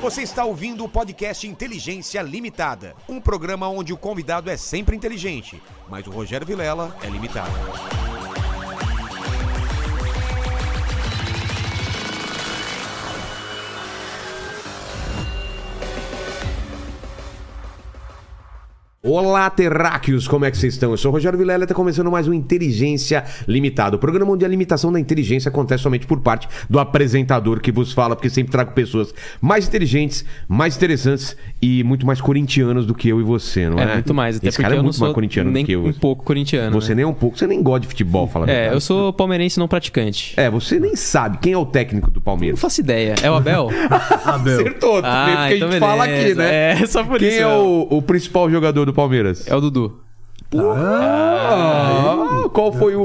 Você está ouvindo o podcast Inteligência Limitada, um programa onde o convidado é sempre inteligente, mas o Rogério Vilela é limitado. Olá, terráqueos, como é que vocês estão? Eu sou o Rogério Vilela e está começando mais um Inteligência Limitada, o programa onde a limitação da inteligência acontece somente por parte do apresentador que vos fala, porque sempre trago pessoas mais inteligentes, mais interessantes e muito mais corintianos do que eu e você, não é? É, muito mais, até Esse porque cara é eu não muito mais sou corintiano nem do que eu. um pouco corintiano. Você né? nem é um pouco, você nem gosta de futebol, fala a verdade. Eu sou palmeirense não praticante. É, você nem sabe quem é o técnico do Não Palmeiras. faço ideia. É o Abel? Acertou, porque a gente então fala aqui, né? É, só por Quem isso. é o principal jogador do Palmeiras? É o Dudu. Qual foi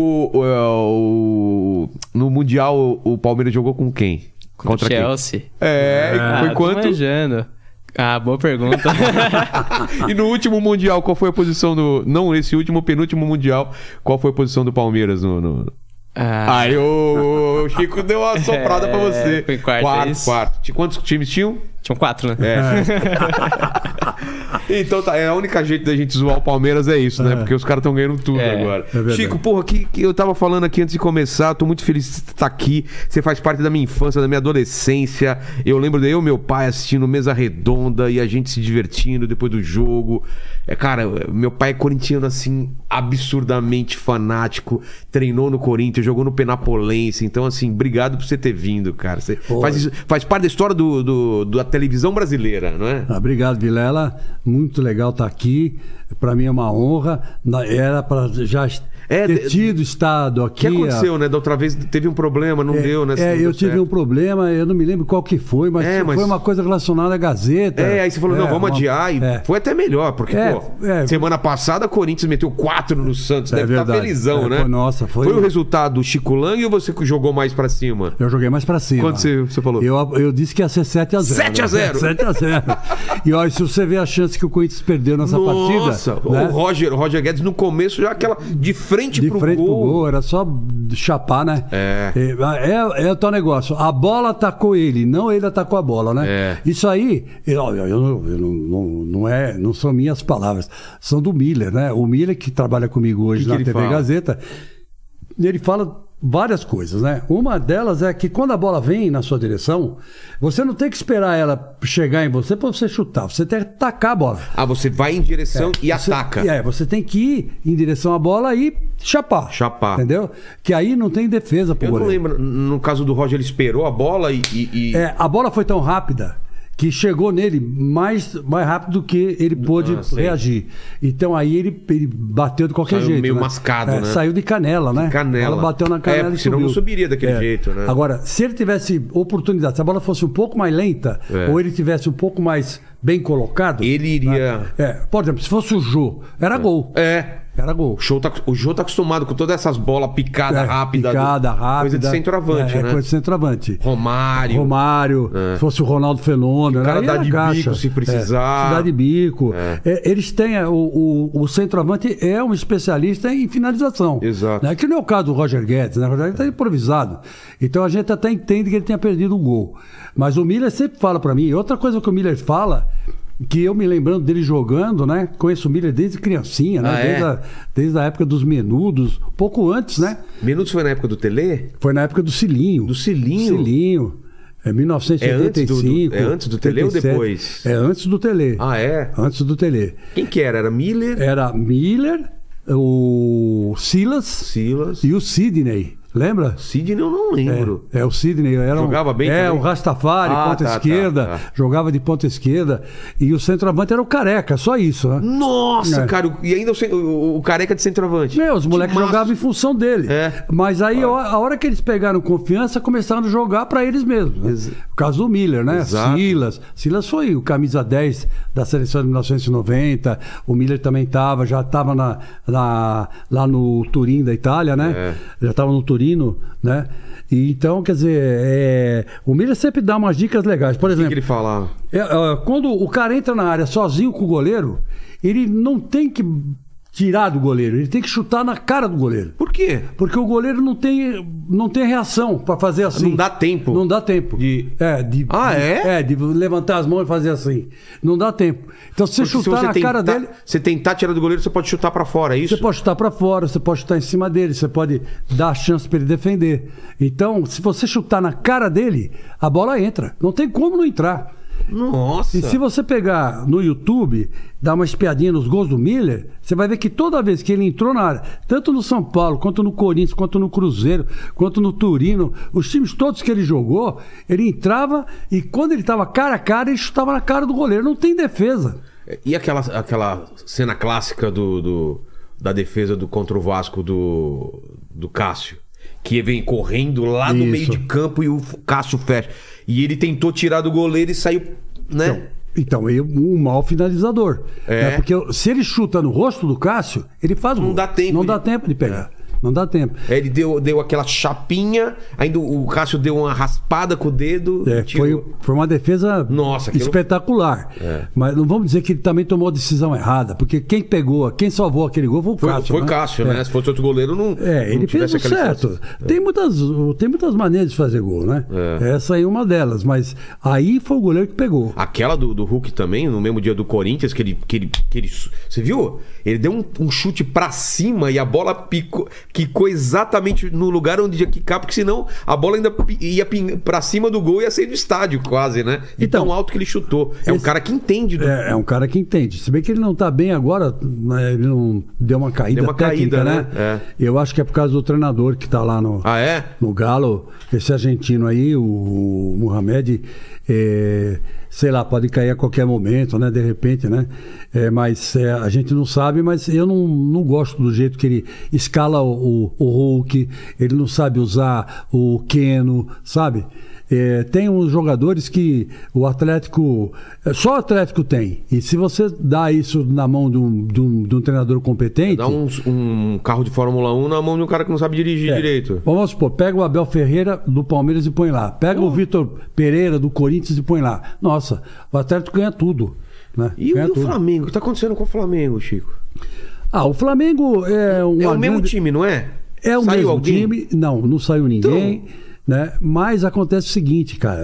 no Mundial o Palmeiras jogou com quem? Contra o Chelsea. Foi quanto? Tô manjando. Boa pergunta. E no último Mundial, qual foi a posição do... Não, esse último, penúltimo Mundial, qual foi a posição do Palmeiras no... Aí o Chico deu uma soprada pra você. Foi quarto. Quantos times tinham? Tinham 4, né? Então tá, a única jeito da gente zoar o Palmeiras é isso, né? Porque os caras estão ganhando tudo agora. Chico, porra, que eu tava falando aqui antes de começar, tô muito feliz de você estar aqui. Você faz parte da minha infância, da minha adolescência. Eu lembro de eu e meu pai assistindo Mesa Redonda e a gente se divertindo depois do jogo. Cara, meu pai é corintiano assim, absurdamente fanático. Treinou no Corinthians, jogou no Penapolense. Então, assim, obrigado por você ter vindo, cara. Você faz parte da história da televisão brasileira, não é? Obrigado, Vilela. Muito legal estar aqui. Para mim é uma honra. Era para já ter tido estado aqui. O que aconteceu, né? Da outra vez teve um problema, não deu, né? Eu tive um problema, eu não me lembro qual que foi, mas foi uma coisa relacionada à Gazeta. Aí você falou, não, vamos adiar. E foi até melhor, porque, semana passada a Corinthians meteu 4 no Santos. Deve estar felizão, né? Foi o resultado do Chico Lang ou você jogou mais pra cima? Eu joguei mais pra cima. Quanto você falou? Eu disse que ia ser 7-0. 7-0? 7-0. E olha, se você vê a chance que o Corinthians perdeu nessa partida... Nossa, né? O Roger Guedes no começo já aquela de frente pro gol. Era só chapar, né? É o tal negócio. A bola atacou ele, não ele atacou a bola, né? Isso aí, não são minhas palavras, são do Miller, né? O Miller que trabalha comigo hoje na TV Gazeta, ele fala várias coisas, né? Uma delas é que quando a bola vem na sua direção, você não tem que esperar ela chegar em você para você chutar, você tem que atacar a bola. Você vai em direção e ataca. Você tem que ir em direção à bola e chapar. Entendeu? Que aí não tem defesa pro goleiro. Eu não lembro, no caso do Roger, ele esperou a bola a bola foi tão rápida que chegou nele mais rápido do que ele pôde reagir. Então aí ele bateu de qualquer jeito. Meio mascado, né? Saiu de canela, né? Ela bateu na canela e senão subiu. Não subiria daquele jeito, né? Agora, se ele tivesse oportunidade, se a bola fosse um pouco mais lenta, ou ele tivesse um pouco mais bem colocado... Ele iria... Por exemplo, se fosse o Jô, era gol. Era gol. O Jô tá acostumado com todas essas bolas picadas rápidas. Coisa de centroavante, né? Coisa de centroavante. Romário. Se fosse o Ronaldo Fenômeno. O cara dá de bico se precisar. Dá de bico. Eles têm... O centroavante é um especialista em finalização. Exato. Né? Que não é o caso do Roger Guedes, né? O Roger Guedes tá improvisado. Então a gente até entende que ele tenha perdido um gol. Mas o Miller sempre fala pra mim... Outra coisa que o Miller fala... Que eu me lembrando dele jogando, né? Conheço o Miller desde criancinha, né? Desde a época dos Menudos, um pouco antes, né? Menudos foi na época do Telê? Foi na época do Cilinho. Do Cilinho? Cilinho. É 1985. É antes do Telê ou depois? É antes do Telê. Antes do Telê. Quem que era? Era Miller? Era Miller, o Silas e o Sidney. Lembra? Sidney eu não lembro. O Sidney jogava bem também? O Rastafari, ponta esquerda. Jogava de ponta esquerda. E o centroavante era o Careca, só isso, né? Nossa, cara. E ainda o Careca de centroavante. Os moleques jogavam em função dele. Mas aí, a hora que eles pegaram confiança, começaram a jogar para eles mesmos. Né? O caso do Miller, né? Exato. Silas foi o camisa 10 da seleção de 1990. O Miller também já estava lá no Turim da Itália, né? Já estava no Turim. Né? E então, quer dizer, o Miller sempre dá umas dicas legais. Por exemplo, o que ele fala? Quando o cara entra na área sozinho com o goleiro, ele não tem que tirar do goleiro, ele tem que chutar na cara do goleiro. Por quê? Porque o goleiro não tem reação para fazer assim. Não dá tempo. Não dá tempo. De levantar as mãos e fazer assim. Não dá tempo. Então, se você chutar na cara dele... Você tentar tirar do goleiro, você pode chutar para fora, é isso? Você pode chutar para fora, você pode chutar em cima dele, você pode dar a chance para ele defender. Então, se você chutar na cara dele, a bola entra. Não tem como não entrar. Nossa! E se você pegar no YouTube, dar uma espiadinha nos gols do Miller, você vai ver que toda vez que ele entrou na área, tanto no São Paulo, quanto no Corinthians, quanto no Cruzeiro, quanto no Turino, os times todos que ele jogou, ele entrava e quando ele estava cara a cara, ele chutava na cara do goleiro. Não tem defesa. E aquela cena clássica da defesa contra o Vasco do Cássio? Que vem correndo lá no meio de campo e o Cássio fecha. E ele tentou tirar do goleiro e saiu, né? Então um mau finalizador. Né? Porque se ele chuta no rosto do Cássio, ele faz Não dá tempo. Não dá tempo de pegar. Não dá tempo. Ele deu aquela chapinha, ainda o Cássio deu uma raspada com o dedo. Foi uma defesa espetacular. Mas não vamos dizer que ele também tomou a decisão errada, porque quem salvou aquele gol foi o Cássio. Foi o Cássio, né? Se fosse outro goleiro, não. Ele fez o certo. Tem muitas maneiras de fazer gol, né? Essa aí é uma delas, mas aí foi o goleiro que pegou. Aquela do Hulk também, no mesmo dia do Corinthians, que ele você viu? Ele deu um chute pra cima e a bola quicou exatamente no lugar onde ia quicar, porque senão a bola ainda ia pra cima do gol e ia sair do estádio quase, né? De tão alto que ele chutou. Um cara que entende. É um cara que entende. Se bem que ele não tá bem agora, né? Ele não deu uma caída técnica, né? Eu acho que é por causa do treinador que tá lá no Galo, esse argentino aí, o Mohamed, sei lá, pode cair a qualquer momento, né? De repente, né? Mas a gente não sabe, mas eu não gosto do jeito que ele escala o Hulk, ele não sabe usar o Keno, sabe? Tem uns jogadores que o Atlético... Só o Atlético tem. E se você dá isso na mão de um treinador competente... Dá um carro de Fórmula 1 na mão de um cara que não sabe dirigir direito. Vamos supor, pega o Abel Ferreira do Palmeiras e põe lá. Pega o Vitor Pereira do Corinthians e põe lá. Nossa, o Atlético ganha tudo. Né? E o Flamengo? O que está acontecendo com o Flamengo, Chico? O Flamengo é um... É o mesmo time, não é? É o mesmo time. Não saiu ninguém. Então... Né? Mas acontece o seguinte, cara,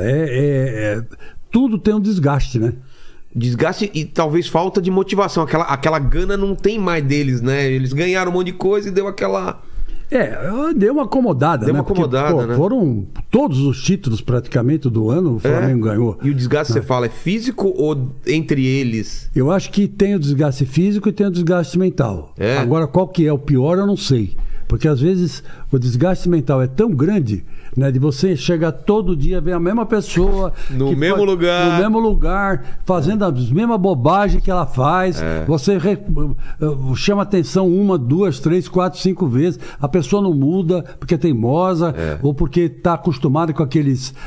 tudo tem um desgaste, né? Desgaste e talvez falta de motivação. Aquela gana não tem mais deles, né? Eles ganharam um monte de coisa e deu aquela... Deu uma acomodada, né? Porque, né? Foram todos os títulos praticamente do ano, o Flamengo ganhou. E o desgaste, você fala, é físico ou entre eles? Eu acho que tem o desgaste físico e tem o desgaste mental. Agora, qual que é o pior, eu não sei. Porque às vezes o desgaste mental é tão grande, né, de você chegar todo dia, ver a mesma pessoa no mesmo lugar, fazendo as mesmas bobagens que ela faz. Você chama atenção 1, 2, 3, 4, 5 vezes. A pessoa não muda porque é teimosa ou porque está acostumada com aqueles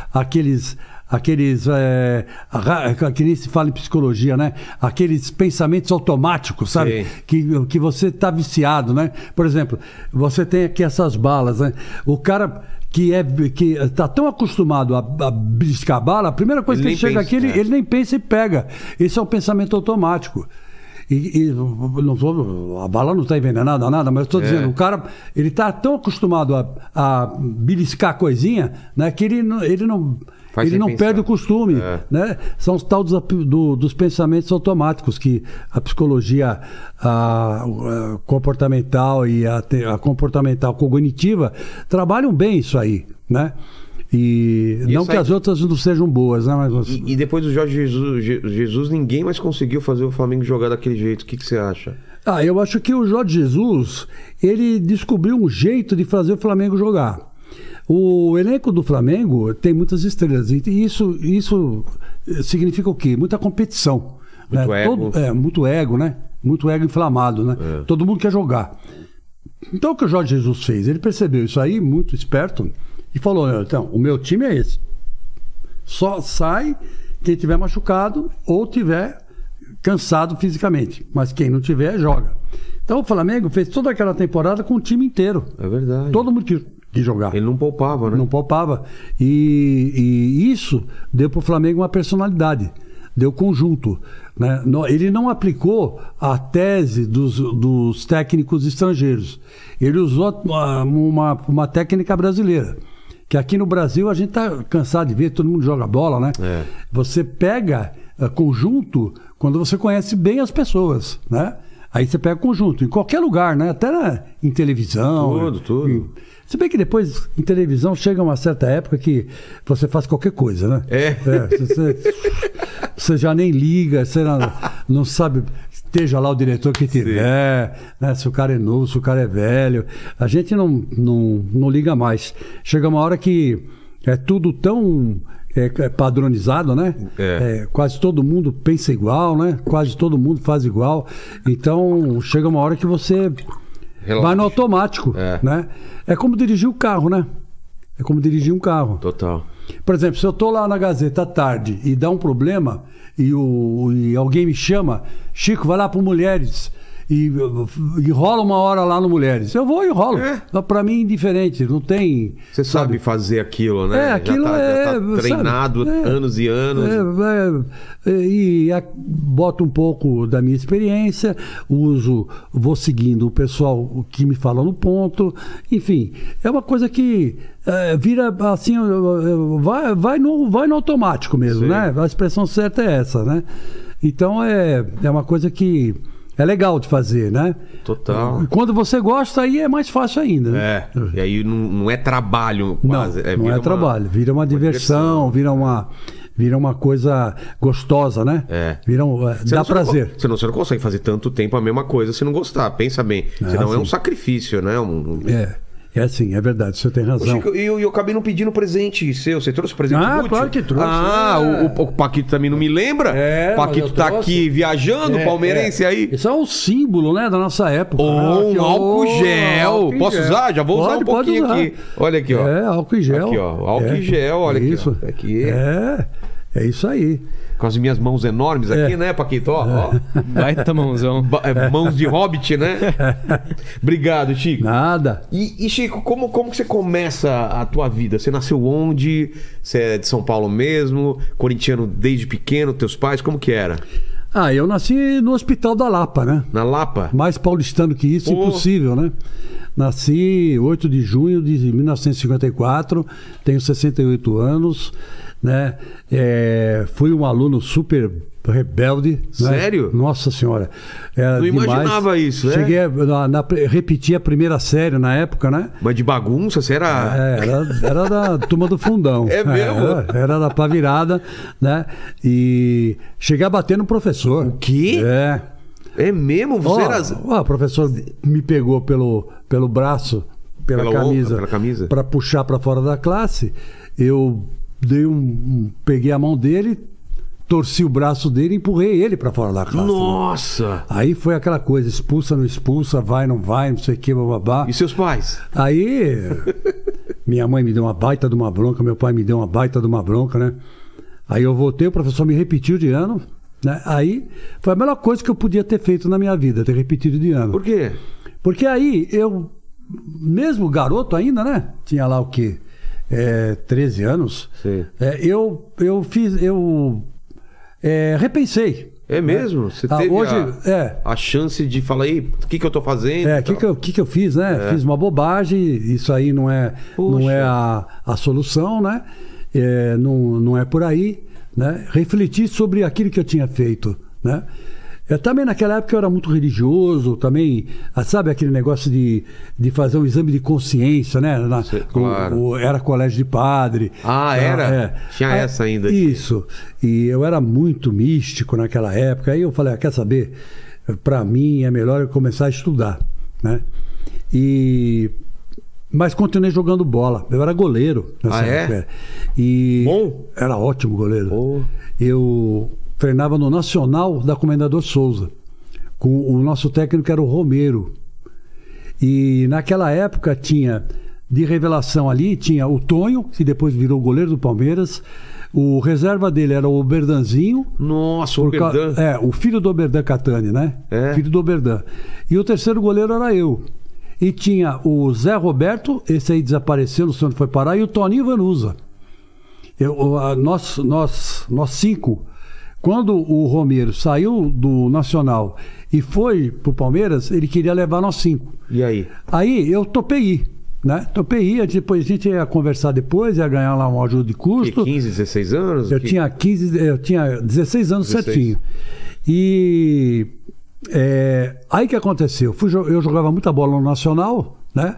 que nem se fala em psicologia, né? Aqueles pensamentos automáticos, sabe? Que você está viciado, né? Por exemplo, você tem aqui essas balas, né? O cara que está tão acostumado a beliscar a bala, a primeira coisa que ele chega aqui, ele nem pensa e pega. Esse é o pensamento automático. A bala não está envenenada, nada, mas eu estou dizendo, o cara, ele está tão acostumado a beliscar coisinha, né, que ele não perde o costume, né? São os tal dos pensamentos automáticos que a psicologia comportamental e a comportamental cognitiva trabalham bem isso aí, né? E não que as outras não sejam boas, né? Mas... E depois do Jorge Jesus, ninguém mais conseguiu fazer o Flamengo jogar daquele jeito. O que você acha? Eu acho que o Jorge Jesus, ele descobriu um jeito de fazer o Flamengo jogar. O elenco do Flamengo tem muitas estrelas. E isso significa o quê? Muita competição. Muito ego. Muito ego, né? Muito ego inflamado, né? Todo mundo quer jogar. Então o que o Jorge Jesus fez? Ele percebeu isso aí, muito esperto, e falou, então, o meu time é esse. Só sai quem tiver machucado ou tiver cansado fisicamente. Mas quem não tiver, joga. Então o Flamengo fez toda aquela temporada com o time inteiro. É verdade. Todo mundo quis jogar. Ele não poupava, né? Não poupava. E isso deu para o Flamengo uma personalidade. deu conjunto. Né? Ele não aplicou a tese dos técnicos estrangeiros. Ele usou uma técnica brasileira. Que aqui no Brasil a gente está cansado de ver, todo mundo joga bola, né? Você pega conjunto quando você conhece bem as pessoas, né? Aí você pega conjunto, em qualquer lugar, né? Até em televisão. Tudo. Se bem que depois, em televisão, chega uma certa época que você faz qualquer coisa, né? Você já nem liga, você não sabe, esteja lá o diretor que tiver, né? Se o cara é novo, se o cara é velho. A gente não liga mais. Chega uma hora que é tudo tão padronizado, né? Quase todo mundo pensa igual, né? Quase todo mundo faz igual. Então, chega uma hora que você... vai no automático, né? É como dirigir o carro, né? É como dirigir um carro. Total. Por exemplo, se eu tô lá na Gazeta à tarde e dá um problema e alguém me chama, Chico, vai lá pro Mulheres e rola uma hora lá no Mulheres. Eu vou e rolo. Pra mim, indiferente. Não tem... Você sabe fazer aquilo, né? Aquilo já tá treinado anos e anos. Boto um pouco da minha experiência, vou seguindo o pessoal que me fala no ponto. Enfim, é uma coisa que vira assim, vai no automático mesmo, né? A expressão certa é essa, né? Então, é uma coisa que... é legal de fazer, né? Total. Quando você gosta, aí é mais fácil ainda. Né? E aí não é trabalho quase. Não é trabalho. Vira uma diversão, vira uma coisa gostosa, né? Dá prazer. Você não consegue fazer tanto tempo a mesma coisa se não gostar. Pensa bem. Senão é um sacrifício, né? É assim, é verdade, você tem razão. Chico, eu acabei não pedindo presente seu. Você trouxe presente útil? Claro que trouxe. O Paquito também não me lembra? O Paquito tá aqui viajando, palmeirense aí. Isso é um símbolo, né, da nossa época. Um álcool gel. Posso usar? Já vou usar um pouquinho aqui. Olha aqui, ó. Álcool em gel. Aqui, ó. Álcool em gel, olha isso. Aqui. É isso aí. Com as minhas mãos enormes aqui, né, Paquito? Ó. Baita mãozão. Mãos de hobbit, né? Obrigado, Chico. Nada. E Chico, como que você começa a tua vida? Você nasceu onde? Você é de São Paulo mesmo? Corintiano desde pequeno? Teus pais? Como que era? Eu nasci no Hospital da Lapa, né? Na Lapa? Mais paulistano que isso, impossível, né? Nasci 8 de junho de 1954, tenho 68 anos, né? Fui um aluno super rebelde. Sério? Né? Nossa Senhora. Não imaginava isso, né? Cheguei repeti a primeira série na época, né? Mas de bagunça, você era... Era da turma do fundão. É mesmo? Era da pá virada, né? E cheguei a bater no professor. O quê? É mesmo? Você era... O professor me pegou pelo braço, pela camisa, para puxar para fora da classe. Eu peguei a mão dele, torci o braço dele e empurrei ele para fora da classe. Nossa! Né? Aí foi aquela coisa, expulsa, não expulsa, vai, não vai, não sei o que, bababá. E seus pais? Aí minha mãe me deu uma baita de uma bronca, meu pai me deu uma baita de uma bronca, né? Aí eu voltei, o professor me repetiu de ano, né? Aí foi a melhor coisa que eu podia ter feito na minha vida, ter repetido de ano. Por quê? Porque aí eu, mesmo garoto ainda, né? Tinha lá o quê? 13 anos. Sim. Eu repensei. É mesmo? Né? Você teve hoje, a chance de falar, o que eu tô fazendo? O que eu fiz, né? Fiz uma bobagem, isso aí não é a solução, né? Não é por aí, né? Refleti sobre aquilo que eu tinha feito, né? Também naquela época eu era muito religioso, também, sabe aquele negócio de fazer um exame de consciência, né? Claro. Era colégio de padre. Era? Tinha essa ainda. Isso. E eu era muito místico naquela época. Aí eu falei, quer saber? Para mim é melhor eu começar a estudar, né? Mas continuei jogando bola. Eu era goleiro nessa época. Bom? Era ótimo goleiro. Oh. Eu treinava no Nacional da Comendador Souza, com o nosso técnico era o Romero. E naquela época tinha, de revelação ali, tinha o Tonho, que depois virou goleiro do Palmeiras. O reserva dele era o Oberdanzinho. Nossa, o Oberdan. O filho do Oberdan Catani, né? Filho do Oberdan. E o terceiro goleiro era eu. E tinha o Zé Roberto, esse aí desapareceu, não sei onde foi parar, e o Toninho Vanusa. Nós cinco Quando o Romero saiu do Nacional e foi pro Palmeiras, ele queria levar nós 5. E aí? Aí eu topei ir, né? Topei ir, depois a gente ia conversar depois, ia ganhar lá um ajuda de custo. 15, 16 anos? Eu tinha 16 anos 16. Certinho. E aí que aconteceu? Eu jogava muita bola no Nacional, né?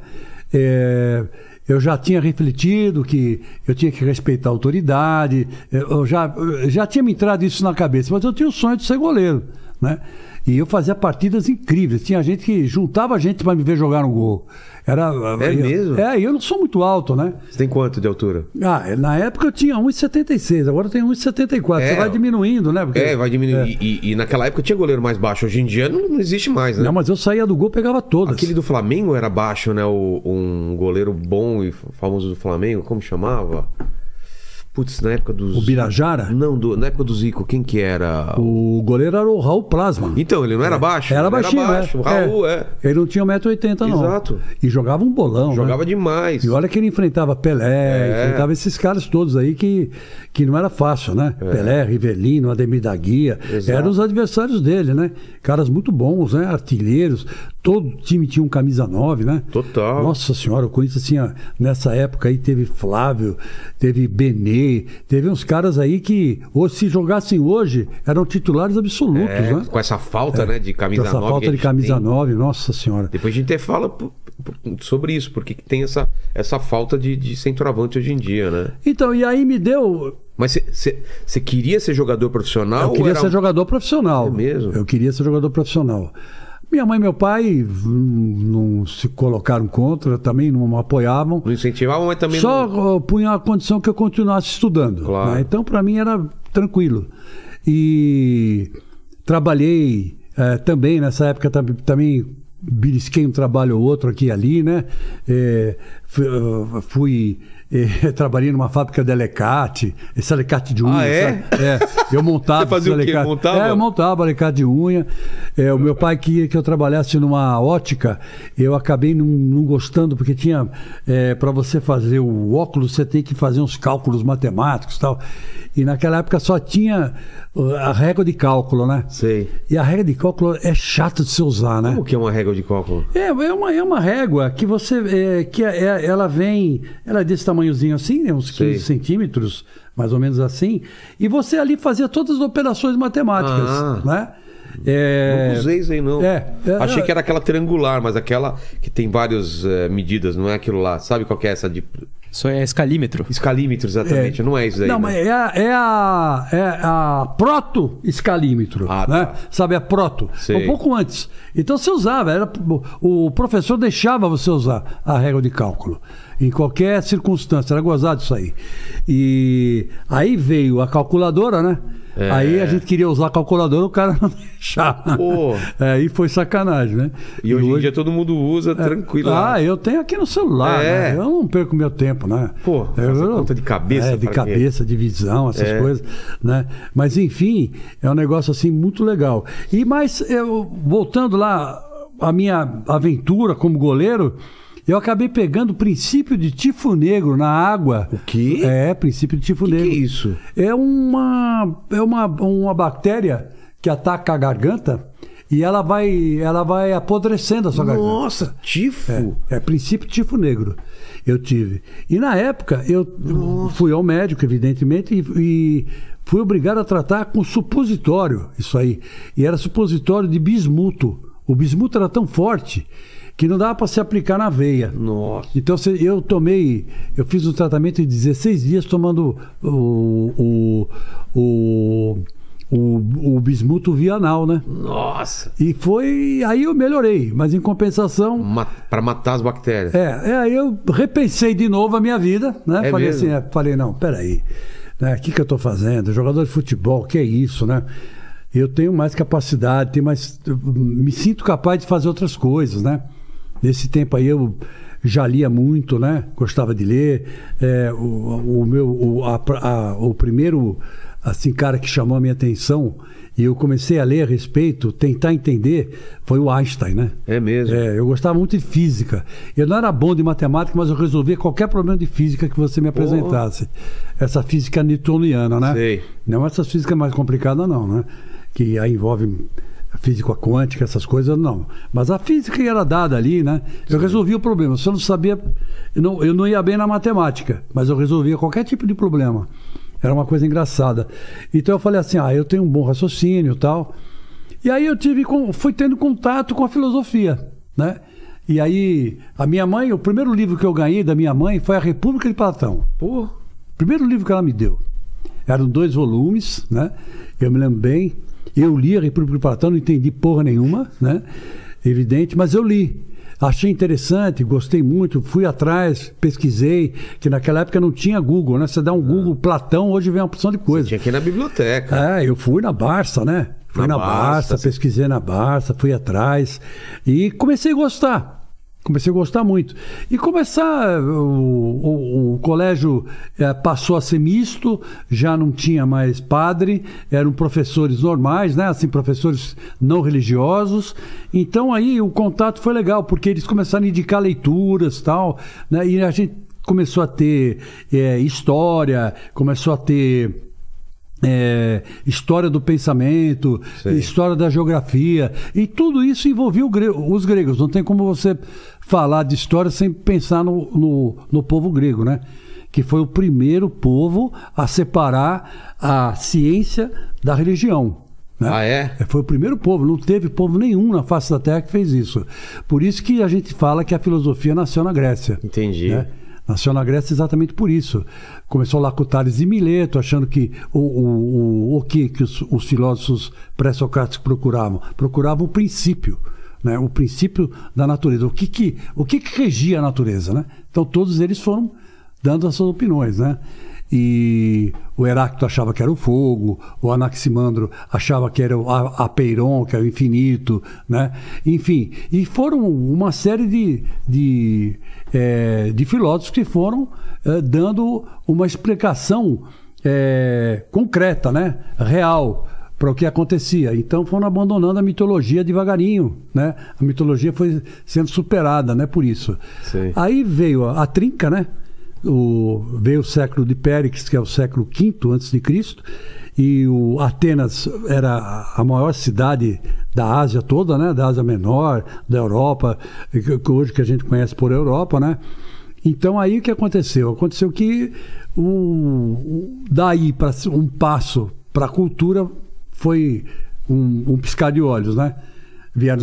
Eu já tinha refletido que eu tinha que respeitar a autoridade, eu já tinha me entrado isso na cabeça, mas eu tinha o sonho de ser goleiro, né? E eu fazia partidas incríveis. Tinha gente que juntava gente para me ver jogar no gol. Mesmo? E eu não sou muito alto, né? Você tem quanto de altura? Na época eu tinha 1,76, agora eu tenho 1,74. Você vai diminuindo, né? Porque, vai diminuindo. E naquela época tinha goleiro mais baixo. Hoje em dia não existe mais, né? Não, mas eu saía do gol e pegava todas. Aquele do Flamengo era baixo, né? Um goleiro bom e famoso do Flamengo, como chamava? Putz, na época dos... O Birajara? Não, na época do Zico, quem que era? O goleiro era o Raul Plasma. Então, ele não era baixo? Era baixinho, era baixo. O Raul, Ele não tinha 1,80 m, não. Exato. E jogava um bolão, Jogava né? demais. E olha que ele enfrentava Pelé, enfrentava esses caras todos aí que não era fácil, né? Pelé, Rivelino, Ademir da Guia. Exato. Eram os adversários dele, né? Caras muito bons, né? Artilheiros. Todo time tinha um camisa 9, né? Total. Nossa senhora, o Corinthians tinha... Nessa época aí teve Flávio, teve Benê, teve uns caras aí que, ou se jogassem hoje, eram titulares absolutos, né? Com essa falta, né, de camisa 9. Essa falta de camisa 9, nossa senhora. Depois a gente até fala sobre isso, porque tem essa falta de centroavante hoje em dia, né? Então, e aí me deu... Mas você queria ser jogador profissional? Eu queria ser jogador profissional. É mesmo? Eu queria ser jogador profissional. Minha mãe e meu pai não se colocaram contra, também não apoiavam. Não incentivavam, mas também Só punha a condição que eu continuasse estudando. Claro. Né? Então, para mim, era tranquilo. E trabalhei também, nessa época, também belisquei um trabalho ou outro aqui e ali, né? Trabalhei numa fábrica de alicate, esse alicate de unha. Ah, é? Eu montava. Você fazia o quê? Montava? Eu montava alicate de unha. O meu pai queria que eu trabalhasse numa ótica. Eu acabei não gostando, porque tinha... para você fazer o óculos, você tem que fazer uns cálculos matemáticos e tal. E naquela época só tinha a régua de cálculo, né? Sei. E a régua de cálculo é chato de se usar, né? Como que é uma régua de cálculo? É uma régua que você... ela vem... Ela é desse tamanhozinho assim, né? Uns 15 centímetros, mais ou menos assim. E você ali fazia todas as operações matemáticas, né? Não usei isso aí, não. Achei que era aquela triangular, mas aquela que tem várias medidas, não é aquilo lá. Sabe qual que é essa de... Isso é escalímetro. Escalímetro, exatamente. Não é isso aí. Não, né? mas é a proto-escalímetro, né? Tá. Sabe, a proto. Um pouco antes. Então você usava, o professor deixava você usar a régua de cálculo. Em qualquer circunstância, era gozado isso aí. E aí veio a calculadora, né? Aí a gente queria usar a calculadora, o cara não deixava. Aí foi sacanagem, né? E hoje em dia todo mundo usa tranquilo. Eu tenho aqui no celular, né? Eu não perco meu tempo, né? Conta de cabeça. De cabeça, de visão, essas coisas, né? Mas enfim, é um negócio assim muito legal. Mas voltando lá, a minha aventura como goleiro, eu acabei pegando o princípio de tifo negro na água. O quê? Princípio de tifo negro. O que é isso? É uma bactéria que ataca a garganta e ela vai apodrecendo a sua garganta. Nossa, tifo? É princípio de tifo negro. Eu tive. E na época, eu fui ao médico, evidentemente, e fui obrigado a tratar com supositório, isso aí. E era supositório de bismuto. O bismuto era tão forte que não dava para se aplicar na veia. Nossa. Então eu fiz um tratamento de 16 dias tomando o bismuto via anal, né? Nossa. Aí eu melhorei, mas em compensação... Para matar as bactérias. Aí eu repensei de novo a minha vida, né? Falei, não, peraí, né? O que eu estou fazendo? Jogador de futebol, que é isso, né? Eu tenho mais capacidade, me sinto capaz de fazer outras coisas, né? Nesse tempo aí eu já lia muito, assim, cara que chamou a minha atenção e eu comecei a ler a respeito, tentar entender, foi o Einstein, né? É mesmo? Eu gostava muito de física. Eu não era bom de matemática, mas eu resolvia qualquer problema de física que você me apresentasse. Essa física newtoniana, né? Sei. Não essa física mais complicada, não, né? Que aí envolve a física quântica, essas coisas, não. Mas a física que era dada ali, né? Eu resolvia o problema. Se eu não sabia, eu não ia bem na matemática, mas eu resolvia qualquer tipo de problema. Era uma coisa engraçada. Então eu falei assim, eu tenho um bom raciocínio e tal. E aí eu fui tendo contato com a filosofia, né? E aí, a minha mãe, o primeiro livro que eu ganhei da minha mãe foi A República de Platão. Pô, primeiro livro que ela me deu. Eram 2 volumes, né? Eu me lembro bem. Eu li A República de Platão, não entendi porra nenhuma, né? Evidente, mas eu li. Achei interessante, gostei muito, fui atrás, pesquisei, que naquela época não tinha Google, né? Você dá um Google Platão, hoje vem uma porção de coisa. Você tinha que ir na biblioteca. Eu fui na Barça, né? Fui na Barça, pesquisei na Barça, fui atrás e comecei a gostar. Comecei a gostar muito. E o colégio passou a ser misto, já não tinha mais padre, eram professores normais, né? Assim, professores não religiosos. Então aí o contato foi legal, porque eles começaram a indicar leituras e tal, né? E a gente começou a ter história, começou a ter história do pensamento, história da geografia, e tudo isso envolvia os gregos. Não tem como você falar de história sem pensar no povo grego, né? Que foi o primeiro povo a separar a ciência da religião, né? Foi o primeiro povo, não teve povo nenhum na face da Terra que fez isso. Por isso que a gente fala que a filosofia nasceu na Grécia. Entendi. Né? Nasceu na Grécia exatamente por isso. Começou lá com Tales de Mileto, achando que o que os filósofos pré-socráticos procuravam? Procuravam o princípio, né? O princípio da natureza. O que regia a natureza, né? Então todos eles foram dando as suas opiniões, né? E o Heráclito achava que era o fogo, o Anaximandro achava que era o apeiron, que era o infinito, né? Enfim, e foram uma série de filósofos que foram dando uma explicação concreta, né? Real, para o que acontecia. Então foram abandonando a mitologia devagarinho, né? A mitologia foi sendo superada, né? Por isso. Sim. Aí veio a trinca, né? Veio o século de Péricles, que é o século V a.C., e Atenas era a maior cidade da Ásia toda, né? Da Ásia Menor, da Europa, hoje que a gente conhece por Europa, né? Então aí o que aconteceu? Aconteceu que daí para um passo para a cultura foi um piscar de olhos, né? Vieram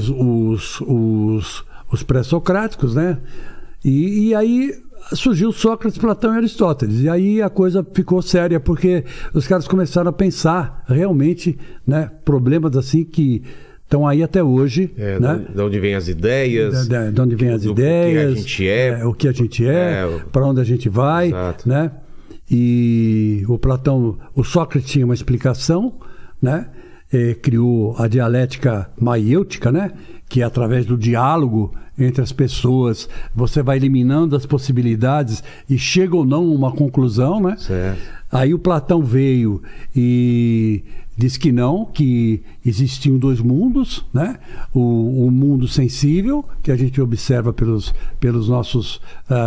os pré-socráticos, né? E aí surgiu Sócrates, Platão e Aristóteles. E aí a coisa ficou séria, porque os caras começaram a pensar realmente, né, problemas assim que estão aí até hoje. Né? De onde vêm as ideias. De onde vêm as ideias. O que a gente é, para onde a gente vai. Exato. Né? E o Sócrates tinha uma explicação, né? Criou a dialética maiêutica, né? Que é através do diálogo entre as pessoas, você vai eliminando as possibilidades e chega ou não a uma conclusão, né? Certo. Aí o Platão veio e disse que não, que existiam 2 mundos, né? O mundo sensível, que a gente observa pelos nossos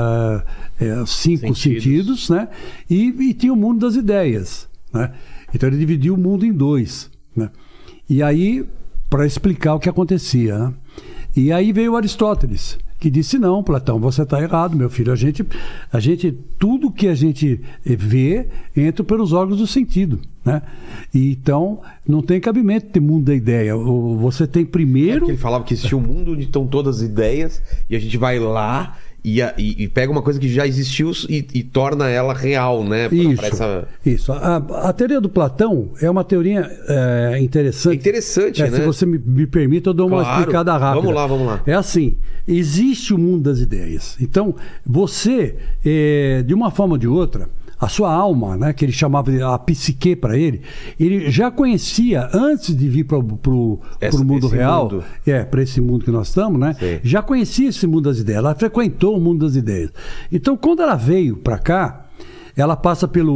5 sentidos, né? E tinha o mundo das ideias, né? Então ele dividiu o mundo em 2, né? E aí, para explicar o que acontecia, né? E aí veio Aristóteles, que disse: não, Platão, você está errado, meu filho. Tudo que a gente vê entra pelos órgãos do sentido, né? E então não tem cabimento ter mundo da ideia. Você tem primeiro. Ele falava que existia um mundo onde estão todas as ideias e a gente vai lá e pega uma coisa que já existiu e torna ela real, né? Isso. A teoria do Platão é uma teoria interessante. É interessante, né? Se você me permite, eu dou uma explicada rápida. Vamos lá. É assim, existe o mundo das ideias. Então, você, de uma forma ou de outra, a sua alma, né, que ele chamava de a psique para ele já conhecia, antes de vir para o mundo real, para esse mundo que nós estamos, né? Sim. Já conhecia esse mundo das ideias, ela frequentou o mundo das ideias. Então, quando ela veio para cá, ela passa pelo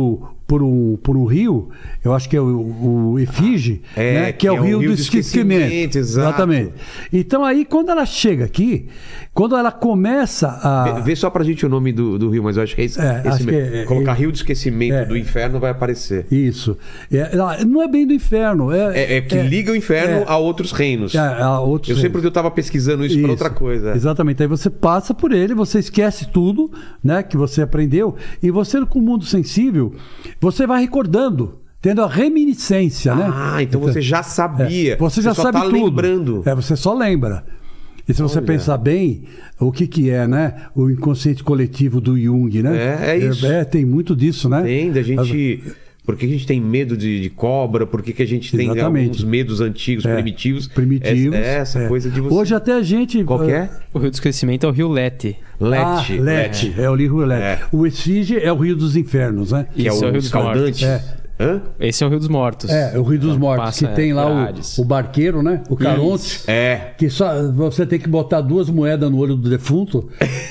por um rio, eu acho que é o Efígie, né? Que é o rio do esquecimento. Exatamente. Então aí, quando ela chega aqui, quando ela começa a... Vê só pra gente o nome do rio, mas eu acho que é esse mesmo. Colocar rio do esquecimento do inferno vai aparecer. Isso. Não é bem do inferno. Que liga o inferno a outros reinos. Eu sei porque eu estava pesquisando isso para outra coisa. Exatamente. Aí você passa por ele, você esquece tudo, né, que você aprendeu, e você, com o mundo sensível, você vai recordando, tendo a reminiscência, né? Então você já sabia. Você já sabe tudo. Lembrando. Você só lembra. E se você pensar bem, o que é, né? O inconsciente coletivo do Jung, né? É isso. Tem muito disso, né? Tem, da gente... Por que a gente tem medo de cobra? Por que a gente tem alguns medos antigos, primitivos? Essa coisa de você... Hoje até a gente... Qual que é? O rio do esquecimento é o rio Lete. Lete. É o rio Lete. O Efígie é o rio dos infernos, né? Que Isso é o rio dos Mortos. Esse é o Rio dos Mortos. O Rio dos Mortos, que tem lá o barqueiro, né? O Caronte. Que só você tem que botar 2 moedas no olho do defunto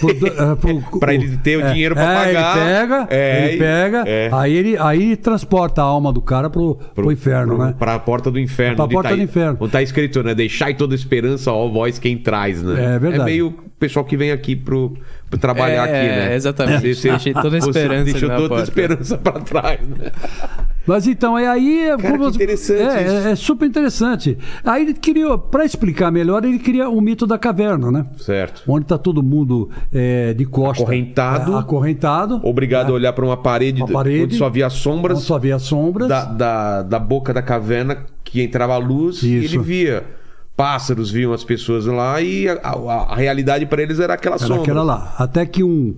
para ele ter o dinheiro para pagar. Ele pega, aí ele transporta a alma do cara pro inferno, né? Para a porta do inferno. Para a porta do inferno. Onde tá escrito, né? Deixai toda esperança, ó vós quem traz, né? É verdade. É meio o pessoal que vem aqui pro trabalhar aqui, né? Exatamente. Deixei toda a esperança. Deixou toda a esperança para trás, né? Mas então, aí... Cara, que interessante isso. É super interessante. Aí ele criou, para explicar melhor, ele cria o mito da caverna, né? Certo. Onde está todo mundo de costa. Acorrentado. Obrigado a olhar para uma parede onde só havia sombras. Onde só havia sombras. Da boca da caverna que entrava a luz. Isso. E ele via... Pássaros viam as pessoas lá e a realidade para eles era aquela sombra. Aquela lá. Até que um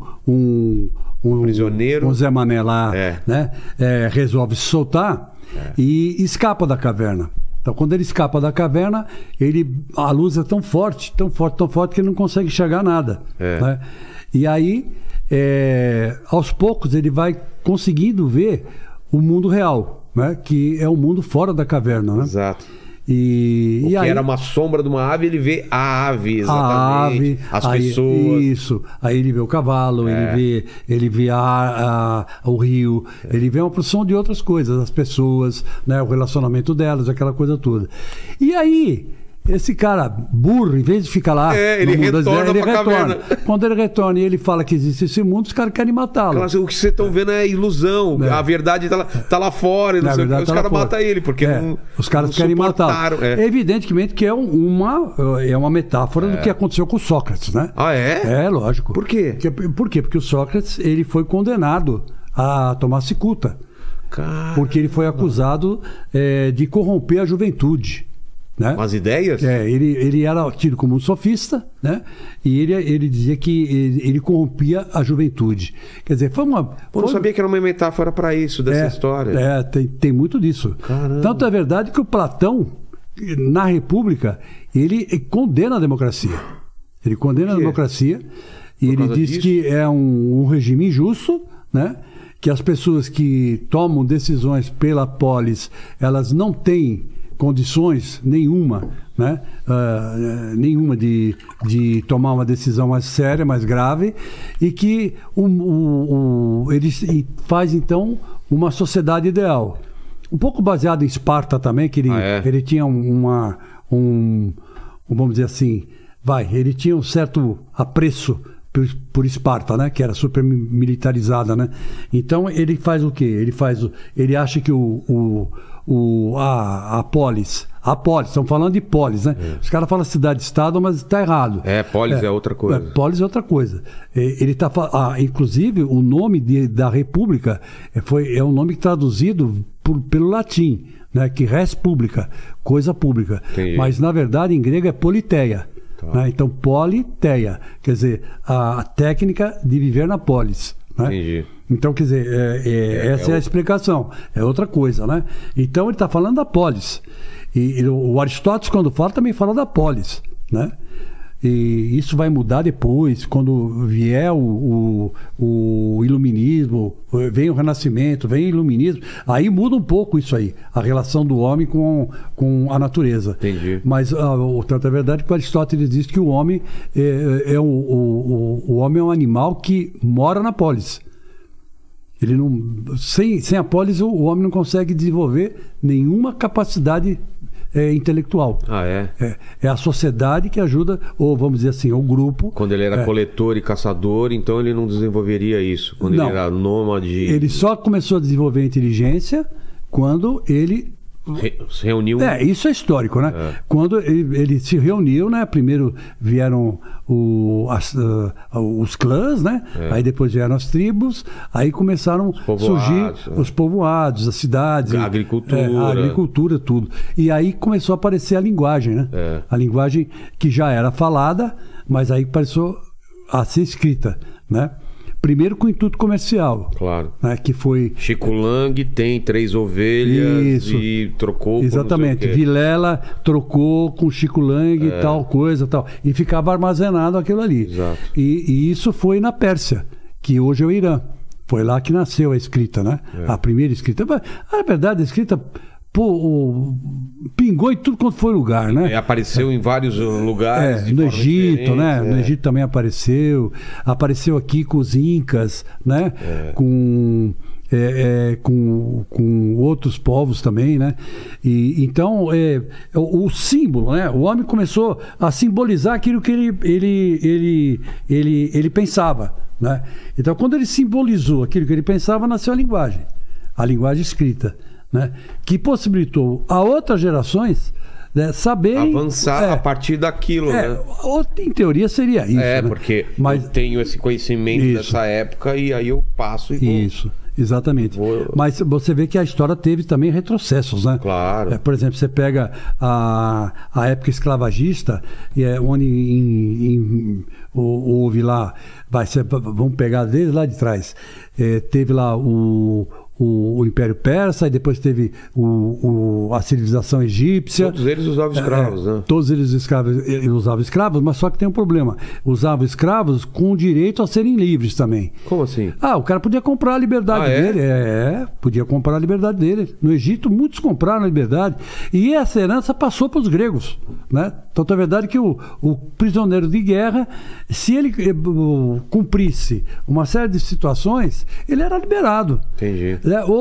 prisioneiro, um Zé Mané lá, né, resolve se soltar e escapa da caverna. Então, quando ele escapa da caverna, a luz é tão forte que ele não consegue enxergar nada. Né? E aí, aos poucos, ele vai conseguindo ver o mundo real, né, que é o mundo fora da caverna. Né? Exato. E aí, era uma sombra de uma ave, ele vê a ave, exatamente. As pessoas. Isso. Aí ele vê o cavalo, ele vê o rio, ele vê uma porção de outras coisas, as pessoas, né, o relacionamento delas, aquela coisa toda. E aí, esse cara burro, em vez de ficar lá, ele retorna pra caverna. Quando ele retorna e ele fala que existe esse mundo, os caras querem matá-lo. O que vocês estão vendo é ilusão. A verdade tá lá fora. Não sei os caras matam ele, porque os caras querem matá-lo. Evidentemente que é uma metáfora do que aconteceu com Sócrates, né? É, lógico. Por quê? Por quê? Porque o Sócrates ele foi condenado a tomar cicuta. Porque ele foi acusado de corromper a juventude. Né? Com as ideias? Ele era tido como um sofista, né? E ele dizia que ele corrompia a juventude. Quer dizer, foi uma... Eu não sabia que era uma metáfora para isso, dessa história. Tem muito disso. Caramba. Tanto é verdade que o Platão, na República, ele condena a democracia. Ele condena a democracia e ele diz que é um regime injusto, né? Que as pessoas que tomam decisões pela polis, elas não têm condições nenhuma, né? Nenhuma de tomar uma decisão mais séria, mais grave, e que ele faz então uma sociedade ideal, um pouco baseado em Esparta também, que ele tinha vamos dizer assim, ele tinha um certo apreço por Esparta, né? Que era super militarizada, né? Então ele faz o quê? Ele acha que a polis, estamos falando de polis, né? Os caras falam cidade-estado, mas está errado. Polis é outra coisa. Polis é outra coisa. Inclusive, o nome da República é um nome traduzido pelo latim, né? Que res publica, coisa pública. Entendi. Mas, na verdade, em grego é politeia. Né? Então, politeia, quer dizer, a técnica de viver na polis. Né? Entendi. Então, quer dizer, essa é a explicação. É outra coisa, né? Então, ele está falando da polis. E o Aristóteles, quando fala, também fala da polis, né? E isso vai mudar depois, quando vier o iluminismo, vem o renascimento, vem o iluminismo, aí muda um pouco isso aí, a relação do homem com a natureza. Entendi. Mas tanto é verdade que o Aristóteles diz que o homem o homem é um animal que mora na polis. Ele não, sem a pólis, o homem não consegue desenvolver nenhuma capacidade intelectual. É a sociedade que ajuda, ou vamos dizer assim, o grupo. Quando ele era coletor e caçador, então ele não desenvolveria isso. Quando ele era nômade. Ele só começou a desenvolver a inteligência quando ele se reuniu. Isso é histórico, né? Quando ele se reuniu, né? Primeiro vieram os clãs, né? Aí depois vieram as tribos, aí começaram a surgir os povoados, as cidades, a agricultura, tudo. E aí começou a aparecer a linguagem, né? A linguagem que já era falada, mas aí começou a ser escrita, né? Primeiro com o intuito comercial. Claro. Né, que foi... Chico Lang tem 3 ovelhas e trocou com exatamente. Vilela trocou com Chico Lang e tal coisa, tal. E ficava armazenado aquilo ali. Exato. E isso foi na Pérsia, que hoje é o Irã. Foi lá que nasceu a escrita, né? A primeira escrita. Na verdade, a escrita... pingou em tudo quanto foi lugar, né? Apareceu em vários lugares. No Egito, né? No Egito também apareceu. Apareceu aqui com os Incas, né? Com outros povos também, né? E então o símbolo, né? O homem começou a simbolizar aquilo que ele pensava, né? Então, quando ele simbolizou aquilo que ele pensava, nasceu a linguagem escrita. Né? Que possibilitou a outras gerações, né, saberem avançar a partir daquilo, né? Em teoria seria isso. Né? Porque eu tenho esse conhecimento dessa época e aí eu passo e vou. Isso, exatamente. Mas você vê que a história teve também retrocessos, né? Claro. Por exemplo, você pega a época escravagista, onde houve lá, vamos pegar desde lá de trás, teve lá o Império Persa, e depois teve a civilização egípcia. Todos eles usavam escravos, né? Todos eles usavam escravos, mas só que tem um problema. Usavam escravos com direito a serem livres também. Como assim? O cara podia comprar a liberdade dele. Podia comprar a liberdade dele. No Egito, muitos compraram a liberdade. E essa herança passou para os gregos, né? Tanto é verdade que o prisioneiro de guerra, se ele cumprisse uma série de situações, ele era liberado. Entendi.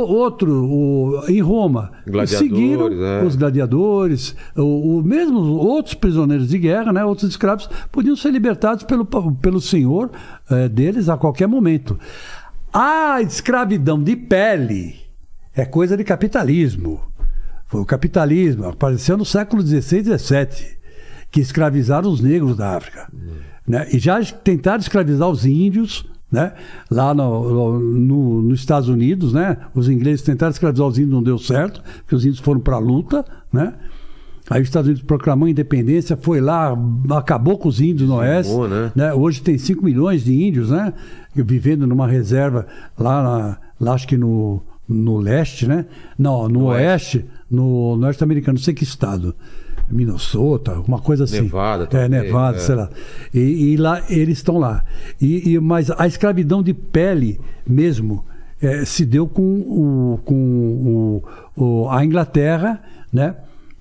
Em Roma, seguiram os gladiadores, mesmo outros prisioneiros de guerra, né, outros escravos, podiam ser libertados pelo senhor deles a qualquer momento. A escravidão de pele é coisa de capitalismo. Foi o capitalismo, apareceu no século XVI e XVII, que escravizaram os negros da África. Né? E já tentaram escravizar os índios, né? Lá nos Estados Unidos, né? Os ingleses tentaram escravizar os índios, não deu certo, porque os índios foram para a luta, né? Aí os Estados Unidos proclamou a independência, foi lá, acabou com os índios no oeste, né? Hoje tem 5 milhões de índios, né? Vivendo numa reserva lá acho que no leste, né? Não, no oeste, no norte-americano, não sei que estado. Minnesota, uma coisa assim. Nevada também. Nevada, sei lá. E lá, eles estão lá. Mas a escravidão de pele mesmo se deu com a Inglaterra, né?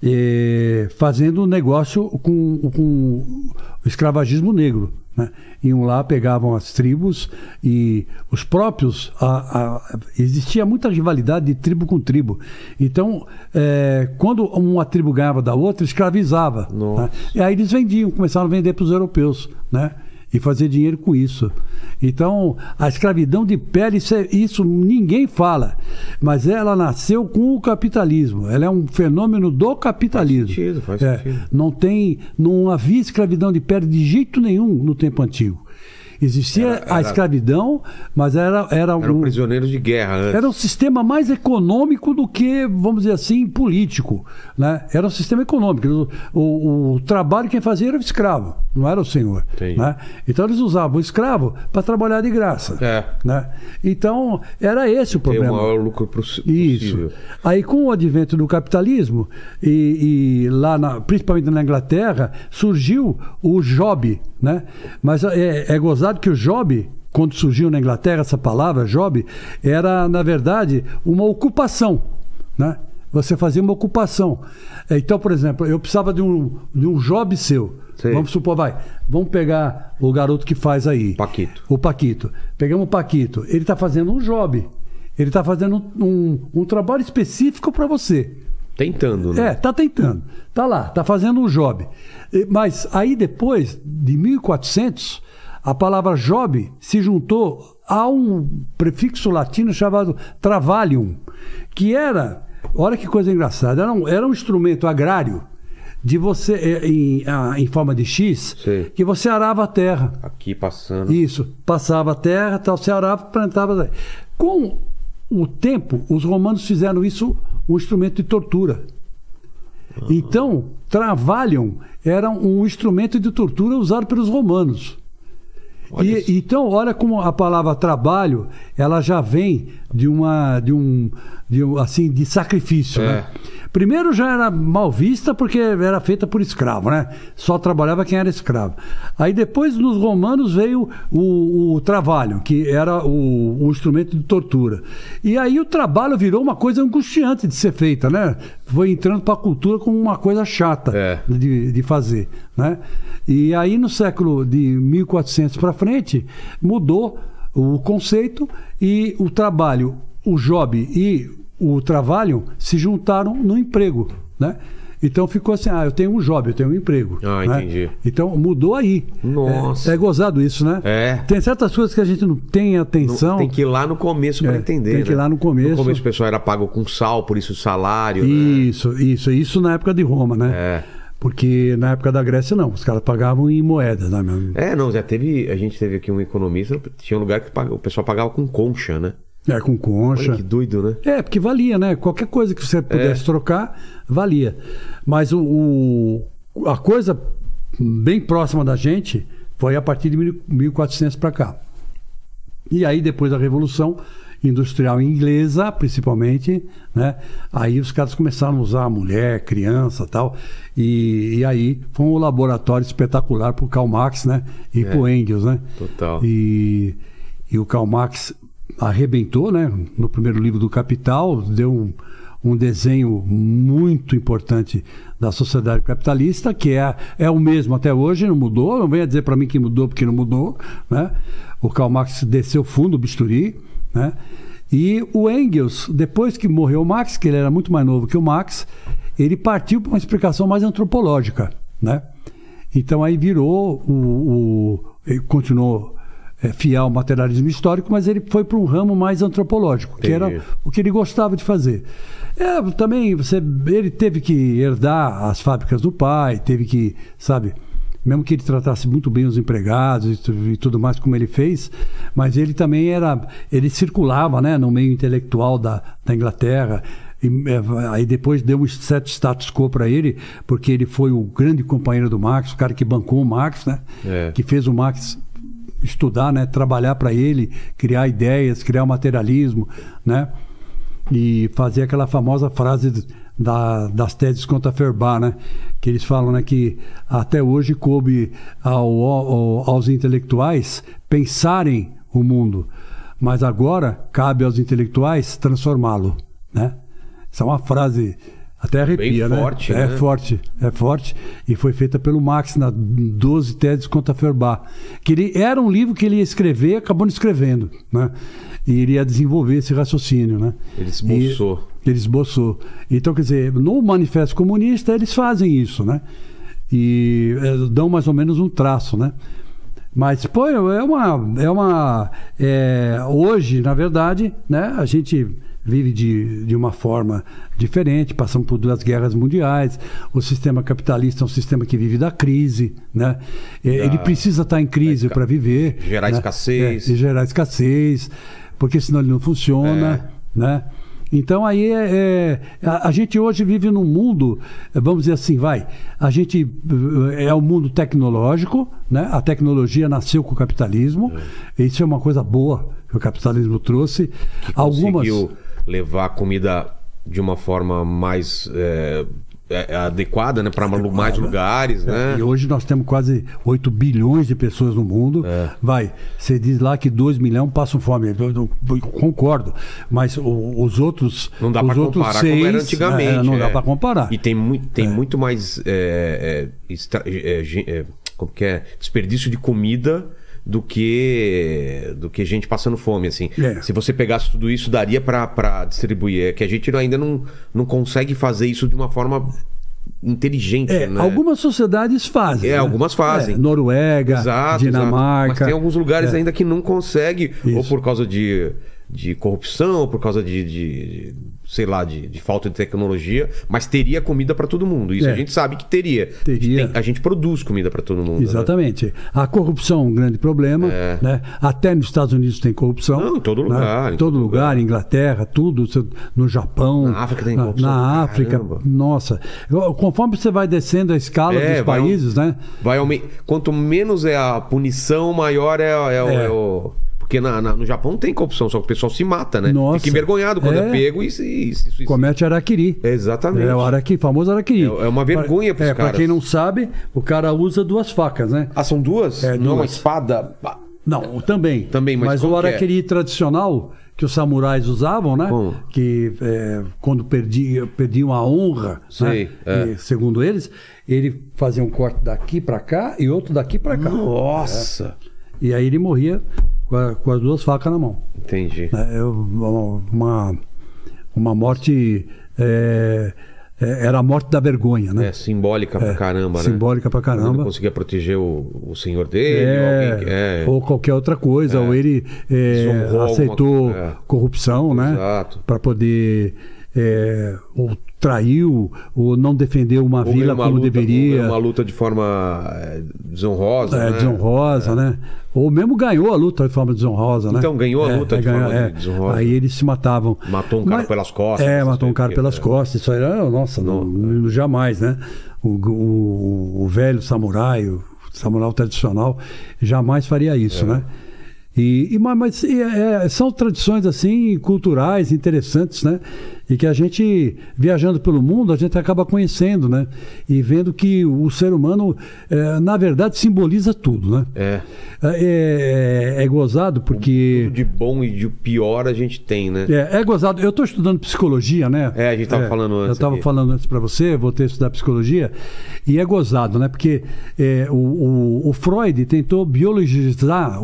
Fazendo negócio com o escravagismo negro. Né? Iam lá, pegavam as tribos e os próprios... existia muita rivalidade de tribo com tribo. Então, quando uma tribo ganhava da outra, escravizava. Né? E aí eles vendiam, começaram a vender para os europeus, né? E fazer dinheiro com isso. Então, a escravidão de pele, isso ninguém fala. Mas ela nasceu com o capitalismo. Ela é um fenômeno do capitalismo. Faz sentido. Não havia escravidão de pele de jeito nenhum no tempo antigo. Existia a escravidão, mas eram prisioneiros de guerra antes. Era um sistema mais econômico do que, vamos dizer assim, político. Né? Era um sistema econômico. O trabalho quem fazia era o escravo, não era o senhor. Né? Então eles usavam o escravo para trabalhar de graça. Né? Então era esse o problema. Tem o maior lucro possível. Isso. Aí com o advento do capitalismo, e lá principalmente na Inglaterra, surgiu o job. Né? Mas é gozado que o job, quando surgiu na Inglaterra essa palavra, job, era, na verdade, uma ocupação. Né? Você fazia uma ocupação. Então, por exemplo, eu precisava de um job seu. Sim. Vamos supor, vamos pegar o garoto que faz aí. Paquito. O Paquito. Pegamos o Paquito. Ele está fazendo um job. Ele está fazendo um trabalho específico para você. Tentando, né? Tá tentando. Tá lá, tá fazendo um job. Mas aí depois, de 1400, a palavra job se juntou a um prefixo latino chamado travalium, que era, olha que coisa engraçada, era um instrumento agrário de você, em forma de X, Sei. que você arava a terra. Aqui passando. Isso, passava a terra, tal, você arava, plantava. Com o tempo, os romanos fizeram isso um instrumento de tortura. Então, travalium era um instrumento de tortura usado pelos romanos. Então, olha como a palavra trabalho, ela já vem de sacrifício, né? Primeiro já era mal vista porque era feita por escravo, né? Só trabalhava quem era escravo. Aí depois nos romanos veio o trabalho, que era o instrumento de tortura. E aí o trabalho virou uma coisa angustiante de ser feita, né? Foi entrando para a cultura como uma coisa chata de fazer, né? E aí no século de 1400 para frente mudou o conceito e o trabalho, o job e o trabalho se juntaram no emprego, né? Então ficou assim, eu tenho um job, eu tenho um emprego. Ah, né? Entendi. Então mudou aí. Nossa. É gozado isso, né? Tem certas coisas que a gente não tem atenção. Tem que ir lá no começo para entender. Tem que ir lá no começo. No começo o pessoal era pago com sal, por isso o salário. Isso na época de Roma, né? Porque na época da Grécia não, os caras pagavam em moedas, né? A gente teve aqui um economista, tinha um lugar que o pessoal pagava com concha, né? Com concha. Olha que doido, né? Porque valia, né? Qualquer coisa que você pudesse trocar, valia. Mas a coisa bem próxima da gente foi a partir de 1400 para cá. E aí, depois da Revolução Industrial Inglesa, principalmente, né? Aí os caras começaram a usar mulher, criança e tal. E aí foi um laboratório espetacular para o Karl Marx, né? E para o Engels, né? Total. E o Karl Marx arrebentou, né? No primeiro livro do Capital, deu um desenho muito importante da sociedade capitalista, que é o mesmo até hoje, não mudou. Não venha dizer para mim que mudou, porque não mudou, né? O Karl Marx desceu fundo o bisturi, né? E o Engels, depois que morreu o Marx, que ele era muito mais novo que o Marx, ele partiu para uma explicação mais antropológica, né? Então aí virou ele continuou fiel ao materialismo histórico, mas ele foi para um ramo mais antropológico, que era o que ele gostava de fazer. Também ele teve que herdar as fábricas do pai, teve que, sabe, mesmo que ele tratasse muito bem os empregados e tudo mais como ele fez, mas ele também ele circulava, né, no meio intelectual da Inglaterra. Aí depois deu um certo status quo para ele, porque ele foi o grande companheiro do Marx, o cara que bancou o Marx, né? Que fez o Marx estudar, né, trabalhar para ele, criar ideias, criar o materialismo, né, e fazer aquela famosa frase das teses contra Feuerbach, né, que eles falam, né, que até hoje coube aos intelectuais pensarem o mundo, mas agora cabe aos intelectuais transformá-lo, né. Essa é uma frase até arrepia, bem forte, né? Né? É forte. E foi feita pelo Marx na 12 teses contra Feuerbach. Que era um livro que ele ia escrever, acabou não escrevendo, né? E iria desenvolver esse raciocínio, né? Ele esboçou. Ele esboçou. Então, quer dizer, no Manifesto Comunista eles fazem isso, né? E dão mais ou menos um traço, né? Mas, pô, hoje, na verdade, né, a gente vive de uma forma diferente, passamos por 2 guerras mundiais, o sistema capitalista é um sistema que vive da crise, né? Ele precisa estar em crise para viver. Gerar, né? Escassez. Gerar escassez, porque senão ele não funciona, né? Então aí a gente hoje vive num mundo, vamos dizer assim, a gente é um mundo tecnológico, né? A tecnologia nasceu com o capitalismo, isso é uma coisa boa que o capitalismo trouxe. Que conseguiu levar a comida de uma forma mais adequada, né, para mais lugares, né? E hoje nós temos quase 8 bilhões de pessoas no mundo. Você diz lá que 2 milhões passam fome. Eu concordo, mas os outros não dá para comparar 6, como era antigamente. Não dá para comparar. E tem muito mais como que é, desperdício de comida do que gente passando fome, assim. Se você pegasse tudo isso, daria para distribuir. É que a gente ainda não consegue fazer isso de uma forma inteligente, né? Algumas sociedades fazem. Né? Algumas fazem. Noruega, Dinamarca. Mas tem alguns lugares ainda que não conseguem, ou por causa de corrupção, ou por causa sei lá, de falta de tecnologia, mas teria comida para todo mundo. Isso a gente sabe que teria. A gente produz comida para todo mundo. Exatamente. Né? A corrupção é um grande problema. Né? Até nos Estados Unidos tem corrupção. Não, em todo lugar. Né? Em todo lugar, Inglaterra, tudo. No Japão. Na África tem corrupção. Na África, nossa. Conforme você vai descendo a escala dos países, né? Quanto menos é a punição, maior é o... Porque no Japão tem corrupção, só que o pessoal se mata, né? Nossa, fica envergonhado quando é pego e comete araquiri. Exatamente. O famoso araquiri. É uma vergonha pros caras. Pra quem não sabe, o cara usa 2 facas, né? São 2? Não é uma espada? Não, também. Mas o araquiri tradicional que os samurais usavam, né? Como? Que quando perdiam a honra, sei, né? Segundo eles, ele fazia um corte daqui pra cá e outro daqui pra cá. Nossa! E aí ele morria com as 2 facas na mão. Entendi. Uma morte... era a morte da vergonha, né? Simbólica pra caramba, né? Simbólica pra caramba. Ele não conseguia proteger o senhor dele, ou qualquer outra coisa, ou ele aceitou corrupção, né? Exato. Para poder... ou traiu, ou não defendeu uma vila como deveria. Uma luta de forma desonrosa, né? Desonrosa, né? Ou mesmo ganhou a luta de forma desonrosa, né? Então, ganhou a luta de forma desonrosa. Aí eles se matavam. Matou um cara pelas costas. Matou um cara pelas costas. Isso era, nossa, não, jamais, né? O velho samurai, o samurai tradicional, jamais faria isso, né? Mas são tradições assim culturais interessantes, né? E que a gente, viajando pelo mundo, a gente acaba conhecendo, né? E vendo que o ser humano, na verdade, simboliza tudo, né? É gozado porque... Tudo de bom e de pior a gente tem, né? É gozado. Eu estou estudando psicologia, né? A gente estava falando antes. Eu estava falando antes para você, voltei a estudar psicologia, e é gozado, né? Porque o Freud tentou biologizar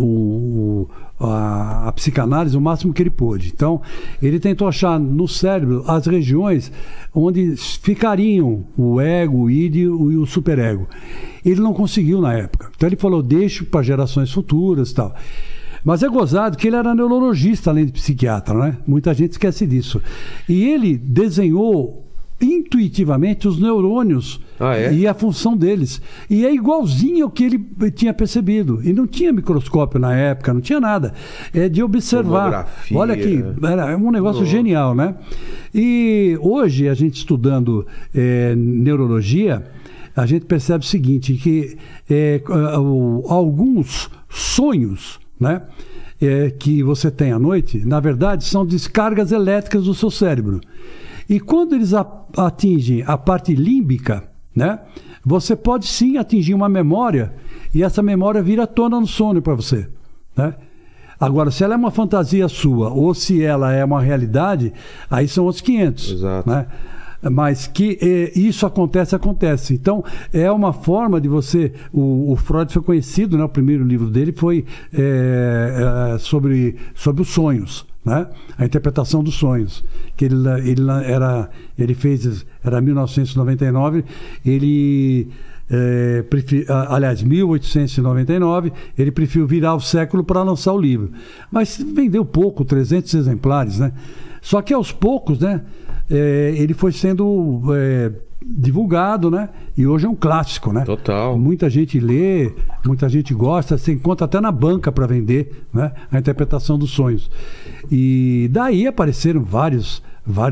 a psicanálise o máximo que ele pôde. Então, ele tentou achar no cérebro as regiões onde ficariam o ego, o id e o superego. Ele não conseguiu na época. Então ele falou, deixe para gerações futuras e tal. Mas é gozado que ele era neurologista além de psiquiatra, né? Muita gente esquece disso. E ele desenhou intuitivamente os neurônios e a função deles. E é igualzinho ao que ele tinha percebido. E não tinha microscópio na época, não tinha nada. É de observar. Tomografia. Olha aqui, é um negócio genial, né? E hoje, a gente estudando neurologia, a gente percebe o seguinte, que alguns sonhos, né, que você tem à noite, na verdade, são descargas elétricas do seu cérebro. E quando eles atingem a parte límbica, né, você pode sim atingir uma memória e essa memória vira à tona no sono para você, né? Agora, se ela é uma fantasia sua ou se ela é uma realidade, aí são os 500. Exato. Né? Mas que isso acontece. Então, é uma forma de você... O Freud foi conhecido, né? O primeiro livro dele foi sobre os sonhos, né? A interpretação dos sonhos. Que ele fez... Era 1999, ele... 1899, ele preferiu virar o século para lançar o livro. Mas vendeu pouco, 300 exemplares, né? Só que aos poucos, né? Ele foi sendo divulgado, né? E hoje é um clássico, né? Total. Muita gente lê, muita gente gosta, você encontra até na banca para vender, né? A interpretação dos sonhos. E daí apareceram vários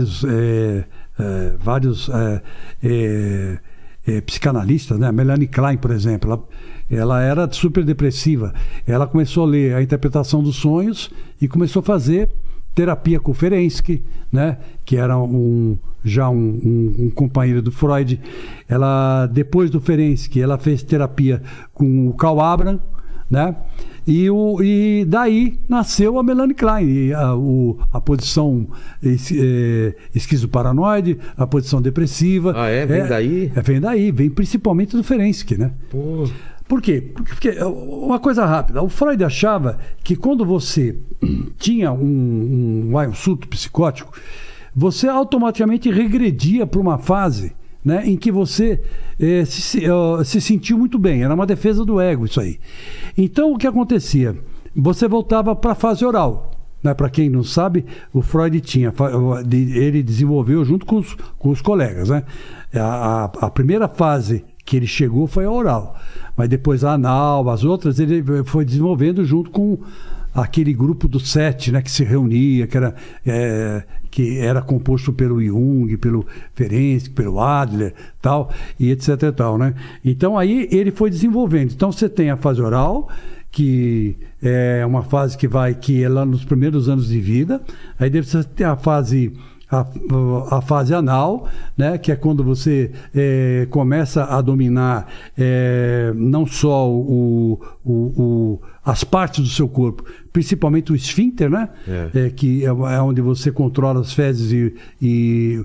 psicanalistas, né? A Melanie Klein, por exemplo, ela era super depressiva. Ela começou a ler a interpretação dos sonhos e começou a fazer terapia com o Ferenczi, né? Que era um companheiro do Freud. Ela, depois do Ferenczi, ela fez terapia com o Carl Abraham, né? E daí nasceu a Melanie Klein, e a posição esquizoparanoide, a posição depressiva. Vem daí? Vem daí, vem principalmente do Ferenczi, né? Pô. Por quê? Porque, uma coisa rápida, o Freud achava que quando você tinha um surto psicótico, você automaticamente regredia para uma fase, né, em que você se sentiu muito bem. Era uma defesa do ego isso aí. Então, o que acontecia? Você voltava para a fase oral. Né? Para quem não sabe, o Freud ele desenvolveu junto com os colegas. Né? A primeira fase que ele chegou foi a oral. Mas depois a anal, as outras, ele foi desenvolvendo junto com aquele grupo do 7, né, que se reunia, que era composto pelo Jung, pelo Ferenczi, pelo Adler, tal, e etc e tal, né? Então aí ele foi desenvolvendo. Então você tem a fase oral, que é uma fase que é lá nos primeiros anos de vida. Aí você tem a fase anal, né, que é quando você começa a dominar não só as partes do seu corpo, principalmente o esfíncter, né, que é onde você controla as fezes e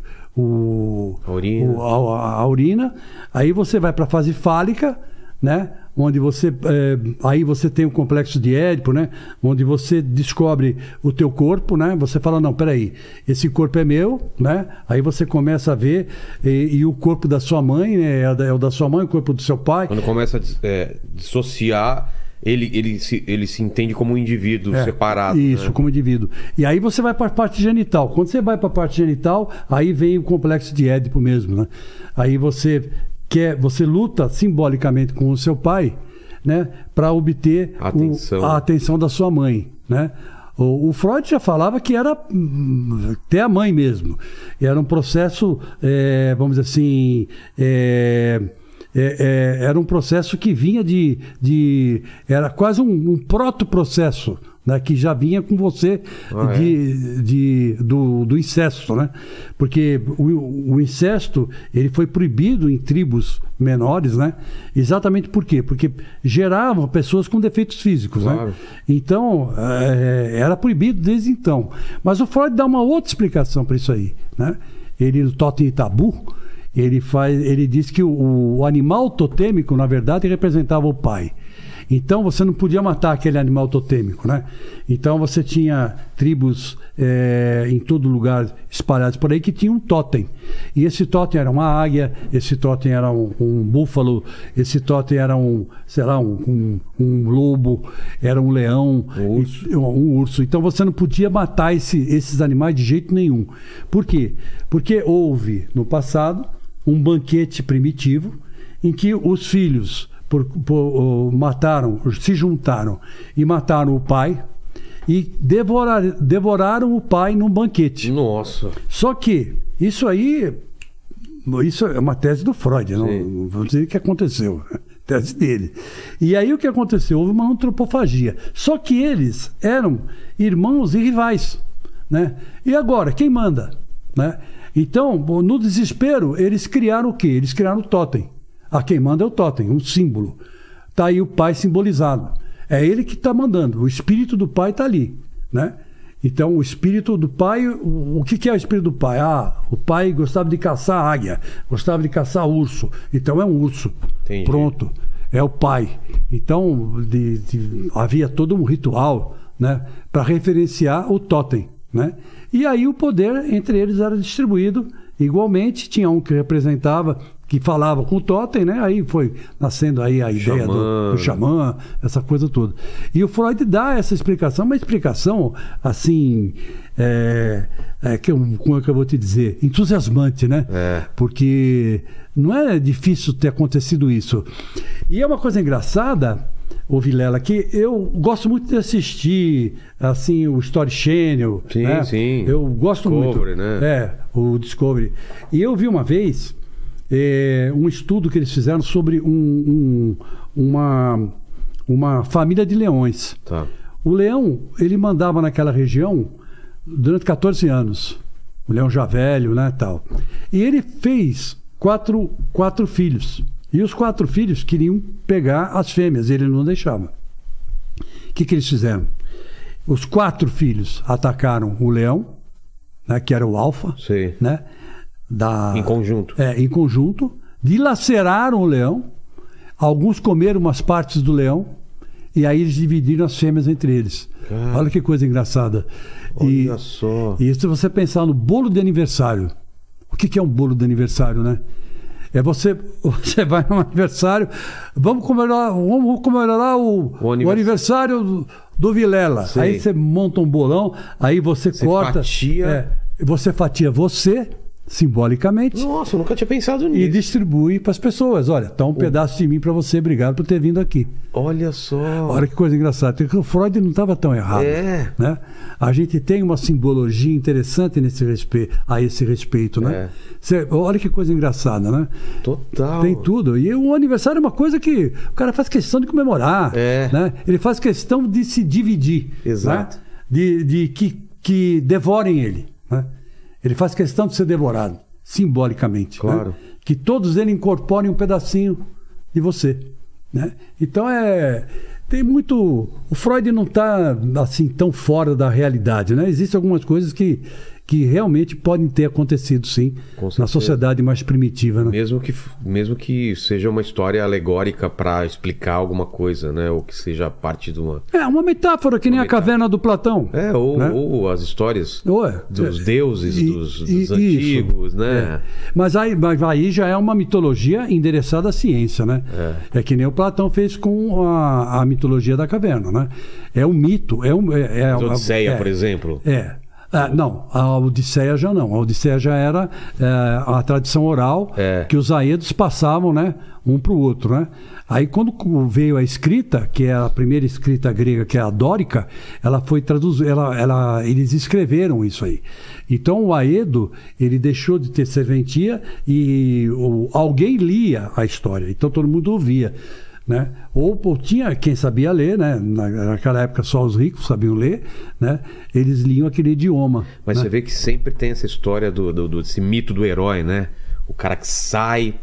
a urina. Aí você vai para a fase fálica, né, onde aí você tem o complexo de Édipo, né? Onde você descobre o teu corpo, né? Você fala, não, peraí, esse corpo é meu, né? Aí você começa a ver, e o corpo da sua mãe, né? É o da sua mãe, o corpo do seu pai. Quando começa a dissociar, ele se entende como um indivíduo separado. Isso, né? Como indivíduo. E aí você vai para a parte genital. Quando você vai para a parte genital, aí vem o complexo de Édipo mesmo, né? Aí você luta simbolicamente com o seu pai, né, para obter a atenção da sua mãe, né? O Freud já falava que era até a mãe mesmo. Era um processo, vamos dizer assim, era um processo que vinha era quase um proto-processo, né, que já vinha com você do incesto, né? Porque o incesto ele foi proibido em tribos menores, né? Exatamente por quê? Porque geravam pessoas com defeitos físicos, claro, né? Então era proibido desde então. Mas o Freud dá uma outra explicação para isso aí, né? Ele, no Totem e Tabu, ele diz que o animal totêmico, na verdade, representava o pai. Então você não podia matar aquele animal totêmico, né? Então você tinha tribos em todo lugar espalhadas por aí que tinham um totem. E esse totem era uma águia, esse totem era um búfalo, esse totem era um lobo, era um leão, um urso. Então você não podia matar esses animais de jeito nenhum. Por quê? Porque houve no passado um banquete primitivo em que os filhos se juntaram e mataram o pai e devoraram o pai num banquete. Nossa! Só que isso é uma tese do Freud, não vou dizer o que aconteceu, tese dele. E aí o que aconteceu? Houve uma antropofagia. Só que eles eram irmãos e rivais, né? E agora, quem manda, né? Então, no desespero, eles criaram o quê? Eles criaram o totem. Quem manda é o totem, um símbolo. Está aí o pai simbolizado. É ele que está mandando. O espírito do pai está ali, né? Então, o espírito do pai... O que é o espírito do pai? O pai gostava de caçar águia, gostava de caçar urso. Então, é um urso. Entendi. Pronto. É o pai. Então, havia todo um ritual, né, para referenciar o totem, né? E aí o poder entre eles era distribuído igualmente. Tinha um que representava, que falava com o totem, né? Aí foi nascendo aí a ideia do xamã, essa coisa toda. E o Freud dá essa explicação, uma explicação assim, como é que eu vou te dizer? Entusiasmante, né? Porque não é difícil ter acontecido isso. E é uma coisa engraçada, ô Vilela, que eu gosto muito de assistir assim, o Story Channel. Sim, né? sim. Eu gosto Discovery, muito. Né? O Discovery. E eu vi uma vez um estudo que eles fizeram sobre uma família de leões. Tá. O leão, ele mandava naquela região durante 14 anos. O leão já velho, né, tal. E ele fez quatro filhos. E os 4 filhos queriam pegar as fêmeas, ele não deixava. O que eles fizeram? Os 4 filhos atacaram o leão, né, que era o alfa, né, em conjunto. Em conjunto, dilaceraram o leão, Alguns comeram umas partes do leão e aí eles dividiram as fêmeas entre eles. Olha que coisa engraçada. Olha só. E se você pensar no bolo de aniversário, o que é um bolo de aniversário, né? É você vai num aniversário, vamos comemorar o aniversário do Vilela. Sim. Aí você monta um bolão, aí você corta. Você fatia você, simbolicamente. Nossa, eu nunca tinha pensado nisso. E distribui para as pessoas. Olha, tá um pedaço de mim para você, obrigado por ter vindo aqui. Olha só. Olha que coisa engraçada. O Freud não estava tão errado. Né? A gente tem uma simbologia interessante a esse respeito, né? Olha que coisa engraçada, né? Total. Tem tudo. E o aniversário é uma coisa que o cara faz questão de comemorar. Né? Ele faz questão de se dividir. Exato. Né? De que devorem ele. Né? Ele faz questão de ser devorado, simbolicamente. Claro. Né? Que todos eles incorporem um pedacinho de você. Né? Então tem muito. O Freud não está assim tão fora da realidade, né? Existem algumas coisas que realmente podem ter acontecido, sim, na sociedade mais primitiva, né? Mesmo que seja uma história alegórica para explicar alguma coisa, né? Ou que seja parte de uma... uma metáfora, que nem a caverna do Platão. Ou as histórias dos deuses, dos antigos, né? Mas aí já é uma mitologia endereçada à ciência, né? É que nem o Platão fez com a mitologia da caverna, né? É um mito. A Odisseia, por exemplo. Não, a Odisseia já não. A Odisseia já era a tradição oral que os aedos passavam, né, um para o outro, né? Aí quando veio a escrita, que é a primeira escrita grega, que é a dórica, ela foi traduzida, eles escreveram isso aí. Então o aedo, ele deixou de ter serventia e alguém lia a história, então todo mundo ouvia. Né? Ou tinha quem sabia ler, né? Naquela época só os ricos sabiam ler, né? Eles liam aquele idioma. Mas né? Você vê que sempre tem essa história desse mito do herói, né? O cara que sai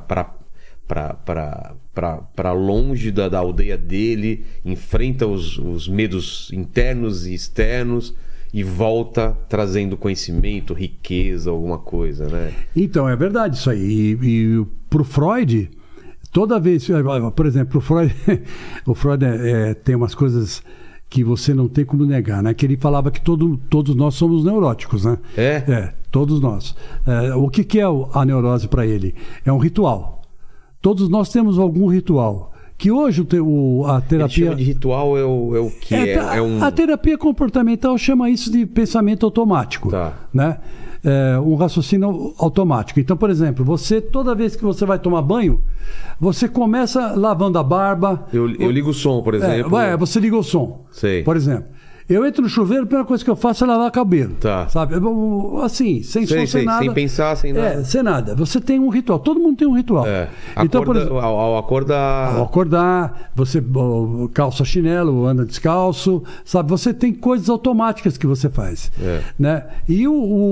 para longe da aldeia dele, enfrenta os medos internos e externos e volta trazendo conhecimento, riqueza, alguma coisa, né? Então, é verdade isso aí. E pro Freud... Toda vez, por exemplo, o Freud tem umas coisas que você não tem como negar, né? Que ele falava que todos nós somos neuróticos, né? Todos nós. O que é a neurose para ele? É um ritual. Todos nós temos algum ritual. Que hoje a terapia... Ele chama de ritual é o que A terapia comportamental chama isso de pensamento automático. Né? Um raciocínio automático. Então, por exemplo, toda vez que você vai tomar banho, você começa lavando a barba. Eu ligo o som, por exemplo. Você liga o som. Sei. Por exemplo. Eu entro no chuveiro, a primeira coisa que eu faço é lavar cabelo. Sabe? Assim, sem som, sem nada. Sem pensar, sem nada. Sem nada. Você tem um ritual. Todo mundo tem um ritual. Então, por exemplo, ao acordar... Ao acordar, você calça chinelo, anda descalço, sabe? Você tem coisas automáticas que você faz. Né? E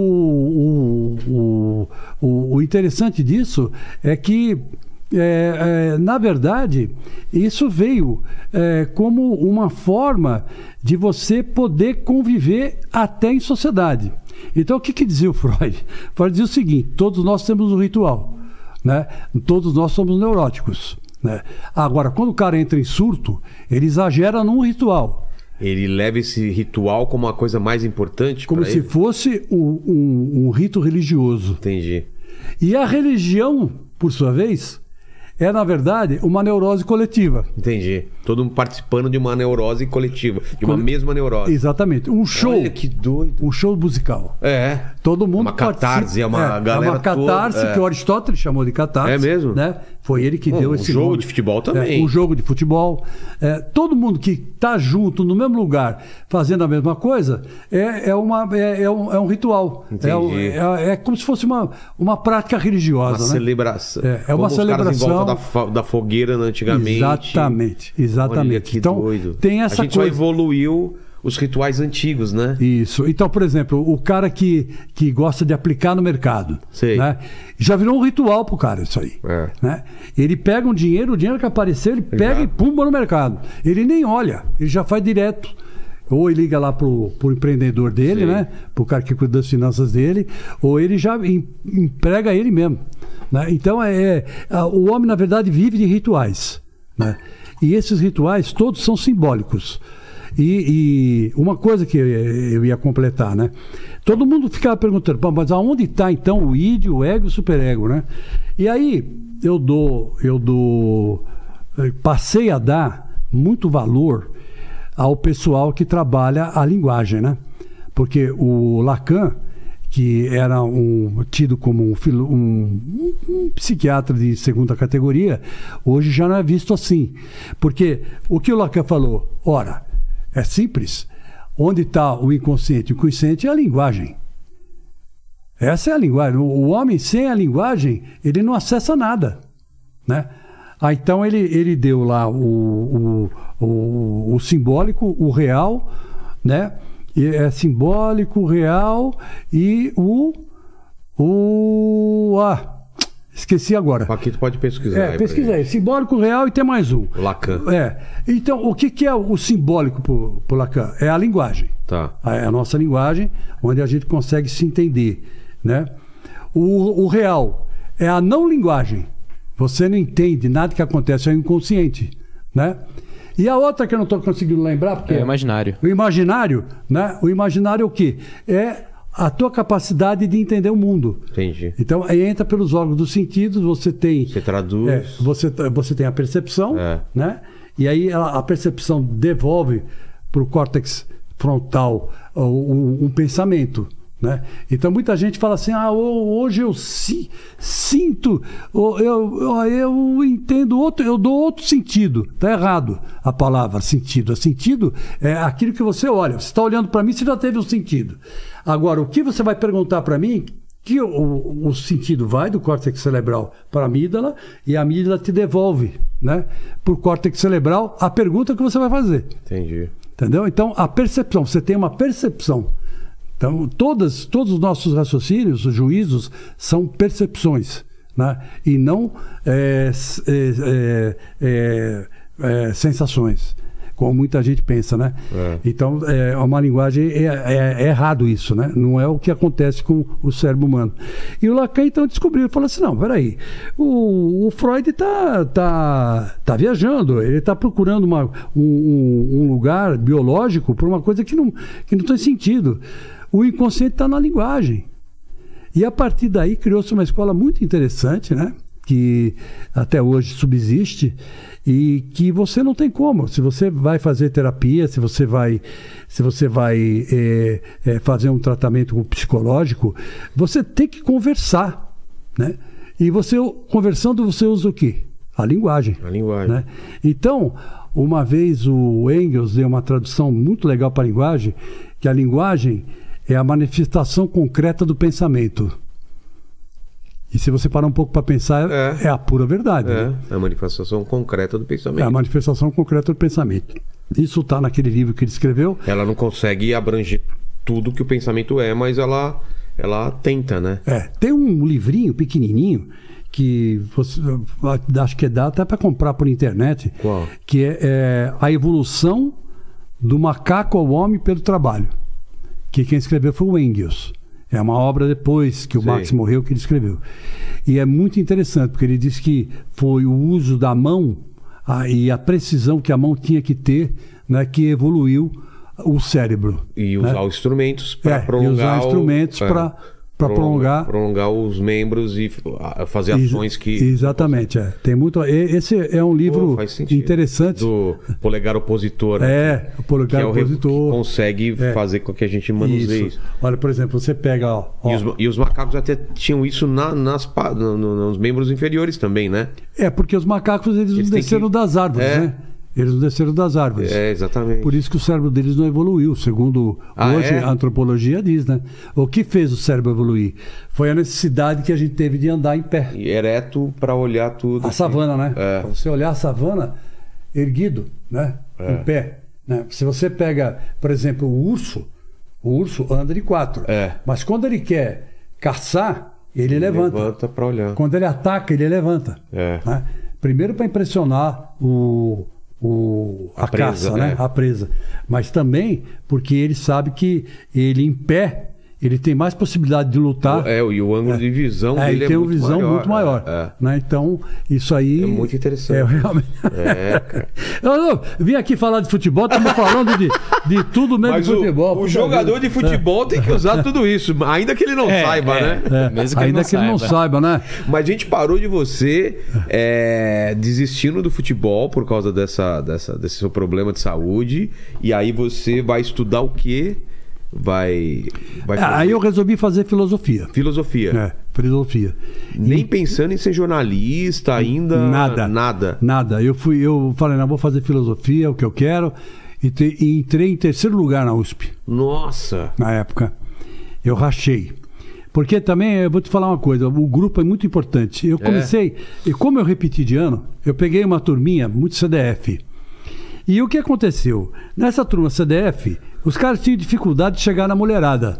o interessante disso é que na verdade, isso veio como uma forma de você poder conviver até em sociedade. Então, o que dizia o Freud? O Freud dizia o seguinte: todos nós temos um ritual, né? Todos nós somos neuróticos, né? Agora, quando o cara entra em surto, ele exagera num ritual. Ele leva esse ritual como a coisa mais importante? Como se fosse um rito religioso. Entendi. E a religião, por sua vez... na verdade, uma neurose coletiva. Entendi. Todo mundo participando de uma neurose coletiva, de uma mesma neurose. Exatamente. Um show. Olha que doido. Um show musical. Todo mundo uma catarse, galera uma catarse que o Aristóteles chamou de catarse. É mesmo? Né? Foi ele que deu esse jogo nome. De futebol também. Um jogo de futebol. Todo mundo que está junto no mesmo lugar, fazendo a mesma coisa, é um ritual. Entendi. É como se fosse uma prática religiosa. Uma celebração. É uma celebração. Os caras em volta da fogueira antigamente. Exatamente. Olha que então, doido. Tem essa a gente coisa. Só evoluiu os rituais antigos, né? Isso. Então, por exemplo, o cara que gosta de aplicar no mercado, né? Já virou um ritual pro cara isso aí. Né? Ele pega o dinheiro que apareceu, ele pega e pumba no mercado. Ele nem olha, ele já faz direto. Ou ele liga lá pro empreendedor dele, né? Pro cara que cuida das finanças dele, ou ele já emprega ele mesmo. Né? Então, o homem, na verdade, vive de rituais. né? E esses rituais todos são simbólicos. E uma coisa que eu ia completar, né? Todo mundo ficava perguntando, mas aonde está então o id, o ego e o superego, né? E aí passei a dar muito valor ao pessoal que trabalha a linguagem, né? Porque o Lacan, que era tido como um psiquiatra de segunda categoria, hoje já não é visto assim. Porque o que o Lacan falou? Ora, é simples. Onde está o inconsciente? O inconsciente é a linguagem. Essa é a linguagem. O homem sem a linguagem, ele não acessa nada, né? Então ele deu lá o simbólico, o real, né? É simbólico, real e esqueci agora. Aqui tu pode pesquisar. Pesquisa aí. Simbólico, real e tem mais um. Lacan. Então, o que é o simbólico pro Lacan? É a linguagem. Tá. É a nossa linguagem, onde a gente consegue se entender, né? O real é a não linguagem. Você não entende nada que acontece, é o inconsciente, né? E a outra que eu não estou conseguindo lembrar... Porque é o imaginário. O imaginário, né? O imaginário é o quê? É a tua capacidade de entender o mundo. Entendi. Então, aí entra pelos órgãos dos sentidos, você tem... Você traduz. Você tem a percepção, né? E aí a percepção devolve para o córtex frontal um pensamento, né? Então muita gente fala assim, hoje eu sinto, eu entendo outro, eu dou outro sentido. Está errado a palavra sentido. Sentido é aquilo que você olha. Você está olhando para mim, você já teve um sentido. Agora, o que você vai perguntar para mim, que o sentido vai do córtex cerebral para a amígdala, e a amígdala te devolve, né, para o córtex cerebral a pergunta que você vai fazer. Entendi. Entendeu? Então, a percepção, você tem uma percepção. Então, todos os nossos raciocínios, os juízos, são percepções, né? E não sensações, como muita gente pensa, né? Então, é uma linguagem, é errado isso, né? Não é o que acontece com o cérebro humano. E o Lacan, então, descobriu, falou assim, não, peraí, o Freud está viajando, ele está procurando um lugar biológico por uma coisa que não tem sentido. O inconsciente está na linguagem. E a partir daí criou-se uma escola muito interessante, né? Que até hoje subsiste e que você não tem como. Se você vai fazer terapia, se você vai fazer um tratamento psicológico, você tem que conversar, né? E você, conversando, você usa o quê? A linguagem. A linguagem. Né? Então, uma vez o Engels deu uma tradução muito legal para a linguagem, que a linguagem é a manifestação concreta do pensamento. E se você parar um pouco para pensar, é a pura verdade. Né? É a manifestação concreta do pensamento. É a manifestação concreta do pensamento. Isso está naquele livro que ele escreveu. Ela não consegue abranger tudo que o pensamento é, mas ela tenta, né? Tem um livrinho pequenininho que acho que dá até para comprar por internet. Qual? Que é A Evolução do Macaco ao Homem pelo Trabalho. Que quem escreveu foi o Engels. É uma obra depois que o Marx morreu que ele escreveu. E é muito interessante, porque ele diz que foi o uso da mão e a precisão que a mão tinha que ter, né, que evoluiu o cérebro. E usar os instrumentos para prolongar. E usar instrumentos para prolongar os membros e fazer ações que... Exatamente, Tem muito... Esse é um livro interessante. Do polegar opositor. O polegar opositor. Que consegue fazer com que a gente manuseie isso. Olha, por exemplo, você pega... E os macacos até tinham isso nos membros inferiores também, né? porque os macacos eles não desceram das árvores, né? Eles não desceram das árvores. Exatamente. Por isso que o cérebro deles não evoluiu, segundo hoje a antropologia diz, né? O que fez o cérebro evoluir? Foi a necessidade que a gente teve de andar em pé. E ereto para olhar tudo. A savana, né? Para você olhar a savana erguido, né? Em pé. Né? Se você pega, por exemplo, o urso anda de 4. Mas quando ele quer caçar, ele levanta. Levanta para olhar. Quando ele ataca, ele levanta. Né? Primeiro para impressionar a caça, né? A presa. Mas também porque ele sabe que ele em pé, ele tem mais possibilidade de lutar. E o ângulo de visão dele ele tem uma visão muito maior. Né? Então, isso aí... É muito interessante. Realmente... cara. Eu vim aqui falar de futebol, estamos falando de tudo menos de futebol. O jogador de futebol tem que usar tudo isso, ainda que ele não saiba, né? Mesmo que ainda que ele não saiba, né? Mas a gente parou de você desistindo do futebol por causa desse seu problema de saúde, e aí você vai estudar o quê? Vai aí eu resolvi fazer filosofia. Filosofia. Filosofia. Nem pensando em ser jornalista ainda? Nada. Eu falei, não, vou fazer filosofia, é o que eu quero. E entrei em terceiro lugar na USP. Nossa! Na época. Eu rachei. Porque também, eu vou te falar uma coisa, o grupo é muito importante. Eu comecei, e como eu repeti de ano, eu peguei uma turminha, muito CDF. E o que aconteceu? Nessa turma CDF, os caras tinham dificuldade de chegar na mulherada.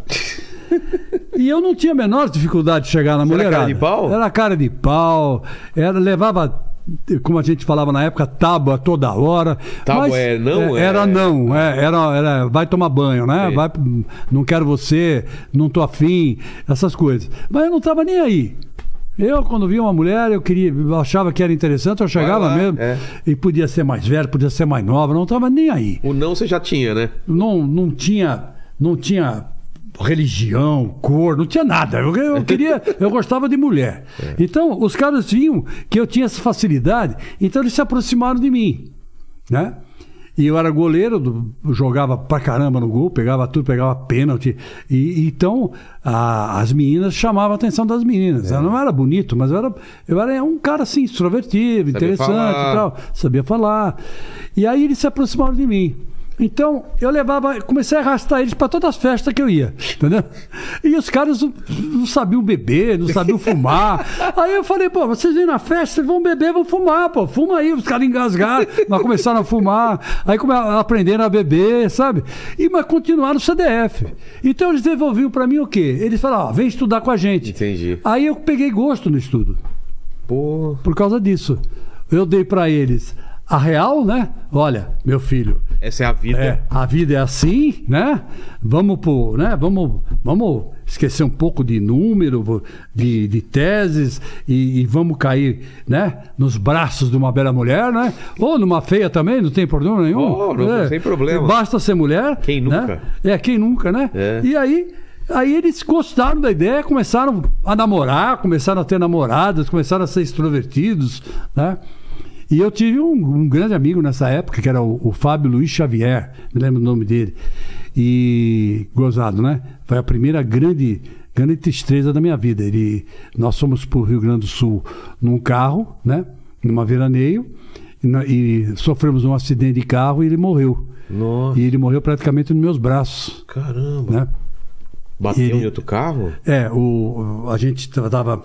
E eu não tinha a menor dificuldade de chegar na mulherada. Era cara de pau? Era cara de pau. Levava, como a gente falava na época, tábua toda hora. Tábua Era não. Era vai tomar banho, né? Não quero você, não tô afim, essas coisas. Mas eu não tava nem aí. Eu, quando via uma mulher, eu achava que era interessante, eu chegava mesmo. E podia ser mais velha, podia ser mais nova, não estava nem aí. O não você já tinha, né? Não tinha religião, cor, não tinha nada. Eu gostava de mulher. Então, os caras viam que eu tinha essa facilidade, então eles se aproximaram de mim, né? E eu era goleiro, jogava pra caramba no gol, pegava tudo, pegava pênalti. E então as meninas chamavam a atenção das meninas. Eu não era bonito, mas eu era um cara assim, extrovertido, interessante e tal. Sabia falar. E aí eles se aproximaram de mim. Então, comecei a arrastar eles para todas as festas que eu ia, entendeu? E os caras não sabiam beber, não sabiam fumar. Aí eu falei, pô, vocês vêm na festa, vocês vão beber, vão fumar, pô, fuma aí. Os caras engasgaram, mas começaram a fumar, aí aprenderam a beber, sabe? Mas continuaram no CDF. Então eles devolviam para mim o quê? Eles falaram, vem estudar com a gente. Entendi. Aí eu peguei gosto no estudo. Pô. Por causa disso. Eu dei para eles a real, né? Olha, meu filho. Essa é a vida. A vida é assim, né? Vamos esquecer um pouco de número, de teses e vamos cair, né? Nos braços de uma bela mulher, né? Ou numa feia também, não tem problema nenhum. Não tem problema. Basta ser mulher. Quem nunca? Né? Quem nunca, né? E aí eles gostaram da ideia, começaram a namorar, começaram a ter namoradas, começaram a ser extrovertidos, né? E eu tive um grande amigo nessa época, que era o Fábio Luiz Xavier, me lembro o nome dele. E, gozado, né? Foi a primeira grande tristeza da minha vida. Nós fomos para o Rio Grande do Sul num carro, né? Numa veraneio, e sofremos um acidente de carro e ele morreu. Nossa. E ele morreu praticamente nos meus braços. Caramba! Né? Bateu em outro carro? A gente tava...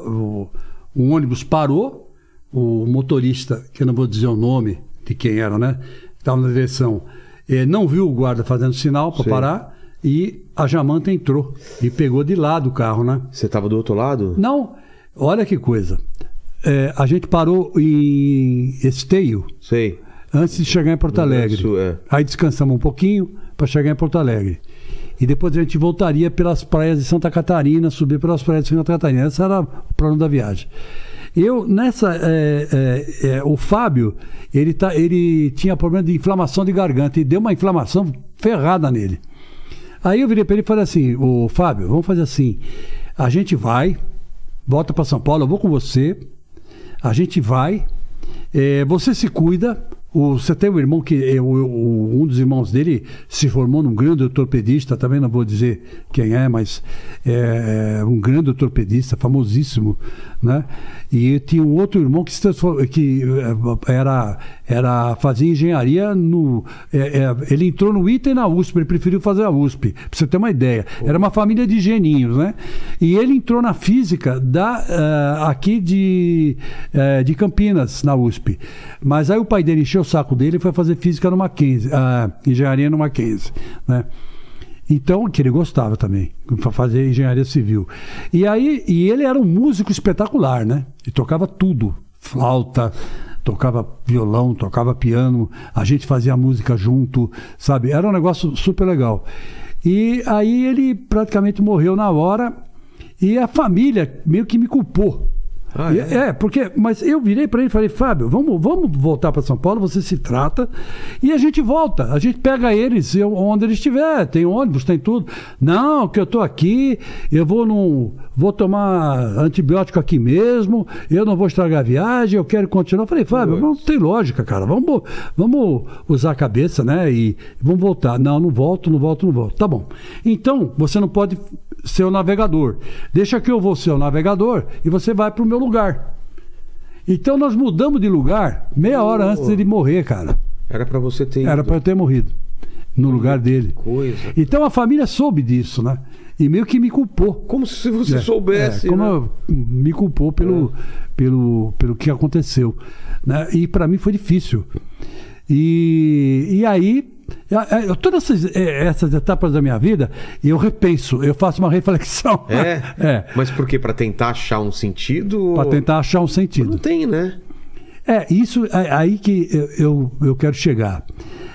um ônibus parou. O motorista, que eu não vou dizer o nome de quem era, né? Estava na direção. Não viu o guarda fazendo sinal para parar e a Jamanta entrou e pegou de lado o carro, né? Você estava do outro lado? Não. Olha que coisa. A gente parou em Esteio. Sei. Antes de chegar em Porto Alegre. Aí descansamos um pouquinho para chegar em Porto Alegre. E depois a gente voltaria pelas praias de Santa Catarina, subir pelas praias de Santa Catarina. Esse era o plano da viagem. O Fábio, ele tinha problema de inflamação de garganta e deu uma inflamação ferrada nele. Aí eu virei para ele e falei assim, ô Fábio, vamos fazer assim, a gente vai, volta para São Paulo, eu vou com você, a gente vai, você se cuida. Você tem um irmão que um dos irmãos dele se formou num grande ortopedista, também não vou dizer quem é, mas um grande ortopedista, famosíssimo, né? E tinha um outro irmão que fazia engenharia ele entrou no ITA e na USP, ele preferiu fazer a USP, pra você ter uma ideia. Era uma família de geninhos, né? E ele entrou na física aqui de Campinas, na USP. Mas aí o pai dele encheu o saco dele e foi fazer física no Mackenzie, engenharia no Mackenzie, né? Então, que ele gostava também, para fazer engenharia civil. E ele era um músico espetacular, né? E tocava tudo, flauta, tocava violão, tocava piano, a gente fazia música junto, sabe? Era um negócio super legal. E aí ele praticamente morreu na hora e a família meio que me culpou. Mas eu virei para ele e falei, Fábio, vamos voltar para São Paulo, você se trata e a gente volta, a gente pega eles onde eles estiver, tem ônibus, tem tudo. Não, que eu tô aqui, eu vou tomar antibiótico aqui mesmo, eu não vou estragar a viagem, eu quero continuar. Eu falei, Fábio, não tem lógica, cara, vamos usar a cabeça, né, e vamos voltar. Não volto. Tá bom. Então, você não pode ser o navegador. Deixa que eu vou ser o navegador e você vai pro meu lugar. Então nós mudamos de lugar meia hora antes dele morrer, cara. Era para você ter ido. Era para eu ter morrido no lugar dele. Coisa. Então a família soube disso, né? E meio que me culpou. Como se você soubesse. Me culpou pelo que aconteceu, né? E para mim foi difícil. E aí todas essas etapas da minha vida, eu repenso, eu faço uma reflexão. Mas por quê? Para tentar achar um sentido? Para tentar achar um sentido. Não tem, né? Isso aí que eu quero chegar.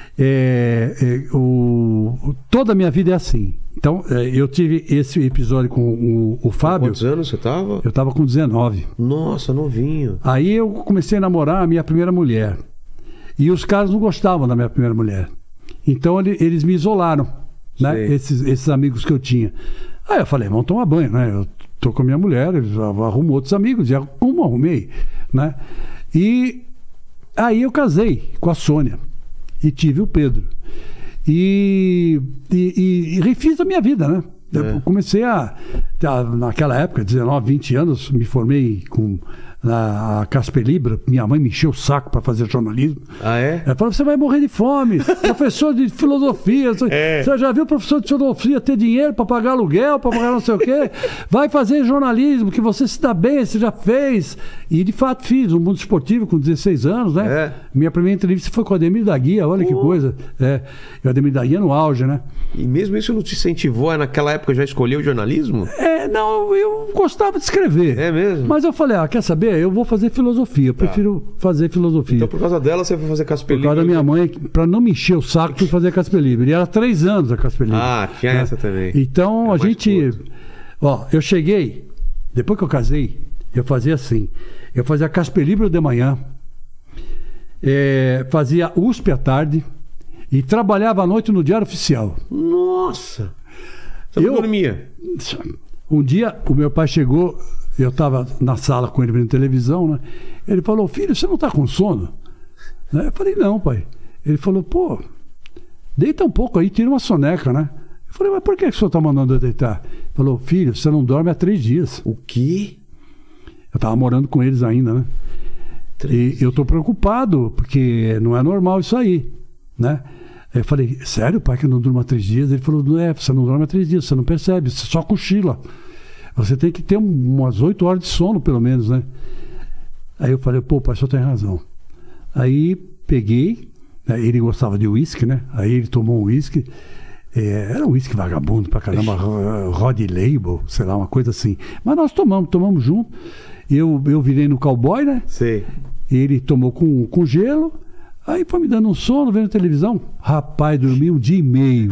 Toda a minha vida é assim. Então, eu tive esse episódio com o Fábio. Quantos anos você estava? Eu estava com 19. Nossa, novinho. Aí eu comecei a namorar a minha primeira mulher. E os caras não gostavam da minha primeira mulher. Então eles me isolaram, né? Esses amigos que eu tinha. Aí eu falei, vamos tomar banho, né? Eu tô com a minha mulher, eles arrumam outros amigos, e como arrumei, né? E aí eu casei com a Sônia e tive o Pedro. E refiz a minha vida, né? Eu comecei naquela época, 19, 20 anos, me formei com a Casper Libra. Minha mãe me encheu o saco para fazer jornalismo. Ela falou, você vai morrer de fome, professor de filosofia, você já viu professor de filosofia ter dinheiro para pagar aluguel, para pagar não sei o quê? Vai fazer jornalismo, que você se dá bem, você já fez. E de fato fiz um mundo esportivo com 16 anos, né? Minha primeira entrevista foi com o Ademir da Guia, olha que coisa. O Ademir da Guia no auge, né? E mesmo isso não te incentivou? Naquela época já escolheu o jornalismo? Não, eu gostava de escrever. É mesmo? Mas eu falei, quer saber? Eu vou fazer filosofia, eu prefiro fazer filosofia. Então por causa dela você foi fazer Casper Libra? Por causa da minha mãe, para não me encher o saco, fui fazer Casper Libra. E era 3 anos a Casper Libra. Tinha essa também. Então a gente... eu cheguei, depois que eu casei, eu fazia assim, eu fazia Casper Libra de manhã, fazia USP à tarde e trabalhava à noite no Diário Oficial. Nossa! Você não dormia? Um dia o meu pai chegou, eu estava na sala com ele vendo televisão, né? Ele falou, filho, você não está com sono? Eu falei, não, pai. Ele falou, pô, deita um pouco aí, tira uma soneca, né? Eu falei, mas por que o senhor está mandando eu deitar? Ele falou, filho, você não dorme há 3 dias. O quê? Eu estava morando com eles ainda, né? E eu estou preocupado, porque não é normal isso aí, né? Eu falei, sério, pai, que eu não durmo há 3 dias? Ele falou, você não dorme há 3 dias, você não percebe, você só cochila. Você tem que ter umas 8 horas de sono, pelo menos, né? Aí eu falei, pô, pai, só tem razão. Aí peguei, ele gostava de uísque, né? Aí ele tomou um uísque, era um uísque vagabundo pra caramba, Rod Label, sei lá, uma coisa assim. Mas nós tomamos junto. Eu virei no cowboy, né? Sim. Ele tomou com gelo. Aí foi me dando um sono, vendo televisão. Rapaz, dormi 1 dia e meio.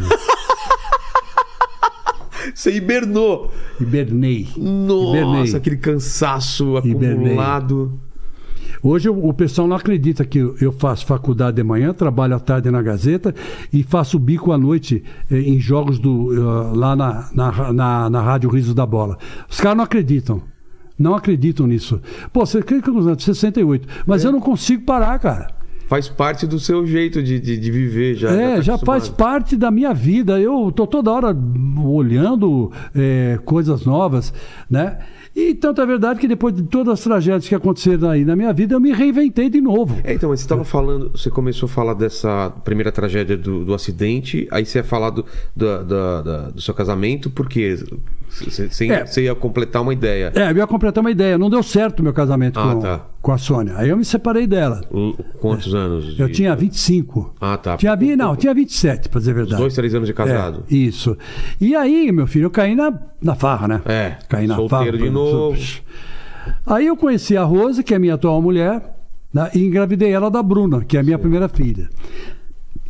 Você hibernou. Hibernei. Nossa, aquele cansaço acumulado. Hoje o pessoal não acredita que eu faço faculdade de manhã, trabalho à tarde na Gazeta e faço bico à noite em jogos lá na Rádio Risos da Bola. Os caras não acreditam. Não acreditam nisso. Pô, você crê que eu tenho 68, mas eu não consigo parar, cara. Faz parte do seu jeito de viver já. Já faz parte da minha vida. Eu tô toda hora olhando coisas novas, né? E tanto é verdade que depois de todas as tragédias que aconteceram aí na minha vida, eu me reinventei de novo. Então, mas você estava falando, você começou a falar dessa primeira tragédia do acidente, aí você ia falar do seu casamento, porque você ia completar uma ideia. Eu ia completar uma ideia. Não deu certo o meu casamento com a Sônia. Aí eu me separei dela. Quantos anos? Eu tinha 25. Tá. Tinha 27, para dizer a verdade. 2, 3 anos de casado. Isso. E aí, meu filho, eu caí na farra, né? Caí na farra. Solteiro de novo. Aí eu conheci a Rose, que é a minha atual mulher, né? E engravidei ela da Bruna, que é a minha primeira filha.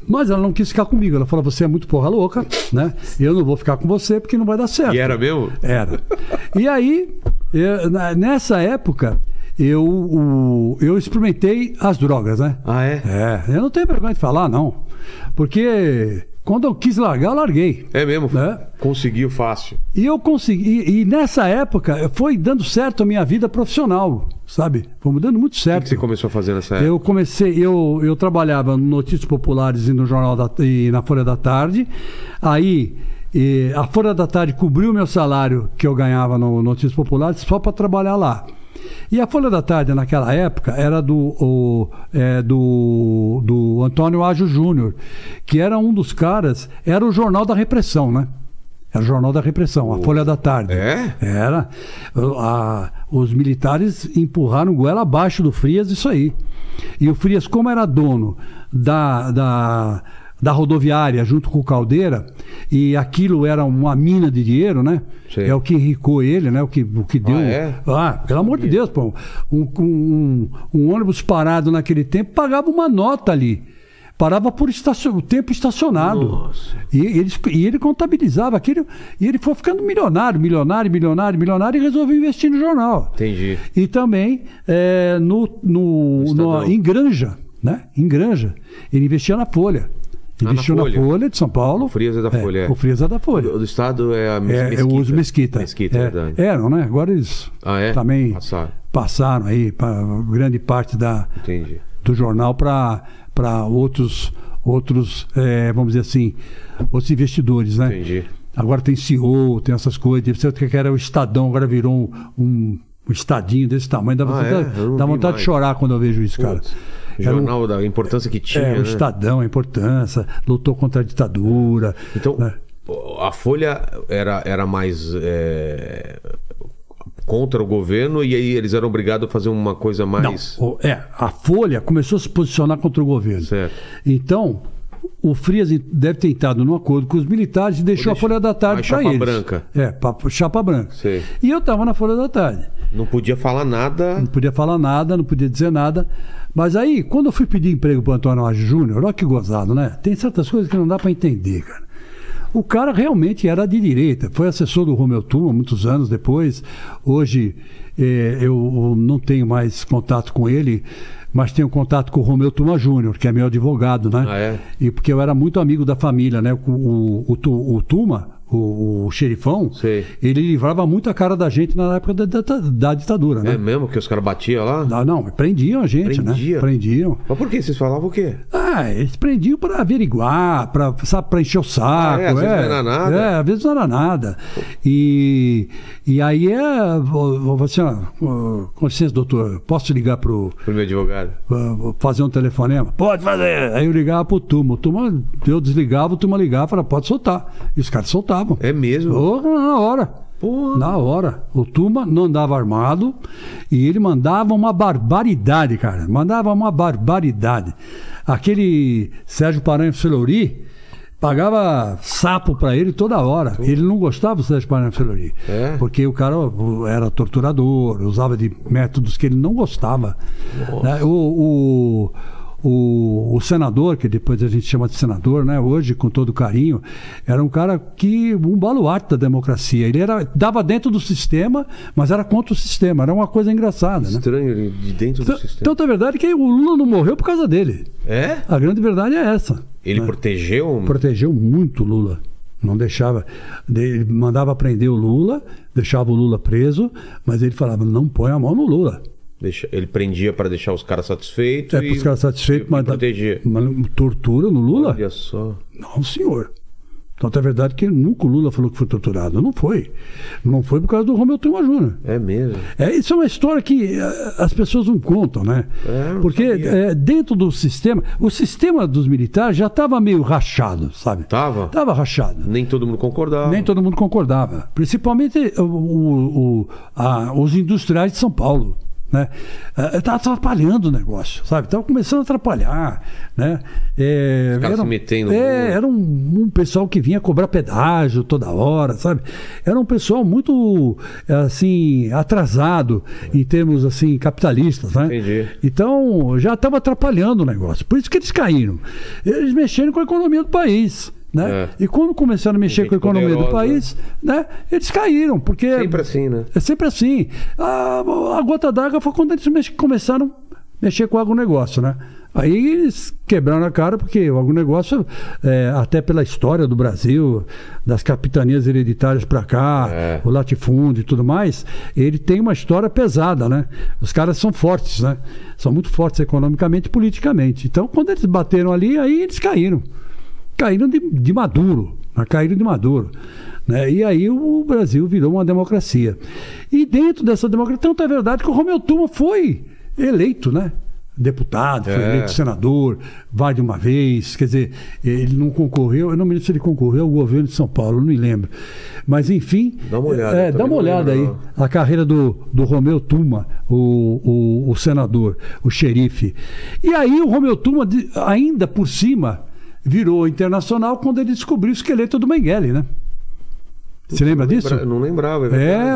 Mas ela não quis ficar comigo. Ela falou, você é muito porra louca, né? Eu não vou ficar com você porque não vai dar certo. E era mesmo? Era. E aí, nessa época, eu experimentei as drogas, né? Ah, é? Eu não tenho vergonha de falar, não. Porque quando eu quis largar, eu larguei. É mesmo? Né? Conseguiu fácil. E eu consegui. E nessa época, foi dando certo a minha vida profissional, sabe? Foi dando muito certo. O que você começou a fazer nessa época? Eu trabalhava no Notícias Populares e no Jornal e na Folha da Tarde. Aí a Folha da Tarde cobriu o meu salário que eu ganhava no Notícias Populares só para trabalhar lá. E a Folha da Tarde, naquela época, era do Antônio Ágio Júnior, que era um dos caras, era o Jornal da Repressão, né? Era o Jornal da Repressão, a Folha da Tarde. Era. Os militares empurraram goela abaixo do Frias, isso aí. E o Frias, como era dono da rodoviária junto com o Caldeira, e aquilo era uma mina de dinheiro, né? Sim. É o que enricou ele, né? O que deu. Pelo amor de Deus, pô. Um ônibus parado naquele tempo pagava uma nota ali. Parava por tempo estacionado. E ele contabilizava aquilo. E ele foi ficando milionário e resolveu investir no jornal. Entendi. E também em Granja, né? Em Granja. Ele investia na Folha. Investiu na Folha de São Paulo. O Frias é da Folha. O Frias é da Folha. O do Estado é a Mesquita. Eu uso Mesquita. Mesquita, verdade. Eram, né? Agora eles também passaram aí para grande parte do jornal para outros vamos dizer assim, outros investidores, né? Entendi. Agora tem CEO, tem essas coisas. Você que era o Estadão, agora virou um estadinho desse tamanho. Dá vontade de chorar quando eu vejo isso, cara. Jornal da importância que tinha. O Estadão, a importância, lutou contra a ditadura. Então, né? A Folha era mais contra o governo e aí eles eram obrigados a fazer uma coisa mais... Não, a Folha começou a se posicionar contra o governo. Certo. Então, o Frias deve ter entrado num acordo com os militares e deixou a Folha da Tarde para eles. Chapa branca. Chapa branca. Sei. E eu estava na Folha da Tarde. Não podia falar nada. Não podia dizer nada. Mas aí, quando eu fui pedir emprego para o Antônio Ágio Júnior, olha que gozado, né? Tem certas coisas que não dá para entender, cara. O cara realmente era de direita. Foi assessor do Romeu Tuma muitos anos depois. Hoje eu não tenho mais contato com ele, mas tenho contato com o Romeu Tuma Júnior, que é meu advogado, né? E porque eu era muito amigo da família, né? O Tuma, o xerifão, ele livrava muito a cara da gente na época da ditadura, né? É mesmo que os caras batiam lá? Não, prendiam a gente, né? Prendiam. Mas por que? Vocês falavam o quê? Eles prendiam para averiguar, para encher o saco. Às vezes não era nada. Às vezes não era nada. E aí assim, com licença, doutor, posso ligar pro meu advogado? Fazer um telefonema? Pode fazer. Aí eu ligava pro Tuma. O Tuma, eu desligava, o Tuma ligava, falava, pode soltar. E os caras soltavam. É mesmo? Na hora. Porra. Na hora. O Tuma não andava armado e ele mandava uma barbaridade, cara. Mandava uma barbaridade. Aquele Sérgio Paranhos Fleury pagava sapo pra ele toda hora. Ele não gostava do Sérgio Paranhos Fleury. Porque o cara era torturador, usava de métodos que ele não gostava. Né? O senador, que depois a gente chama de senador, né? Hoje, com todo carinho, era um cara um baluarte da democracia. Ele dava dentro do sistema, mas era contra o sistema. Era uma coisa engraçada. Estranho, né? De dentro do sistema. Então, a verdade é que o Lula não morreu por causa dele. A grande verdade é essa. Ele protegeu? Protegeu muito o Lula. Não deixava. Ele mandava prender o Lula, deixava o Lula preso, mas ele falava, não põe a mão no Lula. Ele prendia para deixar os caras satisfeitos. Para os caras satisfeitos, mas protegia. Tortura no Lula? Olha só. Não, senhor. Então é verdade que nunca o Lula falou que foi torturado. Não foi. Não foi por causa do Romeu Tuma Júnior. É mesmo. Isso é uma história que as pessoas não contam, né? Porque dentro do sistema, o sistema dos militares já estava meio rachado, sabe? Estava rachado. Nem todo mundo concordava. Principalmente os industriais de São Paulo. né? Estava atrapalhando o negócio, sabe? Estava começando a atrapalhar, né? Os caras se metendo. Era um pessoal que vinha cobrar pedágio toda hora, sabe? Era um pessoal muito, assim, atrasado em termos, assim, capitalistas, né? Entendi. Então, já estava atrapalhando o negócio. Por isso que eles caíram. Eles mexeram com a economia do país. Né? E quando começaram a mexer com a economia do país, né? Eles caíram, porque... Sempre assim, né? É sempre assim. A gota d'água foi quando eles começaram a mexer com o agronegócio, né? Aí eles quebraram a cara, porque o agronegócio, até pela história do Brasil, das capitanias hereditárias para cá, o latifúndio e tudo mais, ele tem uma história pesada, né? Os caras são fortes, né? São muito fortes economicamente e politicamente. Então, quando eles bateram ali, aí eles caíram. Caíram de maduro, caíram de maduro. Né? E aí o Brasil virou uma democracia. E dentro dessa democracia, tanto é verdade que o Romeu Tuma foi eleito, né? Deputado, foi eleito senador, vai de uma vez, quer dizer, ele não concorreu, eu não me lembro se ele concorreu ao governo de São Paulo, não me lembro. Mas enfim, dá uma olhada, dá uma olhada aí, a carreira do Romeu Tuma, o senador, o xerife. E aí o Romeu Tuma, ainda por cima, virou internacional quando ele descobriu o esqueleto do Mengele, né? Você lembra disso? Eu não lembrava.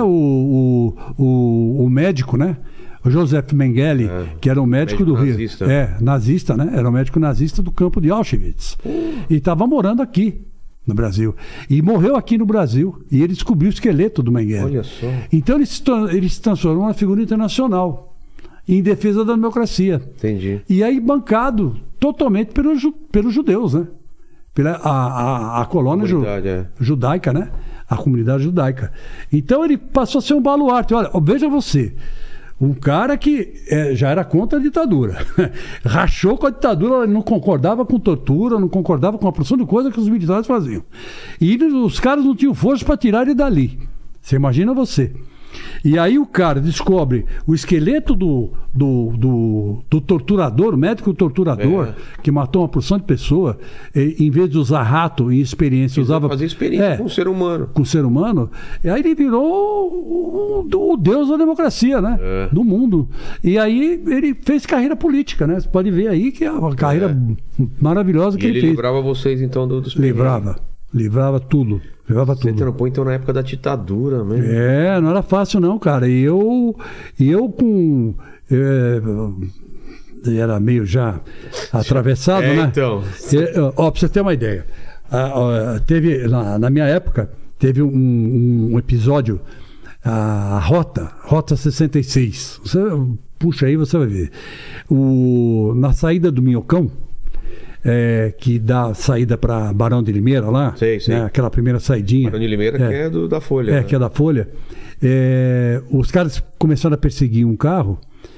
O médico, né? O Joseph Mengele, que era um médico do Rio. Nazista. Nazista, né? Era um médico nazista do campo de Auschwitz. E estava morando aqui no Brasil. E morreu aqui no Brasil. E ele descobriu o esqueleto do Mengele. Olha só. Então ele se transformou numa figura internacional em defesa da democracia. Entendi. E aí bancado totalmente pelos judeus, né? A colônia judaica, né? A comunidade judaica. Então ele passou a ser um baluarte. Olha, veja você, um cara que já era contra a ditadura, rachou com a ditadura, não concordava com tortura, não concordava com a porção de coisa que os militares faziam. E os caras não tinham força para tirar ele dali. Você imagina você. E aí o cara descobre o esqueleto do torturador, o médico torturador, que matou uma porção de pessoa, em vez de usar rato em experiência, usava... Fazer experiência com o ser humano. Com o ser humano. E aí ele virou o deus da democracia, né? Do mundo. E aí ele fez carreira política, né? Você pode ver aí que é uma carreira maravilhosa que ele fez. Ele livrava vocês, então, dos perigos. Livrava tudo. Você trampou então na época da ditadura mesmo. Não era fácil não, cara. E eu era meio já atravessado, né? Então. Pra você ter uma ideia. Teve, na minha época, teve um episódio, a Rota 66. Você puxa aí, você vai ver. Na saída do Minhocão, que dá saída para Barão de Limeira lá, sei. Né, aquela primeira saidinha. Barão de Limeira que é da Folha. Né? Que é da Folha. Os caras começaram a perseguir um carro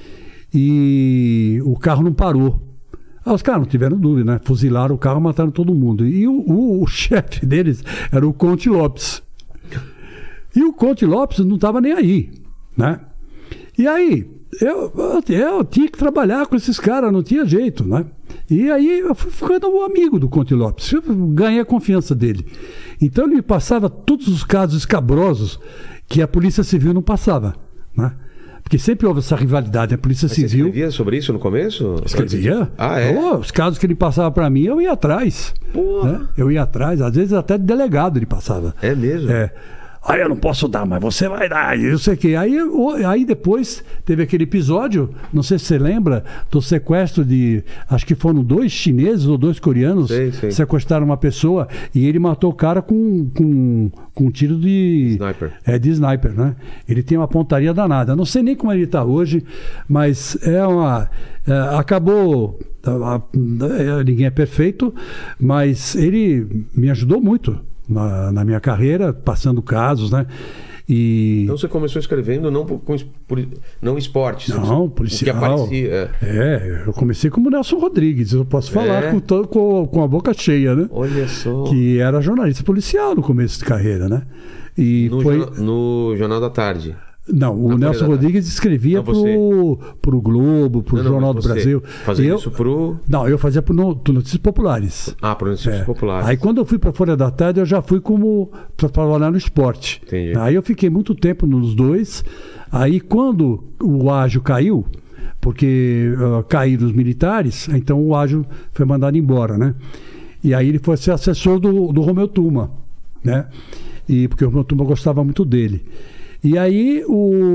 e o carro não parou. Os caras não tiveram dúvida, né? Fuzilaram o carro, mataram todo mundo. E o chefe deles era o Conte Lopes. E o Conte Lopes não estava nem aí, né? E aí, eu tinha que trabalhar com esses caras, não tinha jeito, né? E aí eu fui ficando um amigo do Conte Lopes, eu ganhei a confiança dele. Então ele me passava todos os casos escabrosos que a Polícia Civil não passava, né? Porque sempre houve essa rivalidade, a Polícia Civil... Você escrevia sobre isso no começo? Escrevia. É? Os casos que ele passava para mim, eu ia atrás. Né? Eu ia atrás, às vezes até de delegado ele passava. É mesmo? Aí eu não posso dar, mas você vai dar, eu sei o quê. Aí depois teve aquele episódio, não sei se você lembra, do sequestro de, acho que foram 2 chineses ou 2 coreanos, sequestraram uma pessoa e ele matou o cara com um tiro de sniper, né? Ele tem uma pontaria danada. Não sei nem como ele está hoje, mas acabou... Ninguém é perfeito, mas ele me ajudou muito na minha carreira, passando casos, né? Então você começou escrevendo não esportes, não, policial. O que aparecia. Eu comecei como Nelson Rodrigues, eu posso falar com a boca cheia, né? Olha só. Que era jornalista policial no começo de carreira, né? E no Jornal da Tarde. Não, o Nelson Rodrigues escrevia pro Globo, pro Jornal do Brasil. Fazia isso pro... Não, eu fazia pro Notícias Populares. Pro Notícias Populares. Aí quando eu fui pra Folha da Tarde, eu já fui pra trabalhar no esporte. Entendi. Aí eu fiquei muito tempo nos dois. Aí quando o Ágio caiu, porque caíram os militares, então o Ágio foi mandado embora, né? E aí ele foi ser assessor do Romeu Tuma, né? Porque o Romeu Tuma gostava muito dele. E aí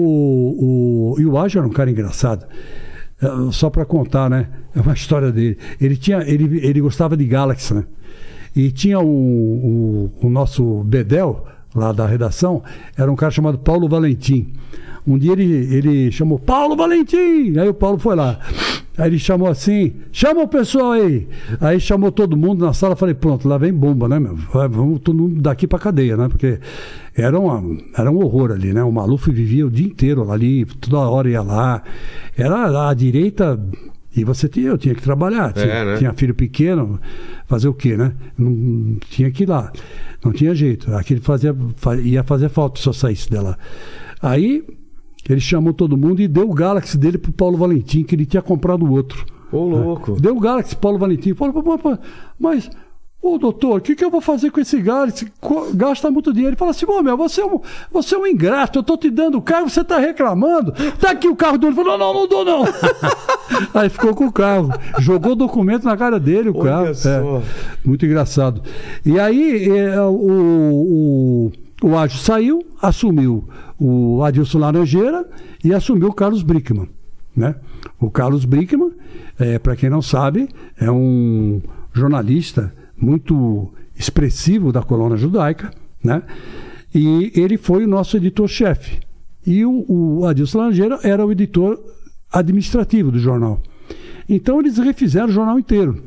o Ágio era um cara engraçado. Só para contar, né? É uma história dele. Ele gostava de Galaxy, né? E tinha o nosso Bedel, lá da redação, era um cara chamado Paulo Valentim. Um dia ele chamou Paulo Valentim, aí o Paulo foi lá. Aí ele chamou assim, chama o pessoal aí. Aí chamou todo mundo na sala, falei, pronto, lá vem bomba, né, meu? Vamos todo mundo daqui pra cadeia, né? Porque era um horror ali, né? O Maluf vivia o dia inteiro ali, toda hora ia lá. Era a direita... E eu tinha que trabalhar, tinha filho pequeno, fazer o quê, né? Não tinha que ir lá, não tinha jeito. Aquilo ia fazer falta se eu saísse dela. Aí ele chamou todo mundo e deu o Galaxy dele pro Paulo Valentim, que ele tinha comprado o outro. Ô, louco. Deu o Galaxy pro Paulo Valentim. Falou, mas... Ô, doutor, o que eu vou fazer com esse Galaxy? Gasta muito dinheiro. Ele fala assim, você é um ingrato, eu tô te dando o carro, você tá reclamando. Tá aqui o carro dele. Ele falou, não dou não. Aí ficou com o carro. Jogou documento na cara dele, o carro. Muito engraçado. E aí o Ágio saiu, assumiu o Adilson Laranjeira e assumiu o Carlos Brickman, né? O Carlos Brickman, para quem não sabe, é um jornalista muito expressivo da coluna judaica, né? E ele foi o nosso editor-chefe. E o Adilson Laranjeira era o editor administrativo do jornal. Então eles refizeram o jornal inteiro.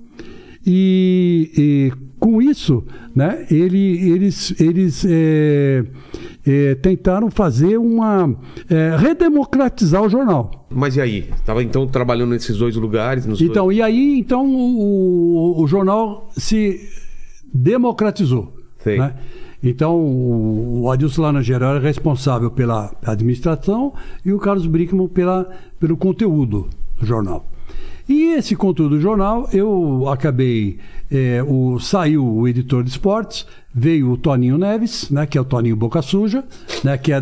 E com isso, né, eles tentaram fazer redemocratizar o jornal. Mas e aí? Estava então trabalhando nesses dois lugares? Então o jornal se democratizou. Né? Então o Adilson Laranjeira era responsável pela administração e o Carlos Brickman pelo conteúdo do jornal. E esse conteúdo do jornal, eu acabei... saiu o editor de esportes, veio o Toninho Neves, né, que é o Toninho Boca Suja, né, que é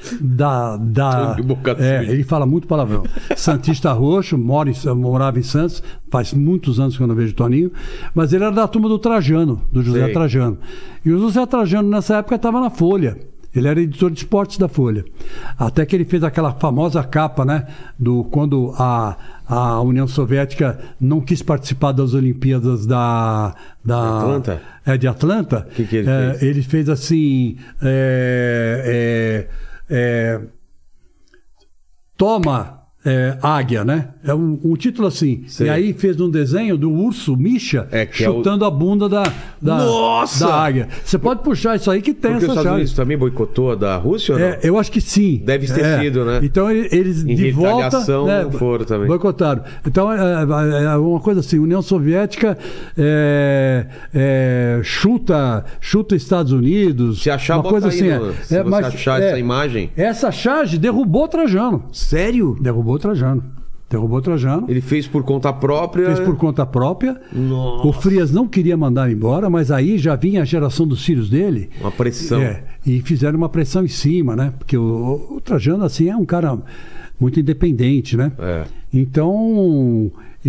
ele fala muito palavrão. Santista Roxo, morava em Santos, faz muitos anos que eu não vejo o Toninho, mas ele era da turma do Trajano, do José Trajano. E o José Trajano, nessa época, estava na Folha. Ele era editor de esportes da Folha. Até que ele fez aquela famosa capa, né? Quando a União Soviética não quis participar das Olimpíadas da Atlanta? De Atlanta. O que ele fez? Ele fez assim... Toma... Águia, né? É um título assim. Sei. E aí fez um desenho do urso Misha chutando a bunda da águia. Você pode puxar isso aí que tem. Porque essa os Estados Unidos também boicotou da Rússia ou não? Eu acho que sim. Deve ter sido, né? Então eles em de retaliação volta não foram também. boicotaram. Então é uma coisa assim, União Soviética chuta Estados Unidos. Se achar, uma coisa assim. Se você achar essa imagem. Essa charge derrubou Trajano. Sério? Derrubou Trajano. Ele fez por conta própria? Fez por conta própria. Nossa. O Frias não queria mandar embora, mas aí já vinha a geração dos filhos dele. Uma pressão. E fizeram uma pressão em cima, né? Porque o Trajano, assim, é um cara muito independente, né? Então...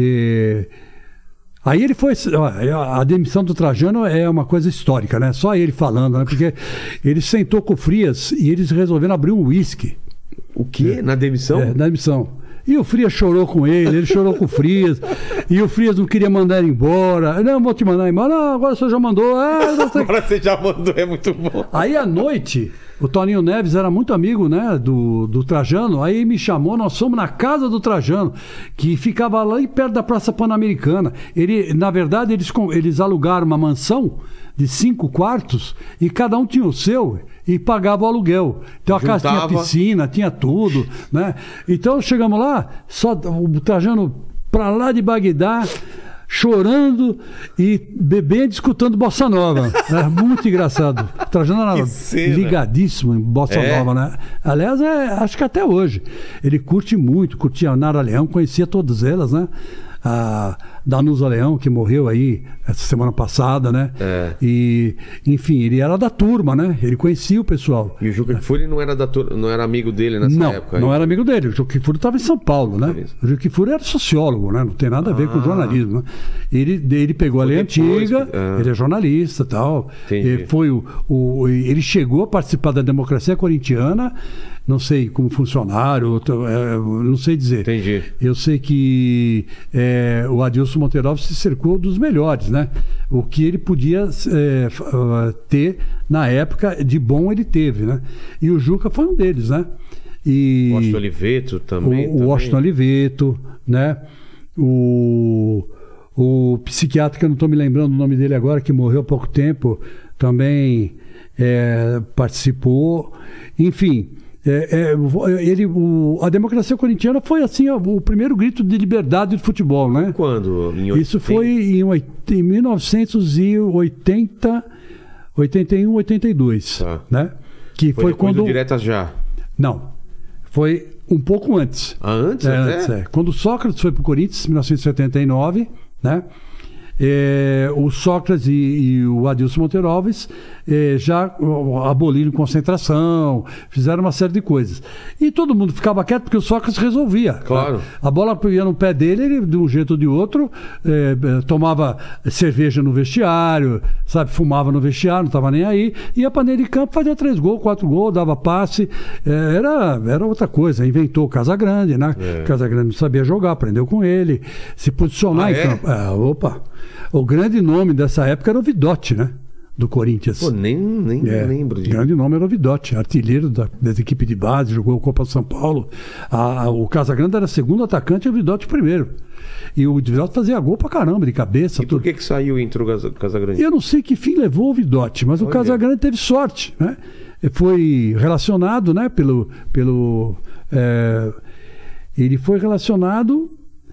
Aí ele foi... A demissão do Trajano é uma coisa histórica, né? Só ele falando, né? Porque ele sentou com o Frias e eles resolveram abrir um uísque. O quê? Na demissão? Na demissão. E o Frias chorou com ele chorou com o Frias. E o Frias não queria mandar ele embora. Não, vou te mandar embora. Não, agora você já mandou. Agora você já mandou, é muito bom. Aí à noite, o Toninho Neves era muito amigo, né, do Trajano. Aí me chamou, nós fomos na casa do Trajano, que ficava lá perto da Praça Pan-Americana. Na verdade, eles alugaram uma mansão de 5 quartos e cada um tinha o seu e pagava o aluguel. Então a casa tinha piscina, tinha tudo, né? Então chegamos lá, só o Trajano pra lá de Bagdá, chorando e bebendo, escutando Bossa Nova. Era muito engraçado. Trajano era ligadíssimo em Bossa Nova, né? Aliás, acho que até hoje. Ele curtia Nara Leão, conhecia todas elas, né? A Danusa Leão, que morreu aí essa semana passada, né? E, enfim, ele era da turma, né? Ele conhecia o pessoal. E o Juca Kfouri não era amigo dele nessa época? Não era amigo dele. O Juca Kfouri estava em São Paulo, né? O Juca Kfouri era sociólogo, né? Não tem nada a ver com jornalismo, né? Ele pegou a lei antiga, ele é jornalista e tal. Ele chegou a participar da democracia corintiana, não sei como funcionário, não sei dizer. Entendi. Eu sei que o Adilson Monteiro se cercou dos melhores, né? O que ele podia ter na época de bom ele teve, né? E o Juca foi um deles, né? E Washington Oliveto também. O Washington Oliveto, né? O psiquiatra, que eu não estou me lembrando o nome dele agora, que morreu há pouco tempo, também participou. Enfim, a democracia corintiana foi assim o primeiro grito de liberdade do futebol, né? Quando? Isso foi em 1980, 81, 82, né? Que foi quando do Diretas Já. Não, foi um pouco antes. Antes? Quando o Sócrates foi para o Corinthians, em 1979, né? O Sócrates e o Adilson Monteiro Alves já aboliram concentração, fizeram uma série de coisas. E todo mundo ficava quieto porque o Sócrates resolvia. Claro. A bola ia no pé dele, ele, de um jeito ou de outro, tomava cerveja no vestiário, sabe, fumava no vestiário, não estava nem aí, ia para dentro de campo, fazia 3 gols, 4 gols, dava passe. Era outra coisa. Inventou o Casagrande, né? O Casagrande sabia jogar, aprendeu com ele, se posicionar em campo. O grande nome dessa época era o Vidotti, né? Do Corinthians. Pô, nem lembro disso. O grande nome era o Vidotti, artilheiro da equipe de base, jogou a Copa São Paulo. O Casagrande era segundo atacante e o Vidotti primeiro. E o Vidotti fazia gol pra caramba, de cabeça. E por que saiu e entrou o Casagrande? Eu não sei que fim levou o Vidotti, mas o Casagrande teve sorte, né? Foi relacionado, né? Ele foi relacionado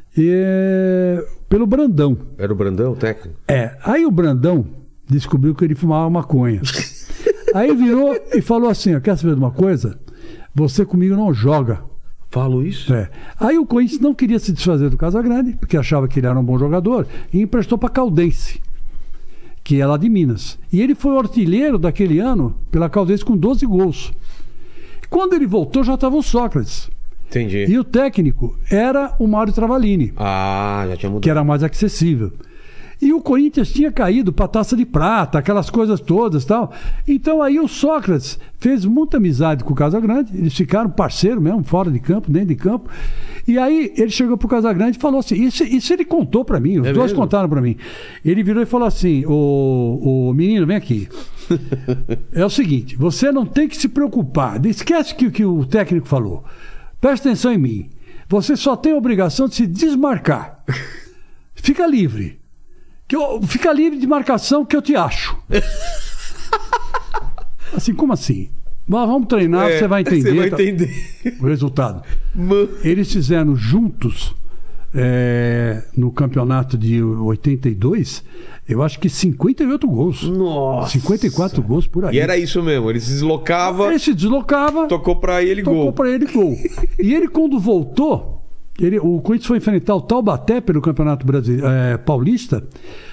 pelo Brandão. Era o Brandão, o técnico? Aí o Brandão descobriu que ele fumava maconha. Aí virou e falou assim: quer saber de uma coisa? Você comigo não joga. Falo isso? Aí o Corinthians não queria se desfazer do Casagrande, porque achava que ele era um bom jogador, e emprestou para Caldense, que é lá de Minas. E ele foi o artilheiro daquele ano pela Caldense com 12 gols. Quando ele voltou, já estava o Sócrates. Entendi. E o técnico era o Mário Travalini. Já tinha mudado. Que era mais acessível. E o Corinthians tinha caído para a Taça de Prata, aquelas coisas todas e tal. Então aí o Sócrates fez muita amizade com o Casagrande. Eles ficaram parceiros mesmo, fora de campo, dentro de campo. E aí ele chegou pro Casagrande e falou assim, isso ele contou para mim, os dois contaram para mim. Ele virou e falou assim: o menino, vem aqui. É o seguinte, você não tem que se preocupar. Esquece que o técnico falou. Presta atenção em mim. Você só tem a obrigação de se desmarcar. Fica livre. Fica livre de marcação que eu te acho. Assim, como assim? Vamos treinar, você vai entender. Você vai entender o resultado. Eles fizeram juntos, no campeonato de 82, eu acho que 58 gols. Nossa! 54 gols por aí. E era isso mesmo, ele se deslocava. Tocou pra ele gol. E ele, quando voltou, o Corinthians foi enfrentar o Taubaté pelo Campeonato Paulista.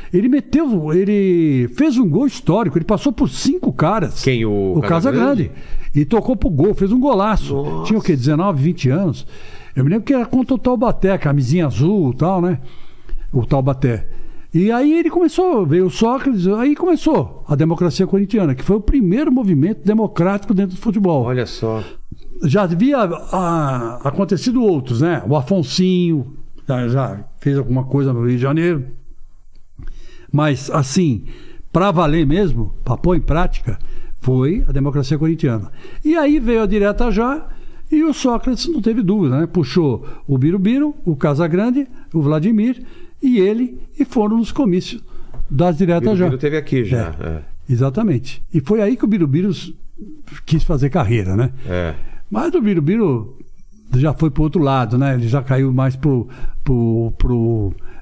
Ele fez um gol histórico. Ele passou por 5 caras. Quem? O Casagrande. E tocou pro gol, fez um golaço. Nossa. Tinha o quê? 19, 20 anos. Eu me lembro que era contra o Taubaté, camisinha azul e tal, né? O Taubaté. E aí veio o Sócrates, aí começou a democracia corintiana, que foi o primeiro movimento democrático dentro do futebol. Olha só. Já havia acontecido outros, né? O Afonsinho já fez alguma coisa no Rio de Janeiro. Mas, assim, para valer mesmo, para pôr em prática, foi a democracia corintiana. E aí veio a Direta Já, e o Sócrates não teve dúvida, né? Puxou o Birubiru, o Casagrande, o Vladimir e ele, e foram nos comícios das Direta Já. O Birubiru teve aqui já. Exatamente. E foi aí que o Birubiru quis fazer carreira, né? Mas o Birubiru já foi pro outro lado, né? Ele já caiu mais pro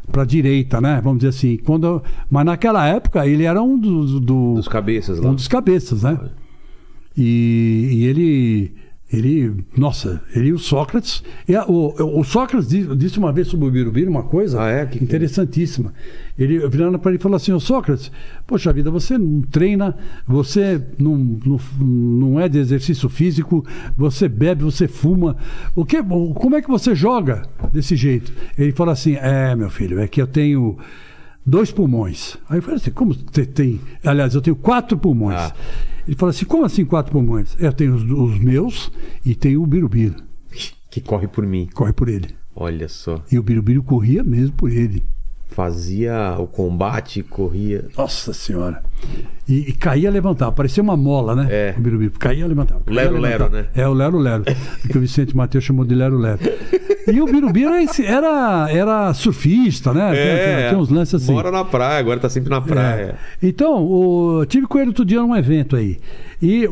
para a direita, né? Vamos dizer assim. Mas naquela época ele era um dos cabeças lá. Um dos cabeças, né? E ele e o Sócrates. O Sócrates disse uma vez sobre o Birubiru uma coisa interessantíssima. Ele virando para ele e falou assim: ô Sócrates, poxa vida, você não treina, você não é de exercício físico, você bebe, você fuma. Como é que você joga desse jeito? Ele falou assim: meu filho, é que eu tenho 2 pulmões. Aí eu falei assim: como você tem? Aliás, eu tenho 4 pulmões. Ele falou assim: como assim 4 pulmões? Eu tenho os meus e tenho o Birubiru. Que corre por mim. Corre por ele. Olha só. E o Birubiru corria mesmo por ele. Fazia o combate, corria. Nossa Senhora. E caía, levantava. Parecia uma mola, né? O Birubiru. Caía, levantava. Lero-lero, né? O lero-lero. Que o Vicente Mateus chamou de lero-lero. E o Birubiru era surfista, né? Tem uns lances assim. Mora na praia, agora tá sempre na praia. Então, tive com ele outro dia num evento aí. E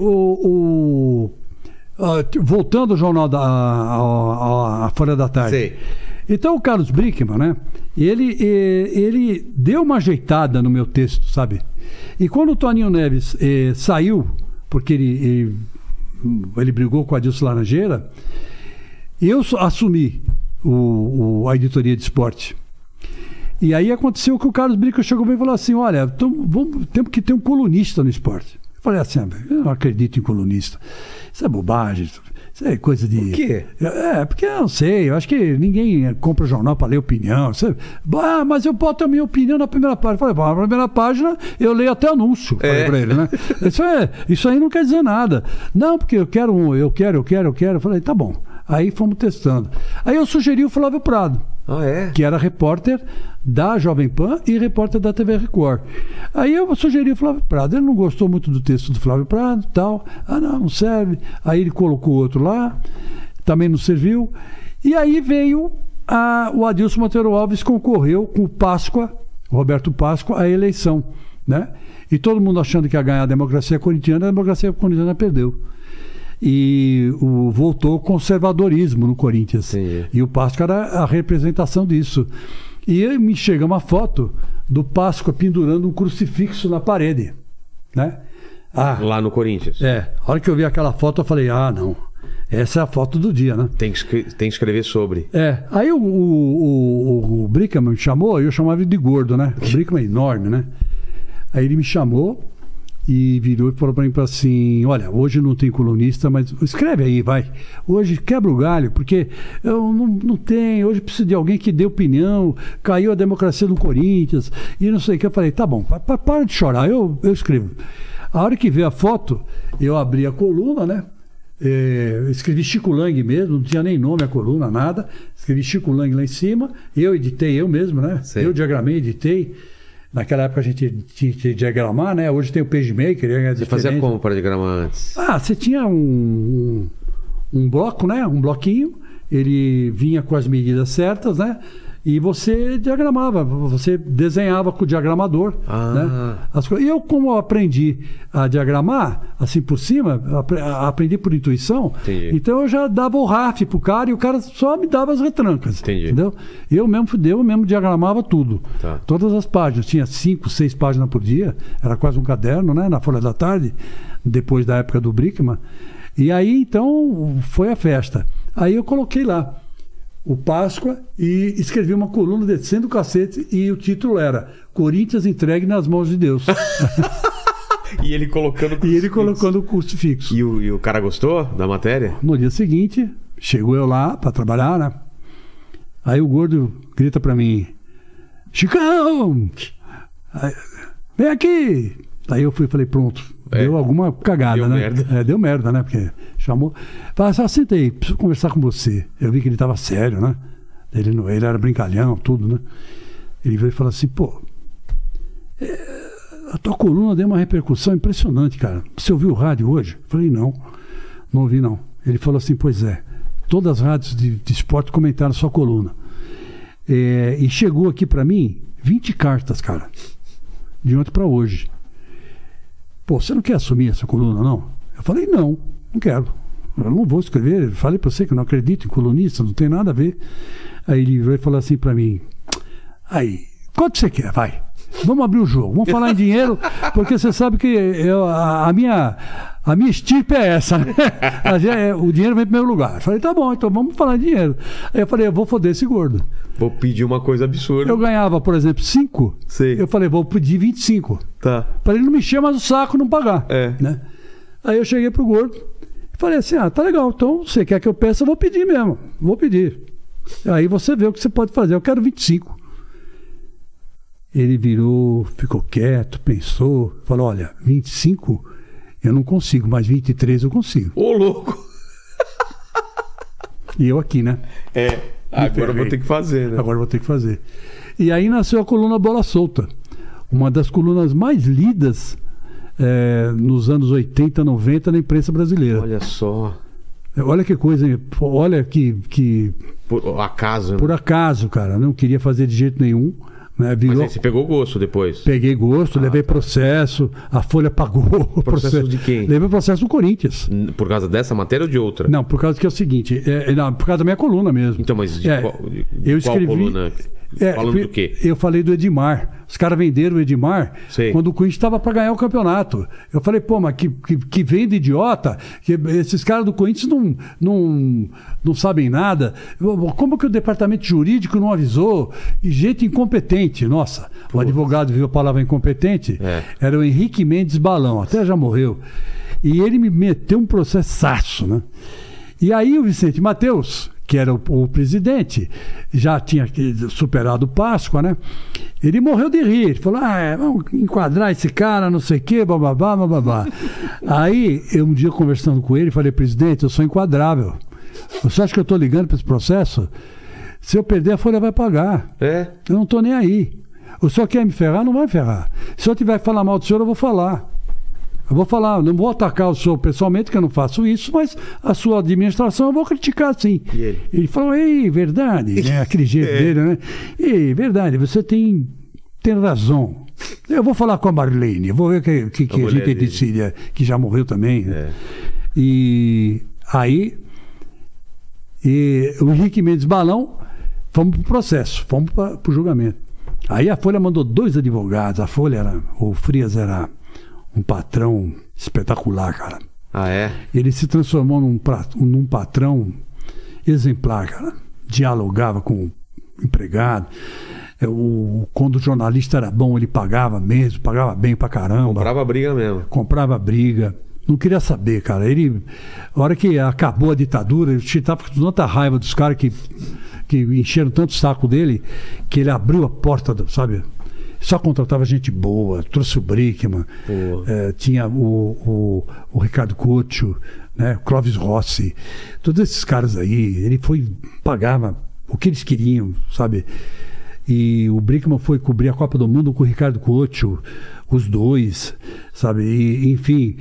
voltando ao jornal a Folha da Tarde. Sei. Então o Carlos Brickman, né? Ele deu uma ajeitada no meu texto, sabe? E quando o Toninho Neves saiu, porque ele brigou com a Adilson Laranjeira, eu assumi a editoria de esporte. E aí aconteceu que o Carlos Brickman chegou bem e falou assim: olha, temos que ter um colunista no esporte. Eu falei assim: eu não acredito em colunista. Isso é bobagem. Isso é coisa de... Por quê? Porque eu não sei. Eu acho que ninguém compra jornal para ler opinião. Mas eu boto a minha opinião na primeira página. Eu falei: na primeira página eu leio até anúncio. Falei para ele, né? Isso aí não quer dizer nada. Não, porque eu quero. Eu falei: tá bom. Aí fomos testando. Aí eu sugeri o Flávio Prado. Que era repórter da Jovem Pan e repórter da TV Record. Aí eu sugeri o Flávio Prado. Ele não gostou muito do texto do Flávio Prado, tal. Não serve. Aí ele colocou outro lá, também não serviu. E aí veio o Adilson Monteiro Alves, concorreu com o Roberto Páscoa, à eleição, né? E todo mundo achando que ia ganhar a democracia corintiana perdeu. E voltou o conservadorismo no Corinthians. Sim. E o Páscoa era a representação disso. E aí me chega uma foto do Páscoa pendurando um crucifixo na parede, né? Lá no Corinthians. A hora que eu vi aquela foto eu falei: não, essa é a foto do dia, né? Tem que escrever sobre. Aí o Brickman me chamou, eu chamava ele de gordo, né? O Brickman é enorme, né? Aí ele me chamou e virou e falou para mim assim: olha, hoje não tem colunista, mas escreve aí, vai. Hoje quebra o galho, porque eu não tenho. Hoje preciso de alguém que dê opinião. Caiu a democracia do Corinthians e não sei o que. Eu falei: tá bom, para de chorar, eu escrevo. A hora que veio a foto, eu abri a coluna, né? Escrevi Chico Lang mesmo, não tinha nem nome a coluna, nada. Escrevi Chico Lang lá em cima. Eu editei, eu mesmo, né? Sim. Eu diagramei, editei. Naquela época a gente tinha que diagramar, né? Hoje tem o PageMaker. Você fazia como para diagramar antes? Você tinha um bloco, né? Um bloquinho. Ele vinha com as medidas certas, né? E você diagramava, você desenhava com o diagramador, né? E eu, como aprendi a diagramar, assim por cima, aprendi por intuição. Entendi. Então eu já dava o RAF pro cara e o cara só me dava as retrancas. Entendi. Entendeu? Eu mesmo diagramava tudo. Tá. Todas as páginas. Tinha 5, 6 páginas por dia. Era quase um caderno, né? Na Folha da Tarde, depois da época do Brickman. E aí, então, foi a festa. Aí eu coloquei lá o Páscoa e escrevi uma coluna descendo o cacete e o título era Corinthians entregue nas mãos de Deus. E ele colocando o crucifixo. E o cara gostou da matéria? No dia seguinte, chegou eu lá para trabalhar, né? Aí o gordo grita para mim: Chicão! Vem aqui! Aí eu fui e falei: pronto. Deu alguma cagada, deu né? Merda. Deu merda, né? Porque chamou. Falei: senta aí, preciso conversar com você. Eu vi que ele estava sério, né? Ele era brincalhão, tudo, né? Ele veio e falou assim: a tua coluna deu uma repercussão impressionante, cara. Você ouviu o rádio hoje? Eu falei: não ouvi não. Ele falou assim: pois é, todas as rádios de esporte comentaram sua coluna. E chegou aqui para mim 20 cartas, cara, de ontem para hoje. Você não quer assumir essa coluna, não? Eu falei: não quero. Eu não vou escrever. Eu falei para você que eu não acredito em colunista, não tem nada a ver. Aí ele veio falar assim para mim: Aí, quanto você quer? Vai. Vamos abrir o jogo. Vamos falar em dinheiro, porque você sabe que a minha estirpe é essa, né? O dinheiro vem em primeiro lugar. Eu falei, tá bom, então vamos falar em dinheiro. Aí eu falei, eu vou foder esse gordo. Vou pedir uma coisa absurda. Eu ganhava, por exemplo, 5. Sei. Eu falei, vou pedir 25. Tá. Para ele não me encher mais o saco, não pagar. Né? Aí eu cheguei pro gordo e falei assim, tá legal, então você quer que eu peça, eu vou pedir mesmo. Vou pedir. Aí você vê o que você pode fazer. Eu quero 25. Ele virou, ficou quieto, pensou, falou, olha, 25 eu não consigo, mas 23 eu consigo. Ô, louco! E eu aqui, né? Agora eu vou ter que fazer, né? Agora eu vou ter que fazer. E aí nasceu a coluna Bola Solta. Uma das colunas mais lidas nos anos 80, 90 na imprensa brasileira. Olha só. Olha que coisa, hein? Olha que... Por acaso, né? Por acaso, cara. Não queria fazer de jeito nenhum. Né? Mas aí você pegou gosto depois? Peguei gosto, levei processo, a Folha pagou. Processo de quem? Levei processo do Corinthians. Por causa dessa matéria ou de outra? Não, por causa que é o seguinte, por causa da minha coluna mesmo. Então, mas eu escrevi, qual coluna? Falando do quê? Eu falei do Edmar. Os caras venderam o Edmar quando o Corinthians estava para ganhar o campeonato. Eu falei, pô, mas que venda idiota, que esses caras do Corinthians não sabem nada. Como que o departamento jurídico não avisou? E gente incompetente. Nossa, o advogado viu a palavra incompetente. Era o Henrique Mendes Balão, até já morreu. E ele me meteu um processaço, né? E aí o Vicente Mateus, que era o presidente, já tinha superado o Páscoa, né? Ele morreu de rir. Ele falou, vamos enquadrar esse cara, não sei o quê, bababá, bababá. Aí, eu um dia conversando com ele, falei, presidente, eu sou enquadrável. Você acha que eu estou ligando para esse processo? Se eu perder, a Folha vai pagar. Eu não estou nem aí. O senhor quer me ferrar? Não vai ferrar. Se eu tiver que falar mal do senhor, eu vou falar. Eu vou falar, não vou atacar o senhor pessoalmente, que eu não faço isso, mas a sua administração eu vou criticar, sim. E ele falou, verdade, né? Aquele jeito dele, né? Verdade, você tem razão. Eu vou falar com a Marlene, vou ver que a gente decide, que já morreu também. E aí, o Henrique Mendes Balão, fomos pro processo, fomos pro julgamento. Aí a Folha mandou 2 advogados, o Frias era um patrão espetacular, cara. Ele se transformou num patrão exemplar, cara. Dialogava com o empregado. Quando o jornalista era bom, ele pagava mesmo, pagava bem pra caramba. Comprava briga mesmo. Comprava briga. Não queria saber, cara. A hora que acabou a ditadura, ele estava com tanta raiva dos caras que encheram tanto o saco dele, que ele abriu a porta, sabe? Só contratava gente boa, trouxe o Brickman, tinha o Ricardo Couto, né, o Clóvis Rossi, todos esses caras aí. Ele pagava o que eles queriam, sabe? E o Brickman foi cobrir a Copa do Mundo com o Ricardo Couto, os dois, sabe? E, enfim,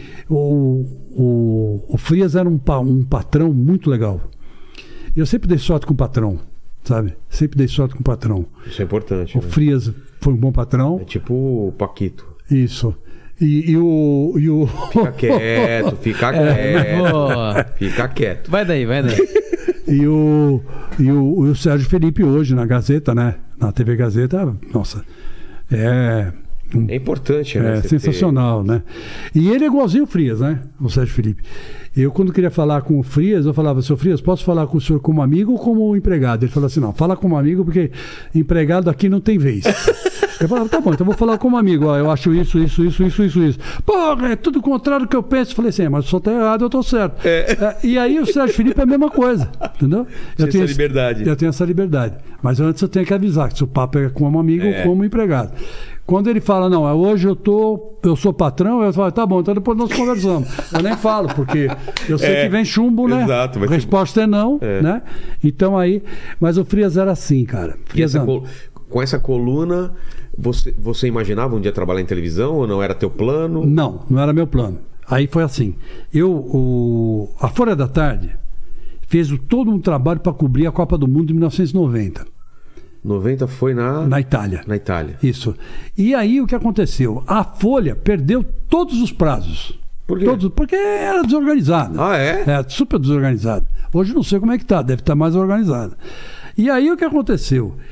o Frias era um patrão muito legal. Eu sempre dei sorte com o patrão, sabe? Sempre dei sorte com o patrão. Isso é importante. O Frias foi um bom patrão. É tipo o Paquito. Isso. E o... Fica quieto, fica quieto. Fica quieto. Vai daí. E o Sérgio Felipe hoje na Gazeta, né? Na TV Gazeta, nossa, é importante, né? É sensacional, né? E ele é igualzinho o Frias, né? O Sérgio Felipe. Eu, quando queria falar com o Frias, eu falava, seu Frias, posso falar com o senhor como amigo ou como empregado? Ele falou assim, não, fala como amigo, porque empregado aqui não tem vez. Eu falava, tá bom, então eu vou falar como amigo. Eu acho isso. Porra, é tudo o contrário do que eu penso. Eu falei assim, mas o senhor tá errado, eu tô certo. E aí o Sérgio Felipe é a mesma coisa, entendeu? Eu tenho essa liberdade. Eu tenho essa liberdade. Mas antes eu tenho que avisar que se o papo é como amigo ou como empregado. Quando ele fala, não, hoje eu sou patrão, eu falo, tá bom, então depois nós conversamos. Eu nem falo, porque eu sei que vem chumbo, né? Exato, a resposta é não, né? Então aí, mas o Frias era assim, cara. Com essa coluna, você imaginava um dia trabalhar em televisão ou não era teu plano? Não era meu plano. Aí foi assim, a Folha da Tarde fez todo um trabalho para cobrir a Copa do Mundo de 1990. 90 foi na Itália. Na Itália. Isso. E aí o que aconteceu? A Folha perdeu todos os prazos. Por quê? Porque era desorganizada. É, super desorganizada. Hoje não sei como é que tá, deve estar mais organizada. E aí o que aconteceu?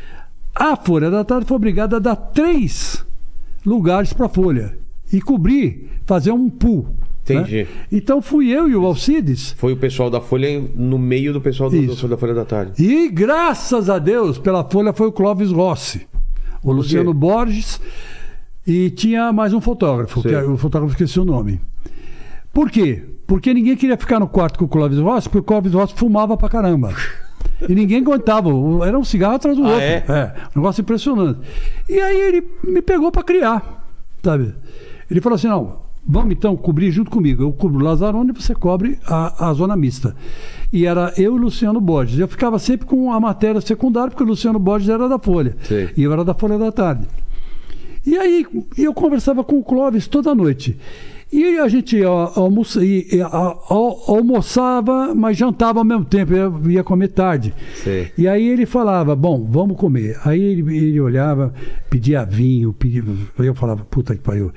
A Folha da Tarde foi obrigada a dar 3 lugares para a Folha e cobrir, fazer um pool. Entendi. Né? Então fui eu e o Alcides. Foi o pessoal da Folha no meio do pessoal da Folha da Tarde. E graças a Deus, pela Folha foi o Clóvis Rossi, o Luciano Borges, e tinha mais um fotógrafo, que o fotógrafo esqueci o nome. Por quê? Porque ninguém queria ficar no quarto com o Clóvis Rossi, porque o Clóvis Rossi fumava pra caramba. E ninguém aguentava, era um cigarro atrás do outro. Um negócio impressionante. E aí ele me pegou pra criar, sabe? Ele falou assim, não, vamos então cobrir junto comigo. Eu cubro o Lazzaroni e você cobre a zona mista. E era eu e o Luciano Borges. Eu ficava sempre com a matéria secundária, porque o Luciano Borges era da Folha. Sim. E eu era da Folha da Tarde. E aí eu conversava com o Clóvis toda noite. E a gente almoçava, mas jantava ao mesmo tempo, ia comer tarde. Sim. E aí ele falava, bom, vamos comer. Aí ele olhava, pedia vinho, aí eu falava, puta que pariu,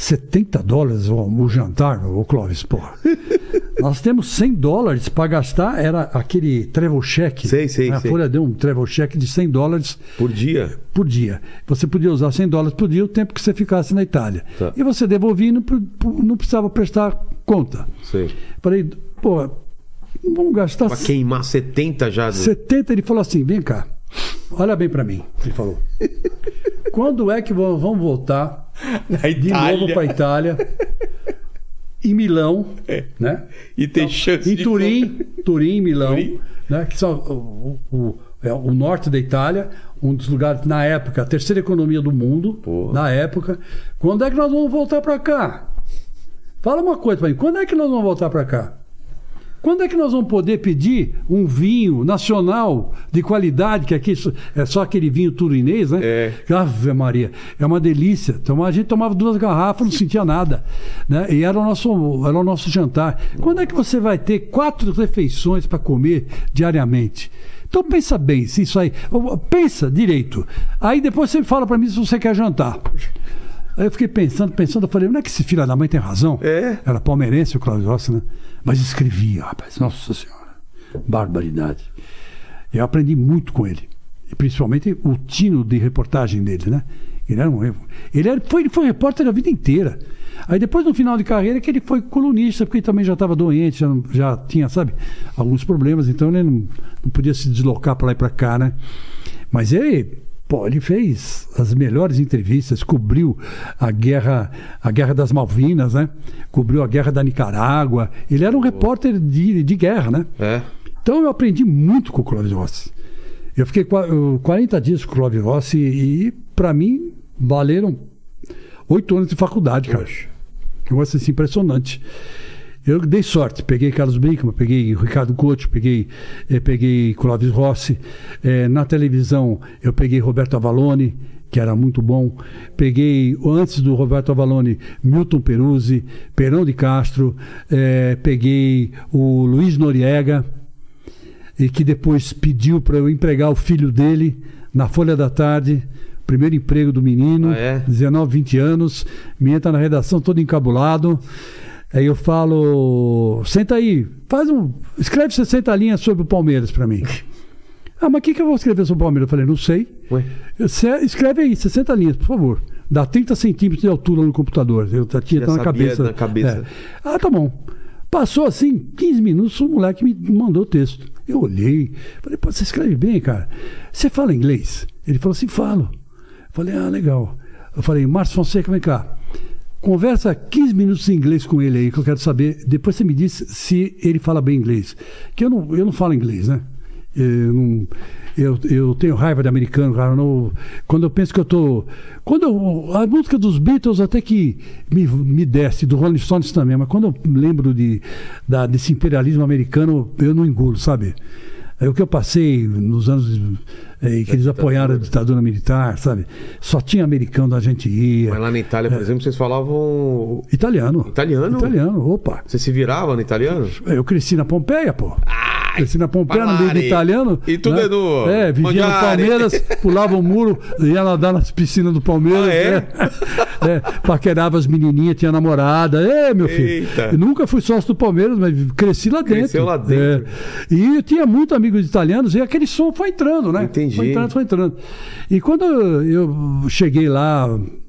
$70 o jantar, ô Clóvis, porra. Nós temos $100 para gastar, era aquele travel check. A Folha deu um travel check de $100 por dia. Por dia. Você podia usar $100 por dia o tempo que você ficasse na Itália. Tá. E você devolvia e não precisava prestar conta. Sim. Falei, pô, vamos gastar... Para queimar 70 já. 70, ele falou assim, vem cá, olha bem para mim, ele falou. Quando é que vamos voltar de novo para a Itália? Em Milão, né? E tem chance em Turim, Milão, né? Que são o norte da Itália, um dos lugares, na época, a terceira economia do mundo, na época. Quando é que nós vamos voltar para cá? Fala uma coisa para mim, quando é que nós vamos voltar para cá? Quando é que nós vamos poder pedir um vinho nacional de qualidade, que aqui é só aquele vinho turinês, né? Ave Maria, é uma delícia. Então, a gente tomava 2 garrafas, não sentia nada, né? E era o nosso jantar. Quando é que você vai ter 4 refeições para comer diariamente? Então pensa bem, se isso aí... Pensa direito. Aí depois você fala para mim se você quer jantar. Aí eu fiquei pensando, eu falei, não é que esse filho da mãe tem razão? Era palmeirense o Cláudio Rossi, né? Mas escrevia, rapaz, nossa senhora, barbaridade. Eu aprendi muito com ele, e principalmente o tino de reportagem dele, né? Ele foi repórter a vida inteira. Aí depois, no final de carreira, que ele foi colunista, porque ele também já estava doente, já tinha, sabe, alguns problemas, então ele não podia se deslocar para lá e para cá, né? Mas ele fez as melhores entrevistas, cobriu a guerra das Malvinas, né? Cobriu a guerra da Nicarágua. Ele era um repórter de guerra, né? Então eu aprendi muito com o Clóvis Rossi. Eu fiquei 40 dias com o Clóvis Rossi e para mim, valeram 8 anos de faculdade, cara. Um negócio assim impressionante. Eu dei sorte, peguei Carlos Brinkmann, peguei Ricardo Couto, peguei Clóvis Rossi. Na televisão eu peguei Roberto Avalone, que era muito bom. Peguei, antes do Roberto Avalone, Milton Peruzzi, Perão de Castro. Peguei o Luiz Noriega, e que depois pediu para eu empregar o filho dele na Folha da Tarde. Primeiro emprego do menino, 19, 20 anos. Me entra na redação todo encabulado. Aí eu falo, senta aí, escreve 60 linhas sobre o Palmeiras para mim. Mas o que eu vou escrever sobre o Palmeiras? Eu falei, não sei. Escreve aí, 60 linhas, por favor. Dá 30 centímetros de altura no computador. Eu tinha na cabeça. Tá bom. Passou assim, 15 minutos, o moleque me mandou o texto. Eu olhei, falei, pô, você escreve bem, cara. Você fala inglês? Ele falou assim, falo. Eu falei, legal. Eu falei, Márcio Fonseca, vem cá. Conversa 15 minutos em inglês com ele aí, que eu quero saber. Depois você me diz se ele fala bem inglês. Que eu não falo inglês, né? Eu tenho raiva de americano, cara. Quando eu penso que eu tô... a música dos Beatles até que me desce, do Rolling Stones também, mas quando eu lembro desse imperialismo americano, eu não engulo, sabe? O que eu passei nos anos que eles apoiaram a ditadura militar, sabe? Só tinha americano, a gente ia. Mas lá na Itália, por exemplo, vocês falavam... Italiano. Italiano, opa. Você se virava no italiano? Eu cresci na Pompeia, pô. Cresci na Pompeia, no meio do italiano. E tudo vivia no Palmeiras, pulava o muro, ia nadar nas piscinas do Palmeiras. paquerava as menininhas, tinha namorada. Meu filho. Eu nunca fui sócio do Palmeiras, mas cresci lá dentro. Cresceu lá dentro. E eu tinha muitos amigos italianos e aquele som foi entrando, né? Entendi. Foi entrando. E quando eu cheguei lá,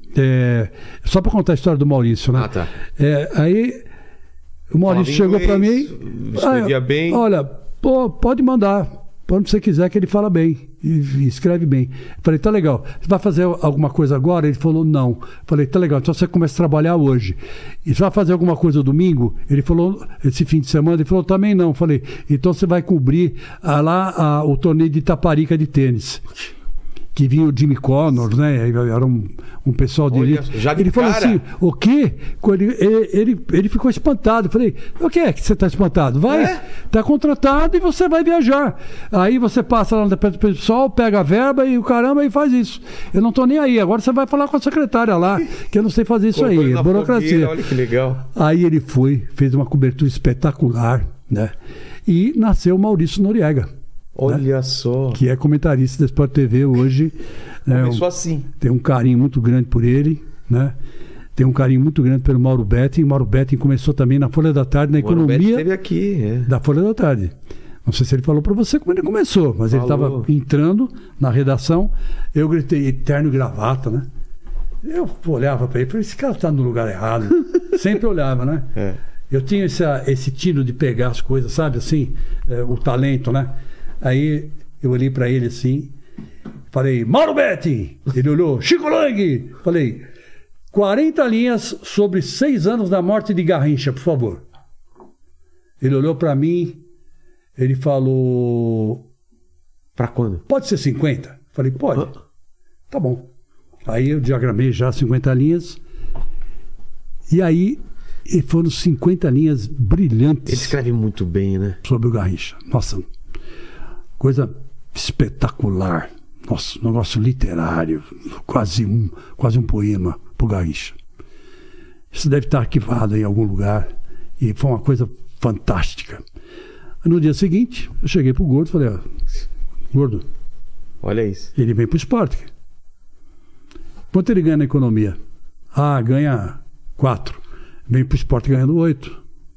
só para contar a história do Maurício, né? Tá. Aí o Maurício chegou para mim. Escrevia bem. Olha, pode mandar. Quando você quiser, que ele fala bem e escreve bem. Falei, tá legal. Você vai fazer alguma coisa agora? Ele falou, não. Falei, tá legal, então você começa a trabalhar hoje. E você vai fazer alguma coisa domingo? Ele falou, esse fim de semana? Ele falou, também não. Falei, então você vai cobrir o torneio de Itaparica de tênis. Que vinha o Jimmy Connors, né? Era um pessoal de elite. Ele falou assim, o quê? Ele ficou espantado. Eu falei, o que é que você está espantado? Vai, tá contratado e você vai viajar. Aí você passa lá no departamento do pessoal, pega a verba e o caramba e faz isso. Eu não tô nem aí. Agora você vai falar com a secretária lá, que eu não sei fazer isso aí. Burocracia. Fogueira, olha que legal. Aí ele fez uma cobertura espetacular, né? E nasceu o Maurício Noriega. Olha só. Que é comentarista da Sport TV hoje. Começou assim. Tem um carinho muito grande por ele, né? Tem um carinho muito grande pelo Mauro Betting. O Mauro Betting começou também na Folha da Tarde, na economia. Mauro Betting esteve aqui, da Folha da Tarde. Não sei se ele falou para você como ele começou, mas ele estava entrando na redação. Eu gritei, terno e gravata, né? Eu olhava para ele e falei, esse cara está no lugar errado. Sempre olhava, né? Eu tinha esse tiro de pegar as coisas, sabe? Assim, o talento, né? Aí eu olhei para ele assim, falei, Mauro Betting! Ele olhou, Chico Lang! Falei, 40 linhas sobre 6 anos da morte de Garrincha, por favor. Ele olhou para mim, ele falou... Para quando? Pode ser 50? Falei, pode. Tá bom. Aí eu diagramei já 50 linhas. E aí foram 50 linhas brilhantes. Ele escreve muito bem, né? Sobre o Garrincha. Nossa... Coisa espetacular. Nossa, um negócio literário. Quase um poema pro Garrincha. Isso deve estar arquivado em algum lugar. E foi uma coisa fantástica. No dia seguinte, eu cheguei pro Gordo e falei, Gordo, olha isso. Ele vem pro esporte. Quanto ele ganha na economia? Ganha 4. Vem pro esporte ganhando 8.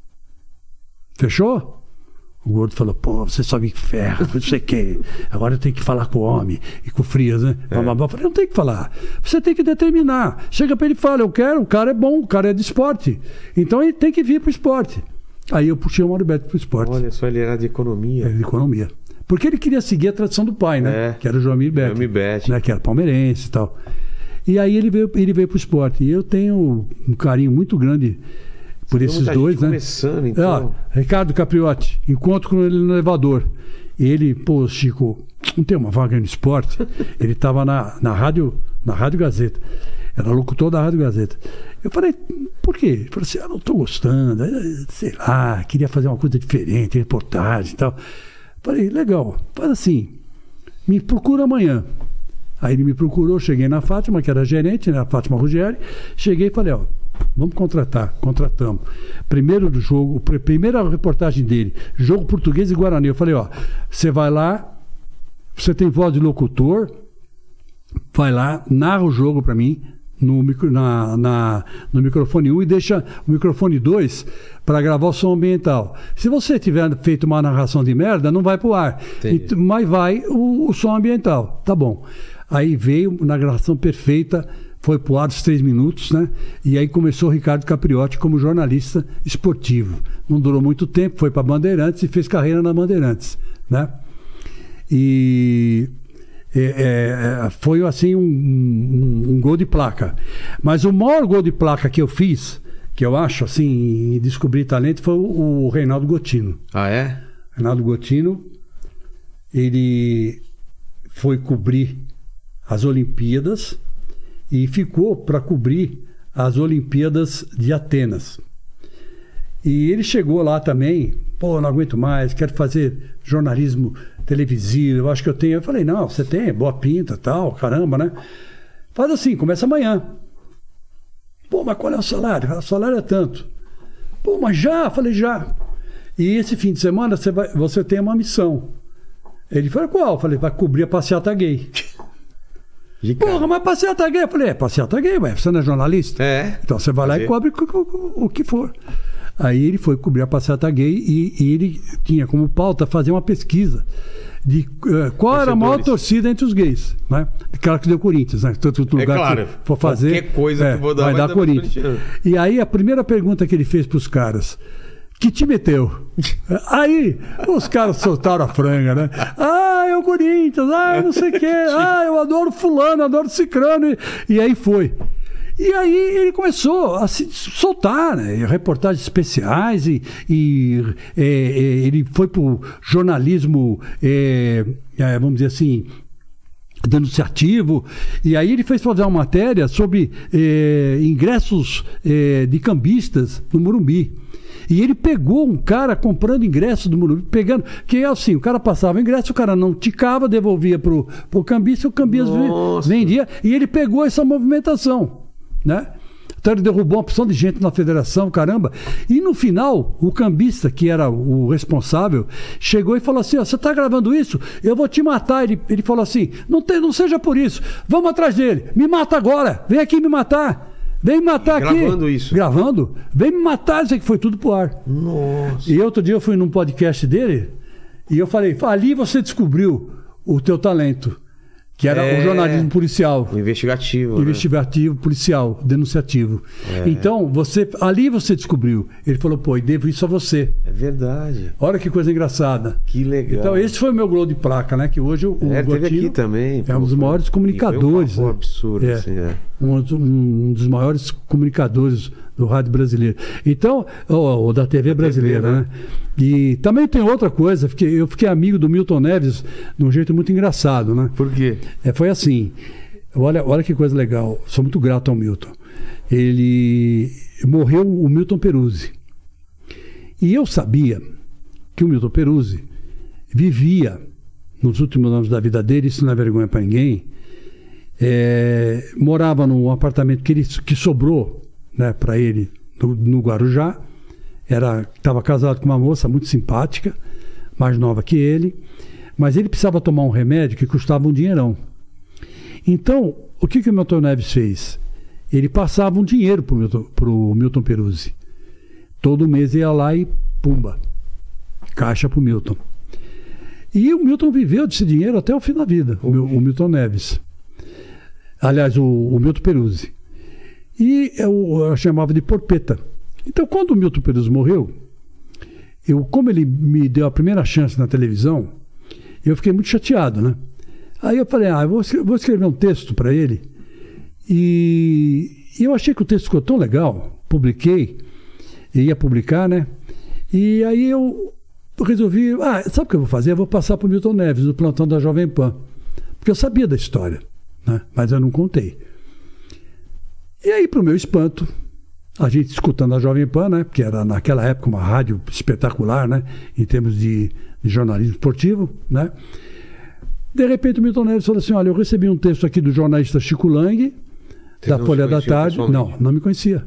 Fechou? O Gordo falou, você sabe que ferra, não sei o quê. Agora eu tenho que falar com o homem e com o Frias, né? Eu falei, não tem que falar. Você tem que determinar. Chega para ele e fala, eu quero, o cara é bom, o cara é de esporte. Então ele tem que vir para o esporte. Aí eu puxei o Mauro Betting para o esporte. Olha só, ele era de economia. Era de economia. Porque ele queria seguir a tradição do pai, né? Que era o Joamir Betting. Né? Que era palmeirense e tal. E aí ele veio para o esporte. E eu tenho um carinho muito grande por esses dois, né? Começando, então. Ricardo Capriotti, encontro com ele no elevador. Ele, Chico, não tem uma vaga no esporte? Ele estava na Rádio Gazeta. Era locutor da Rádio Gazeta. Eu falei, por quê? Ele falou assim, não estou gostando, sei lá, queria fazer uma coisa diferente, reportagem e tal. Falei, legal, faz assim, me procura amanhã. Aí ele me procurou, cheguei na Fátima, que era gerente, né, a Fátima Ruggeri, cheguei e falei, vamos contratar, contratamos. Primeiro do jogo, primeira reportagem dele, jogo Português e Guarani. Eu falei, você vai lá, você tem voz de locutor, vai lá, narra o jogo para mim no microfone 1 e deixa o microfone 2 para gravar o som ambiental. Se você tiver feito uma narração de merda, não vai pro ar. Mas vai o som ambiental. Tá bom. Aí veio na gravação perfeita, foi pro ar os 3 minutos, né? E aí começou o Ricardo Capriotti como jornalista esportivo. Não durou muito tempo, foi para Bandeirantes e fez carreira na Bandeirantes, né? E foi assim um gol de placa. Mas o maior gol de placa que eu fiz, que eu acho assim, descobrir talento, foi o Reinaldo Gotino. Ah, é? Reinaldo Gotino, ele foi cobrir as Olimpíadas e ficou para cobrir as Olimpíadas de Atenas. E ele chegou lá também, não aguento mais, quero fazer jornalismo televisivo, eu acho que eu tenho. Eu falei, não, você tem, boa pinta, tal, caramba, né? Faz assim, começa amanhã. Mas qual é o salário? O salário é tanto. Mas já? Falei, já. E esse fim de semana você tem uma missão. Ele falou, qual? Falei, vai cobrir a passeata gay. Porra, mas passeata gay. Eu falei, passeata gay, ué, você não é jornalista? Então você vai lá e cobre o que for. Aí ele foi cobrir a passeata gay e ele tinha como pauta fazer uma pesquisa de qual era a maior torcida entre os gays, né? Aquela que deu Corinthians, né? Todo lugar que for fazer, qualquer coisa que vou dar, vai dar Corinthians. E aí a primeira pergunta que ele fez para os caras: que te meteu? Aí os caras soltaram a franga, né? É o Corinthians, eu não sei o quê, eu adoro fulano, adoro cicrano. E aí foi. E aí ele começou a se soltar, né? Reportagens especiais e ele foi para o jornalismo, vamos dizer assim, denunciativo. E aí ele fez fazer uma matéria sobre ingressos de cambistas no Morumbi. E ele pegou um cara comprando ingresso do Morumbi, que é assim, o cara passava o ingresso, o cara não ticava, devolvia pro cambista, o cambista vendia, e ele pegou essa movimentação, né? Então ele derrubou uma opção de gente na federação, caramba. E no final, o cambista, que era o responsável, chegou e falou assim: você está gravando isso? Eu vou te matar. Ele falou assim: não seja por isso, vamos atrás dele, me mata agora, vem aqui me matar. Vem me matar aqui. Gravando isso. Gravando. Vem me matar, isso aqui foi tudo pro ar. Nossa. E outro dia eu fui num podcast dele e eu falei: ali você descobriu o teu talento, que era o jornalismo policial. O investigativo. Investigativo, policial, denunciativo. Então, ali você descobriu. Ele falou: pô, e devo isso a você. É verdade. Olha que coisa engraçada. Que legal. Então, esse foi o meu globo de placa, né? Que hoje o teve aqui também. É um dos maiores comunicadores. Foi um absurdo, assim, um dos maiores comunicadores do rádio brasileiro. Então, ou da TV brasileira, né? E também tem outra coisa, eu fiquei amigo do Milton Neves de um jeito muito engraçado, né? Por quê? Foi assim, olha que coisa legal, sou muito grato ao Milton. Ele morreu, o Milton Peruzzi. E eu sabia que o Milton Peruzzi vivia, nos últimos anos da vida dele, isso não é vergonha para ninguém, morava num apartamento que sobrou, né, para ele no Guarujá. Estava casado com uma moça muito simpática, mais nova que ele, mas ele precisava tomar um remédio que custava um dinheirão. Então, o que o Milton Neves fez? Ele passava um dinheiro para o Milton Peruzzi. Todo mês ia lá e pumba, caixa para o Milton. E o Milton viveu desse dinheiro até o fim da vida, o Milton Neves. Aliás, o Milton Peruzzi. E eu chamava de Porpeta. Então, quando o Milton Peruzzi morreu, como ele me deu a primeira chance na televisão, eu fiquei muito chateado, né? Aí eu falei: eu vou escrever um texto para ele. E eu achei que o texto ficou tão legal, publiquei, ia publicar, né? E aí eu resolvi: sabe o que eu vou fazer? Eu vou passar para o Milton Neves, do plantão da Jovem Pan. Porque eu sabia da história, né? Mas eu não contei. E aí, para o meu espanto, a gente escutando a Jovem Pan, né? Porque era naquela época uma rádio espetacular, né? Em termos de jornalismo esportivo, né? De repente o Milton Neves falou assim: olha, eu recebi um texto aqui do jornalista Chico Lang, da Folha da Tarde. Não me conhecia.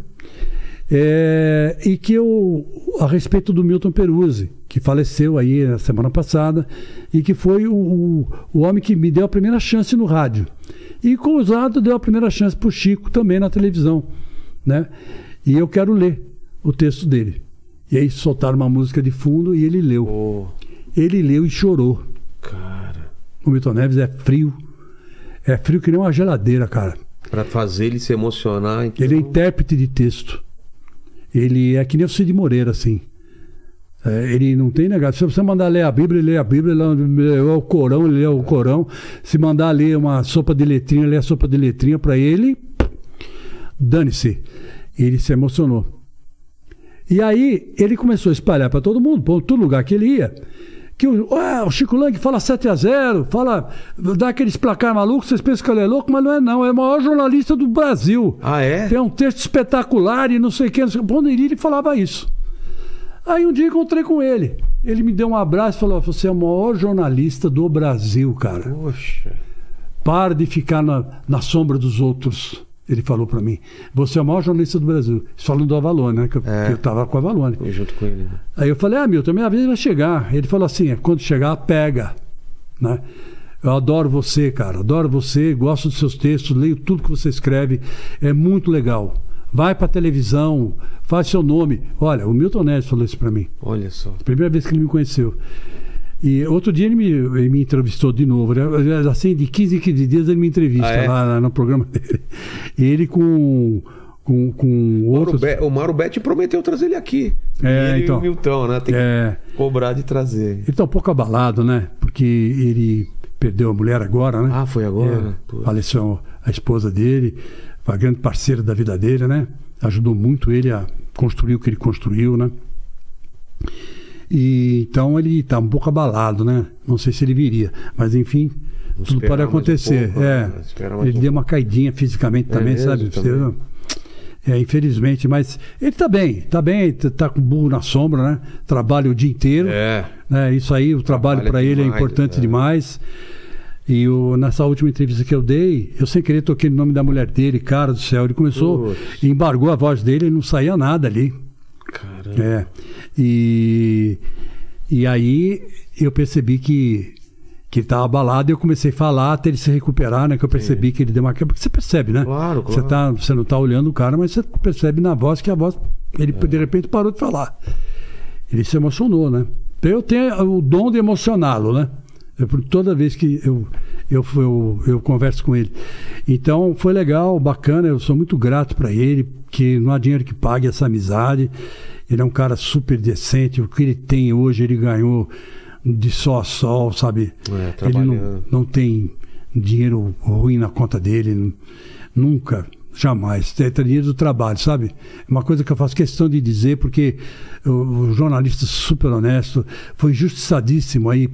E que a respeito do Milton Peruzzi, que faleceu aí na semana passada, e que foi o homem que me deu a primeira chance no rádio. E com o usado deu a primeira chance para o Chico também na televisão, né? E eu quero ler o texto dele. E aí soltaram uma música de fundo e ele leu. Ele leu e chorou. Cara. O Milton Neves é frio que nem uma geladeira, cara. Para fazer ele se emocionar. Então... Ele é intérprete de texto. Ele é que nem o Cid Moreira, assim. Ele não tem negado. Se você mandar ler a Bíblia, ele lê a Bíblia, ele lê o Corão, ele lê o Corão. Se mandar ler uma sopa de letrinha, ele lê a sopa de letrinha. Para ele, dane-se. Ele se emocionou. E aí, ele começou a espalhar para todo mundo, para todo lugar que ele ia, que o Chico Lang fala 7-0, dá aqueles placar malucos, vocês pensam que ele é louco, mas não é não, é o maior jornalista do Brasil. Tem um texto espetacular e não sei o que, onde ele falava isso. Aí um dia encontrei com ele, ele me deu um abraço e falou: você é o maior jornalista do Brasil, cara. Poxa. Para de ficar na sombra dos outros. Ele falou para mim: você é o maior jornalista do Brasil. Falando do Avalone, né? Que eu tava com o Avalone. Junto com ele, né? Aí eu falei: Milton, minha vez vai chegar. Ele falou assim: quando chegar, pega, né? Eu adoro você, cara. Adoro você, gosto dos seus textos, leio tudo que você escreve. É muito legal. Vai pra televisão, faz seu nome. Olha, o Milton Neves falou isso pra mim. Olha só. Primeira vez que ele me conheceu. E outro dia ele me entrevistou de novo. Assim, de 15 em 15 dias ele me entrevista lá no programa dele. Ele com outros... O Mauro Betti prometeu trazer ele aqui. Então, e o Milton, né? Tem que cobrar de trazer. Ele tá um pouco abalado, né? Porque ele perdeu a mulher agora, né? Ah, foi agora? Faleceu a esposa dele, foi a grande parceira da vida dele, né? Ajudou muito ele a construir o que ele construiu, né? E então ele tá um pouco abalado, né? Não sei se ele viria, mas enfim, tudo pode acontecer. Ele deu uma caidinha fisicamente também, sabe? Infelizmente, mas ele tá bem, tá com o burro na sombra, né? Trabalha o dia inteiro. Isso aí, o trabalho para ele é importante demais. E nessa última entrevista que eu dei, eu sem querer toquei no nome da mulher dele, cara do céu, ele começou, embargou a voz dele e não saía nada ali. Caramba. E aí eu percebi que ele estava abalado e eu comecei a falar até ele se recuperar, né? Que eu percebi que ele deu uma quebra, porque você percebe, né? Claro. Você não está olhando o cara, mas você percebe na voz que a voz, ele de repente parou de falar. Ele se emocionou, né? Então eu tenho o dom de emocioná-lo, né? Toda vez que eu converso com ele. Então foi legal, bacana, eu sou muito grato para ele, que não há dinheiro que pague essa amizade. Ele é um cara super decente, o que ele tem hoje ele ganhou de sol a sol, sabe? Ele não tem dinheiro ruim na conta dele, nunca, jamais. É dinheiro do trabalho, sabe? É uma coisa que eu faço questão de dizer, porque o jornalista super honesto foi injustiçadíssimo aí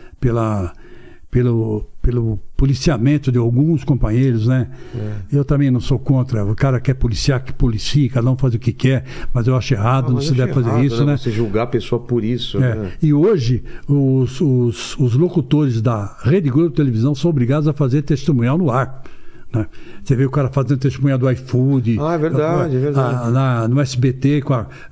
pelo policiamento de alguns companheiros, né? Eu também não sou contra. O cara quer policiar, que policie, cada um faz o que quer, mas eu acho errado, não se deve fazer isso, né? Você julgar a pessoa por isso. Né? E hoje, os locutores da Rede Globo de Televisão são obrigados a fazer testemunhal no ar. Né? Você vê o cara fazendo testemunha do iFood. É verdade. No SBT,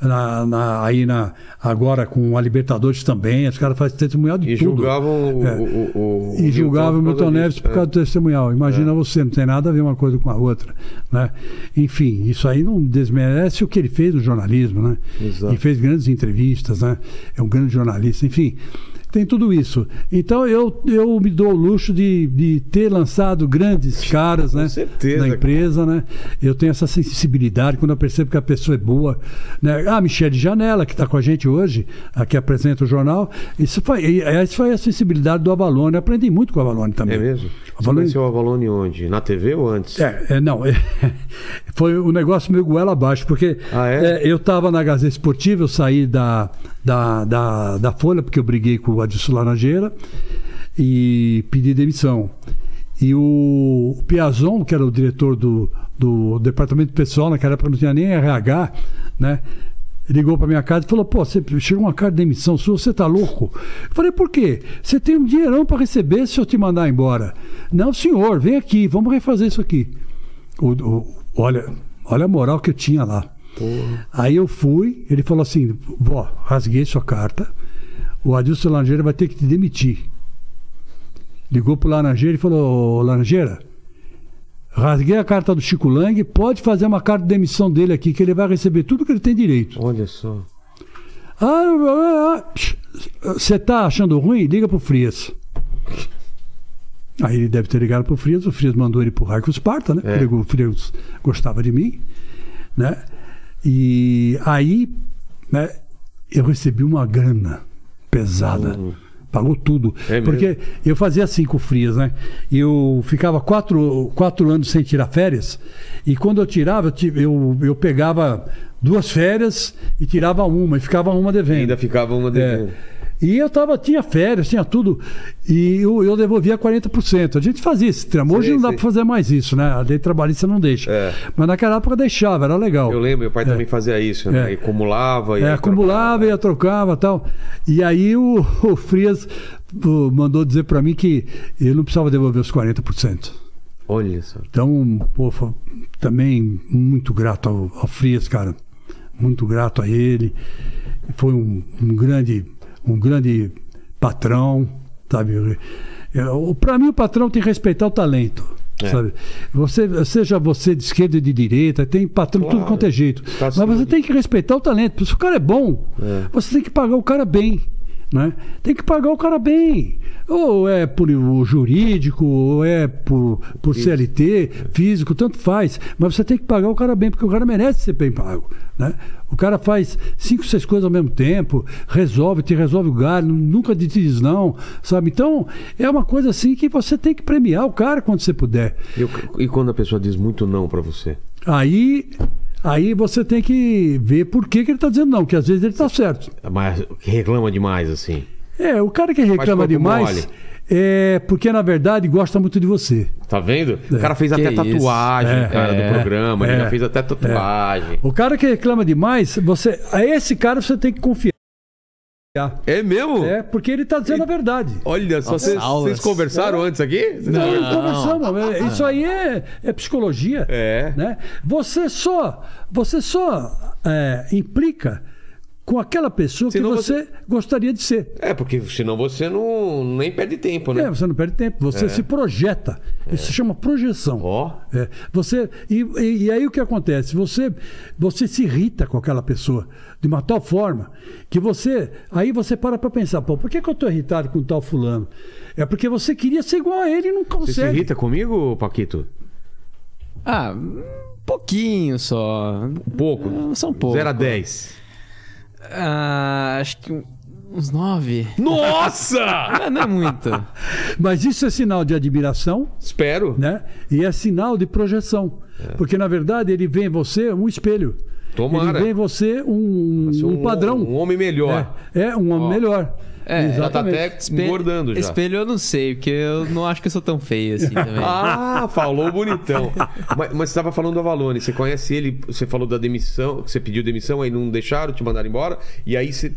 agora com a Libertadores também, os caras fazem testemunhal de tudo. E julgavam o Milton Neves por causa do testemunhal. Imagina você, não tem nada a ver uma coisa com a outra. Né? Enfim, isso aí não desmerece o que ele fez no jornalismo, né? Exato. E fez grandes entrevistas, né? É um grande jornalista, enfim. Tem tudo isso. Então eu me dou o luxo de ter lançado grandes caras, né, na empresa, né? Eu tenho essa sensibilidade quando eu percebo que a pessoa é boa, né? A Michele Janela, que está com a gente hoje, que apresenta o jornal, isso foi a sensibilidade do Avalone. Eu aprendi muito com o Avalone também. É mesmo? Você conheceu o Avalone onde? Na TV ou antes? Não. Foi um negócio meio goela abaixo, porque eu estava na Gazeta Esportiva, eu saí da Folha, porque eu briguei com o Adilson Laranjeira e pedi demissão. E o Piazon, que era o diretor do departamento pessoal, naquela época não tinha nem RH, né? Ligou para minha casa e falou: pô, você chegou uma carta de demissão sua, você tá louco? Eu falei: por quê? Você tem um dinheirão para receber se eu te mandar embora. Não, senhor, vem aqui, vamos refazer isso aqui. Olha a moral que eu tinha lá. Porra. Aí eu fui, ele falou assim: vó, rasguei sua carta, o Adilson Laranjeira vai ter que te demitir. Ligou pro Laranjeira e falou: ô, Laranjeira, rasguei a carta do Chico Lang, pode fazer uma carta de demissão dele aqui, que ele vai receber tudo que ele tem direito. Olha só. Você tá achando ruim? Liga pro Frias. Aí ele deve ter ligado pro Frias, o Frias mandou ele pro Raico Esparta, né? O Frias gostava de mim, né? E aí, né, eu recebi uma grana pesada. Pagou tudo. Porque eu fazia assim com o Frias, né? Eu ficava 4 anos sem tirar férias, e quando eu tirava, eu pegava 2 férias e tirava uma, e ficava uma devendo. Ainda ficava uma devendo. E eu tinha férias, tinha tudo, e eu devolvia 40%. A gente fazia esse tramo. Hoje não dá para fazer mais isso, né? A lei trabalhista não deixa. Mas naquela época deixava, era legal. Eu lembro, meu pai também fazia isso, né? Acumulava e acumulava e trocava e tal. E aí o Frias mandou dizer para mim que eu não precisava devolver os 40%. Olha só. Então, também muito grato ao Frias, cara. Muito grato a ele. Foi um grande patrão, sabe? Para mim, o patrão tem que respeitar o talento. Sabe? Seja você de esquerda e de direita, tem patrão tudo quanto é jeito. Mas você tem que respeitar o talento. Se o cara é bom, você tem que pagar o cara bem. Né? Tem que pagar o cara bem. Ou é por o jurídico, ou é por CLT, físico, tanto faz. Mas você tem que pagar o cara bem, porque o cara merece ser bem pago. Né? O cara faz 5, 6 coisas ao mesmo tempo, te resolve o galho, nunca te diz não, sabe? Então, é uma coisa assim que você tem que premiar o cara quando você puder. E quando a pessoa diz muito não pra você? Aí você tem que ver por que ele está dizendo não, que às vezes ele está certo. Mas reclama demais, assim. O cara que reclama demais porque, na verdade, gosta muito de você. Tá vendo? O cara fez até tatuagem, do programa, ele já fez até tatuagem. O cara que reclama demais, a esse cara você tem que confiar. É mesmo? Porque ele está dizendo a verdade. Olha, só vocês conversaram antes aqui? Não conversamos. Isso aí é psicologia. Né? Você só implica com aquela pessoa que você gostaria de ser. Porque senão você nem perde tempo, né? Você não perde tempo. Você se projeta. Isso se chama projeção. E aí o que acontece? Você se irrita com aquela pessoa de uma tal forma que aí você para pensar, por que eu estou irritado com tal fulano? É porque você queria ser igual a ele e não consegue. Você se irrita comigo, Paquito? Um pouquinho só. Pouco? Só um pouco. 0 a 10. Acho que uns 9. Nossa! Não é muito. Mas isso é sinal de admiração. Espero. Né? E é sinal de projeção. Porque, na verdade, ele vê em você um espelho. Tomara. Ele vê em você um padrão. Um homem melhor. Um homem melhor. Ela tá até engordando já. Espelho eu não sei, porque eu não acho que eu sou tão feio assim também. Falou bonitão. Mas você estava falando do Avalone, você conhece ele, você falou da demissão, que você pediu demissão, aí não deixaram, te mandaram embora, e aí você...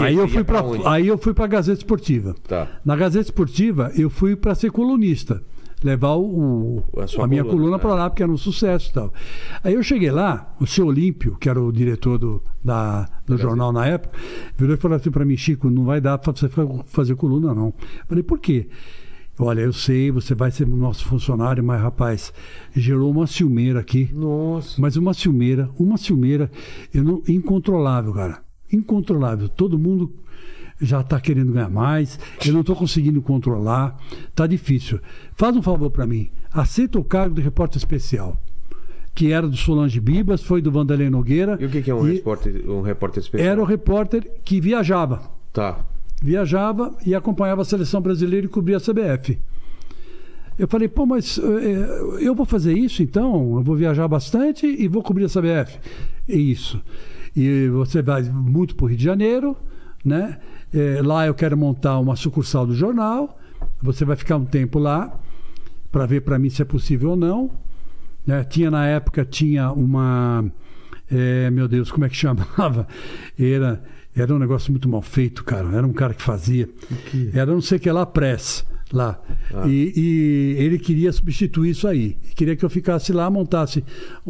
Aí eu fui para a Gazeta Esportiva. Tá. Na Gazeta Esportiva, eu fui para ser colunista. Levar a minha coluna para lá, porque era um sucesso e tal. Aí eu cheguei lá, o seu Olímpio, que era o diretor do jornal na época, virou e falou assim para mim: Chico, não vai dar para você fazer coluna, não. Eu falei, por quê? Olha, eu sei, você vai ser nosso funcionário, mas, rapaz, gerou uma ciumeira aqui. Nossa. Mas uma ciumeira, incontrolável, cara. Incontrolável. Todo mundo já está querendo ganhar mais, eu não estou conseguindo controlar, está difícil. Faz um favor para mim, aceita o cargo de repórter especial, que era do Solange Bibas, foi do Vanderlei Nogueira. E o que é um repórter especial? Era o repórter que viajava. Tá. Viajava e acompanhava a seleção brasileira e cobria a CBF. Eu falei, mas eu vou fazer isso então? Eu vou viajar bastante e vou cobrir a CBF. É isso. E você vai muito para o Rio de Janeiro, né? Lá eu quero montar uma sucursal do jornal. Você vai ficar um tempo lá para ver para mim se é possível ou não, né? Na época tinha uma meu Deus, como é que chamava? Era um negócio muito mal feito, cara. Era um cara que fazia. Era não sei o que lá, press lá. E ele queria substituir isso aí. Queria que eu ficasse lá, montasse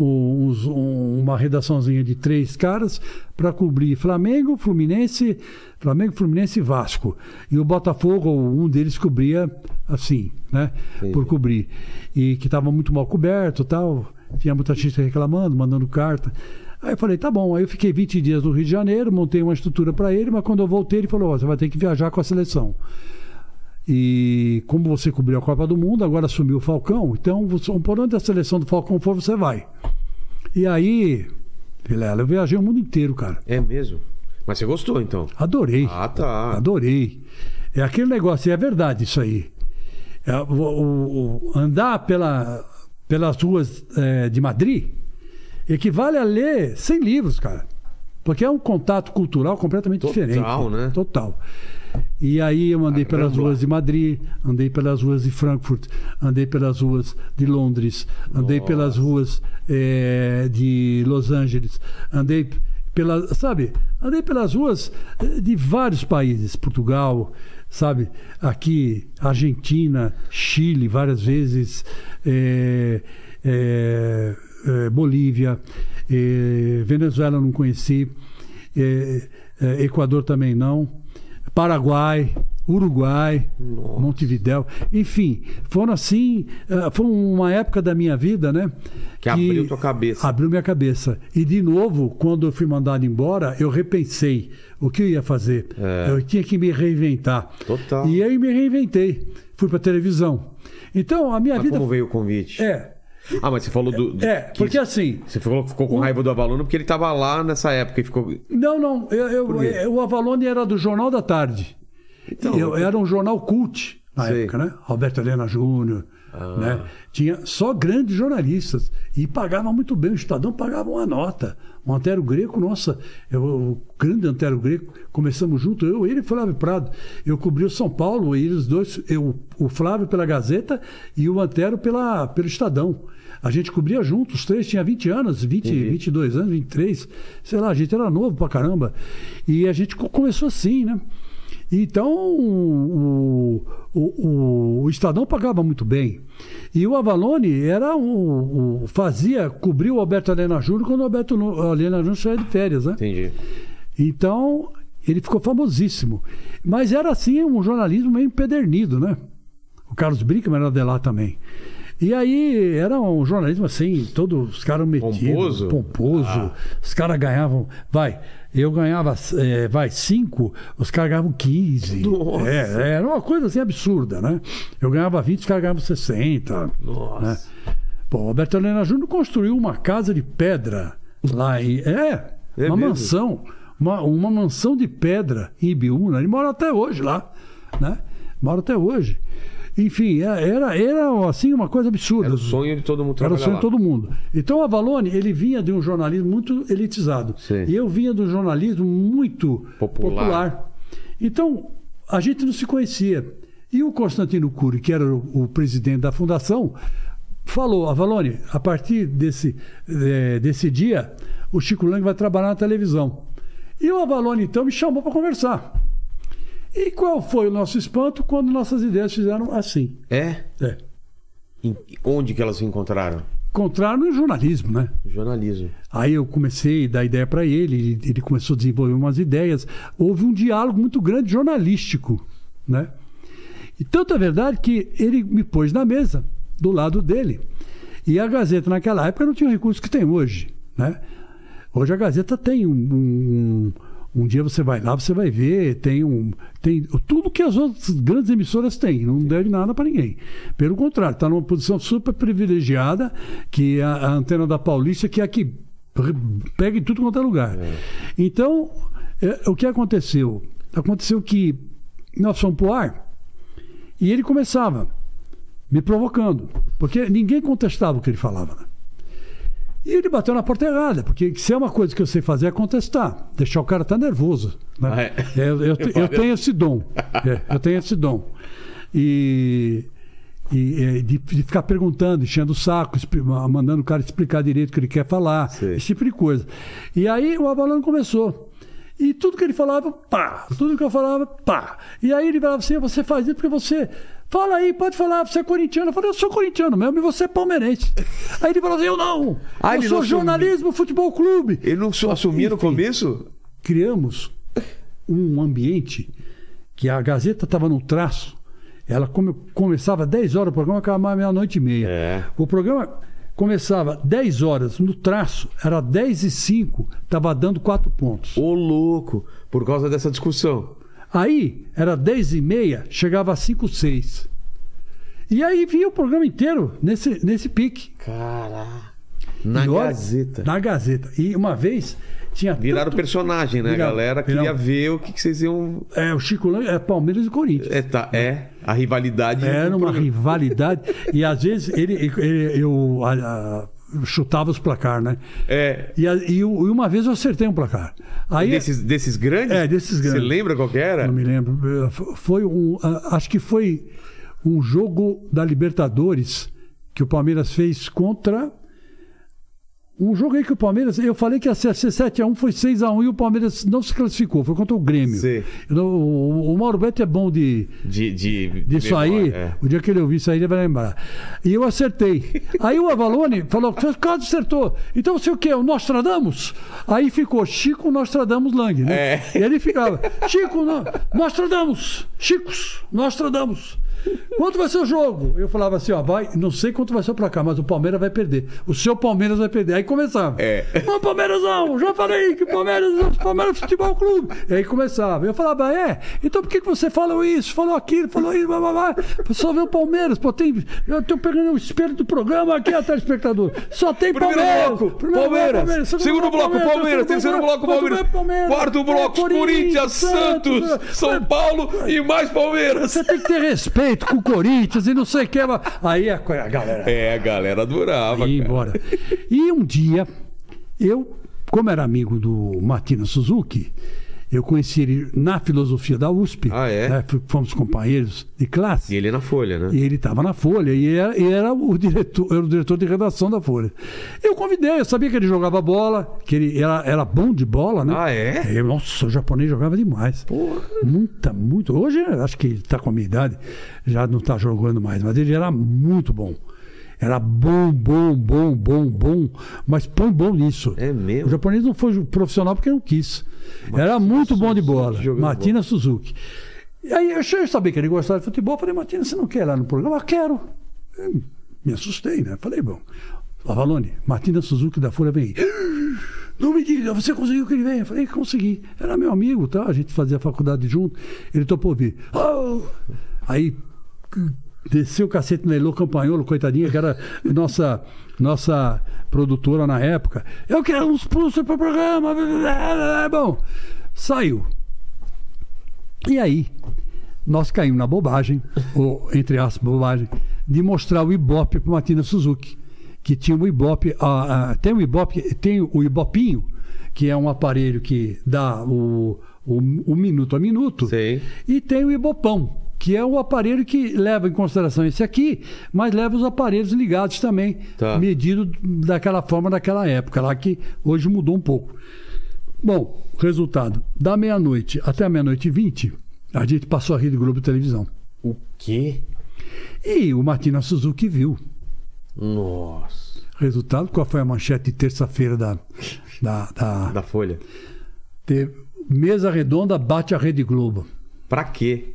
uma redaçãozinha de 3 caras para cobrir Flamengo, Fluminense e Vasco. E o Botafogo, um deles cobria assim, né? Entendi. Por cobrir. E que estava muito mal coberto, tal. Tinha muita gente reclamando, mandando carta. Aí eu falei, tá bom. Aí eu fiquei 20 dias no Rio de Janeiro, montei uma estrutura para ele, mas quando eu voltei, ele falou, você vai ter que viajar com a seleção. E como você cobriu a Copa do Mundo, agora assumiu o Falcão, então por onde a seleção do Falcão for, você vai. E aí, Vilela, eu viajei o mundo inteiro, cara. É mesmo? Mas você gostou, então? Adorei. Tá. Adorei. É aquele negócio, e é verdade isso aí. Andar pelas ruas de Madrid equivale a ler 100 livros, cara. Porque é um contato cultural completamente diferente. Total, né? Total. E aí eu andei pelas ruas de Madrid, andei pelas ruas de Frankfurt, andei pelas ruas de Londres, andei pelas ruas de Los Angeles, andei pelas ruas de vários países, Portugal, sabe? Aqui, Argentina, Chile, várias vezes, Bolívia, Venezuela não conheci, Equador também não, Paraguai, Uruguai, Montevidéu, enfim, foram assim, foi uma época da minha vida, né? Que abriu tua cabeça. Abriu minha cabeça. E de novo, quando eu fui mandado embora, eu repensei o que eu ia fazer. Eu tinha que me reinventar. Total. E aí me reinventei. Fui para televisão. Então, a minha vida... Como veio o convite? Mas você falou do... porque assim... Você ficou com raiva do Avalone porque ele estava lá nessa época e ficou... Não. O Avalone era do Jornal da Tarde. Então, era um jornal cult na época, né? Alberto Helena Júnior, né? Tinha só grandes jornalistas. E pagava muito bem. O Estadão pagava uma nota. O Antero Greco, nossa, o grande Antero Greco, começamos junto, ele e Flávio Prado. Eu cobri o São Paulo, e eles dois, o Flávio pela Gazeta e o Antero pelo Estadão. A gente cobria junto, os três, tinha 20 anos, 22 anos, 23, sei lá, a gente era novo pra caramba. E a gente começou assim, né? Então, o Estadão pagava muito bem. E o Avalone cobriu o Alberto Helena Júnior quando o Alberto Helena Júnior saía de férias, né? Entendi. Então, ele ficou famosíssimo. Mas era assim, um jornalismo meio empedernido, né? O Carlos Brinkmann era de lá também. E aí era um jornalismo assim, todos os caras metidos, pomposo. Os caras ganhavam, eu ganhava 5, os caras ganhavam 15. Era uma coisa assim absurda, né? Eu ganhava 20, os caras ganhavam 60. Nossa. Né? Bom, o Alberto Helena Júnior construiu uma casa de pedra lá em... uma mansão. Uma mansão de pedra em Ibiúna. Ele mora até hoje lá, né? Mora até hoje. Enfim, era assim uma coisa absurda. Era o sonho de todo mundo trabalhar. Era o sonho de todo mundo. Então o Avalone, ele vinha de um jornalismo muito elitizado. Sim. E eu vinha de um jornalismo muito popular. Então, a gente não se conhecia. E o Constantino Cury, que era o presidente da fundação, falou: Avalone, a partir desse dia, o Chico Lang vai trabalhar na televisão. E o Avalone, então, me chamou para conversar. E qual foi o nosso espanto quando nossas ideias fizeram assim? Onde que elas se encontraram? Encontraram no jornalismo, né? Jornalismo. Aí eu comecei a dar ideia para ele começou a desenvolver umas ideias. Houve um diálogo muito grande jornalístico, né? E tanto é verdade que ele me pôs na mesa, do lado dele. E a Gazeta, naquela época, não tinha o recurso que tem hoje, né? Hoje a Gazeta tem um dia você vai lá, você vai ver, tem tudo que as outras grandes emissoras têm, não deve nada para ninguém. Pelo contrário, está numa posição super privilegiada, que é a Antena da Paulista, que é a que pega em tudo quanto é lugar. Então, o que aconteceu? Aconteceu que nós fomos pro ar e ele começava me provocando, porque ninguém contestava o que ele falava, né? E ele bateu na porta errada, porque se é uma coisa que eu sei fazer é contestar, deixar o cara estar nervoso, né? Eu tenho esse dom. Eu tenho esse dom. E de ficar perguntando, enchendo o saco, mandando o cara explicar direito o que ele quer falar, esse tipo de coisa. E aí o Avalone começou. E tudo que ele falava, pá! Tudo que eu falava, pá! E aí ele falava assim: você faz isso porque você... Fala aí, pode falar, você é corintiano. Eu falei: eu sou corintiano mesmo e você é palmeirense. Aí ele falou assim: eu não! Eu sou jornalismo, futebol clube. Ele não assumia no começo? Criamos um ambiente que a Gazeta estava no traço. Ela começava 10 horas, o programa acabava meia-noite e meia. O programa começava 10 horas, no traço, era 10h05, estava dando 4 pontos. Ô, louco! Por causa dessa discussão. Aí, era 10h30, chegava a 5h06. E aí vinha o programa inteiro nesse pique. Caraca. Na Gazeta. Na Gazeta. E uma vez tinha... Viraram personagem, né? A galera queria ver o que vocês iam... o Chico Lang é Palmeiras e Corinthians. A rivalidade... Era uma rivalidade. E às vezes eu chutava os placar, né? E uma vez eu acertei um placar. Aí, desses grandes? Desses grandes. Você lembra qual que era? Não me lembro. Foi acho que foi um jogo da Libertadores que o Palmeiras fez contra Um jogo aí que o Palmeiras, eu falei que ia ser 7-1, foi 6-1 e o Palmeiras não se classificou, foi contra o Grêmio. O Mauro Beto é bom disso aí, o dia que ele ouvir isso aí ele vai lembrar. E eu acertei. Aí o Avalone falou, Carlos acertou. Então você o quê? O Nostradamus? Aí ficou Chico Nostradamus Lang, né? E ele ficava, Chico, Nostradamus, Chicos, Nostradamus. Quanto vai ser o jogo? Eu falava assim, não sei quanto vai ser pra cá, mas o Palmeiras vai perder. O seu Palmeiras vai perder. Aí começava. Ô, Palmeirazão, já falei que Palmeiras Futebol Clube. E aí começava. Eu falava, então por que você falou isso, falou aquilo, falou isso, blá, blá, blá. Só vê o Palmeiras. Pô, eu tô pegando o espelho do programa aqui, até espectador. Só tem Palmeiras. Primeiro bloco, Palmeiras. Segundo bloco, Palmeiras. Terceiro bloco, Palmeiras. Quarto bloco, Corinthians, Santos, São Paulo e mais Palmeiras. Você tem que ter respeito com o Corinthians e não sei o que. Aí a galera... a galera adorava, ia embora. E um dia, eu, como era amigo do Martino Suzuki, eu conheci ele na filosofia da USP. Né? Fomos companheiros de classe. E ele na Folha, né? E ele estava na Folha. E era o diretor de redação da Folha. Eu convidei, eu sabia que ele jogava bola, que ele era bom de bola, né? Nossa, o japonês jogava demais. Porra. Muito. Hoje, acho que ele está com a minha idade, já não está jogando mais, mas ele era muito bom. Era bom, mas põe bom nisso. É mesmo? O japonês não foi profissional porque não quis. Era muito bom de bola. Martina Suzuki. E aí eu sabia que ele gostava de futebol. Falei, Martina, você não quer ir lá no programa? Quero. Eu me assustei, né? Falei, bom, Avalone, Martina Suzuki da Folha vem aí. Não me diga, você conseguiu que ele venha? Falei, consegui. Era meu amigo, tá? A gente fazia a faculdade junto. Ele topou vir. Aí... desceu o cacete na Elô Campanholo, coitadinha, que era nossa produtora na época. Eu quero uns pulsos para o programa. Bom, saiu. E aí, nós caímos na bobagem, ou entre aspas, bobagem, de mostrar o Ibope para Martina Suzuki. Que tinha o Ibope, tem o Ibope, tem o Ibopinho, que é um aparelho que dá o minuto a minuto. Sim. E tem o Ibopão, que é o aparelho que leva em consideração esse aqui, mas leva os aparelhos ligados também, medido daquela forma daquela época, lá que hoje mudou um pouco. Bom, resultado, da meia-noite até a 00:20, a gente passou a Rede Globo Televisão. O quê? E o Martina Suzuki viu. Nossa. Resultado, qual foi a manchete de terça-feira da Folha? Mesa redonda bate a Rede Globo. Pra quê?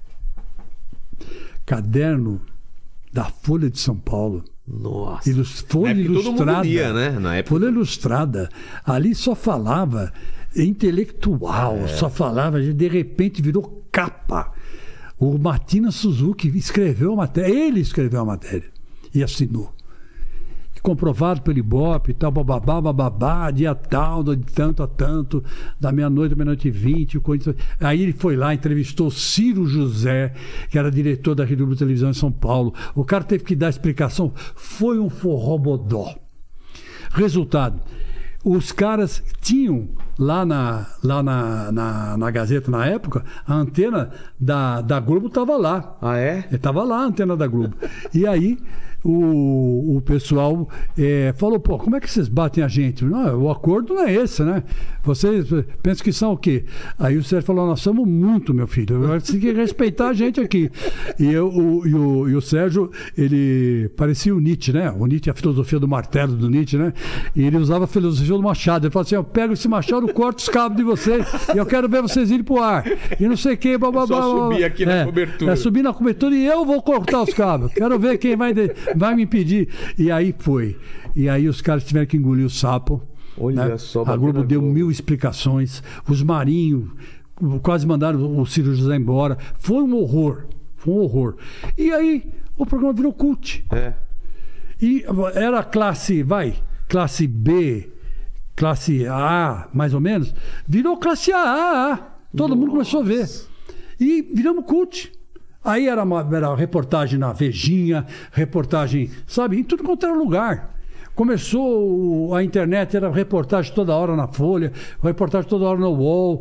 Caderno da Folha de São Paulo. Nossa. Folha Ilustrada. Todo mundo lia, né? Na época. Folha Ilustrada. Ali só falava intelectual, só falava, de repente virou capa. O Martina Suzuki escreveu a matéria, ele escreveu a matéria e assinou. Comprovado pelo Ibope e tal, bababá, dia tal, de tanto a tanto, da meia-noite à 00:20. Aí ele foi lá, entrevistou Ciro José, que era diretor da Rede Globo Televisão em São Paulo. O cara teve que dar explicação. Foi um forrobodó. Resultado, os caras tinham lá na Gazeta, na época, a antena da Globo estava lá. Ah, é? Estava lá a antena da Globo. E aí o pessoal falou, pô, como é que vocês batem a gente? Não, o acordo não é esse, né? Vocês pensam que são o quê? Aí o Sérgio falou, nós somos muito, meu filho. Você tem que respeitar a gente aqui. E o Sérgio, ele parecia o Nietzsche, né? O Nietzsche, a filosofia do martelo do Nietzsche, né? E ele usava a filosofia do machado. Ele falou assim, eu pego esse machado, corto os cabos de vocês e eu quero ver vocês irem pro ar. E não sei o que, só subir aqui na cobertura. Subir na cobertura e eu vou cortar os cabos. Quero ver quem vai me impedir. E aí foi. E aí os caras tiveram que engolir o sapo. Olha, né? só. A Globo deu 1000 explicações. Os marinhos quase mandaram o Ciro José embora. Foi um horror. E aí o programa virou cult. E era classe B, classe A, mais ou menos. Virou classe AA. Todo mundo começou a ver. E viramos cult. Aí era reportagem na Vejinha, reportagem, sabe, em tudo quanto era lugar. Começou a internet, era reportagem toda hora na Folha, reportagem toda hora no UOL.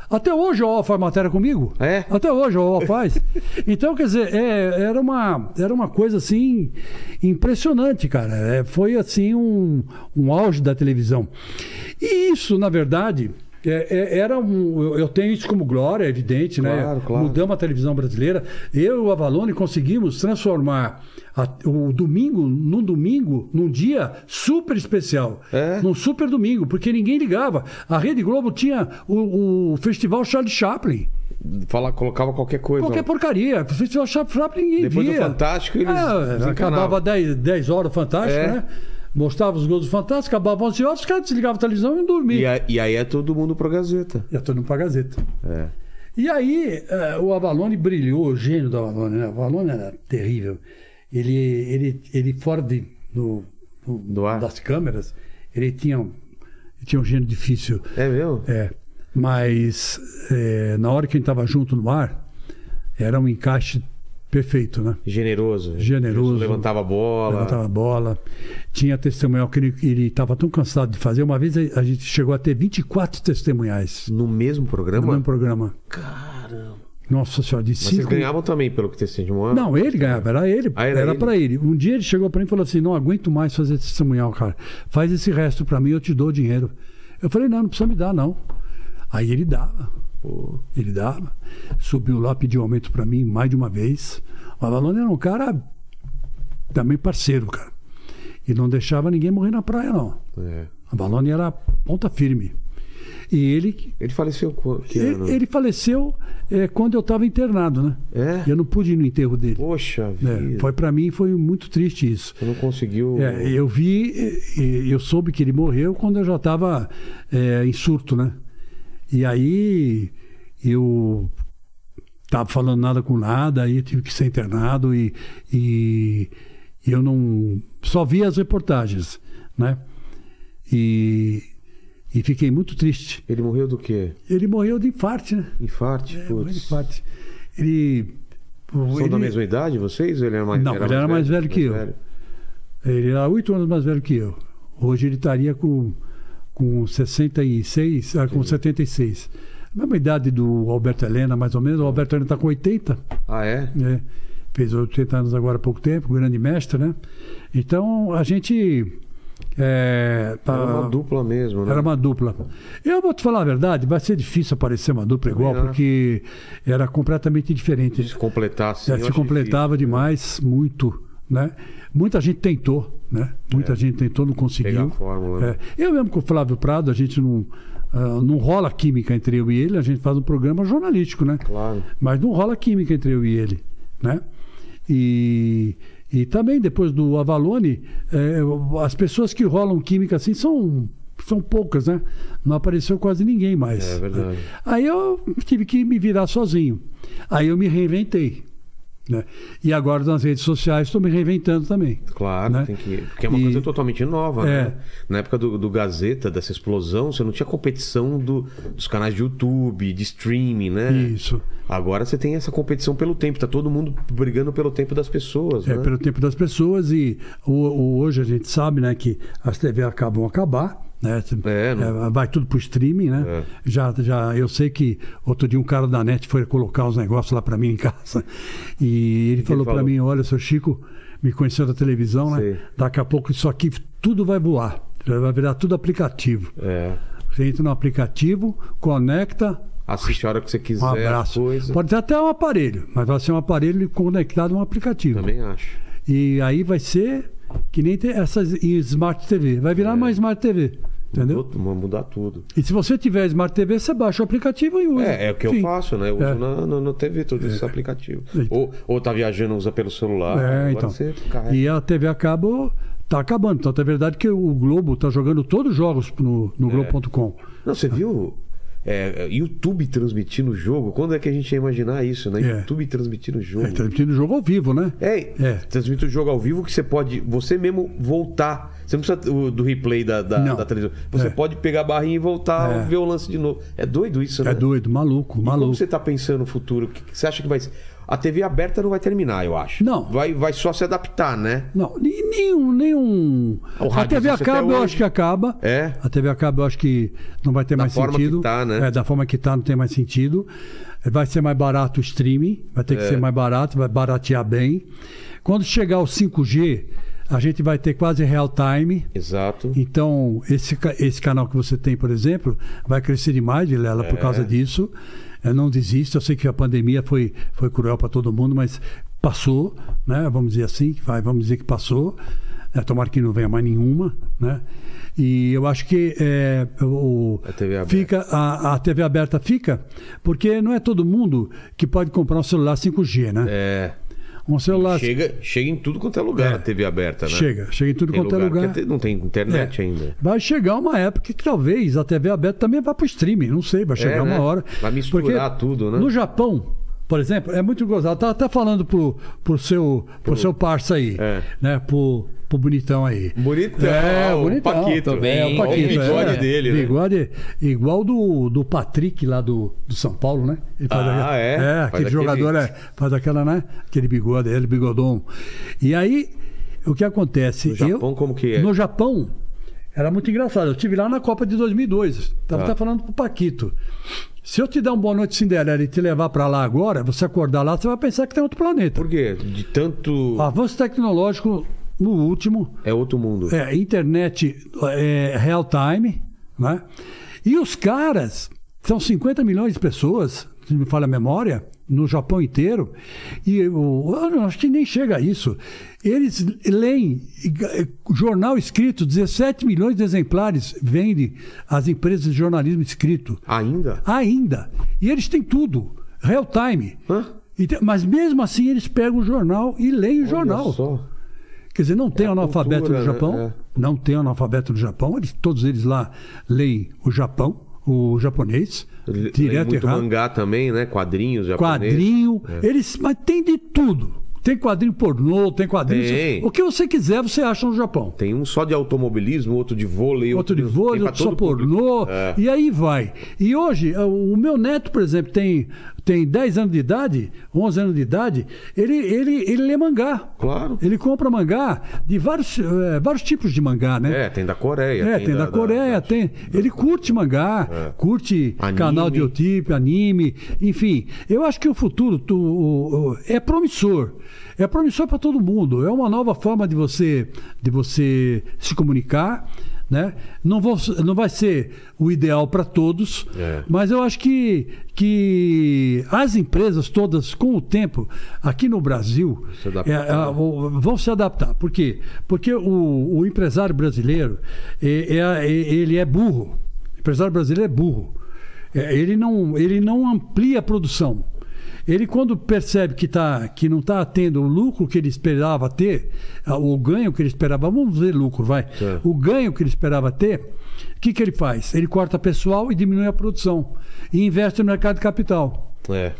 Até hoje o UOL faz matéria comigo. É? Até hoje o UOL faz. Então, quer dizer, era uma coisa assim impressionante, cara. Foi assim um auge da televisão. E isso, na verdade, eu tenho isso como glória, é evidente, claro, né? Claro. Mudamos a televisão brasileira. Eu e o Avalone conseguimos transformar o domingo, num dia super especial. Num super domingo, porque ninguém ligava. A Rede Globo tinha o Festival Charlie Chaplin. Colocava qualquer coisa. Qualquer porcaria. O Festival Chaplin ninguém Depois via. do Fantástico, eles acabava 10 horas o Fantástico, né? Mostrava os gols do Fantástico, acabava 11 horas, os caras desligavam a televisão e dormiam. E aí é todo mundo pra Gazeta. Todo mundo pra Gazeta. E aí o Avalone brilhou, o gênio do Avalone, né? O Avalone era terrível. Ele fora das câmeras, ele tinha um gênio difícil. É mesmo? Mas na hora que a gente estava junto no ar, era um encaixe perfeito, né? Generoso. Levantava a bola. Tinha testemunhal que ele estava tão cansado de fazer. Uma vez a gente chegou a ter 24 testemunhais. No mesmo programa? No mesmo programa. Caramba. Nossa senhora, de 5... Mas vocês ganhavam também pelo que testemunhava? Não, ele ganhava, era ele. Era para ele. Um dia ele chegou para mim e falou assim: não aguento mais fazer testemunhal, cara. Faz esse resto para mim, eu te dou dinheiro. Eu falei: não precisa me dar, não. Aí ele dava. Ele dava. Subiu lá, pediu aumento para mim mais de uma vez. O Avalone era um cara também parceiro, cara. E não deixava ninguém morrer na praia, não. O Avalone era ponta firme. E ele faleceu que ano? Ele faleceu quando eu estava internado, né? Eu não pude ir no enterro dele. Poxa vida. Para mim foi muito triste isso. Você não conseguiu... Eu eu soube que ele morreu quando eu já estava em surto, né? E aí eu estava falando nada com nada, aí eu tive que ser internado e eu não... Só via as reportagens, né? E fiquei muito triste. Ele morreu do quê? Ele morreu de infarte, né? Infarte? Morreu de infarte. São da mesma idade, vocês? Ou ele era mais, não, ele era mais velho que eu. Ele era 8 anos mais velho que eu. Hoje ele estaria com 66, com 76. A mesma idade do Alberto Helena, mais ou menos. O Alberto Helena está com 80. Ah, é? Fez 80 anos agora há pouco tempo, grande mestre, né? Então, a gente... era uma dupla mesmo, né? Era uma dupla. Eu vou te falar a verdade, vai ser difícil aparecer uma dupla igual, porque era completamente diferente. Se completasse. Se completava demais, muito, né? Muita gente tentou, né? Muita gente tentou, não conseguiu. Pegar a fórmula, né? Eu mesmo com o Flávio Prado, a gente não rola química entre eu e ele, a gente faz um programa jornalístico, né? Claro. Mas não rola química entre eu e ele, né? E também depois do Avalone, as pessoas que rolam química assim são poucas, né? Não apareceu quase ninguém mais. É verdade. Aí eu tive que me virar sozinho. Aí eu me reinventei. Né? E agora nas redes sociais estou me reinventando também. Claro, né? Porque é uma coisa totalmente nova, né? Na época do Gazeta, dessa explosão, você não tinha competição dos canais de YouTube, de streaming, né? Isso. Agora você tem essa competição pelo tempo, tá todo mundo brigando pelo tempo das pessoas, né? Pelo tempo das pessoas, e hoje a gente sabe, né, que as TV acabam acabar, né? Vai tudo pro streaming, né? Já eu sei que outro dia um cara da NET foi colocar os negócios lá para mim em casa e ele falou para mim: olha, seu Chico, me conheceu da televisão, né? Daqui a pouco isso aqui tudo vai voar, vai virar tudo aplicativo. Você entra no aplicativo, conecta, assiste a hora que você quiser. Um abraço. Pode ser até um aparelho, mas vai ser um aparelho conectado a um aplicativo. Também acho. E aí vai ser que nem essas Smart TV. Vai virar uma Smart TV. Entendeu? Vai mudar tudo. E se você tiver Smart TV, você baixa o aplicativo e usa. É o que eu faço, né? Eu uso na TV todos esses aplicativos. Ou tá viajando, usa pelo celular. Então. E a TV a cabo tá acabando. Então é verdade que o Globo tá jogando todos os jogos no Globo.com. Não, você viu? YouTube transmitindo o jogo. Quando é que a gente ia imaginar isso, né? YouTube transmitindo o jogo. Transmitindo o jogo ao vivo, né? Transmite o jogo ao vivo que você pode, você mesmo voltar. Você não precisa do replay da televisão. Você pode pegar a barrinha e voltar ver o lance de novo. É doido isso, né? É doido, maluco. Como você tá pensando no futuro? O que você acha que vai ser? A TV aberta não vai terminar, eu acho. Não. Vai só se adaptar, né? Não, nenhum. A TV a cabo eu acho que acaba. A TV a cabo eu acho que não vai ter mais sentido. Da forma que tá, né? Da forma que tá, não tem mais sentido. Vai ser mais barato o streaming, vai ter que ser mais barato, vai baratear bem. Quando chegar o 5G, a gente vai ter quase real time. Exato. Então, esse canal que você tem, por exemplo, vai crescer demais, Vilela, por causa disso. Não desista, eu sei que a pandemia foi cruel para todo mundo, mas passou, né? Vamos dizer assim, vamos dizer que passou. Tomara que não venha mais nenhuma, né? E eu acho que a TV aberta fica, porque não é todo mundo que pode comprar um celular 5G, né? Um celular... Chega em tudo quanto é lugar a TV aberta, né? Chega em tudo quanto é lugar. Não tem internet ainda. Vai chegar uma época que talvez a TV aberta também vá para o streaming, não sei, vai chegar uma hora. Vai misturar tudo, né? No Japão, por exemplo, é muito gozado. Estava até falando pro seu parça aí, né? Pro bonitão aí. Bonitão. Bonitão. Paquito. O Paquito. O bigode dele, né? Bigode igual do Patrick lá do São Paulo, né? Ele faz aquele jogador faz aquela, né? Aquele bigode, ele bigodão. E aí, o que acontece? No Japão, como que é? No Japão, era muito engraçado. Eu estive lá na Copa de 2002. Estava até falando pro Paquito. Se eu te der um Boa Noite Cinderela e te levar para lá agora, você acordar lá, você vai pensar que tem outro planeta. Por quê? De tanto... Avanço tecnológico no último. É outro mundo. Internet real time, né? E os caras, são 50 milhões de pessoas, se me falha a memória, no Japão inteiro, e eu acho que nem chega a isso. Eles leem jornal escrito, 17 milhões de exemplares vendem as empresas de jornalismo escrito. Ainda? Ainda. E eles têm tudo, real time. Mas mesmo assim eles pegam o jornal e leem o jornal. Só. Quer dizer, não tem analfabeto no Japão. Não tem analfabeto no Japão. Todos eles lá leem o japonês. Direto muito errado. Mangá também, né? Quadrinhos japoneses. Mas tem de tudo. Tem quadrinho pornô, tem quadrinho... O que você quiser, você acha no Japão. Tem um só de automobilismo, outro de vôlei. Outro de vôlei, outro só pornô. E aí vai. E hoje, o meu neto, por exemplo, tem 10 anos de idade, 11 anos de idade, ele lê mangá. Claro. Ele compra mangá de vários tipos de mangá, né? Tem da Coreia. Tem da Coreia, tem. Ele curte mangá, curte anime. Canal de YouTube, anime, enfim. Eu acho que o futuro é promissor. É promissor para todo mundo. É uma nova forma de você se comunicar, né? Não vai ser o ideal para todos, mas eu acho que as empresas todas, com o tempo, aqui no Brasil, vão se adaptar. Por quê? Porque o empresário brasileiro, ele é burro. O empresário brasileiro é burro. Ele não amplia a produção. Ele, quando percebe que não está tendo o lucro que ele esperava ter, o ganho que ele esperava, vamos dizer lucro, vai. O ganho que ele esperava ter, o que ele faz? Ele corta pessoal e diminui a produção. E investe no mercado de capital.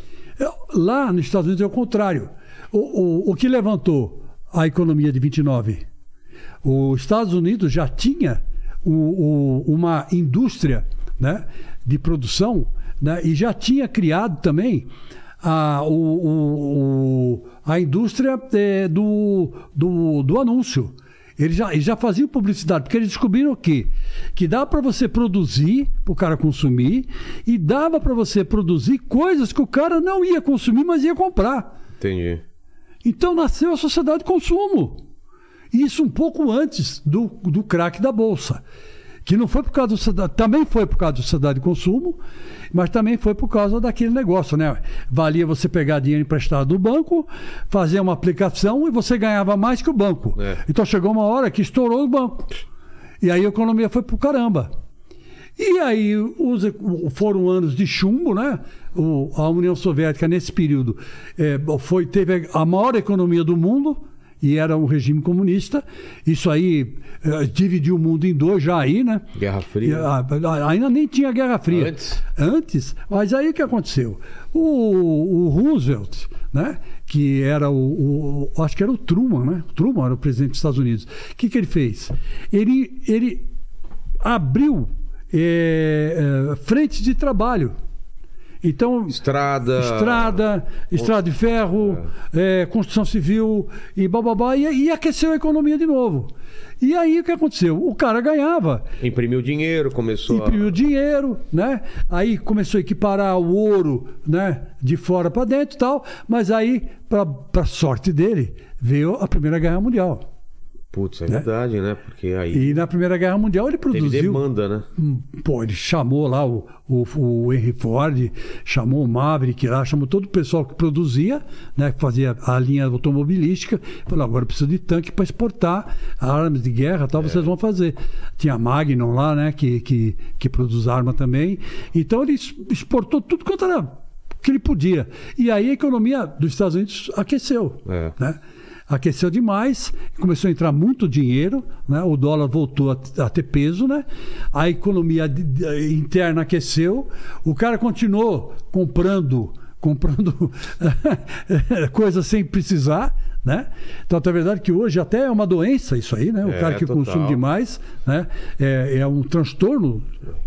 Lá nos Estados Unidos é o contrário. O que levantou a economia de 29? Os Estados Unidos já tinha uma indústria, né, de produção, né, e já tinha criado também a indústria do anúncio. Eles já faziam publicidade, porque eles descobriram que dá para você produzir, para o cara consumir, e dava para você produzir coisas que o cara não ia consumir, mas ia comprar. Entendi. Então nasceu a sociedade de consumo. Isso um pouco antes do crack da Bolsa. Que não foi por causa da sociedade, também foi por causa da sociedade de consumo, mas também foi por causa daquele negócio, né? Valia você pegar dinheiro emprestado do banco, fazer uma aplicação e você ganhava mais que o banco. Então chegou uma hora que estourou o banco. E aí a economia foi pro caramba. E aí foram anos de chumbo, né? A União Soviética, nesse período, teve a maior economia do mundo, e era um regime comunista. Isso aí dividiu o mundo em dois já aí, né? Guerra Fria. Ainda nem tinha Guerra Fria. Antes. Mas aí o que aconteceu? O Roosevelt, né? Que era acho que era o Truman, né? O Truman era o presidente dos Estados Unidos. O que ele fez? Ele abriu frentes de trabalho. Então, estrada de ferro, construção civil e bababá, e aqueceu a economia de novo. E aí o que aconteceu? O cara ganhava. Imprimiu dinheiro, dinheiro, né? Aí começou a equiparar o ouro, né? De fora para dentro e tal, mas aí, para sorte dele, veio a Primeira Guerra Mundial. Putz, é verdade, né? Porque aí... E na Primeira Guerra Mundial ele produziu... Teve demanda, né? Pô, ele chamou lá o Henry Ford, chamou o Maverick lá, chamou todo o pessoal que produzia, né? Que fazia a linha automobilística. Falou, agora precisa de tanque para exportar armas de guerra e tal, vocês vão fazer. Tinha a Magnum lá, né? Que produz arma também. Então ele exportou tudo quanto era que ele podia. E aí a economia dos Estados Unidos aqueceu, né? Aqueceu demais, começou a entrar muito dinheiro, né? O dólar voltou a ter peso, né? A economia interna aqueceu, o cara continuou comprando coisas sem precisar, né? Então, é verdade que hoje até é uma doença isso aí, né? O cara que consome demais, né? É um transtorno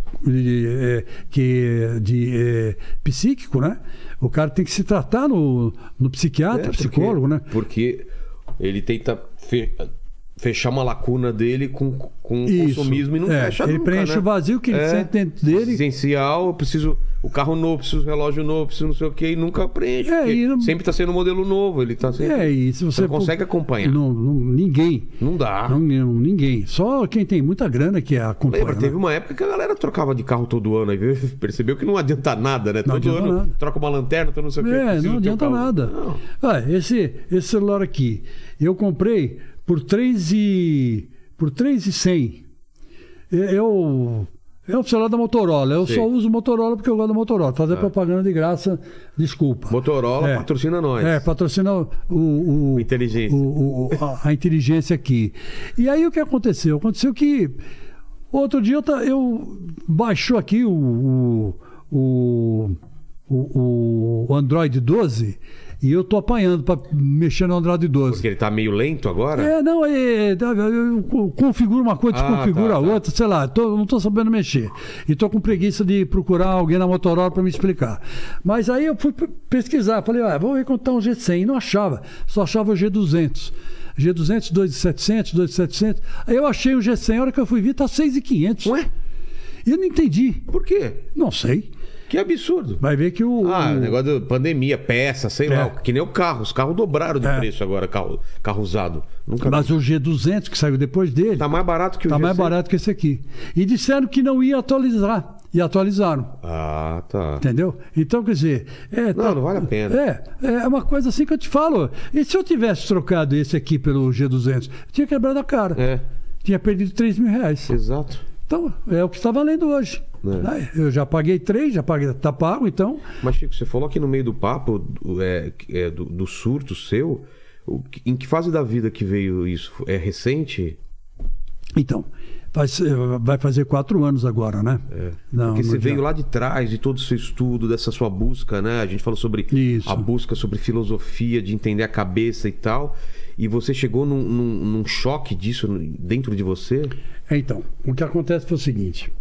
psíquico, né? O cara tem que se tratar no psiquiatra, psicólogo, né? Porque ele tenta fechar uma lacuna dele com consumismo e não fecha nunca, ele preenche o vazio que ele sente dentro dele. Essencial, eu preciso o carro novo, preciso relógio novo, preciso não sei o que, e nunca preenche. Sempre está sendo um modelo novo, ele está sempre... e se você não consegue acompanhar. Ninguém. Não dá. Ninguém. Só quem tem muita grana que acompanha. Lembra, teve uma época que a galera trocava de carro todo ano, aí percebeu que não adianta nada, né? Todo ano nada. troca uma lanterna, não sei o que. Não adianta nada. Não. Esse celular aqui, eu comprei por 3.100. É o celular da Motorola. Eu só uso Motorola porque eu gosto da Motorola. Fazer propaganda de graça, desculpa. Motorola patrocina nós. Patrocina inteligência. A inteligência aqui. E aí o que aconteceu? Aconteceu que outro dia eu baixou aqui o Android 12 e eu tô apanhando para mexer no Android 12. Porque ele tá meio lento agora? Eu configuro uma coisa, desconfiguro a outra, sei lá, não tô sabendo mexer. E tô com preguiça de procurar alguém na Motorola para me explicar. Mas aí eu fui pesquisar, falei, vou ver quanto tá um G100, e não achava, só achava o G200. G200, 2.700, 2.700. Aí eu achei o G100, a hora que eu fui ver, tá 6.500. Ué? E eu não entendi. Por quê? Não sei. Que absurdo. Vai ver que negócio da pandemia, peça, sei lá, que nem o carro. Os carros dobraram de preço agora, carro usado. Mas o G200, que saiu depois dele... Tá mais barato que o G100. Tá mais barato que esse aqui. E disseram que não ia atualizar. E atualizaram. Ah, tá. Entendeu? Então, quer dizer... não vale a pena. É uma coisa assim que eu te falo. E se eu tivesse trocado esse aqui pelo G200? Eu tinha quebrado a cara. Tinha perdido R$3.000. Exato. Então, é o que está valendo hoje. Eu já paguei 3, tá pago, então... Mas, Chico, você falou aqui no meio do papo do surto seu. Em que fase da vida que veio isso? É recente? Então, vai fazer 4 anos agora, né? Porque você veio lá de trás, de todo o seu estudo, dessa sua busca, né? A gente falou sobre a busca sobre filosofia, de entender a cabeça e tal. E você chegou num choque disso dentro de você? Então, o que acontece foi o seguinte.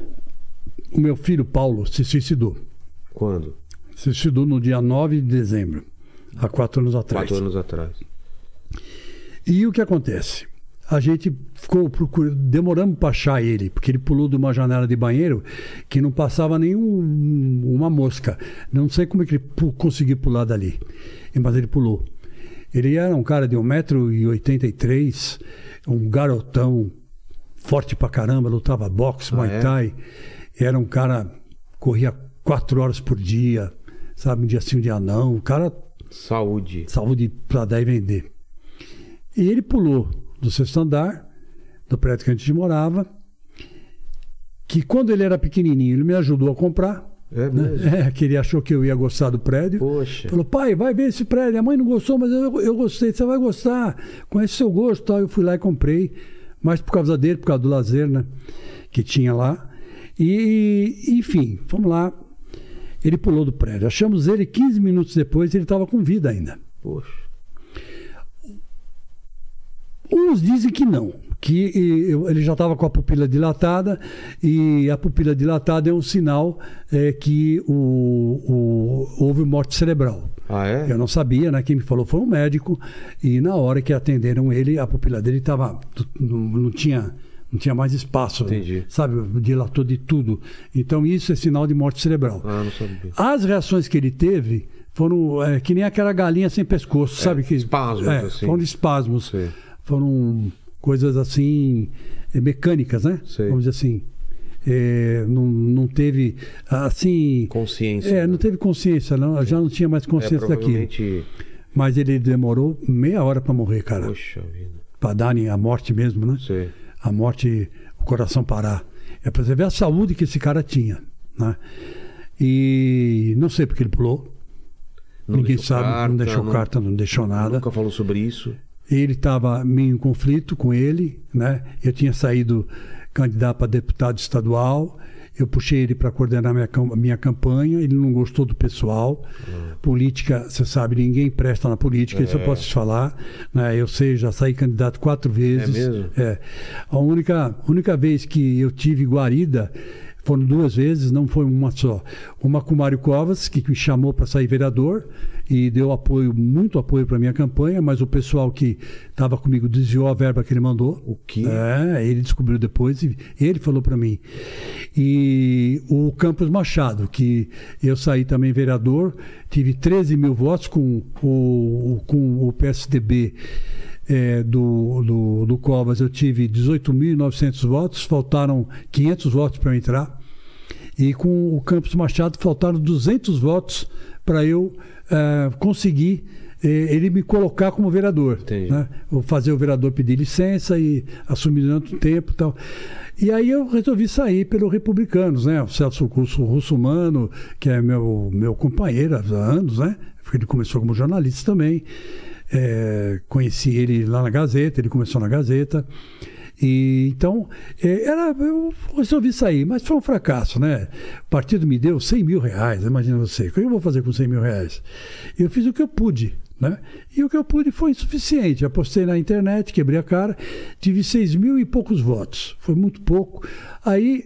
O meu filho Paulo se suicidou. Quando? Se suicidou no dia 9 de dezembro, há 4 anos atrás. 4 anos atrás. E o que acontece? A gente ficou procurando, demoramos para achar ele, porque ele pulou de uma janela de banheiro que não passava uma mosca. Não sei como é que ele conseguiu pular dali, mas ele pulou. Ele era um cara de 1,83 m, um garotão, forte pra caramba, lutava boxe, Muay Thai. Era um cara, corria 4 horas por dia, sabe, um dia sim, um dia não. Um cara... Saúde pra dar e vender. E ele pulou do 6º andar, do prédio que a gente morava, que quando ele era pequenininho, ele me ajudou a comprar. Que ele achou que eu ia gostar do prédio. Poxa. Falou, pai, vai ver esse prédio. A mãe não gostou, mas eu gostei. Você vai gostar. Conhece o seu gosto. Tal. Eu fui lá e comprei. Mas por causa dele, por causa do lazer, né? Que tinha lá. E, enfim, vamos lá. Ele pulou do prédio. Achamos ele 15 minutos depois, ele estava com vida ainda. Poxa. Uns dizem que não, que ele já estava com a pupila dilatada, e a pupila dilatada é um sinal que houve morte cerebral. Ah, é? Eu não sabia, né? Quem me falou foi um médico, e na hora que atenderam ele, a pupila dele estava... Não tinha mais espaço. Entendi. Sabe? Dilatou de tudo. Então isso é sinal de morte cerebral. Ah, não sabia. As reações que ele teve foram que nem aquela galinha sem pescoço, sabe? Espasmos, assim. Foram espasmos. Sim. Foram coisas assim, mecânicas, né? Sei. Vamos dizer assim. Não teve, assim... Consciência. Não teve consciência, não, já não tinha mais consciência daquilo. Mas ele demorou meia hora para morrer, cara. Poxa vida. Para darem a morte mesmo, né? Sei. A morte, o coração parar. É para você ver a saúde que esse cara tinha, né? E não sei porque ele pulou. Ninguém sabe, não deixou carta, não deixou nada. Nunca falou sobre isso. Ele estava meio em conflito com ele, né? Eu tinha saído candidato para deputado estadual, eu puxei ele para coordenar minha campanha, ele não gostou do pessoal. Política, você sabe, ninguém presta na política, isso eu posso te falar, né? Eu sei, já saí candidato 4 vezes. É mesmo? A única vez que eu tive guarida foram 2 vezes, não foi uma só. Uma com o Mário Covas, que me chamou para sair vereador e deu muito apoio para a minha campanha, mas o pessoal que estava comigo desviou a verba que ele mandou. O quê? Ele descobriu depois e ele falou para mim. E o Campos Machado, que eu saí também vereador, tive 13 mil votos com o PSDB. Do Covas eu tive 18.900 votos, faltaram 500 votos para eu entrar, e com o Campos Machado faltaram 200 votos para eu conseguir ele me colocar como vereador, né? Vou fazer o vereador pedir licença e assumir durante um tempo e tal. E aí eu resolvi sair pelos Republicanos, né? O Celso Russomano, que é meu companheiro há anos, né? Ele começou como jornalista também. Conheci ele lá na Gazeta, ele começou na Gazeta, e então eu resolvi sair, mas foi um fracasso, né? O partido me deu 100 mil reais, imagina você, o que eu vou fazer com 100 mil reais? Eu fiz o que eu pude, né? E o que eu pude foi insuficiente. Apostei na internet, quebrei a cara, tive 6 mil e poucos votos, foi muito pouco. Aí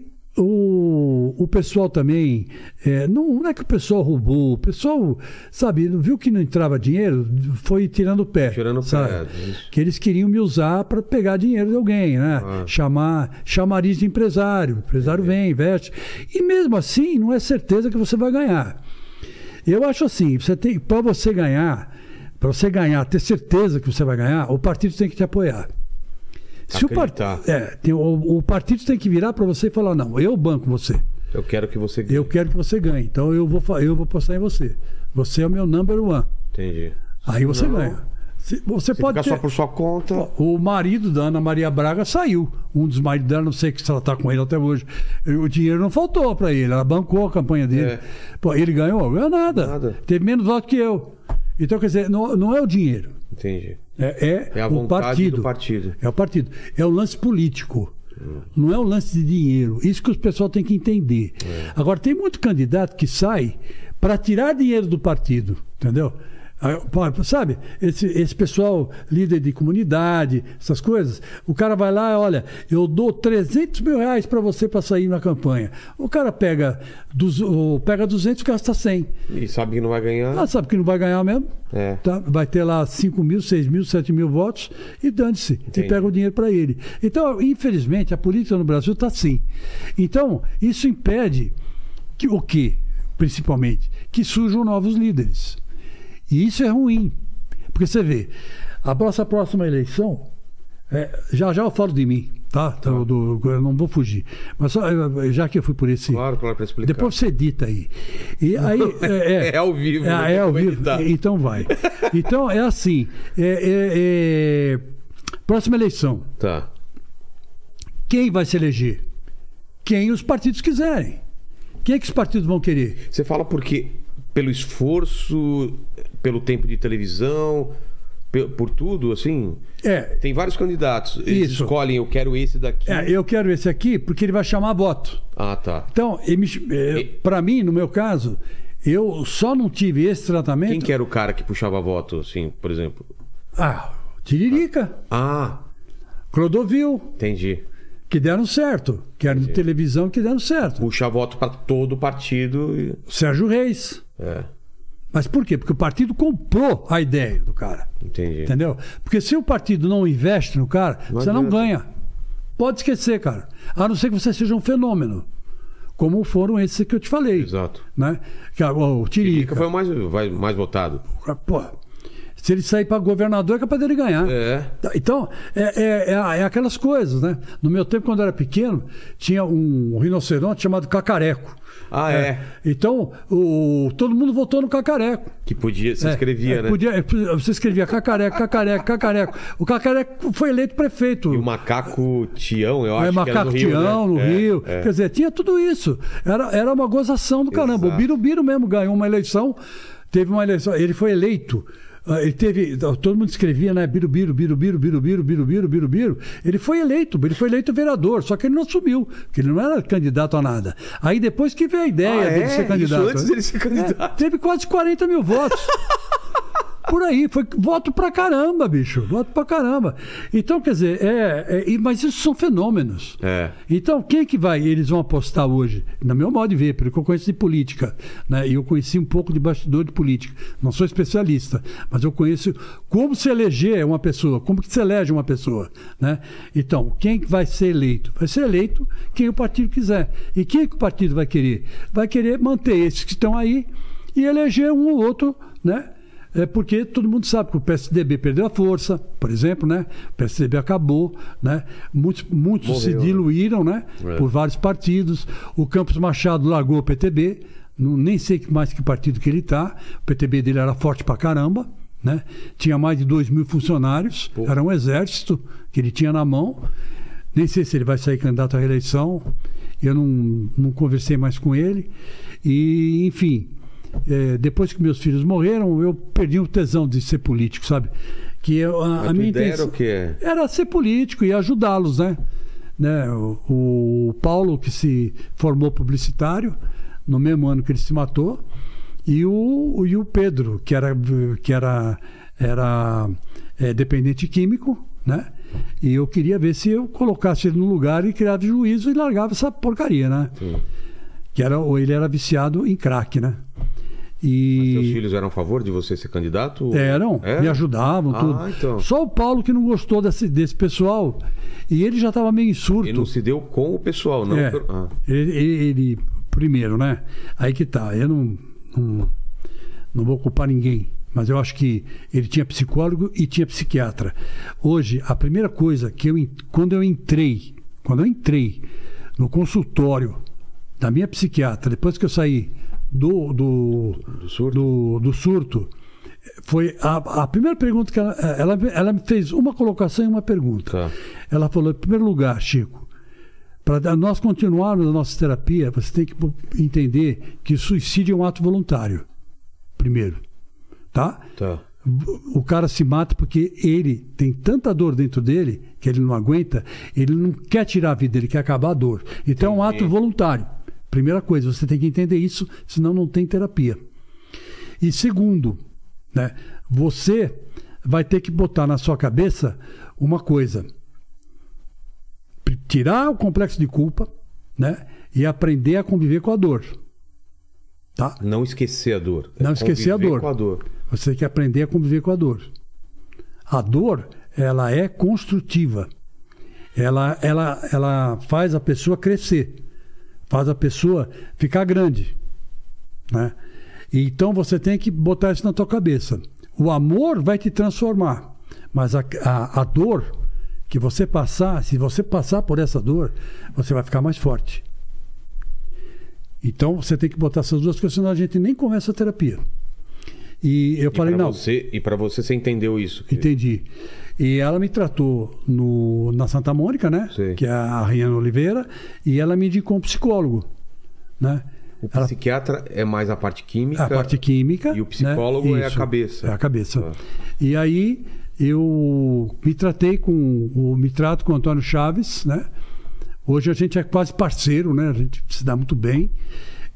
o pessoal também, não é que o pessoal roubou, o pessoal, sabe, viu que não entrava dinheiro, foi tirando o pé. Tirando o pé. Que eles queriam me usar para pegar dinheiro de alguém, né? Chamariz de empresário. O empresário vem, investe. E mesmo assim, não é certeza que você vai ganhar. Eu acho assim, para você ganhar, ter certeza que você vai ganhar, o partido tem que te apoiar. Se o partido tem que virar para você e falar, não, eu banco você. Eu quero que você ganhe. Eu quero que você ganhe. Então eu vou postar em você. Você é o meu number one. Entendi. Aí você ganha. Você pode ficar só por sua conta. O marido da Ana Maria Braga saiu. Um dos maridos dela, não sei se ela está com ele até hoje. O dinheiro não faltou para ele. Ela bancou a campanha dele. Pô, ele ganhou nada. Teve menos voto que eu. Então, quer dizer, não é o dinheiro. Entendi. É a vontade do partido. É o partido. É o lance político. Não é o lance de dinheiro. Isso que o pessoal tem que entender. Agora, tem muito candidato que sai para tirar dinheiro do partido. Entendeu? Sabe, esse pessoal, líder de comunidade, essas coisas, o cara vai lá, olha, eu dou 300 mil reais para você para sair na campanha. O cara pega 200 e gasta 100. E sabe que não vai ganhar. Sabe que não vai ganhar mesmo. Tá? Vai ter lá 5 mil, 6 mil, 7 mil votos e dane-se. E pega o dinheiro para ele. Então, infelizmente, a política no Brasil está assim. Então, isso impede o quê? Principalmente, que surjam novos líderes. E isso é ruim, porque você vê, a nossa próxima eleição, já eu falo de mim, tá? Eu não vou fugir, mas só, já que eu fui por esse... Claro, para explicar. Depois você edita aí. E aí é ao vivo. É ao vivo, então vai. Então é assim, próxima eleição. Tá. Quem vai se eleger? Quem os partidos quiserem. Quem é que os partidos vão querer? Você fala porque... Pelo esforço, pelo tempo de televisão, por tudo, assim? Tem vários candidatos. Eles escolhem, eu quero esse daqui. Eu quero esse aqui porque ele vai chamar voto. Ah, tá. Então, para mim, no meu caso, Eu só não tive esse tratamento... Quem que era o cara que puxava voto, assim, por exemplo? Tiririca. Clodovil. Entendi. Que deram certo. Que era de televisão que deram certo. Puxa voto para todo o partido. Sérgio Reis. Mas por quê? Porque o partido comprou a ideia do cara. Entendi. Entendeu? Porque se o partido não investe no cara, você não ganha. Pode esquecer, cara. A não ser que você seja um fenômeno. Como foram esses que eu te falei. Exato. Né? O Tiririca foi o mais votado. Pô, se ele sair para governador, é capaz dele ganhar. Então, é aquelas coisas, né? No meu tempo, quando eu era pequeno, tinha um rinoceronte chamado Cacareco. Então, todo mundo votou no Cacareco. Que podia, você escrevia, né? Você escrevia Cacareco, Cacareco, Cacareco. O Cacareco foi eleito prefeito. E o Macaco Tião, eu acho que era Macaco no Rio, Tião, no Rio. Quer dizer, tinha tudo isso. Era uma gozação do caramba. O Birubiru mesmo ganhou uma eleição. Teve uma eleição, ele foi eleito. Ele teve, todo mundo escrevia, né? Birubiru, Birubiru, Birubiru, Birubiru, Birubiru. Ele foi eleito vereador, só que ele não assumiu, porque ele não era candidato a nada. Aí depois que veio a ideia dele ser candidato. Isso antes dele ser candidato. Teve quase 40 mil votos. Por aí, foi voto pra caramba, bicho. Voto pra caramba. Então, quer dizer, mas isso são fenômenos. Então, quem que vai? Eles vão apostar hoje, no meu modo de ver, porque eu conheço de política, né? E eu conheci um pouco de bastidor de política. Não sou especialista, mas eu conheço como se eleger uma pessoa, como que se elege uma pessoa, né? Então, quem vai ser eleito? Vai ser eleito quem o partido quiser. E quem que o partido vai querer? Vai querer manter esses que estão aí e eleger um ou outro, né? Porque todo mundo sabe que o PSDB perdeu a força, por exemplo, né? O PSDB acabou, né? Muitos se diluíram, né? Por vários partidos. O Campos Machado largou o PTB, nem sei mais que partido que ele está. O PTB dele era forte pra caramba, né? Tinha mais de 2.000 funcionários, era um exército que ele tinha na mão. Nem sei se ele vai sair candidato à reeleição. Eu não conversei mais com ele. E, enfim... depois que meus filhos morreram, eu perdi o tesão de ser político, sabe? Que a minha intenção era o quê? Era ser político e ajudá-los, né? O Paulo, que se formou publicitário no mesmo ano que ele se matou, e o Pedro, que era dependente químico, né? E eu queria ver se eu colocasse ele no lugar e criava juízo e largava essa porcaria, né? Sim. Ele era viciado em crack, né? Mas seus filhos eram a favor de você ser candidato? Eram, me ajudavam, tudo. Então. Só o Paulo que não gostou desse pessoal. E ele já estava meio em surto. Ele não se deu com o pessoal, não? Ele primeiro, né? Aí que tá. Eu não vou culpar ninguém. Mas eu acho que ele tinha psicólogo e tinha psiquiatra. Hoje, a primeira coisa que quando eu entrei no consultório da minha psiquiatra, depois que eu saí do surto, foi a primeira pergunta que ela me fez, uma colocação e uma pergunta. Tá. Ela falou: em primeiro lugar, Chico, para nós continuarmos a nossa terapia, você tem que entender que suicídio é um ato voluntário. Primeiro. Tá? O cara se mata porque ele tem tanta dor dentro dele que ele não aguenta, ele não quer tirar a vida, ele quer acabar a dor. Então é um ato voluntário. Primeira coisa, você tem que entender isso, senão não tem terapia. E segundo, né, você vai ter que botar na sua cabeça uma coisa: tirar o complexo de culpa, né, e aprender a conviver com a dor. Tá? Não esquecer a dor. Não esquecer a dor. Com a dor. Você tem que aprender a conviver com a dor. A dor, ela é construtiva. Ela faz a pessoa crescer. Faz a pessoa ficar grande, né? Então você tem que botar isso na tua cabeça. O amor vai te transformar, mas a dor que você passar, se você passar por essa dor, você vai ficar mais forte. Então você tem que botar essas duas coisas, senão a gente nem começa a terapia. E eu falei, não. E para você entendeu isso? Entendi. E ela me tratou na Santa Mônica, né? Sim. Que é a Riana Oliveira, e ela me indicou um psicólogo, né? O psiquiatra é mais a parte química. A parte química. E o psicólogo, né? É a cabeça. É a cabeça. E aí eu me trato com o Antônio Chaves, né? Hoje a gente é quase parceiro, né? A gente se dá muito bem.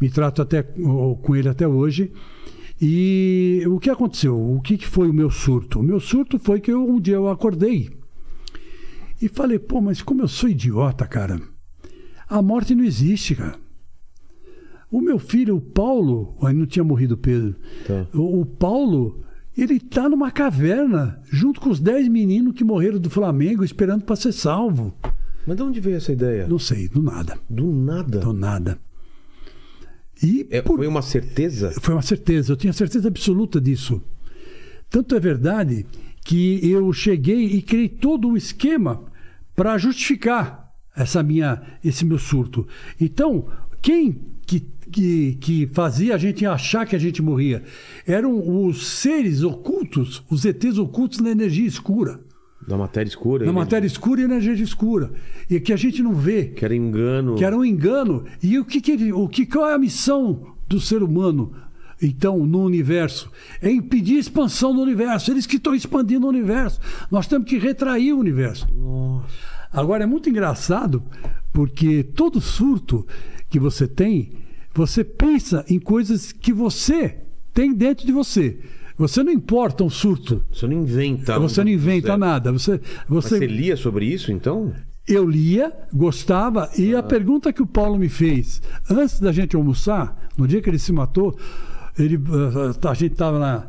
me trato até com ele até hoje. E o que aconteceu? O que foi o meu surto? O meu surto foi que um dia eu acordei e falei, pô, mas como eu sou idiota, cara. A morte não existe, cara. O meu filho, o Paulo, aí não tinha morrido o Pedro. Tá. O Paulo, ele tá numa caverna, junto com os 10 meninos que morreram do Flamengo, esperando para ser salvo. Mas de onde veio essa ideia? Não sei, do nada. Do nada? Do nada. E foi uma certeza? Foi uma certeza, eu tinha certeza absoluta disso. Tanto é verdade que eu cheguei e criei todo um esquema para justificar esse meu surto. Então, quem que fazia a gente achar que a gente morria eram os seres ocultos, os ETs ocultos na energia escura. Da matéria escura? Na matéria escura e energia escura. E que a gente não vê. Que era engano. Que era um engano. E qual é a missão do ser humano, então, no universo? É impedir a expansão do universo. Eles que estão expandindo o universo. Nós temos que retrair o universo. Nossa. Agora, é muito engraçado, porque todo surto que você tem, você pensa em coisas que você tem dentro de você. Você não importa um surto. Você não inventa. Você não inventa nada. Mas você lia sobre isso, então? Eu lia, gostava, e a pergunta que o Paulo me fez, antes da gente almoçar, no dia que ele se matou, a gente estava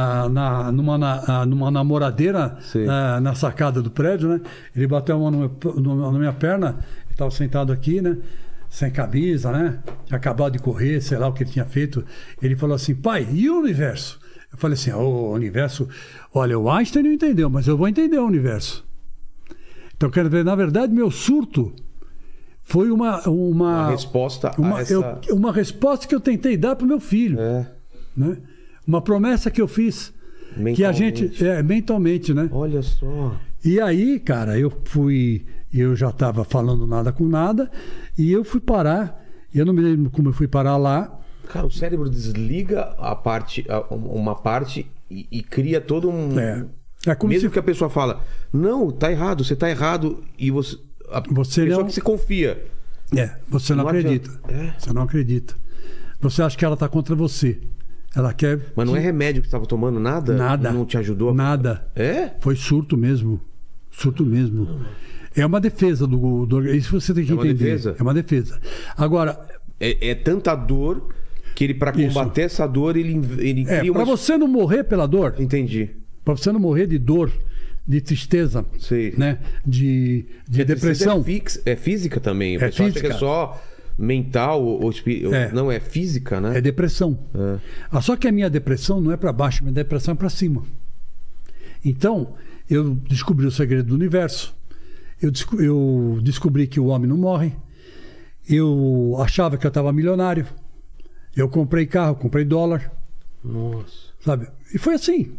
numa namoradeira na sacada do prédio, né? Ele bateu a mão na minha perna, ele estava sentado aqui, né? Sem camisa, né? Tinha acabado de correr, sei lá o que ele tinha feito. Ele falou assim, pai, e o universo? Eu falei assim, o universo... Olha, o Einstein não entendeu, mas eu vou entender o universo. Então, quero ver, na verdade, meu surto foi uma resposta uma resposta que eu tentei dar para o meu filho. Né? Uma promessa que eu fiz. Mentalmente. Que a gente... mentalmente, né? Olha só. E aí, cara, eu já estava falando nada com nada, e eu fui parar, eu não me lembro como eu fui parar lá. Cara, o cérebro desliga uma parte e cria todo um... como mesmo que a pessoa fala, não, tá errado, você tá errado, e você pessoa que se confia. Você não acredita. Você não acredita. Você acha que ela tá contra você. Ela quer... Mas não é remédio que você estava tomando? Nada? Nada. Não te ajudou? Nada. Foi surto mesmo. Surto mesmo. É uma defesa do isso você tem que entender. Defesa? É uma defesa. Agora... É tanta dor... que ele, para combater essa dor, ele cria para você não morrer pela dor. Entendi. Para você não morrer de dor, de tristeza, né? De depressão. É física também. O pessoal acha que é só mental ou não, é física, né? É depressão. Só que a minha depressão não é para baixo, a minha depressão é para cima. Então, eu descobri o segredo do universo. Eu descobri que o homem não morre. Eu achava que eu estava milionário. Eu comprei carro, comprei dólar. Nossa. Sabe? E foi assim.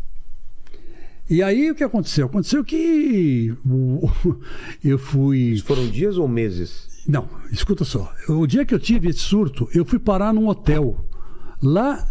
E aí o que aconteceu? Aconteceu que eu fui... Isso foram dias ou meses? Não, escuta só. O dia que eu tive esse surto, eu fui parar num hotel. Lá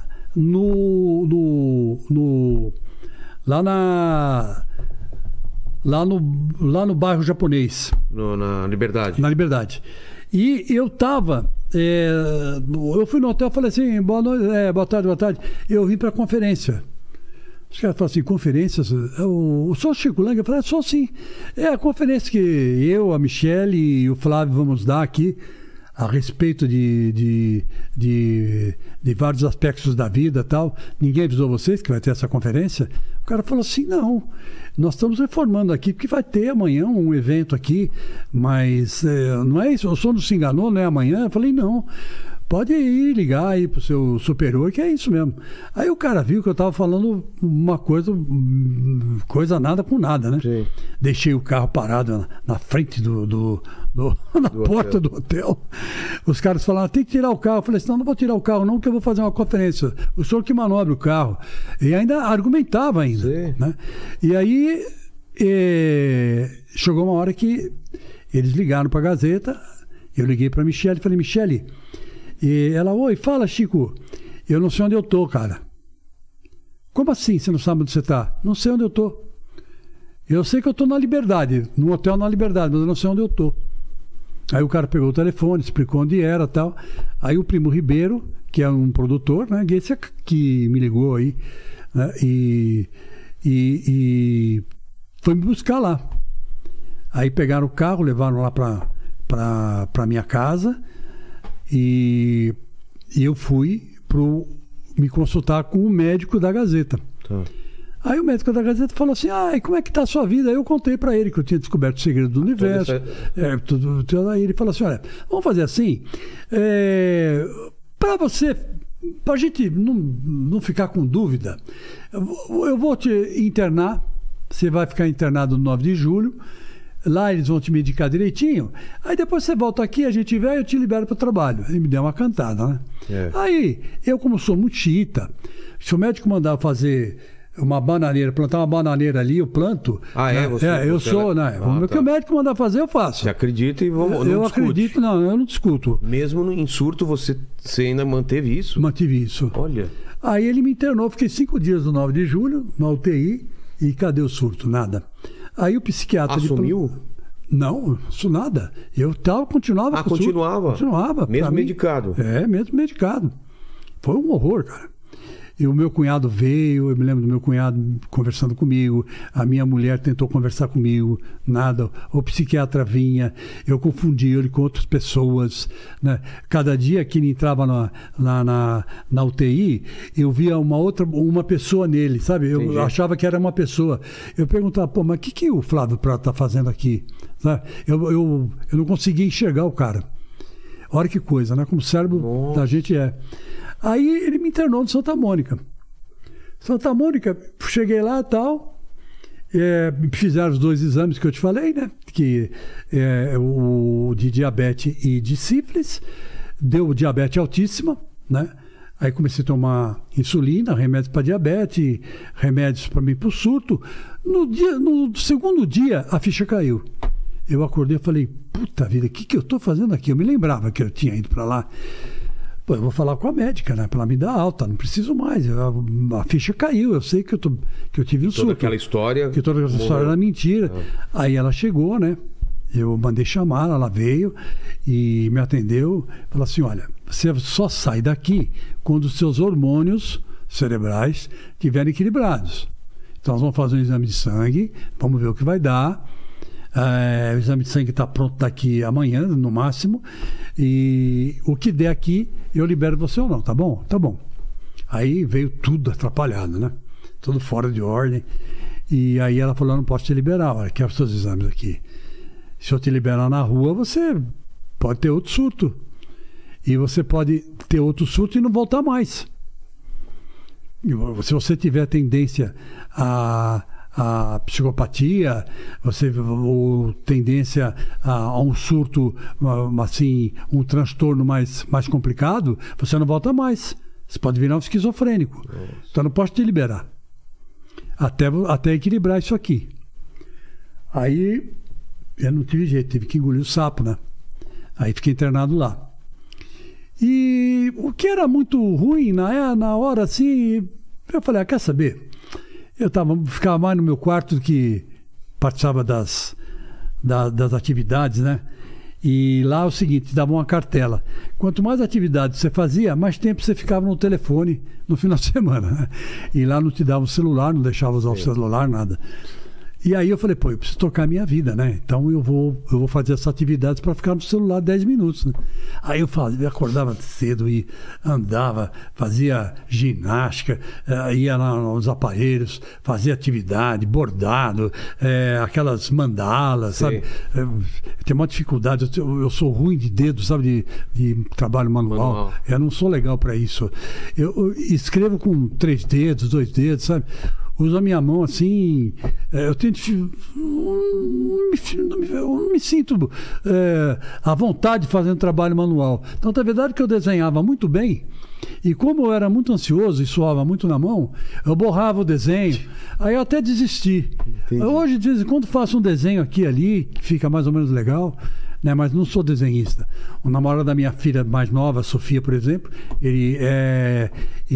no bairro japonês. Na Liberdade. Na Liberdade. E eu tava... eu fui no hotel e falei assim, boa noite, boa tarde. Eu vim para a conferência. Os caras falaram assim, conferências? Eu sou o Chico Lang? Eu falei, sou sim. É a conferência que eu, a Michele e o Flávio vamos dar aqui a respeito de vários aspectos da vida e tal. Ninguém avisou vocês que vai ter essa conferência? O cara falou assim, não, nós estamos reformando aqui, porque vai ter amanhã um evento aqui, mas não é isso, o som não se enganou, não é amanhã? Eu falei, não, pode ir ligar aí pro seu superior, que é isso mesmo. Aí o cara viu que eu tava falando uma coisa nada com nada, né? Sim. Deixei o carro parado na frente na porta do hotel. Os caras falaram, tem que tirar o carro. Eu falei assim, não vou tirar o carro não, porque eu vou fazer uma conferência. O senhor que manobra o carro. E ainda argumentava ainda. Né? E aí chegou uma hora que eles ligaram para a Gazeta, eu liguei para a Michele e falei, Michele, e ela, oi, fala, Chico, eu não sei onde eu tô, cara. Como assim você não sabe onde você tá? Não sei onde eu tô. Eu sei que eu tô na Liberdade, no hotel na Liberdade, mas eu não sei onde eu tô. Aí o cara pegou o telefone, explicou onde era e tal. Aí o primo Ribeiro, que é um produtor, né? Esse que me ligou aí, né? E foi me buscar lá. Aí pegaram o carro, levaram lá para minha casa e eu fui me consultar com o médico da Gazeta. Tá. Aí o médico da Gazeta falou assim, e como é que tá a sua vida? Aí eu contei para ele que eu tinha descoberto o segredo do universo. Tudo. Aí ele falou assim, olha, vamos fazer assim, para a gente não ficar com dúvida, eu vou te internar, você vai ficar internado no 9 de julho, lá eles vão te medicar direitinho, aí depois você volta aqui, a gente vai, eu te libero para o trabalho. Ele me deu uma cantada, né? Aí, eu como sou muito xiita, se o médico mandar fazer uma bananeira, plantar uma bananeira ali, eu planto. O que o médico mandar fazer, eu faço. Você acredita e vamos. Eu acredito, eu não discuto. Mesmo em surto, você ainda manteve isso? Mantive isso. Olha. Aí ele me internou, fiquei 5 dias no 9 de julho, na UTI, e cadê o surto? Nada. Aí o psiquiatra. Assumiu? Não, isso nada. Eu continuava. Continuava? Continuava. Mesmo medicado? Mesmo medicado. Foi um horror, cara. E o meu cunhado veio, eu me lembro do meu cunhado conversando comigo, a minha mulher tentou conversar comigo, nada. O psiquiatra vinha, eu confundia ele com outras pessoas, né? Cada dia que ele entrava na UTI, eu via uma pessoa nele, sabe? Eu achava que era uma pessoa. Eu perguntava, mas o que o Flávio Prado está fazendo aqui? Sabe? Eu não conseguia enxergar o cara. Olha que coisa, né? Como o cérebro da gente é. Aí ele me internou no Santa Mônica. Santa Mônica, cheguei lá e tal, fizeram os 2 exames que eu te falei, né? Que o de diabetes e de sífilis, deu diabetes altíssima, né? Aí comecei a tomar insulina, remédios para diabetes, remédios para mim para o surto. No segundo dia, a ficha caiu. Eu acordei e falei, puta vida, o que eu estou fazendo aqui? Eu me lembrava que eu tinha ido para lá. Pô, eu vou falar com a médica, né? Para ela me dar alta, não preciso mais. A ficha caiu, eu sei que eu tive um surto. Toda aquela história. Que toda aquela história era mentira. Aí ela chegou, né? Eu mandei chamar, ela veio e me atendeu. Falou assim: olha, você só sai daqui quando os seus hormônios cerebrais estiverem equilibrados. Então nós vamos fazer um exame de sangue, vamos ver o que vai dar. O exame de sangue está pronto daqui amanhã, no máximo. E o que der aqui, eu libero você ou não, tá bom? Tá bom. Aí veio tudo atrapalhado, né? Tudo fora de ordem. E aí ela falou: não posso te liberar, olha, quero os seus exames aqui. Se eu te liberar na rua, você pode ter outro surto. E você pode ter outro surto e não voltar mais. Se você tiver tendência a psicopatia, ou tendência a um surto, assim, um transtorno mais complicado, você não volta mais. Você pode virar um esquizofrênico. Nossa. Então não posso te liberar. Até equilibrar isso aqui. Aí eu não tive jeito, tive que engolir o sapo, né? Aí fiquei internado lá. E o que era muito ruim na hora, assim, eu falei: quer saber? Eu ficava mais no meu quarto do que participava das atividades, né? E lá é o seguinte, dava uma cartela. Quanto mais atividades você fazia, mais tempo você ficava no telefone no final de semana, né? E lá não te dava o celular, não deixava usar o celular, nada. E aí eu falei: pô, eu preciso tocar a minha vida, né? Então eu vou fazer essas atividades para ficar no celular 10 minutos, né? Aí eu acordava cedo e andava, fazia ginástica, ia nos aparelhos, fazia atividade, bordado, aquelas mandalas, sabe? Tem uma dificuldade, eu sou ruim de dedo, sabe? De trabalho manual. Eu não sou legal para isso. Eu escrevo com 3 dedos, 2 dedos, sabe? Uso a minha mão assim, eu não me sinto à vontade fazendo trabalho manual. Então, é verdade que eu desenhava muito bem, e como eu era muito ansioso e suava muito na mão, eu borrava o desenho, aí eu até desisti. Hoje, de vez em quando, faço um desenho aqui e ali, que fica mais ou menos legal, né? Mas não sou desenhista. O namorado da minha filha mais nova, Sofia, por exemplo, ele é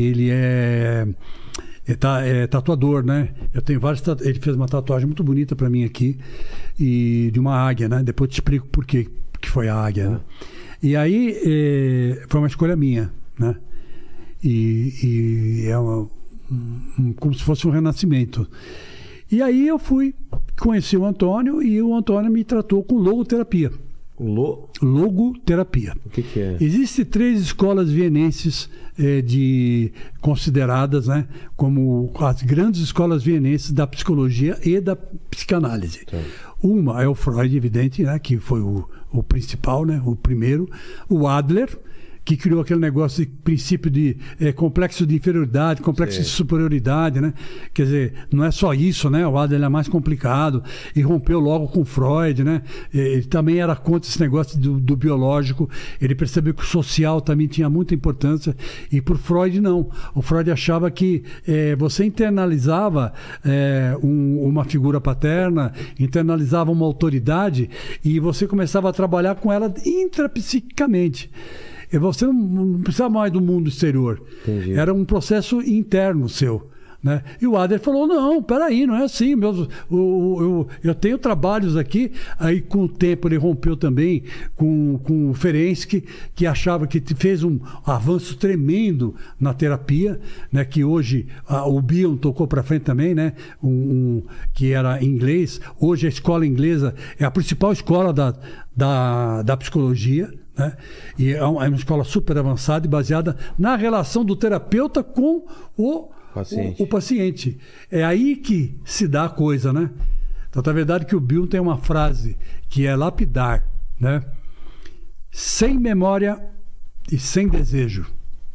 tatuador, né? Eu tenho vários ele fez uma tatuagem muito bonita para mim aqui, e de uma águia, né? Depois eu te explico por quê. que foi a águia, né? E aí foi uma escolha minha, né? E é como se fosse um renascimento. E aí eu conheci o Antônio e o Antônio me tratou com logoterapia. Logoterapia. O que é? Existem 3 escolas vienenses consideradas, né, como as grandes escolas vienenses da psicologia e da psicanálise. Sim. Uma é o Freud, evidente, né, que foi o principal, né, o primeiro. O Adler, que criou aquele negócio de princípio de complexo de inferioridade, complexo de superioridade, né? Quer dizer, não é só isso, né? O Adler é mais complicado e rompeu logo com Freud, né? Ele também era contra esse negócio do biológico, ele percebeu que o social também tinha muita importância e por Freud não. O Freud achava que você internalizava uma figura paterna, internalizava uma autoridade e você começava a trabalhar com ela intrapsiquicamente. Você não precisava mais do mundo exterior. Entendi. Era um processo interno seu, né? E o Adler falou, não, peraí, não é assim. Eu tenho trabalhos aqui. Aí, com o tempo, ele rompeu também com o Ferenczi, que achava que fez um avanço tremendo na terapia, né? Que hoje o Bion tocou para frente também, né? Que era inglês. Hoje a escola inglesa é a principal escola da psicologia, né? E é uma escola super avançada e baseada na relação do terapeuta com o paciente. É aí que se dá a coisa, né? Então, é verdade que o Bill tem uma frase que é lapidar, né? Sem memória e sem desejo.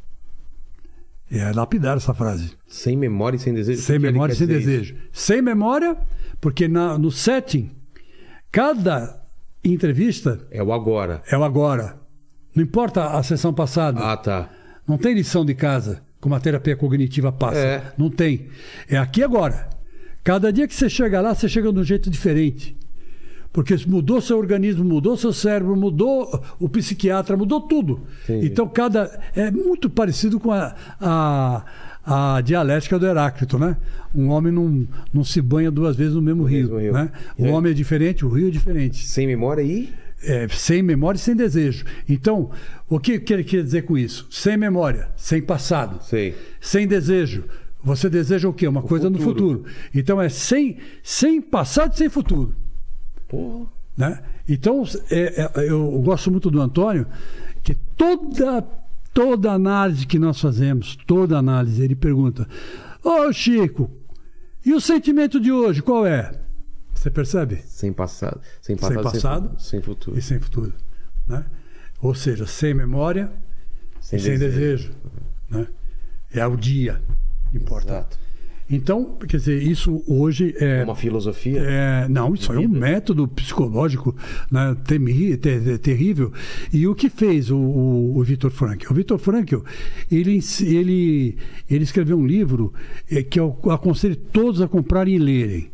É lapidar essa frase. Sem memória e sem desejo? Sem memória e sem desejo. Sem memória, porque no setting, cada entrevista... É o agora. É o agora. Não importa a sessão passada. Ah, tá. Não tem lição de casa, como a terapia cognitiva passa. Não tem. É aqui e agora. Cada dia que você chega lá, você chega de um jeito diferente. Porque mudou seu organismo, mudou seu cérebro, mudou o psiquiatra, mudou tudo. Entendi. Então, é muito parecido com a dialética do Heráclito, né? Um homem não se banha 2 vezes no mesmo rio. Né? O homem é diferente, o rio é diferente. Sem memória e... sem memória e sem desejo. Então, o que ele quer dizer com isso? Sem memória, sem passado. Sei. Sem desejo. Você deseja o quê? Uma coisa no futuro. Então, é sem passado e sem futuro. Porra. Né? Então, eu gosto muito do Antônio, que toda análise que nós fazemos, toda análise, ele pergunta: ô Chico, e o sentimento de hoje, qual é? Você percebe? Sem passado, sem futuro. E sem futuro. Né? Ou seja, sem memória sem desejo. Né? É o dia que importa. Exato. Então, quer dizer, isso hoje é... uma filosofia? Não, isso é um método psicológico, né, terrível. E o que fez o Viktor Frankl? O Viktor Frankl, ele escreveu um livro que eu aconselho todos a comprarem e lerem.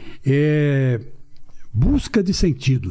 Busca de Sentido.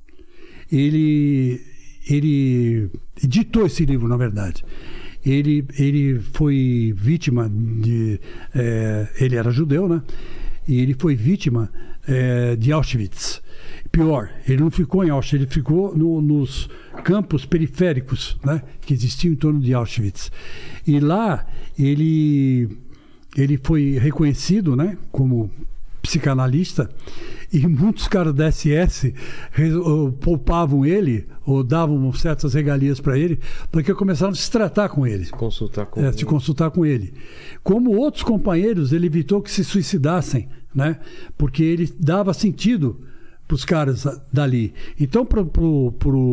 Ele editou esse livro, na verdade. Ele foi vítima de... ele era judeu, né? E ele foi vítima de Auschwitz. Pior, ele não ficou em Auschwitz, ele ficou nos campos periféricos, né? Que existiam em torno de Auschwitz. E lá ele foi reconhecido, né? Como psicanalista, e muitos caras da SS poupavam ele ou davam certas regalias para ele, porque começaram a se tratar com ele, se consultar com ele. Como outros companheiros, ele evitou que se suicidassem, né? Porque ele dava sentido para os caras dali. Então, pro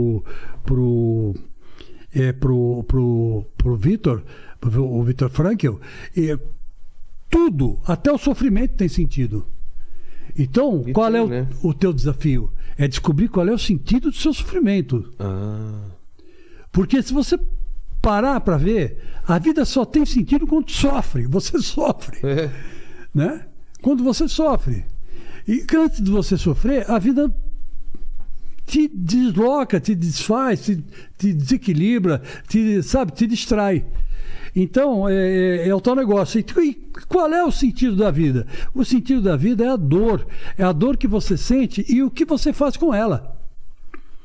Viktor Frankl, tudo, até o sofrimento tem sentido. Então, qual é o teu desafio? É descobrir qual é o sentido do seu sofrimento. Porque se você parar para ver, a vida só tem sentido quando sofre. Você sofre. Né? Quando você sofre. E antes de você sofrer, a vida te desloca, te desfaz, te desequilibra, te distrai. Então, é o tal negócio. E qual é o sentido da vida? O sentido da vida é a dor. É a dor que você sente e o que você faz com ela.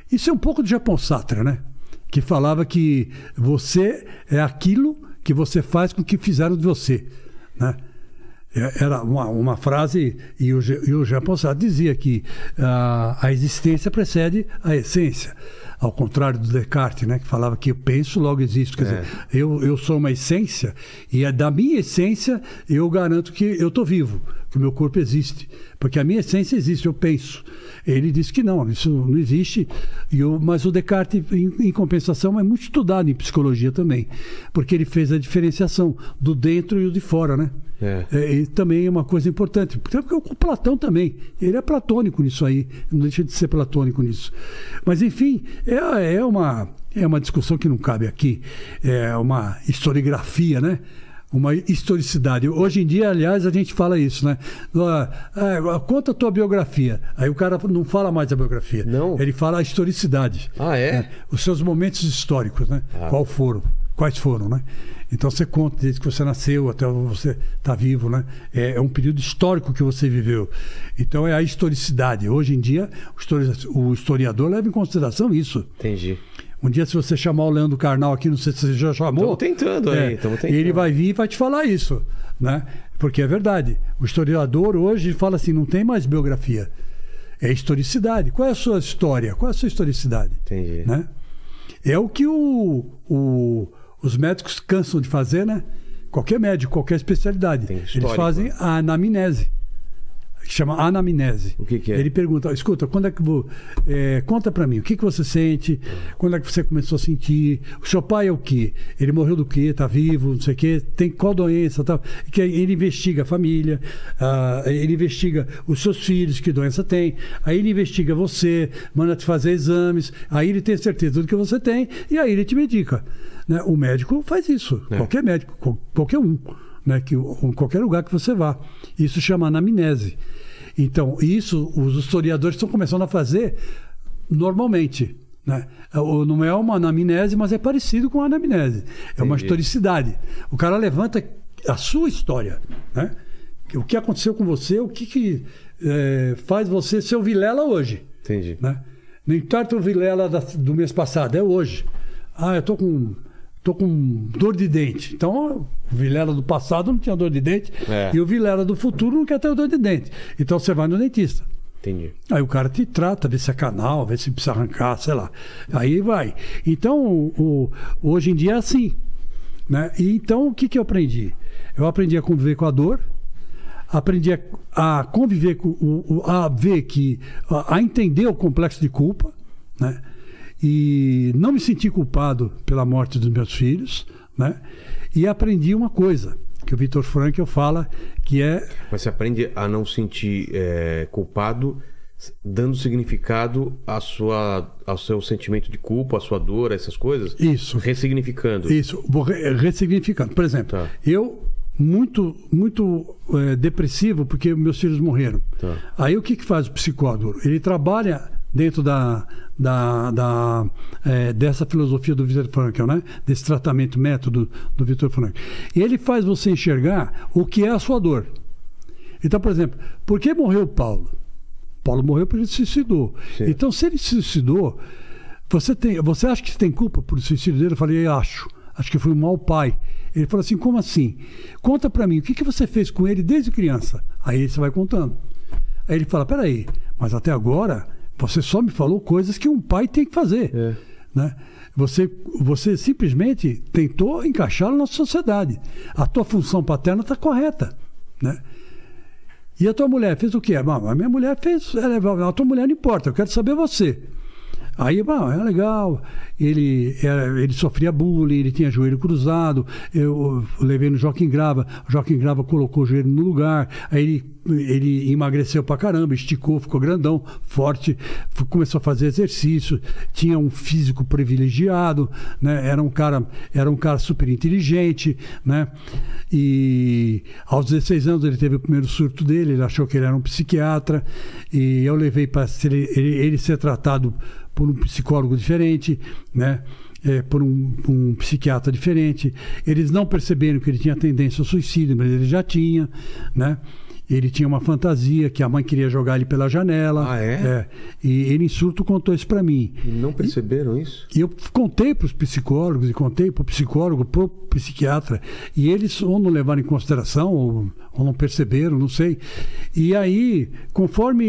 Isso é um pouco de Jean-Paul Sartre, né? Que falava que você é aquilo que você faz com o que fizeram de você, né? Era uma frase, e o Jean-Paul Sartre dizia que a existência precede a essência. Ao contrário do Descartes, né, que falava que eu penso, logo existo. Quer dizer, eu sou uma essência, e da minha essência eu garanto que eu estou vivo, que o meu corpo existe. Porque a minha essência existe, eu penso. Ele disse que não, isso não existe. Mas o Descartes, em compensação, é muito estudado em psicologia também. Porque ele fez a diferenciação do dentro e o de fora, né? E também é uma coisa importante. Porque o Platão também, ele é platônico nisso aí, não deixa de ser platônico nisso. Mas enfim, é uma discussão que não cabe aqui, é uma historiografia, né? Uma historicidade. Hoje em dia, aliás, a gente fala isso, né? Conta a tua biografia. Aí o cara não fala mais da biografia. Não. Ele fala a historicidade. Os seus momentos históricos, né? Quais foram, né? Então você conta desde que você nasceu até você está vivo, né? É um período histórico que você viveu. Então é a historicidade. Hoje em dia, o historiador leva em consideração isso. Entendi. Um dia, se você chamar o Leandro Carnal aqui, não sei se você já chamou. Estamos tentando aí. Ele vai vir e vai te falar isso, né? Porque é verdade. O historiador hoje fala assim, não tem mais biografia. É historicidade. Qual é a sua história? Qual é a sua historicidade? Entendi. Né? É o que os médicos cansam de fazer, né? Qualquer médico, qualquer especialidade. Eles fazem a anamnese. Que chama anamnese. O que é? Ele pergunta, escuta, quando é que conta pra mim, o que você sente? Quando é que você começou a sentir? O seu pai é o quê? Ele morreu do quê? Tá vivo? Não sei o quê? Tem qual doença? Tal? Que ele investiga a família, ele investiga os seus filhos, que doença tem, aí ele investiga você, manda te fazer exames, aí ele tem certeza do que você tem, e aí ele te medica. Né? O médico faz isso, qualquer médico, qualquer um. Né, em qualquer lugar que você vá. Isso chama anamnese. Então, isso os historiadores estão começando a fazer normalmente. Né? Não é uma anamnese, mas é parecido com a anamnese. É uma historicidade. O cara levanta a sua história. Né? O que aconteceu com você, o que faz você ser o Vilela hoje. Entendi. Né? Nem tanto o Vilela do mês passado, é hoje. Eu tô com dor de dente. Então, o Vilela do passado não tinha dor de dente e o Vilela do futuro não quer ter dor de dente. Então, você vai no dentista. Entendi. Aí o cara te trata, vê se é canal, vê se precisa arrancar, sei lá. Aí vai. Então, hoje em dia é assim. Né? E então, o que eu aprendi? Eu aprendi a conviver com a dor, aprendi a conviver com a entender o complexo de culpa, né? E não me senti culpado pela morte dos meus filhos, né? E aprendi uma coisa que o Viktor Frankl fala, que é... Mas você aprende a não sentir culpado, dando significado ao seu sentimento de culpa, à sua dor, essas coisas? Isso. Ressignificando. Isso, vou ressignificando. Por exemplo, eu muito depressivo porque meus filhos morreram. Aí o que faz o psicólogo? Ele trabalha dentro dessa filosofia do Viktor Frankl, né? Desse tratamento, método do Viktor Frankl. E ele faz você enxergar o que é a sua dor. Então, por exemplo, por que morreu o Paulo? Paulo morreu porque ele se suicidou. Sim. Então, se ele se suicidou, você acha que tem culpa por suicídio dele? Eu falei, acho que foi um mau pai. Ele falou assim, como assim? Conta pra mim, o que você fez com ele desde criança? Aí você vai contando. Aí ele fala, peraí, mas até agora você só me falou coisas que um pai tem que fazer. Né? Você simplesmente tentou encaixá-lo na sociedade. A tua função paterna está correta. Né? E a tua mulher fez o quê? A minha mulher fez... A tua mulher não importa, eu quero saber você. Aí, é legal, ele sofria bullying, ele tinha joelho cruzado, eu levei no Joaquim Grava, o Joaquim Grava colocou o joelho no lugar, aí ele emagreceu pra caramba, esticou, ficou grandão, forte, começou a fazer exercício, tinha um físico privilegiado, né? Era um cara super inteligente, né? E aos 16 anos ele teve o primeiro surto dele, ele achou que ele era um psiquiatra, e eu levei para ele ser tratado por um psicólogo diferente, né? Por um psiquiatra diferente. Eles não perceberam que ele tinha tendência ao suicídio, mas ele já tinha, né? Ele tinha uma fantasia que a mãe queria jogar ele pela janela. Ah, é? E ele, em surto, contou isso para mim. E não perceberam isso? E eu contei para os psicólogos, e contei para o psicólogo, para o psiquiatra, e eles ou não levaram em consideração, ou não perceberam, não sei. E aí, conforme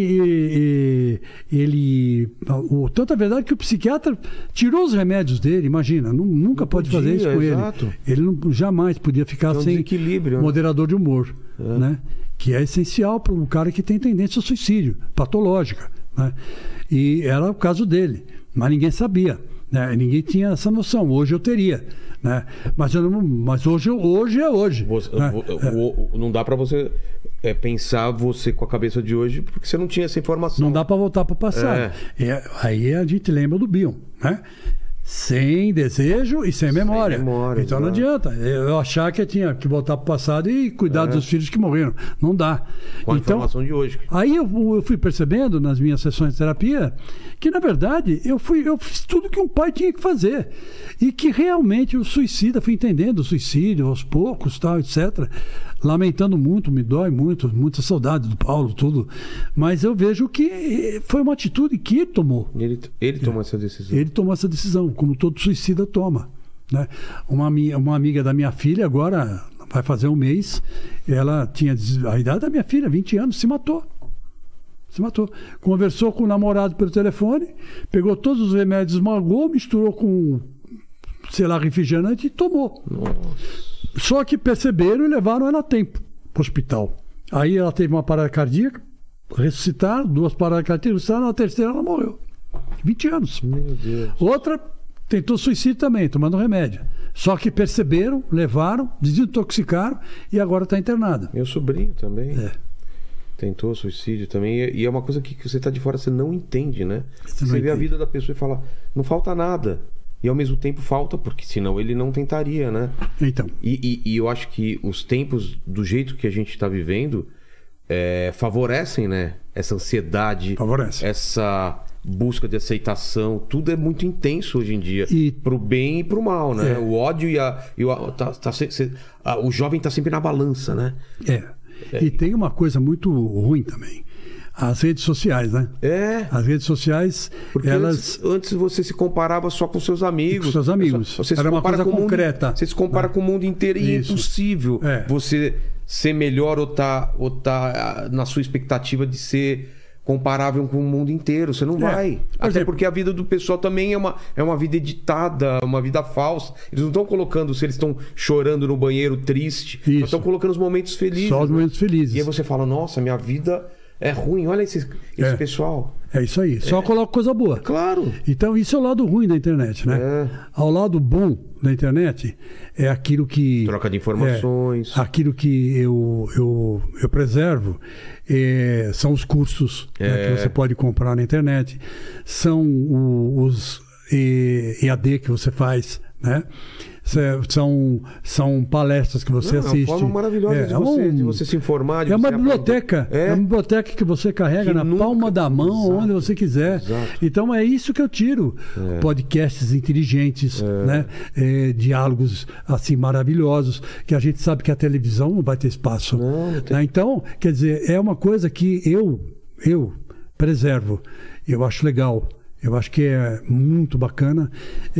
ele... Tanta verdade que o psiquiatra tirou os remédios dele, imagina, nunca pode fazer isso com exato. ele. Ele jamais podia ficar sem moderador de humor, né? Que é essencial para um cara que tem tendência ao suicídio, patológica, né? E era o caso dele, mas ninguém sabia, né? Ninguém tinha essa noção. Hoje eu teria, né? Mas hoje é hoje. Né? Não dá para você pensar você com a cabeça de hoje, porque você não tinha essa informação. Não dá para voltar para o passado. Aí a gente lembra do Bion, né? Sem desejo e sem memória. Então não adianta eu achar que eu tinha que voltar para o passado e cuidar dos filhos que morreram. Não dá. Com a informação de hoje. Aí eu fui percebendo nas minhas sessões de terapia que, na verdade, eu fiz tudo que um pai tinha que fazer. E que realmente o suicida, fui entendendo o suicídio aos poucos, tal, etc. Lamentando muito, me dói muito, muita saudade do Paulo, tudo. Mas eu vejo que foi uma atitude que ele tomou. Ele tomou essa decisão. Ele tomou essa decisão, como todo suicida toma, né? Uma amiga da minha filha, agora vai fazer um mês, ela tinha a idade da minha filha, 20 anos, se matou. Conversou com o namorado pelo telefone, pegou todos os remédios, esmagou, misturou com, sei lá, refrigerante e tomou. Nossa. Só que perceberam e levaram ela a tempo para o hospital. Aí ela teve uma parada cardíaca, ressuscitaram, 2 paradas cardíacas, ressuscitaram, na terceira ela morreu. 20 anos. Meu Deus. Outra tentou suicídio também, tomando remédio. Só que perceberam, levaram, desintoxicaram e agora está internada. Meu sobrinho também. Tentou suicídio também. E é uma coisa que você está de fora, você não entende, né? Você vê a vida da pessoa e fala, não falta nada. E ao mesmo tempo falta, porque senão ele não tentaria, né? Então. E eu acho que os tempos, do jeito que a gente está vivendo, favorecem, né? Essa ansiedade, essa busca de aceitação, tudo é muito intenso hoje em dia, pro bem e pro mal, né? O ódio o jovem tá sempre na balança, né? E tem uma coisa muito ruim também. As redes sociais, né? As redes sociais, porque elas... Antes você se comparava só com seus amigos. Com seus amigos. Você era uma coisa concreta. Você se compara com o mundo inteiro e é impossível você ser melhor ou tá na sua expectativa de ser comparável com o mundo inteiro. Você não vai. Até porque a vida do pessoal também é uma vida editada, uma vida falsa. Eles não estão colocando se eles estão chorando no banheiro triste. Eles estão colocando os momentos felizes. Só os momentos felizes. E aí você fala, nossa, minha vida é ruim. Olha esse pessoal. É isso aí. Só coloca coisa boa. Claro. Então isso é o lado ruim da internet, né? Ao lado bom da internet é aquilo que... Troca de informações. Aquilo que eu preservo são os cursos né, que você pode comprar na internet. São os EAD que você faz, né? São palestras que você assiste. É uma forma maravilhosa de você se informar. É uma biblioteca. É uma biblioteca que você carrega na palma da mão, onde você quiser. Exato. Então é isso que eu tiro. Podcasts inteligentes, né? Diálogos assim maravilhosos, que a gente sabe que a televisão não vai ter espaço. Não tem. Né? Então, quer dizer, é uma coisa que eu preservo. Eu acho legal. Eu acho que é muito bacana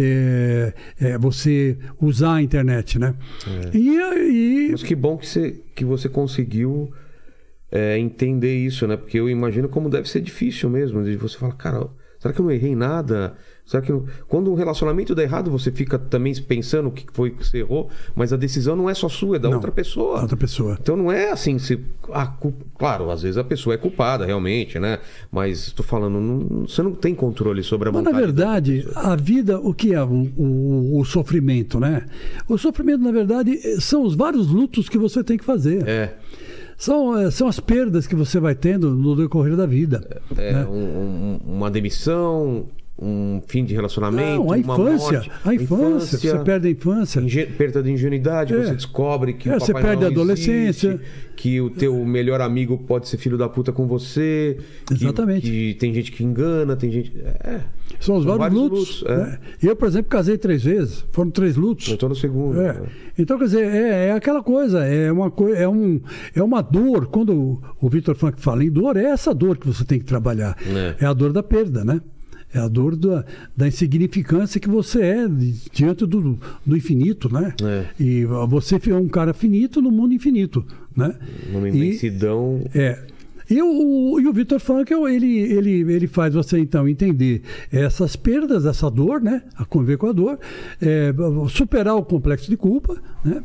você usar a internet, né? Mas que bom que você conseguiu entender isso, né? Porque eu imagino como deve ser difícil mesmo. De você falar, cara, será que eu não errei nada? Será que quando um relacionamento dá errado, você fica também pensando o que foi que você errou, mas a decisão não é só sua, é da outra pessoa. Outra pessoa. Então não é assim, claro, às vezes a pessoa é culpada realmente, né? Mas estou falando, você não tem controle sobre a vontade. Mas na verdade, a vida, o que é o sofrimento, né? O sofrimento, na verdade, são os vários lutos que você tem que fazer. São as perdas que você vai tendo no decorrer da vida. Uma demissão, um fim de relacionamento, não, a infância, a infância, você perde a infância, perda de ingenuidade, você descobre que o Papai você perde a adolescência, existe, que o teu melhor amigo pode ser filho da puta com você, exatamente, que tem gente que engana, tem gente, são os vários lutos. Eu, por exemplo, casei 3 vezes, foram 3 lutos. Eu tô no segundo. Então, quer dizer, é aquela coisa, é uma dor. Quando o Victor Frankl fala em dor, é essa dor que você tem que trabalhar. É a dor da perda, né? É a dor da insignificância que você é diante do infinito, né? E você é um cara finito no mundo infinito, né? Numa imensidão. E o Victor Frankl, ele faz você, então, entender essas perdas, essa dor, né? A conviver com a dor, superar o complexo de culpa, né?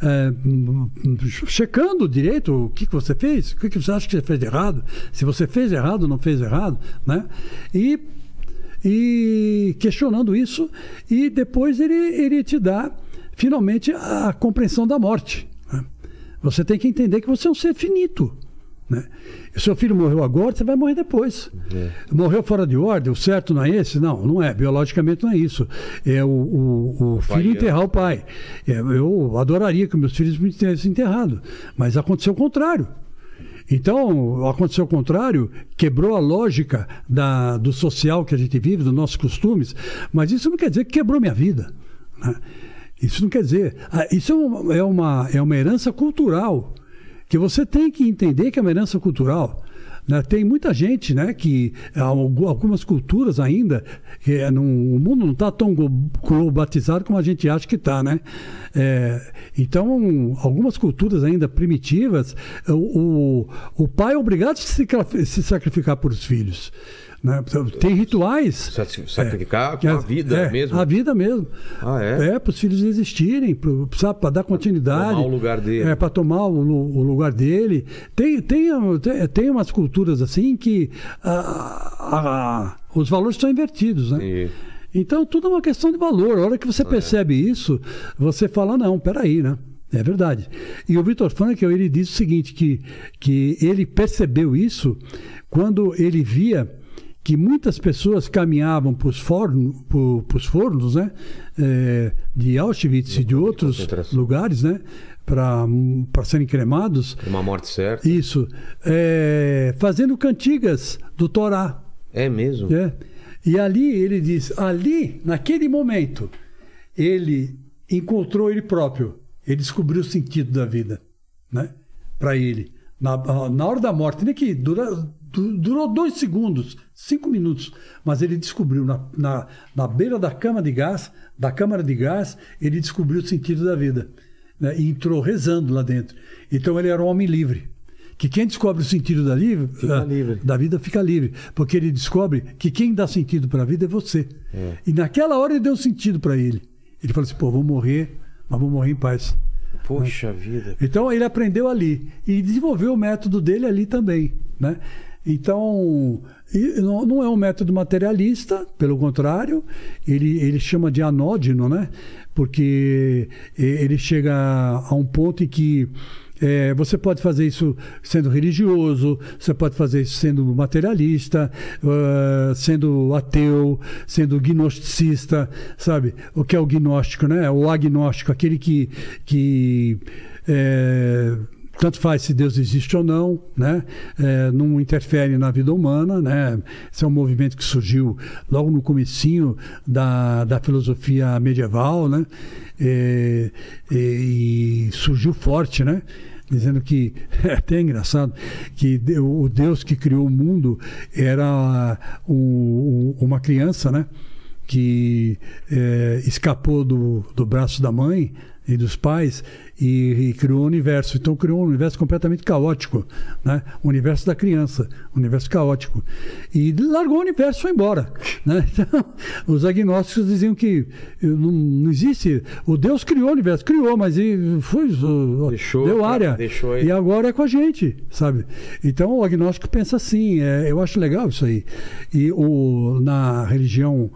Checando direito o que você fez, o que você acha que você fez de errado, se você fez errado ou não fez errado, né? E questionando isso, e depois ele te dá, finalmente, a compreensão da morte, né? Você tem que entender que você é um ser finito, né? O seu filho morreu agora, você vai morrer depois. Morreu fora de ordem, o certo não é esse? Não é. Biologicamente não é isso. É o filho enterrar o pai. Eu adoraria que meus filhos me tivessem enterrado, mas aconteceu o contrário. Então, aconteceu o contrário, quebrou a lógica do social que a gente vive, dos nossos costumes, mas isso não quer dizer que quebrou minha vida, né? Isso não quer dizer. Isso é uma herança cultural, que você tem que entender que é uma herança cultural, né? Tem muita gente, né, que algumas culturas ainda, o mundo não está tão globalizado como a gente acha que está, né? Então, algumas culturas ainda primitivas, o pai é obrigado a se sacrificar por os filhos, né? Tem rituais. Sacrificar com a vida mesmo? A vida mesmo. Para os filhos existirem, para dar continuidade. Para tomar o lugar dele. Para tomar o lugar dele. Tem umas culturas assim que os valores são invertidos, né? Sim. Então, tudo é uma questão de valor. A hora que você percebe isso, você fala, não, peraí, né? É verdade. E o Victor Frankl, ele diz o seguinte, que ele percebeu isso quando ele via que muitas pessoas caminhavam para os fornos, né? De Auschwitz e de outros lugares, né? Para serem cremados. Uma morte certa. Isso. Fazendo cantigas do Torá. É mesmo? E ali, ele diz, naquele momento, ele encontrou ele próprio. Ele descobriu o sentido da vida, né? Para ele. Na hora da morte, nem que durou 2 segundos, 5 minutos, mas ele descobriu na beira da câmara de gás, ele descobriu o sentido da vida, né? E entrou rezando lá dentro. Então ele era um homem livre. Que quem descobre o sentido da vida fica livre, porque ele descobre que quem dá sentido para a vida é você. E naquela hora ele deu sentido para ele. Ele falou assim, vou morrer, mas vou morrer em paz. Poxa vida. Então ele aprendeu ali e desenvolveu o método dele ali também, né? Então, não é um método materialista, pelo contrário, ele chama de anódino, né? Porque ele chega a um ponto em que você pode fazer isso sendo religioso, você pode fazer isso sendo materialista, sendo ateu, sendo gnosticista, sabe? O que é o gnóstico, né? O agnóstico, aquele que tanto faz se Deus existe ou não, né? Não interfere na vida humana, né? Esse é um movimento que surgiu logo no comecinho da filosofia medieval, né? E surgiu forte, né? Dizendo que, é até engraçado, que o Deus que criou o mundo era uma criança, né? Que escapou do braço da mãe e dos pais e criou o universo. Então criou um universo completamente caótico, né? O universo da criança, um universo caótico. E largou o universo e foi embora, né? Então, os agnósticos diziam que não existe. O Deus criou o universo, mas deu área. E agora é com a gente, sabe? Então o agnóstico pensa assim. Eu acho legal isso aí. E na religião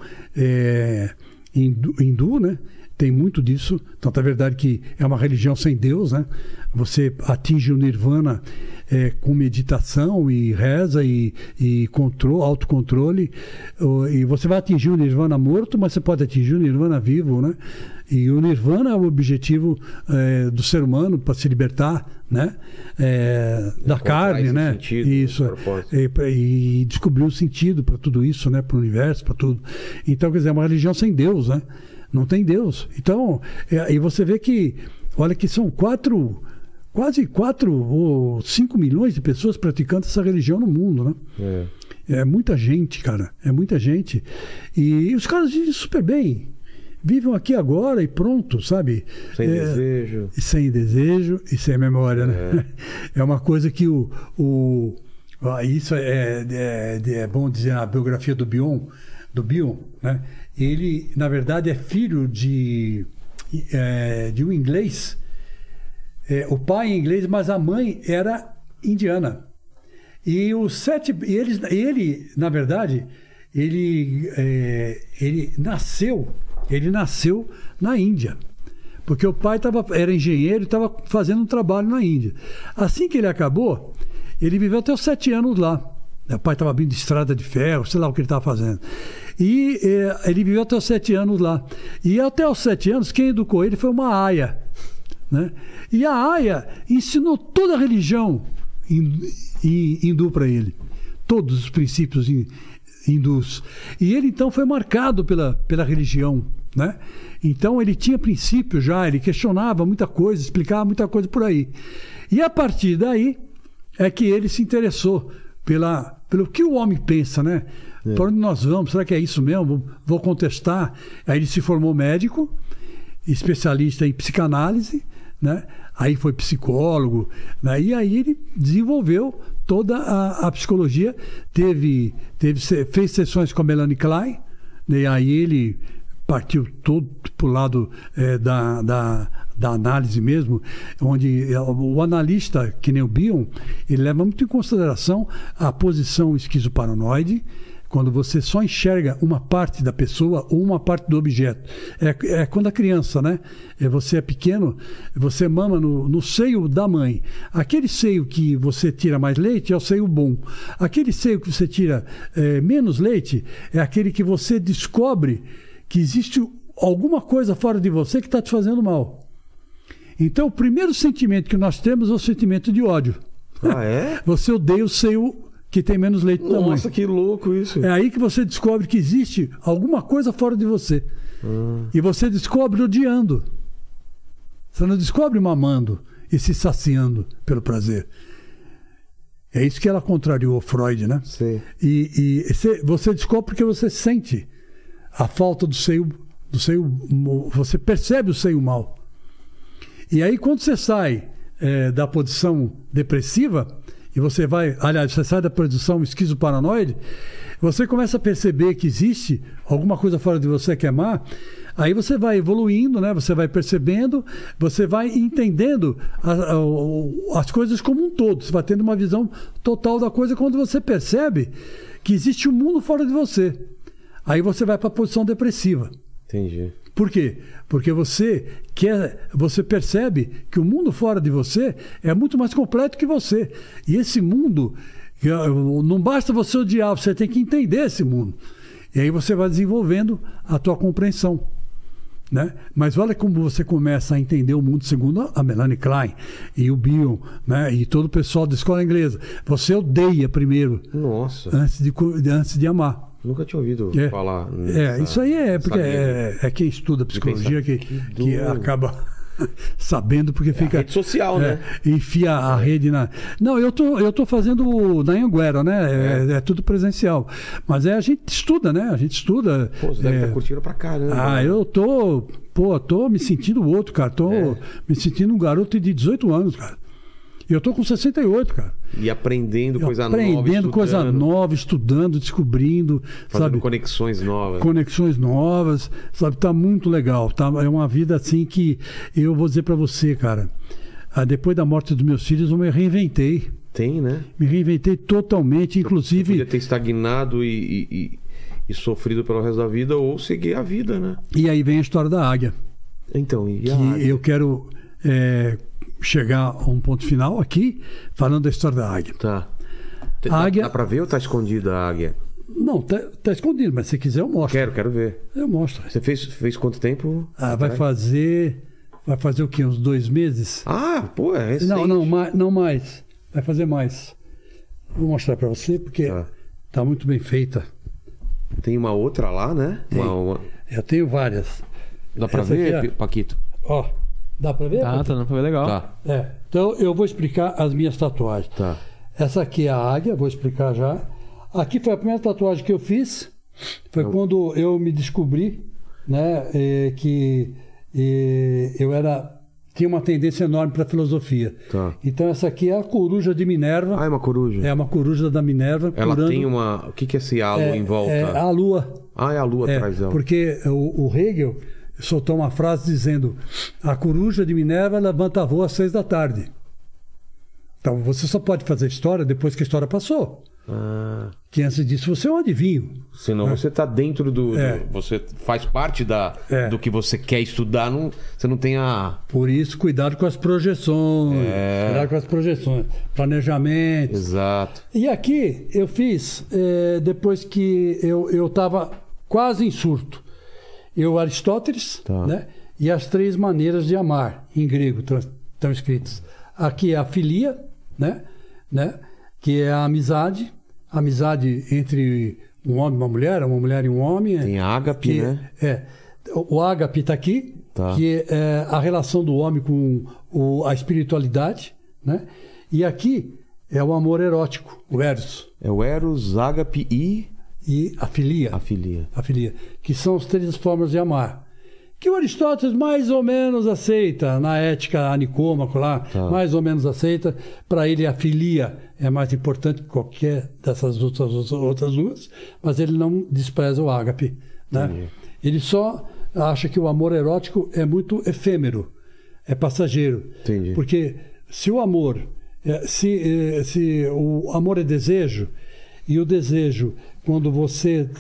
hindu, né? Tem muito disso. Então, é verdade que é uma religião sem Deus, né? Você atinge o nirvana com meditação e reza e autocontrole, e você vai atingir o nirvana morto, mas você pode atingir o nirvana vivo, né? E o nirvana é o objetivo do ser humano para se libertar, né? Da carne, né? Sentido, isso. E descobrir o sentido para tudo isso, né? Para o universo, para tudo. Então, quer dizer, é uma religião sem Deus, né? Não tem Deus. Então, e você vê que, olha, que são quase 4 ou 5 milhões de pessoas praticando essa religião no mundo, né? É muita gente, cara. É muita gente. E os caras vivem super bem. Vivem aqui agora e pronto, sabe? Sem desejo. Sem desejo e sem memória, né? É uma coisa que isso é bom dizer a biografia do Bion, né? Ele, na verdade, é filho de um inglês. O pai é inglês, mas a mãe era indiana. E ele, na verdade, ele nasceu na Índia, porque o pai era engenheiro e estava fazendo um trabalho na Índia. Assim que ele acabou, ele viveu até os 7 anos lá. O pai estava abrindo estrada de ferro, sei lá o que ele estava fazendo. E ele viveu até os 7 anos lá. E até os 7 anos, quem educou ele foi uma aia, né? E a aia ensinou toda a religião hindu para ele, todos os princípios hindus. E ele então foi marcado pela religião, né? Então ele tinha princípio já, ele questionava muita coisa, explicava muita coisa por aí. E a partir daí é que ele se interessou pelo que o homem pensa, né? Para onde nós vamos? Será que é isso mesmo? Vou contestar. Aí ele se formou médico, especialista em psicanálise, né? Aí foi psicólogo, né? E aí ele desenvolveu toda a psicologia, fez sessões com a Melanie Klein, né? E aí ele partiu todo para o lado da análise mesmo, onde o analista, que nem o Bion, ele leva muito em consideração a posição esquizoparanoide, quando você só enxerga uma parte da pessoa ou uma parte do objeto. É quando a criança, né? Você é pequeno, você mama no seio da mãe. Aquele seio que você tira mais leite é o seio bom. Aquele seio que você tira menos leite é aquele que você descobre que existe alguma coisa fora de você que está te fazendo mal. Então, o primeiro sentimento que nós temos é o sentimento de ódio. Ah, é? Você odeia o seio que tem menos leite da mãe. Nossa, que louco isso. É aí que você descobre que existe alguma coisa fora de você. E você descobre odiando. Você não descobre mamando e se saciando pelo prazer. É isso que ela contrariou Freud, né? Sim. E você descobre porque você sente a falta do seio, você percebe o seio mal. E aí quando você sai da posição depressiva, e você sai da posição esquizoparanoide, você começa a perceber que existe alguma coisa fora de você que é má, aí você vai evoluindo, né? Você vai percebendo, você vai entendendo as coisas como um todo, você vai tendo uma visão total da coisa quando você percebe que existe um mundo fora de você. Aí você vai para a posição depressiva. Entendi. Por quê? Porque você percebe que o mundo fora de você é muito mais completo que você. E esse mundo, não basta você odiar, você tem que entender esse mundo. E aí você vai desenvolvendo a tua compreensão, né? Mas olha como você começa a entender o mundo segundo a Melanie Klein e o Bion, né? E todo o pessoal da escola inglesa. Você odeia primeiro. Nossa. Antes de amar. Nunca tinha ouvido falar. Isso aí porque é quem estuda psicologia que acaba sabendo, porque fica. A rede social, né? Enfia a rede na. Não, eu tô fazendo na Anhanguera, né? É tudo presencial. Mas a gente estuda, né? A gente estuda. Pô, você deve estar curtindo pra caramba. Eu tô me sentindo outro, cara. Tô me sentindo um garoto de 18 anos, cara. E eu tô com 68, cara. E aprendendo coisa nova, estudando, descobrindo. Fazendo conexões novas. Conexões novas, sabe? Tá muito legal. Tá? É uma vida assim que eu vou dizer pra você, cara. Depois da morte dos meus filhos, eu me reinventei. Tem, né? Me reinventei totalmente, inclusive... Você podia ter estagnado e sofrido pelo resto da vida ou seguir a vida, né? E aí vem a história da águia. Então, águia? Eu quero... chegar a um ponto final aqui, falando da história da águia. Tá. A águia... Dá pra ver ou tá escondida a águia? Não, tá escondido, mas se quiser eu mostro. Quero ver. Eu mostro. Você fez quanto tempo? Vai fazer o quê? Uns 2 meses? Pô, é recente. Não mais. Vai fazer mais. Vou mostrar para você, porque tá muito bem feita. Tem uma outra lá, né? Eu tenho várias. Dá pra ver, Paquito? Ó, dá pra ver? Tá dando pra ver legal. Tá. Então eu vou explicar as minhas tatuagens. Tá. Essa aqui é a águia, vou explicar já. Aqui foi a primeira tatuagem que eu fiz. Foi quando eu me descobri, né, que eu tinha uma tendência enorme para filosofia. Tá. Então essa aqui é a coruja de Minerva. É uma coruja. É uma coruja da Minerva. Ela tem uma... O que é esse halo em volta? É a lua. É a lua atrás dela. Porque o Hegel soltou uma frase dizendo: a coruja de Minerva levanta voo às 6 da tarde. Então você só pode fazer história depois que a história passou. Que antes disso você é um adivinho. Senão você está dentro do... Você faz parte do que você quer estudar, você não tem a... Por isso, cuidado com as projeções. Cuidado com as projeções. Planejamento. Exato. E aqui eu fiz, depois que eu estava quase em surto. Aristóteles, né? E as 3 maneiras de amar, em grego, estão escritas. Aqui é a filia, né? Que é a amizade entre um homem e uma mulher e um homem. Tem a ágape, né? O ágape está aqui, que é a relação do homem com a espiritualidade, né? E aqui é o amor erótico, o eros. É o eros, ágape e a filia. A filia. Que são as 3 formas de amar. Que o Aristóteles mais ou menos aceita, na ética anicômaco lá, mais ou menos aceita. Para ele a filia é mais importante que qualquer dessas outras duas, mas ele não despreza o ágape, né? Ele só acha que o amor erótico é muito efêmero, é passageiro. Entendi. Porque se o amor, se o amor é desejo, e o desejo, quando você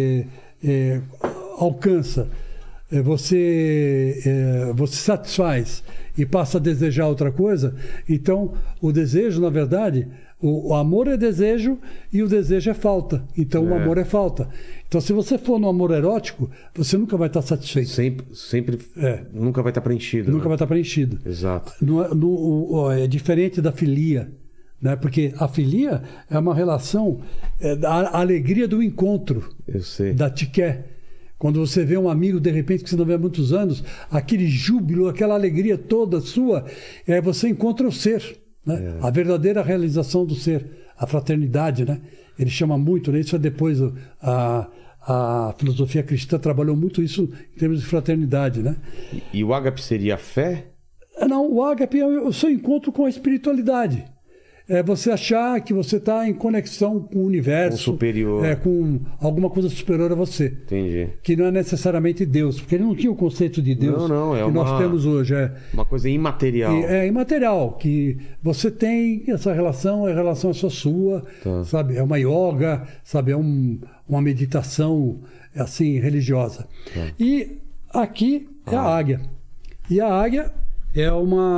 alcança, você satisfaz e passa a desejar outra coisa, então o desejo, na verdade, o amor é desejo e o desejo é falta. Então o amor é falta. Então se você for no amor erótico, você nunca vai estar satisfeito. Sempre nunca vai estar preenchido. Nunca vai estar preenchido. Exato. É diferente da filia, né? Porque a filia é uma relação, a alegria do encontro. Eu sei. Da tiqué. Quando você vê um amigo, de repente, que você não vê há muitos anos, aquele júbilo, aquela alegria toda sua, você encontra o ser, né? A verdadeira realização do ser, a fraternidade, né? Ele chama muito, né? Isso é depois, a filosofia cristã trabalhou muito isso em termos de fraternidade, né? E o ágape seria a fé? Não, o ágape é o seu encontro com a espiritualidade. É você achar que você está em conexão com o universo. Com o superior. Com alguma coisa superior a você. Entendi. Que não é necessariamente Deus, porque ele não tinha o conceito de Deus que nós temos hoje. Uma coisa imaterial. É imaterial, que você tem essa relação, a relação é só sua, sabe? É uma yoga, sabe? É uma meditação, assim, religiosa. E aqui é a águia. E a águia é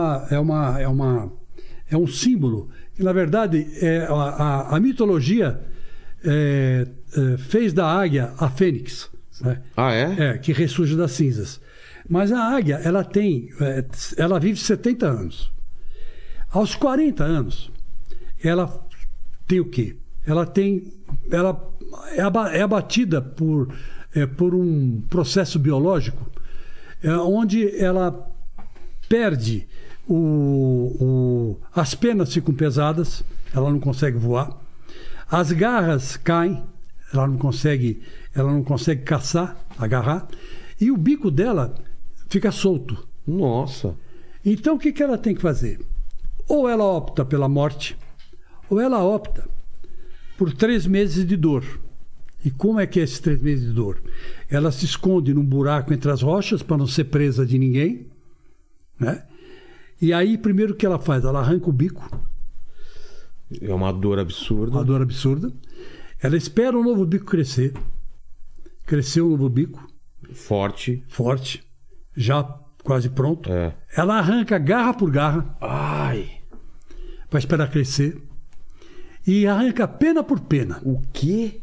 um símbolo. Que, na verdade, a mitologia fez da águia a fênix, né? Que ressurge das cinzas. Mas a águia, ela vive 70 anos. Aos 40 anos, ela tem o quê? Ela é abatida por um processo biológico onde ela perde as penas ficam pesadas, ela não consegue voar, as garras caem, ela não consegue caçar, agarrar, e o bico dela fica solto. Nossa! Então o que ela tem que fazer? Ou ela opta pela morte, ou ela opta por 3 meses de dor. E como é que é esses 3 meses de dor? Ela se esconde num buraco entre as rochas para não ser presa de ninguém, né? E aí, primeiro que ela faz, ela arranca o bico. É uma dor absurda. Uma dor absurda. Ela espera o novo bico crescer. Cresceu o novo bico. Forte. Já quase pronto. Ela arranca garra por garra. Ai! Para esperar crescer. E arranca pena por pena. O quê?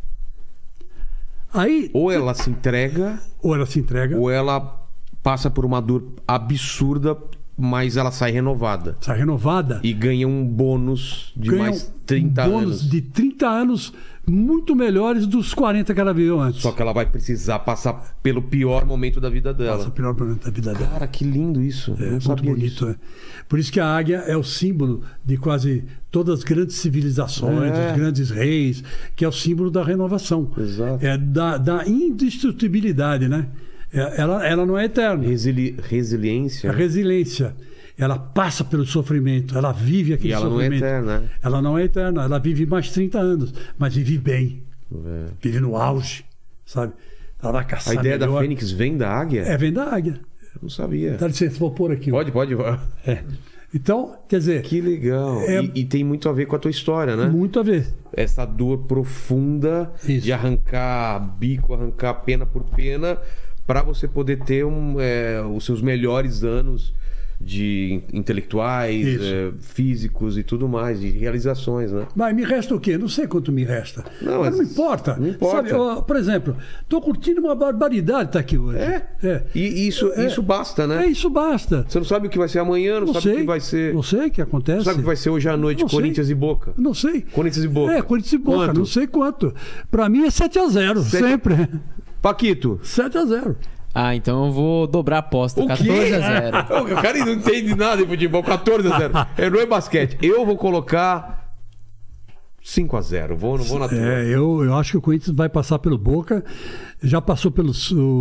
Aí, ou ela se entrega, ou ela passa por uma dor absurda, mas ela sai renovada. Sai renovada. E ganha um bônus de mais 30 anos. Bônus de 30 anos muito melhores dos 40 que ela viveu antes. Só que ela vai precisar passar pelo pior momento da vida dela. Passa pelo pior momento da vida dela. Cara, que lindo isso. É muito bonito. É. Por isso que a águia é o símbolo de quase todas as grandes civilizações, dos grandes reis, que é o símbolo da renovação. Exato. É da indestrutibilidade, né? Ela não é eterna. Resiliência. A resiliência. Ela passa pelo sofrimento, ela vive aquele sofrimento. E ela não é eterna. Ela não é eterna, ela vive mais 30 anos, mas vive bem. Vive no auge, sabe? Ela vai caçar. A ideia melhor. da Fênix vem da águia? Vem da águia. Eu não sabia. Dá licença, vou pôr aqui. Pode. Então, quer dizer... Que legal. E tem muito a ver com a tua história, né? Muito a ver. Essa dor profunda de arrancar bico, arrancar pena por pena, para você poder ter os seus melhores anos de intelectuais, físicos e tudo mais, de realizações, né? Mas me resta o quê? Não sei quanto me resta. Mas não importa. Não importa. Sabe, por exemplo, estou curtindo uma barbaridade estar aqui hoje. E isso basta, né? Isso basta. Você não sabe o que vai ser amanhã, não sabe o que vai ser. Não sei o que acontece. Não sabe o que vai ser hoje à noite, Corinthians e Boca. Não sei. Corinthians e Boca. Corinthians e Boca, quanto? Não sei quanto. Para mim é 7-0, sempre. Paquito. 7-0. Então eu vou dobrar a aposta. 14-0. O cara não entende nada de futebol. 14-0. Não é basquete. Eu vou colocar 5-0. Não vou na tua. Eu acho que o Corinthians vai passar pelo Boca. Já passou pelo...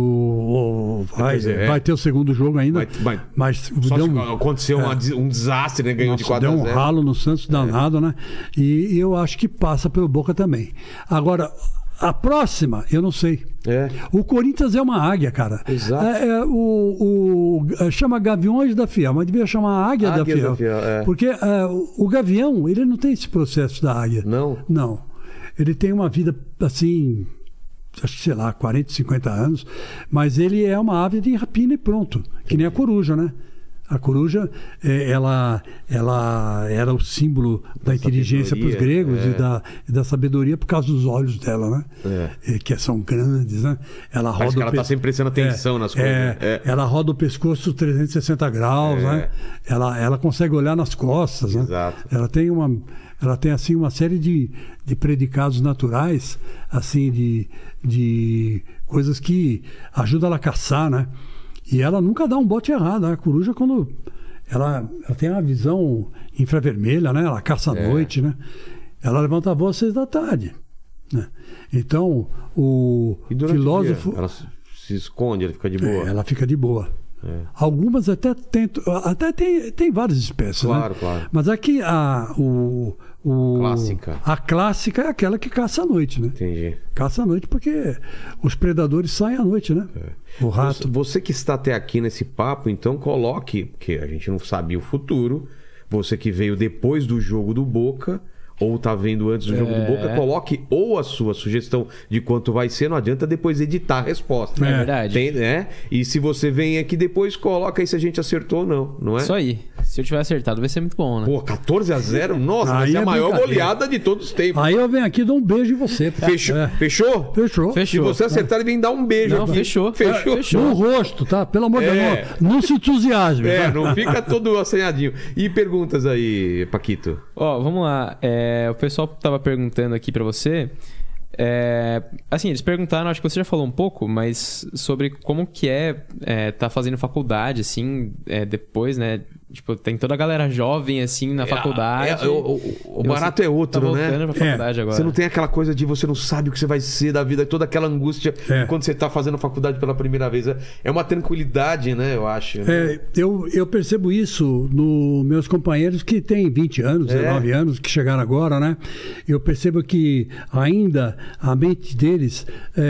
vai ter o segundo jogo ainda. Mas aconteceu um desastre, né? Ganhou de 4-0. Deu um ralo no Santos danado, né? E eu acho que passa pelo Boca também. Agora... A próxima, eu não sei. O Corinthians é uma águia, cara. Exato. Chama Gaviões da Fiel, mas devia chamar Águia da Fiel. Porque o Gavião, ele não tem esse processo da águia. Não? Não. Ele tem uma vida, assim, acho que, sei lá, 40, 50 anos, mas ele é uma ave de rapina e pronto. Que nem a coruja, né? A coruja, ela era o símbolo da inteligência para os gregos e da sabedoria por causa dos olhos dela, né? Que são grandes, né? Ela está sempre prestando atenção nas coisas. Ela roda o pescoço 360 graus, né? Ela consegue olhar nas costas, né? Exato. Ela tem assim uma série de predicados naturais, assim de coisas que ajudam ela a caçar, né? E ela nunca dá um bote errado. A coruja, quando ela tem uma visão infravermelha, né? Ela caça à noite, né? Ela levanta a voz às 6 da tarde. Né? Então, o filósofo... O dia, ela se esconde, ela fica de boa. Ela fica de boa. Algumas até tentam... Até tem várias espécies, claro, né? Claro. Mas aqui clássica. A clássica é aquela que caça à noite, né? Entendi. Caça à noite porque os predadores saem à noite, né? O rato. Você que está até aqui nesse papo, então coloque, porque a gente não sabe o futuro, você que veio depois do jogo do Boca, ou tá vendo antes do jogo do Boca, coloque ou a sua sugestão de quanto vai ser, não adianta depois editar a resposta. É verdade. E se você vem aqui depois, coloca aí se a gente acertou ou não, não é? Isso aí. Se eu tiver acertado, vai ser muito bom, né? 14-0? Nossa, vai ser a maior goleada de todos os tempos. Aí eu venho aqui e dou um beijo em você. Fechou? Se você acertar, ele vem dar um beijo aqui. Fechou. No rosto, tá? Pelo amor de Deus, não se entusiasme. Não fica todo assanhadinho. E perguntas aí, Paquito? Vamos lá. O pessoal tava perguntando aqui pra você. Assim, eles perguntaram, acho que você já falou um pouco, mas sobre como que tá fazendo faculdade, assim, depois, né? Tipo, tem toda a galera jovem, assim, na faculdade. O barato é outro, tá voltando né? Pra faculdade agora. Você não tem aquela coisa de você não sabe o que você vai ser da vida, toda aquela angústia quando você tá fazendo faculdade pela primeira vez. É uma tranquilidade, né? Eu acho. Né? Eu percebo isso nos meus companheiros que têm 20 anos, 19 anos, que chegaram agora, né? Eu percebo que ainda a mente deles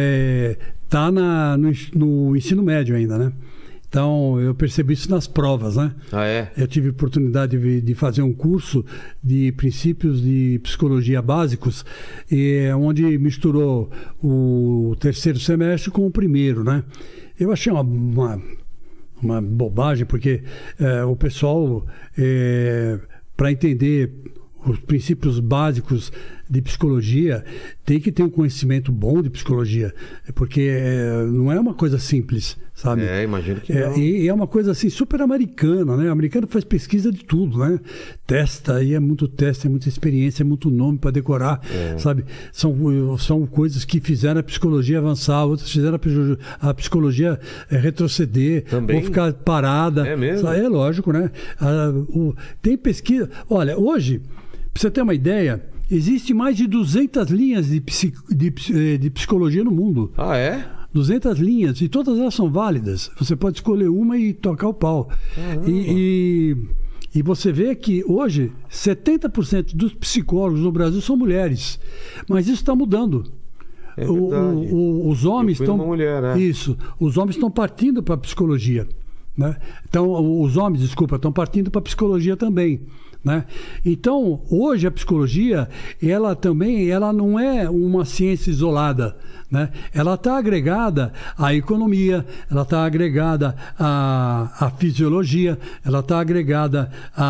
tá no ensino médio ainda, né? Então, eu percebi isso nas provas, né? Eu tive oportunidade de fazer um curso de princípios de psicologia básicos, onde misturou o terceiro semestre com o primeiro, né? Eu achei uma uma bobagem, porque o pessoal, para entender os princípios básicos de psicologia, tem que ter um conhecimento bom de psicologia, porque não é uma coisa simples, sabe? Imagino que não. E é uma coisa assim super americana, né? O americano faz pesquisa de tudo, né? Testa, e é muito teste, é muita experiência, é muito nome para decorar, sabe? São coisas que fizeram a psicologia avançar, outras fizeram a psicologia retroceder, também? Ou ficar parada. É mesmo? É lógico, né? Tem pesquisa... Olha, hoje, para você ter uma ideia, existe mais de 200 linhas de psicologia no mundo. Ah, é? 200 linhas, e todas elas são válidas. Você pode escolher uma e tocar o pau. E você vê que hoje 70% dos psicólogos no Brasil são mulheres. Mas isso está mudando. É verdade. Os homens estão... mulher, né? Isso. Os homens estão partindo para a psicologia. Né? Então, os homens, estão partindo para a psicologia também. Né? Então, hoje a psicologia, ela não é uma ciência isolada, né? Ela está agregada à economia, ela está agregada à fisiologia, ela está agregada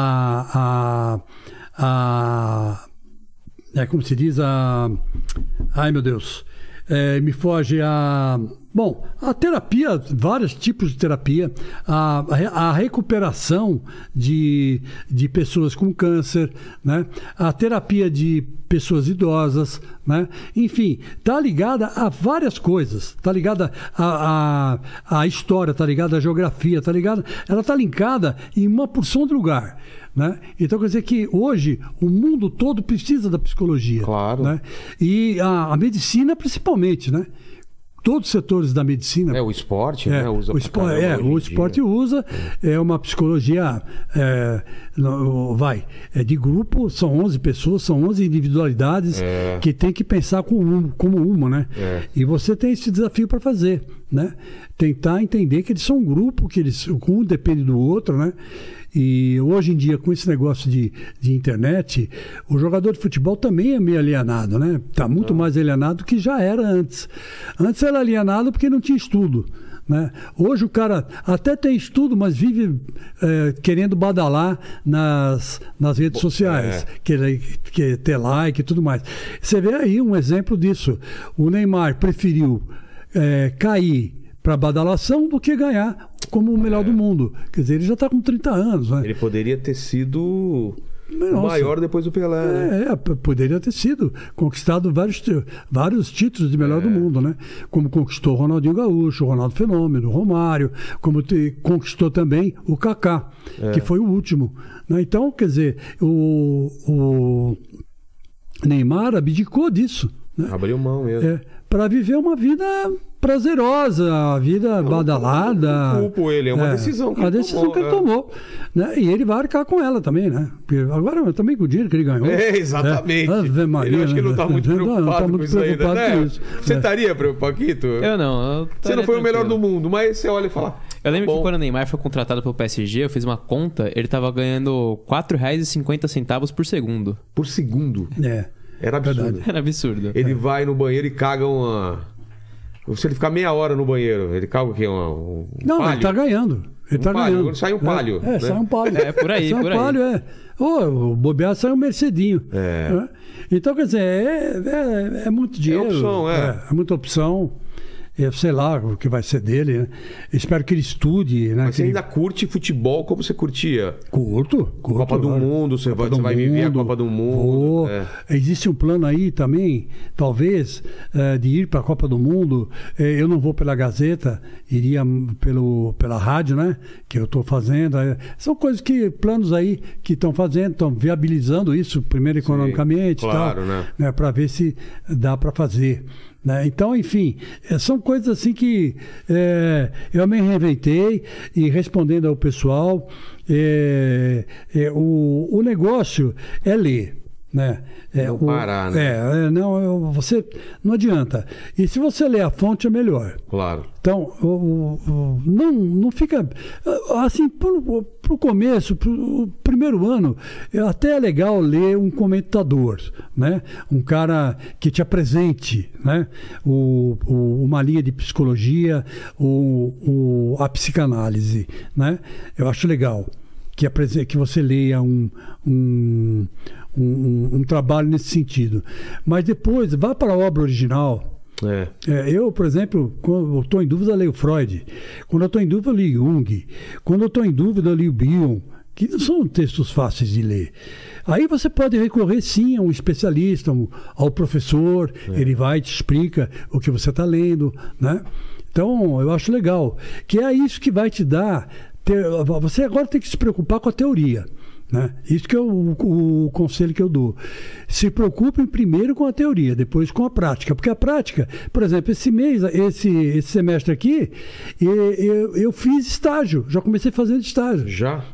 como se diz, ai meu Deus, me foge Bom, a terapia, vários tipos de terapia, a recuperação de pessoas com câncer, né? A terapia de pessoas idosas, né? Enfim, está ligada a várias coisas, está ligada à história, está ligada à geografia, ela está linkada em uma porção de lugar. Né? Então quer dizer que hoje o mundo todo precisa da psicologia. Claro. Né? E a medicina principalmente, né? Todos os setores da medicina. O esporte, né? Usa o esporte usa. É uma psicologia de grupo, são 11 pessoas, são 11 individualidades que tem que pensar como uma, né? E você tem esse desafio para fazer, né? Tentar entender que eles são um grupo, que um depende do outro, né? E hoje em dia, com esse negócio de internet, o jogador de futebol também é meio alienado, né? Está muito mais alienado que já era antes. Antes era alienado porque não tinha estudo, né? Hoje o cara até tem estudo, mas vive querendo badalar nas redes sociais, quer ter like e tudo mais. Você vê aí um exemplo disso. O Neymar preferiu cair para badalação do que ganhar como o melhor do mundo. Quer dizer, ele já está com 30 anos. Né? Ele poderia ter sido o maior depois do Pelé. Né? Poderia ter sido. Conquistado vários títulos de melhor do mundo. Né? Como conquistou o Ronaldinho Gaúcho, o Ronaldo Fenômeno, o Romário, como conquistou também o Kaká, que foi o último. Né? Então, quer dizer, o Neymar abdicou disso. Né? Abriu mão mesmo. Para viver uma vida prazerosa, a vida badalada. Não culpo ele, é uma decisão que ele tomou. Né? E ele vai arcar com ela também, né? Porque agora também com o dinheiro que ele ganhou. Exatamente. Maria, eu acho que ele não está muito preocupado com isso ainda, né? Você estaria preocupado, Paquito? Eu não. Você não foi o melhor do mundo, mas você olha e fala... Eu lembro que quando o Neymar foi contratado pelo PSG, eu fiz uma conta, ele estava ganhando R$4,50 por segundo. Por segundo? Era absurdo. Verdade. Era absurdo. Ele vai no banheiro e caga Se ele ficar meia hora no banheiro, ele caga o quê? Um não, palho? Ele tá ganhando. Ele tá ganhando. Sai um palho. Né? Sai um palho. Por aí, sai um palho, o bobear sai um Mercedinho. Né? Então, quer dizer, é muito dinheiro. É opção, é muita opção. Eu sei lá o que vai ser dele, né? Espero que ele estude, né? Mas você ainda curte futebol como você curtia? Curto. Copa do Mundo, você vai viver a Copa do Mundo. Existe um plano aí também, talvez, de ir para a Copa do Mundo. Eu não vou pela Gazeta, iria pela rádio, né? Que eu estou fazendo. São planos aí que estão fazendo, estão viabilizando isso, primeiro economicamente, claro, tal, né? Para ver se dá para fazer. Né? Então, enfim, são coisas assim que eu me reinventei e respondendo ao pessoal, o negócio é ler. né? Não parar, né? Você não adianta. E se você ler a fonte, é melhor. Claro. Então, não fica assim, pro começo, pro primeiro ano, até é legal ler um comentador, né? Um cara que te apresente, né? Uma linha de psicologia, a psicanálise, né? Eu acho legal que você leia um trabalho nesse sentido. Mas depois, vá para a obra original. Eu, por exemplo, quando eu estou em dúvida, eu leio Freud. Quando eu estou em dúvida, eu leio Jung. Quando eu estou em dúvida, eu leio Bion, que não são textos fáceis de ler. Aí você pode recorrer, sim, a um especialista, ao professor. Ele vai e te explica o que você está lendo, né? Então, eu acho legal. Que é isso que vai te dar... Você agora tem que se preocupar com a teoria, né? Isso que é o conselho que eu dou. Se preocupem primeiro com a teoria, depois com a prática. Porque a prática, por exemplo, esse semestre aqui, eu fiz estágio. Já comecei fazendo estágio. Já?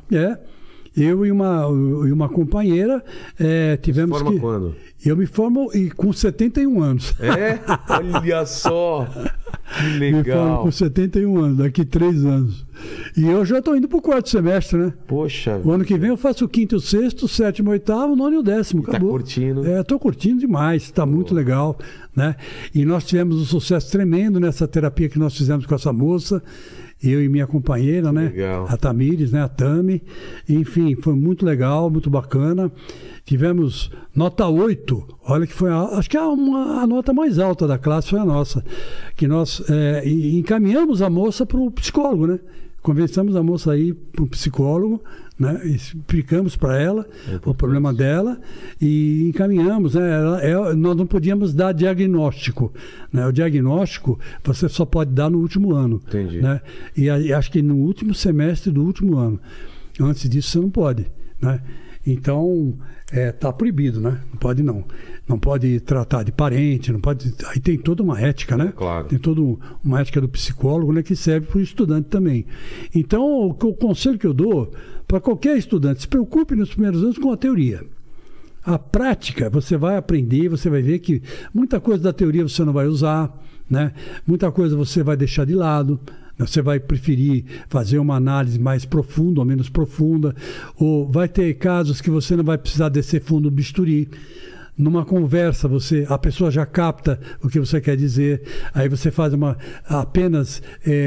Eu e uma companheira tivemos que... Você forma quando? Eu me formo com 71 anos. Olha só! Que legal! Me formo com 71 anos, daqui 3 anos. E eu já estou indo para o 4º semestre, né? Poxa! O ano que vem eu faço o 5º, o 6º, o 7º, o 8º, o 9º e o 10º. Acabou. Tá curtindo? Estou curtindo demais, está muito legal, né? E nós tivemos um sucesso tremendo nessa terapia que nós fizemos com essa moça. Eu e minha companheira, né? Legal. A Tamires, né? A Tami. Enfim, foi muito legal, muito bacana. Tivemos nota 8. Olha que foi, acho que a nota mais alta da classe foi a nossa. Que nós encaminhamos a moça para o psicólogo, né? Convencemos a moça aí para o psicólogo, né? Explicamos para ela o problema dela e encaminhamos, né? Nós não podíamos dar diagnóstico, né? O diagnóstico você só pode dar no último ano. Entendi. Né? E acho que no último semestre do último ano. Antes disso você não pode, né? Então, tá proibido, né? Não pode não. Não pode tratar de parente, não pode... Aí tem toda uma ética, né? Claro. Tem toda uma ética do psicólogo, né? Que serve para o estudante também. Então, o conselho que eu dou para qualquer estudante, se preocupe nos primeiros anos com a teoria. A prática, você vai aprender, você vai ver que muita coisa da teoria você não vai usar, né? Muita coisa você vai deixar de lado. Você vai preferir fazer uma análise mais profunda ou menos profunda, ou vai ter casos que você não vai precisar descer fundo do bisturi. Numa conversa, a pessoa já capta o que você quer dizer, aí você faz apenas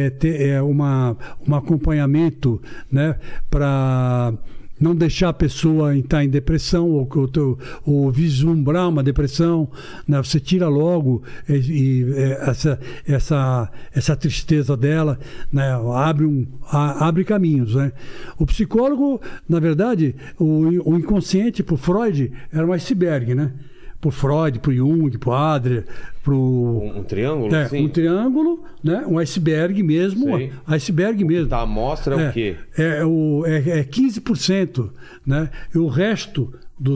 um acompanhamento, né, para não deixar a pessoa entrar em depressão ou vislumbrar uma depressão, né? Você tira logo essa tristeza dela, né? Abre caminhos, né? O psicólogo, na verdade, o inconsciente para o Freud era um iceberg, né? Para o Freud, para o Jung, para o Adler, para um triângulo, assim? Um triângulo, né? Um iceberg mesmo. Sei. Iceberg mesmo. Da amostra é o quê? É 15%, né? E o resto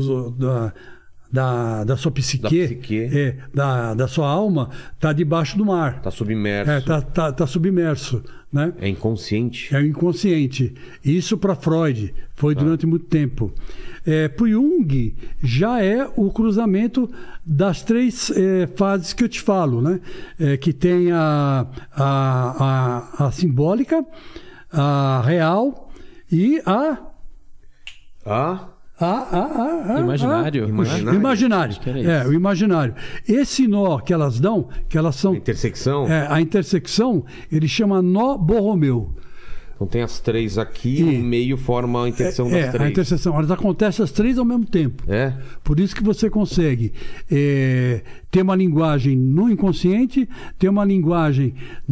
da sua psique, da sua alma, está debaixo do mar. Está submerso. Tá submerso. Né? É inconsciente. É inconsciente. Isso para Freud foi durante muito tempo. Para o Jung, já é o cruzamento das 3 fases que eu te falo, né? Que tem a simbólica, a real e Imaginário. Imaginário. O imaginário. Esse nó que elas dão, que elas são... A intersecção? A intersecção, ele chama nó Borromeu. Então tem as 3 aqui, e no meio forma a intersecção das 3. A intersecção. Elas acontecem as 3 ao mesmo tempo. Por isso que você consegue ter uma linguagem no inconsciente, ter uma linguagem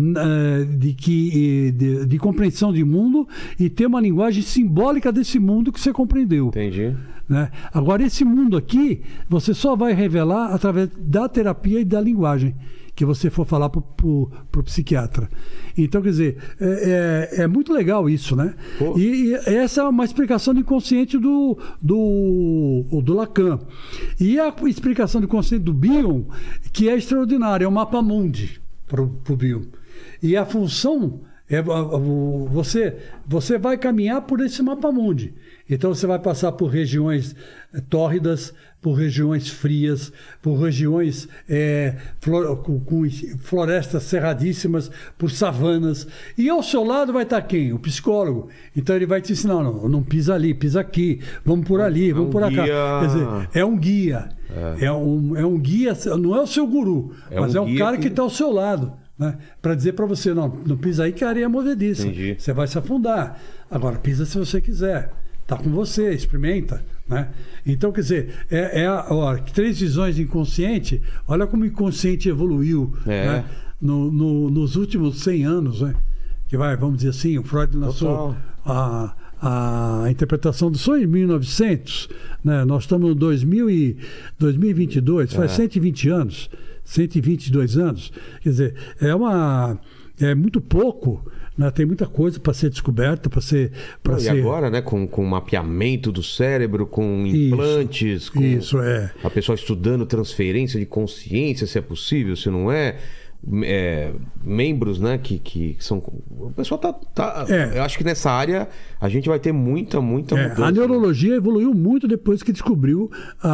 de compreensão de mundo e ter uma linguagem simbólica desse mundo que você compreendeu. Entendi. Né? Agora, esse mundo aqui, você só vai revelar através da terapia e da linguagem que você for falar para o psiquiatra. Então, quer dizer, é muito legal isso, né? E essa é uma explicação do inconsciente do Lacan. E a explicação do inconsciente do Bion, que é extraordinária, é o mapa mundi para o Bion. E a função Você vai caminhar por esse mapa-mundi. Então você vai passar por regiões tórridas, por regiões frias, por regiões com florestas cerradíssimas, por savanas. E ao seu lado vai estar quem? O psicólogo. Então ele vai te ensinar, não pisa ali, pisa aqui, vamos por ali, vamos por cá. Quer dizer, é um guia. É um guia, não é o seu guru, mas é o cara que está ao seu lado. Né? Para dizer para você, não pisa aí que a areia é movediça. Entendi. Você vai se afundar. Agora, pisa se você quiser. Está com você, experimenta. Né? Então, quer dizer, 3 visões de inconsciente, olha como o inconsciente evoluiu né? Nos últimos 100 anos. Né? Que vamos dizer assim, o Freud lançou a interpretação do sonho em 1900. Né? Nós estamos em 2022, faz 120 anos. 122 anos, quer dizer, é muito pouco, né? Tem muita coisa para ser descoberta, E agora, né, com mapeamento do cérebro, com implantes, a pessoa estudando transferência de consciência, se é possível, se não é. Membros, né, que são... O pessoal eu acho que nessa área a gente vai ter muita mudança. A neurologia evoluiu muito depois que descobriu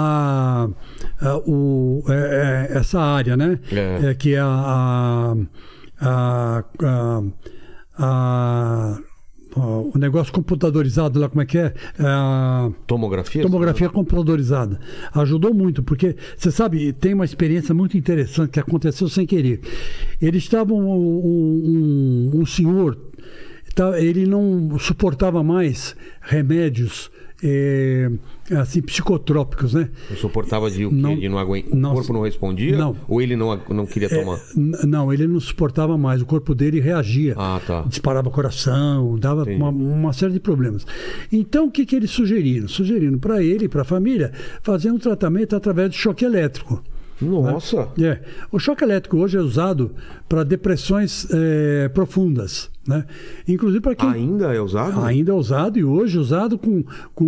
essa área, né? Que é o negócio computadorizado lá, como é que é? Tomografia? Tomografia computadorizada. Ajudou muito, porque, você sabe, tem uma experiência muito interessante que aconteceu sem querer. Eles estavam, um senhor, ele não suportava mais remédios assim, psicotrópicos, né? Não suportava de o quê? De não aguentar? O corpo não respondia? Não. Ou ele não queria tomar? Não, ele não suportava mais. O corpo dele reagia. Tá. Disparava o coração, dava uma série de problemas. Então, o que eles sugeriram? Sugeriram para ele e para a família fazer um tratamento através de choque elétrico. Nossa! Né? O choque elétrico hoje é usado para depressões profundas. Né? Inclusive para quem... Ainda é usado? Ainda é usado, e hoje usado com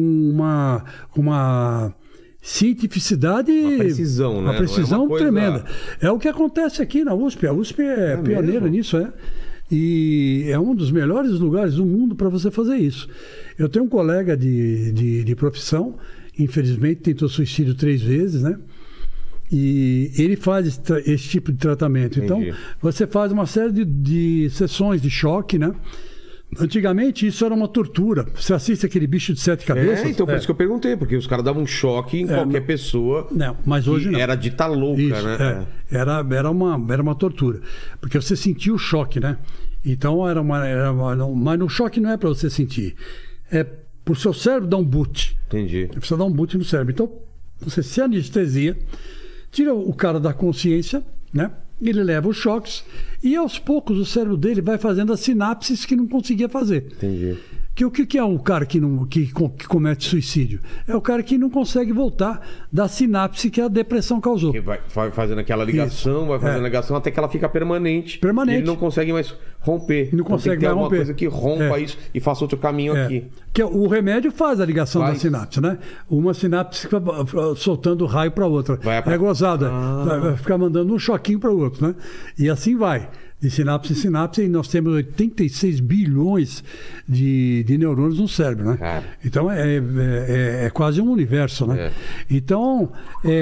uma cientificidade... Uma precisão, né? Uma precisão coisa... tremenda. É o que acontece aqui na USP. A USP é pioneira nisso, E é um dos melhores lugares do mundo para você fazer isso. Eu tenho um colega de profissão, infelizmente tentou suicídio 3 vezes, né? E ele faz esse tipo de tratamento. Entendi. Então, você faz uma série de sessões de choque, né? Antigamente, isso era uma tortura. Você assiste aquele bicho de 7 cabeças. Então, por isso que eu perguntei, porque os caras davam um choque em qualquer pessoa. Não, mas hoje não. Era dita louca, isso, né? Era uma tortura. Porque você sentia o choque, né? Então, mas no choque não é para você sentir. É pro seu cérebro dar um boot. Entendi. Precisa dar um boot no cérebro. Então, você se anestesia, tira o cara da consciência, né? Ele leva os choques e aos poucos o cérebro dele vai fazendo as sinapses que não conseguia fazer. Entendi. O que é o cara que comete suicídio? É o cara que não consegue voltar da sinapse que a depressão causou. Que vai fazendo aquela ligação, vai fazendo ligação até que ela fica permanente. Permanente. E ele não consegue mais romper. Não consegue mais romper. Coisa que rompa isso e faça outro caminho aqui. Que o remédio faz a ligação da sinapse, né? Uma sinapse fica soltando raio para outra. É gozada. Vai ficar mandando um choquinho para o outro, né? E assim vai. De sinapse em sinapse, e nós temos 86 bilhões de neurônios no cérebro, né? Cara. Então é quase um universo, né? Então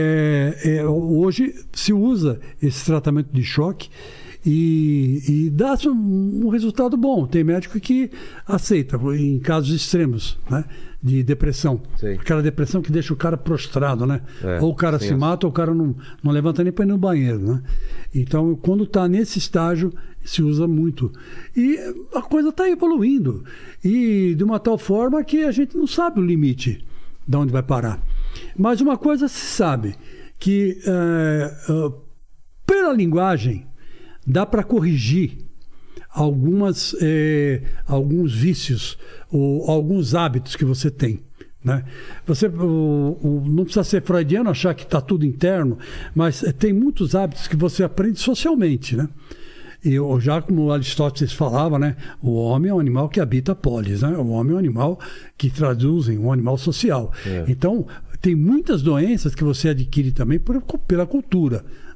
hoje se usa esse tratamento de choque e dá um resultado bom. Tem médico que aceita em casos extremos, né? De depressão. Sei. Aquela depressão que deixa o cara prostrado, né? Ou o cara se mata, ou o cara não levanta nem para ir no banheiro, né? Então, quando está nesse estágio, se usa muito. E a coisa está evoluindo. E de uma tal forma que a gente não sabe o limite de onde vai parar. Mas uma coisa se sabe, que pela linguagem dá para corrigir alguns vícios ou alguns hábitos que você tem, né? Você não precisa ser freudiano, achar que está tudo interno, mas tem muitos hábitos que você aprende socialmente, né? E já como Aristóteles falava, né? O homem é um animal que habita a polis, né? O homem é um animal que traduzem um animal social. Então tem muitas doenças que você adquire também pela cultura,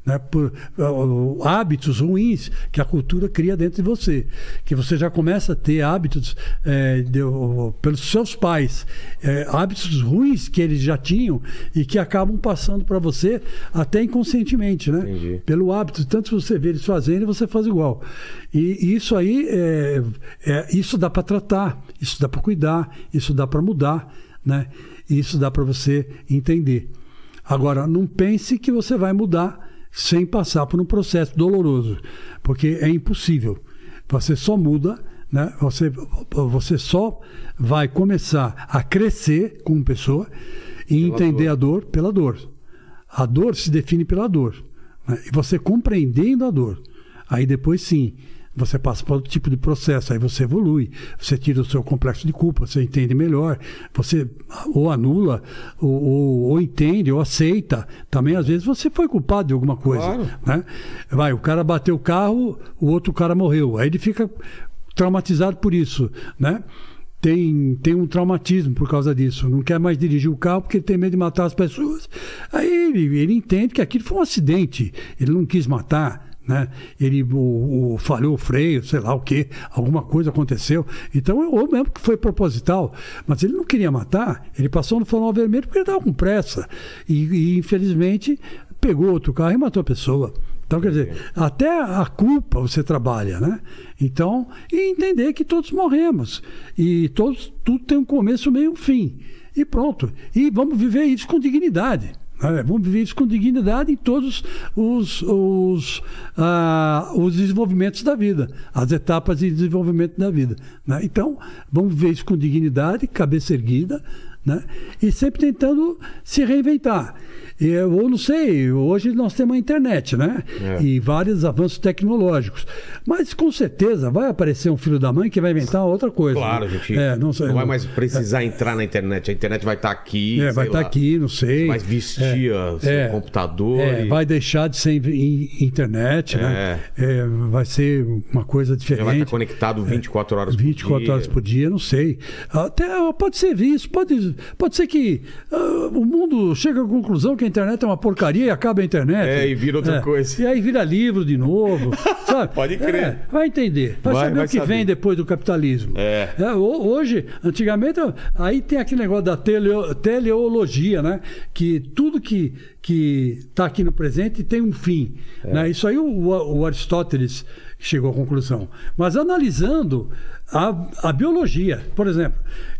né? Por hábitos ruins que a cultura cria dentro de você. Que você já começa a ter hábitos pelos seus pais, hábitos ruins que eles já tinham e que acabam passando para você até inconscientemente, né? Entendi. Pelo hábito, tanto você vê eles fazendo, você faz igual. E isso aí, isso dá para tratar, isso dá para cuidar, isso dá para mudar, né? Isso dá para você entender. Agora, não pense que você vai mudar sem passar por um processo doloroso, porque é impossível. Você só muda, né? Você só vai começar a crescer como pessoa e entender a dor pela dor. A dor se define pela dor, né? E você compreendendo a dor, aí depois sim, você passa para outro tipo de processo, aí você evolui, você tira o seu complexo de culpa, você entende melhor, você ou anula, ou entende, ou aceita. Também, às vezes, você foi culpado de alguma coisa. Claro. Né? O cara bateu o carro, o outro cara morreu. Aí ele fica traumatizado por isso, né? Tem um traumatismo por causa disso. Não quer mais dirigir o carro porque ele tem medo de matar as pessoas. Aí ele entende que aquilo foi um acidente. Ele não quis matar, né? Ele falhou o freio, sei lá o que, alguma coisa aconteceu. Então, ou mesmo que foi proposital, mas ele não queria matar, ele passou no farol vermelho porque ele estava com pressa. E infelizmente pegou outro carro e matou a pessoa. Então, quer dizer, até a culpa você trabalha, né? Então, e entender que todos morremos. E tudo tem um começo, meio e um fim. E pronto. E vamos viver isso com dignidade. Vamos viver isso com dignidade em todos os desenvolvimentos da vida, as etapas de desenvolvimento da vida, né? Então, vamos viver isso com dignidade, cabeça erguida, né? E sempre tentando se reinventar. Eu não sei, hoje nós temos a internet, né? E vários avanços tecnológicos. Mas com certeza vai aparecer um filho da mãe que vai inventar outra coisa. Claro, né? gente. Não vai mais precisar entrar na internet. A internet vai estar aqui. Vai estar aqui, não sei. Vai vestir seu computador. Vai deixar de ser internet, né? Vai ser uma coisa diferente. Já vai estar conectado 24 horas por dia. 24 horas por dia, não sei. Até pode ser isso, pode ser que o mundo chega à conclusão que a internet é uma porcaria e acaba a internet. E vira outra coisa. E aí vira livro de novo, sabe? Pode crer. Vai entender. Vai saber o que vem depois do capitalismo. Hoje, antigamente, aí tem aquele negócio da teleologia, né? Que tudo que está aqui no presente tem um fim. Né? Isso aí o Aristóteles chegou à conclusão. Mas analisando a biologia, por exemplo,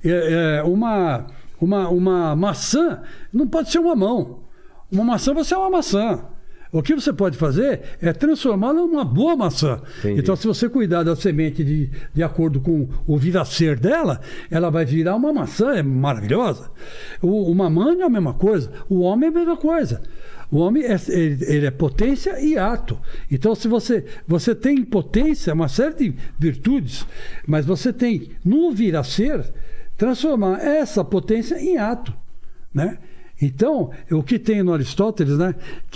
uma maçã não pode ser uma mão. Uma maçã vai ser uma maçã. O que você pode fazer é transformá-la numa boa maçã. Entendi. Então, se você cuidar da semente de acordo com o vir-a-ser dela, ela vai virar uma maçã maravilhosa. O mamãe é a mesma coisa. O homem é a mesma coisa. O homem ele é potência e ato. Então, se você tem potência, uma série de virtudes, mas você tem no vir-a-ser transformar essa potência em ato, né? Então, o que tem no Aristóteles, né, que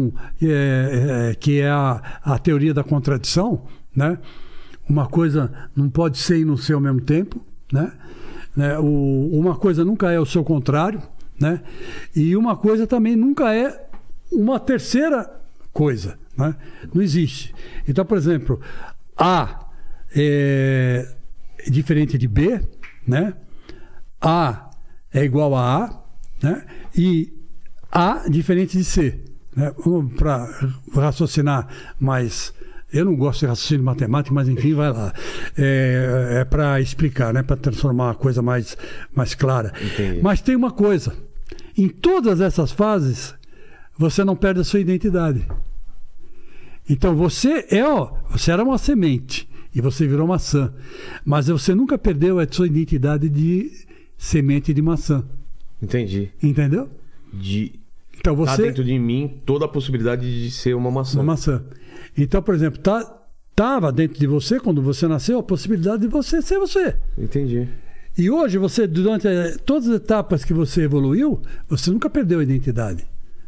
é a teoria da contradição, né? Uma coisa não pode ser e não ser ao mesmo tempo, né? Uma coisa nunca é o seu contrário, né? E uma coisa também nunca é uma terceira coisa, né? Não existe. Então, por exemplo, A é diferente de B, né? A é igual a A, né? E A diferente de C, né? Para raciocinar mais. Eu não gosto de raciocínio matemático, mas enfim, vai lá. É para explicar, né? Para transformar a coisa mais clara. Entendi. Mas tem uma coisa: em todas essas fases, você não perde a sua identidade. Então você era uma semente e você virou maçã, mas você nunca perdeu a sua identidade de semente de maçã. Entendi. Entendeu? Então você tá dentro de mim toda a possibilidade de ser uma maçã. Uma maçã. Então, por exemplo, tava dentro de você quando você nasceu a possibilidade de você ser você. Entendi. E hoje você, durante todas as etapas que você evoluiu, você nunca perdeu a identidade.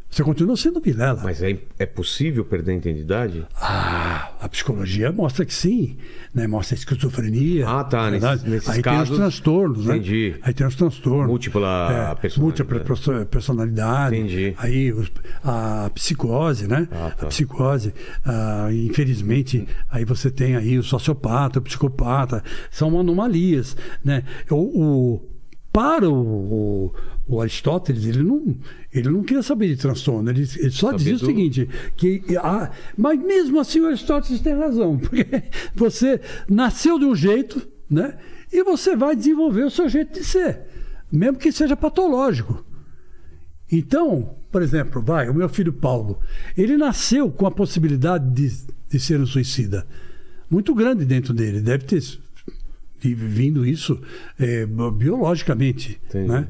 Você continua sendo Vilela. Mas é possível perder a identidade? A psicologia mostra que sim, né? Mostra a esquizofrenia. Tá. Nesses aí casos... tem os transtornos, Entendi. né? Aí tem os transtornos. Múltipla personalidade. Entendi. Aí a psicose, né? Tá. A psicose, infelizmente, aí você tem aí o sociopata, o psicopata. São anomalias, né? Para o Aristóteles, ele não queria saber de transtorno, ele só dizia o seguinte, mas mesmo assim o Aristóteles tem razão, porque você nasceu de um jeito, né? E você vai desenvolver o seu jeito de ser, mesmo que seja patológico. Então, por exemplo, o meu filho Paulo, ele nasceu com a possibilidade de ser um suicida muito grande dentro dele, deve ter vindo isso biologicamente, né?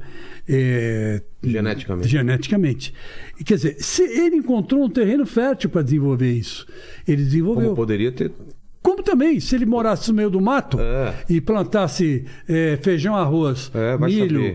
Geneticamente. E, quer dizer, se ele encontrou um terreno fértil para desenvolver isso, ele desenvolveu. Como poderia ter... Como também, se ele morasse no meio do mato e plantasse feijão, arroz, milho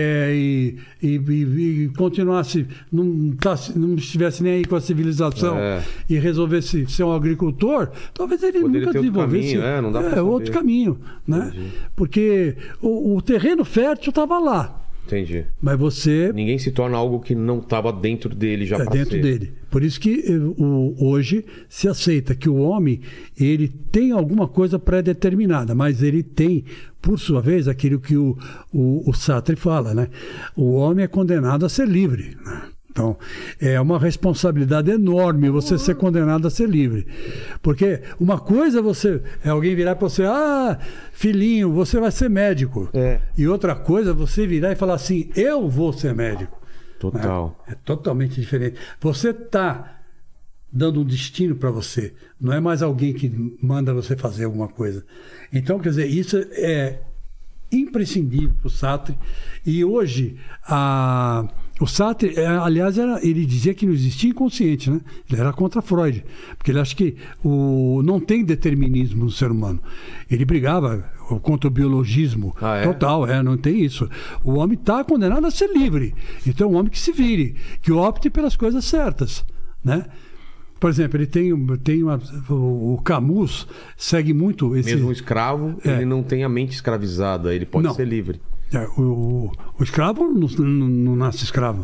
e continuasse, não estivesse nem aí com a civilização e resolvesse ser um agricultor, talvez ele nunca desenvolvesse outro caminho, né? Entendi. Porque o terreno fértil estava lá. Entendi. Mas você... Ninguém se torna algo que não estava dentro dele já para ser. Dentro dele. Por isso que hoje se aceita que o homem, ele tem alguma coisa pré-determinada, mas ele tem, por sua vez, aquilo que o Sartre fala, né? O homem é condenado a ser livre, né? Então, é uma responsabilidade enorme você ser condenado a ser livre. Porque uma coisa é alguém virar para você, filhinho, você vai ser médico. E outra coisa, você virar e falar assim, eu vou ser médico. Total. É totalmente diferente. Você está dando um destino para você. Não é mais alguém que manda você fazer alguma coisa. Então, quer dizer, isso é imprescindível para o Sartre. E hoje, o Sartre, aliás, ele dizia que não existia inconsciente, né? Ele era contra Freud, porque ele acha que não tem determinismo no ser humano. Ele brigava contra o biologismo total, não tem isso. O homem está condenado a ser livre. Então, é um homem que se vire, que opte pelas coisas certas, né? Por exemplo, ele tem o Camus segue muito esse... Mesmo um escravo, ele não tem a mente escravizada, ele pode ser livre. O escravo não nasce escravo.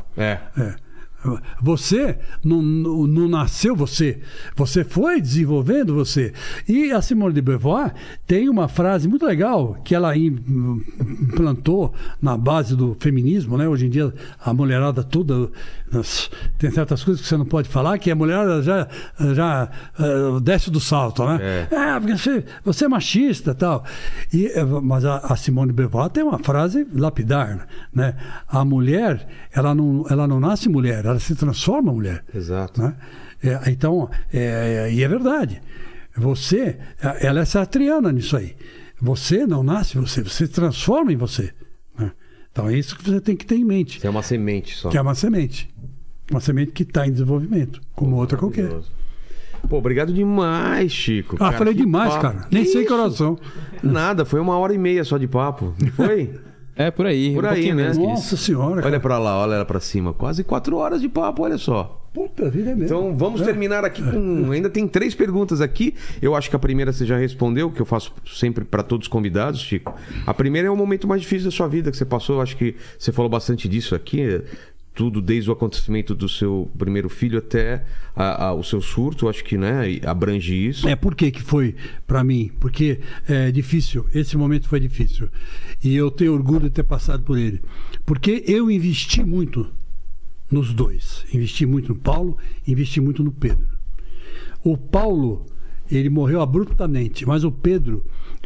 Você não nasceu você. Você foi desenvolvendo você. E a Simone de Beauvoir tem uma frase muito legal que ela implantou na base do feminismo, né? Hoje em dia a mulherada toda tem certas coisas que você não pode falar, que a mulherada já desce do salto, né? Porque você é machista e tal. Mas a Simone de Beauvoir tem uma frase lapidar, né? A mulher, ela não nasce mulher, ela se transforma mulher. Exato. Né? Então, e é verdade. Ela é sartriana nisso aí. Você não nasce você se transforma em você. Né? Então é isso que você tem que ter em mente. Que é uma semente só. Que é uma semente. Uma semente que está em desenvolvimento, como outra qualquer. Pô, obrigado demais, Chico. Cara, falei demais, cara. Nem sei que oração. Nada, foi 1h30 só de papo. Não foi? Por aí. Por aí, né? Nossa senhora. Olha pra lá, olha pra cima. Quase 4 horas de papo, olha só. Puta vida é mesmo. Então vamos terminar aqui com... Ainda tem 3 perguntas aqui. Eu acho que a primeira você já respondeu, que eu faço sempre para todos os convidados, Chico. A primeira é o momento mais difícil da sua vida que você passou. Eu acho que você falou bastante disso aqui. Tudo desde o acontecimento do seu primeiro filho até o seu surto, acho que, né, abrange isso. Por que foi para mim? Porque é difícil, esse momento foi difícil. E eu tenho orgulho de ter passado por ele. Porque eu investi muito nos dois. Investi muito no Paulo, investi muito no Pedro. O Paulo, ele morreu abruptamente, mas o Pedro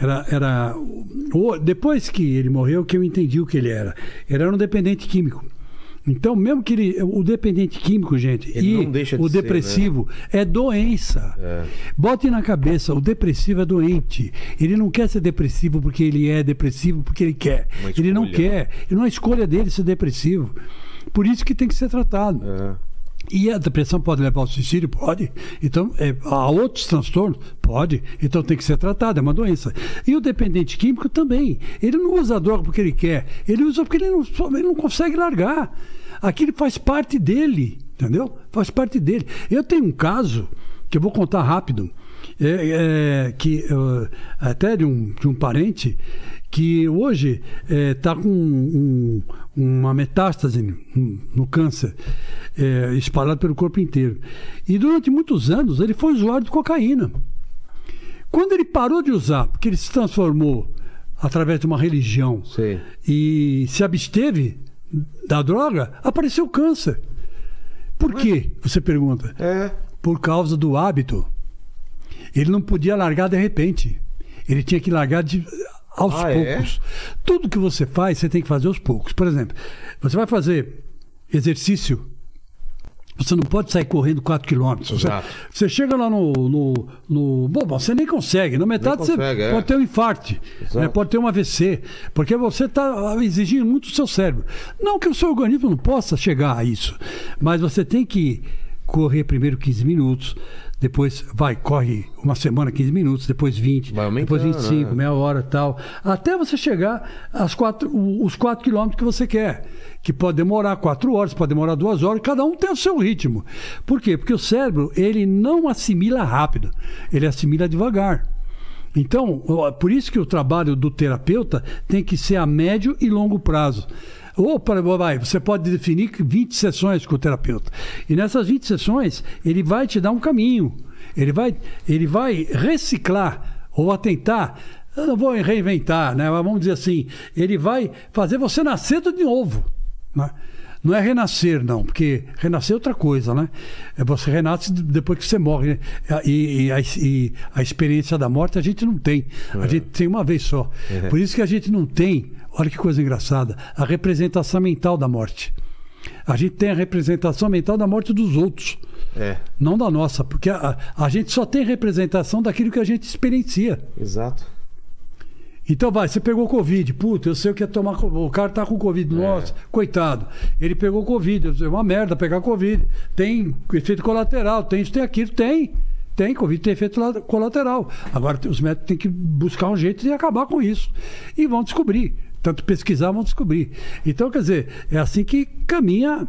depois que ele morreu, que eu entendi o que ele era. Ele era um dependente químico. Então, mesmo que o dependente químico, gente, ele não deixa de o depressivo ser, né? É doença. Bote na cabeça, o depressivo é doente. Ele não quer ser depressivo porque ele é depressivo, porque ele quer. Ele não quer. Não é escolha dele ser depressivo. Por isso que tem que ser tratado. E a depressão pode levar ao suicídio? Pode. Então, há outros transtornos? Pode. Então tem que ser tratado, é uma doença. E o dependente químico também. Ele não usa a droga porque ele quer. Ele usa porque ele não consegue largar. Aquilo faz parte dele. Entendeu? Faz parte dele. Eu tenho um caso que eu vou contar rápido, até de um parente que hoje está com uma metástase no câncer, espalhado pelo corpo inteiro. E durante muitos anos ele foi usuário de cocaína. Quando ele parou de usar, porque ele se transformou através de uma religião, sim, e se absteve da droga, apareceu câncer. Por quê? Você pergunta. Por causa do hábito. Ele não podia largar de repente. Ele tinha que largar aos poucos. Tudo que você faz, você tem que fazer aos poucos. Por exemplo, você vai fazer exercício, você não pode sair correndo 4 quilômetros. Você chega lá Bom, você nem consegue. Na metade você pode ter um infarto, né? Pode ter um AVC, porque você está exigindo muito do seu cérebro. Não que o seu organismo não possa chegar a isso, mas você tem que correr primeiro 15 minutos, depois corre uma semana 15 minutos, depois 20, depois 25, meia hora e tal, até você chegar os 4 quilômetros que você quer, que pode demorar 4 horas, pode demorar 2 horas, cada um tem o seu ritmo. Por quê? Porque o cérebro, ele não assimila rápido, ele assimila devagar. Então, por isso que o trabalho do terapeuta tem que ser a médio e longo prazo. Você pode definir 20 sessões com o terapeuta. E nessas 20 sessões, ele vai te dar um caminho. Ele vai reciclar ou tentar, eu não vou reinventar, né? Mas vamos dizer assim, ele vai fazer você nascer de novo, né? Não é renascer, não, porque renascer é outra coisa, né? Você renasce depois que você morre, né? E a experiência da morte a gente não tem. A gente tem uma vez só. Por isso que a gente não tem, olha que coisa engraçada, a representação mental da morte. A gente tem a representação mental da morte dos outros, não da nossa, porque a gente só tem representação daquilo que a gente experiencia. Exato. Então você pegou Covid, puta, eu sei o que é tomar, o cara tá com Covid, nossa, coitado, ele pegou Covid, é uma merda pegar Covid, tem efeito colateral, tem isso, tem aquilo, tem Covid, tem efeito colateral. Agora os médicos têm que buscar um jeito de acabar com isso, e vão descobrir, tanto pesquisar, vão descobrir. Então, quer dizer, é assim que caminha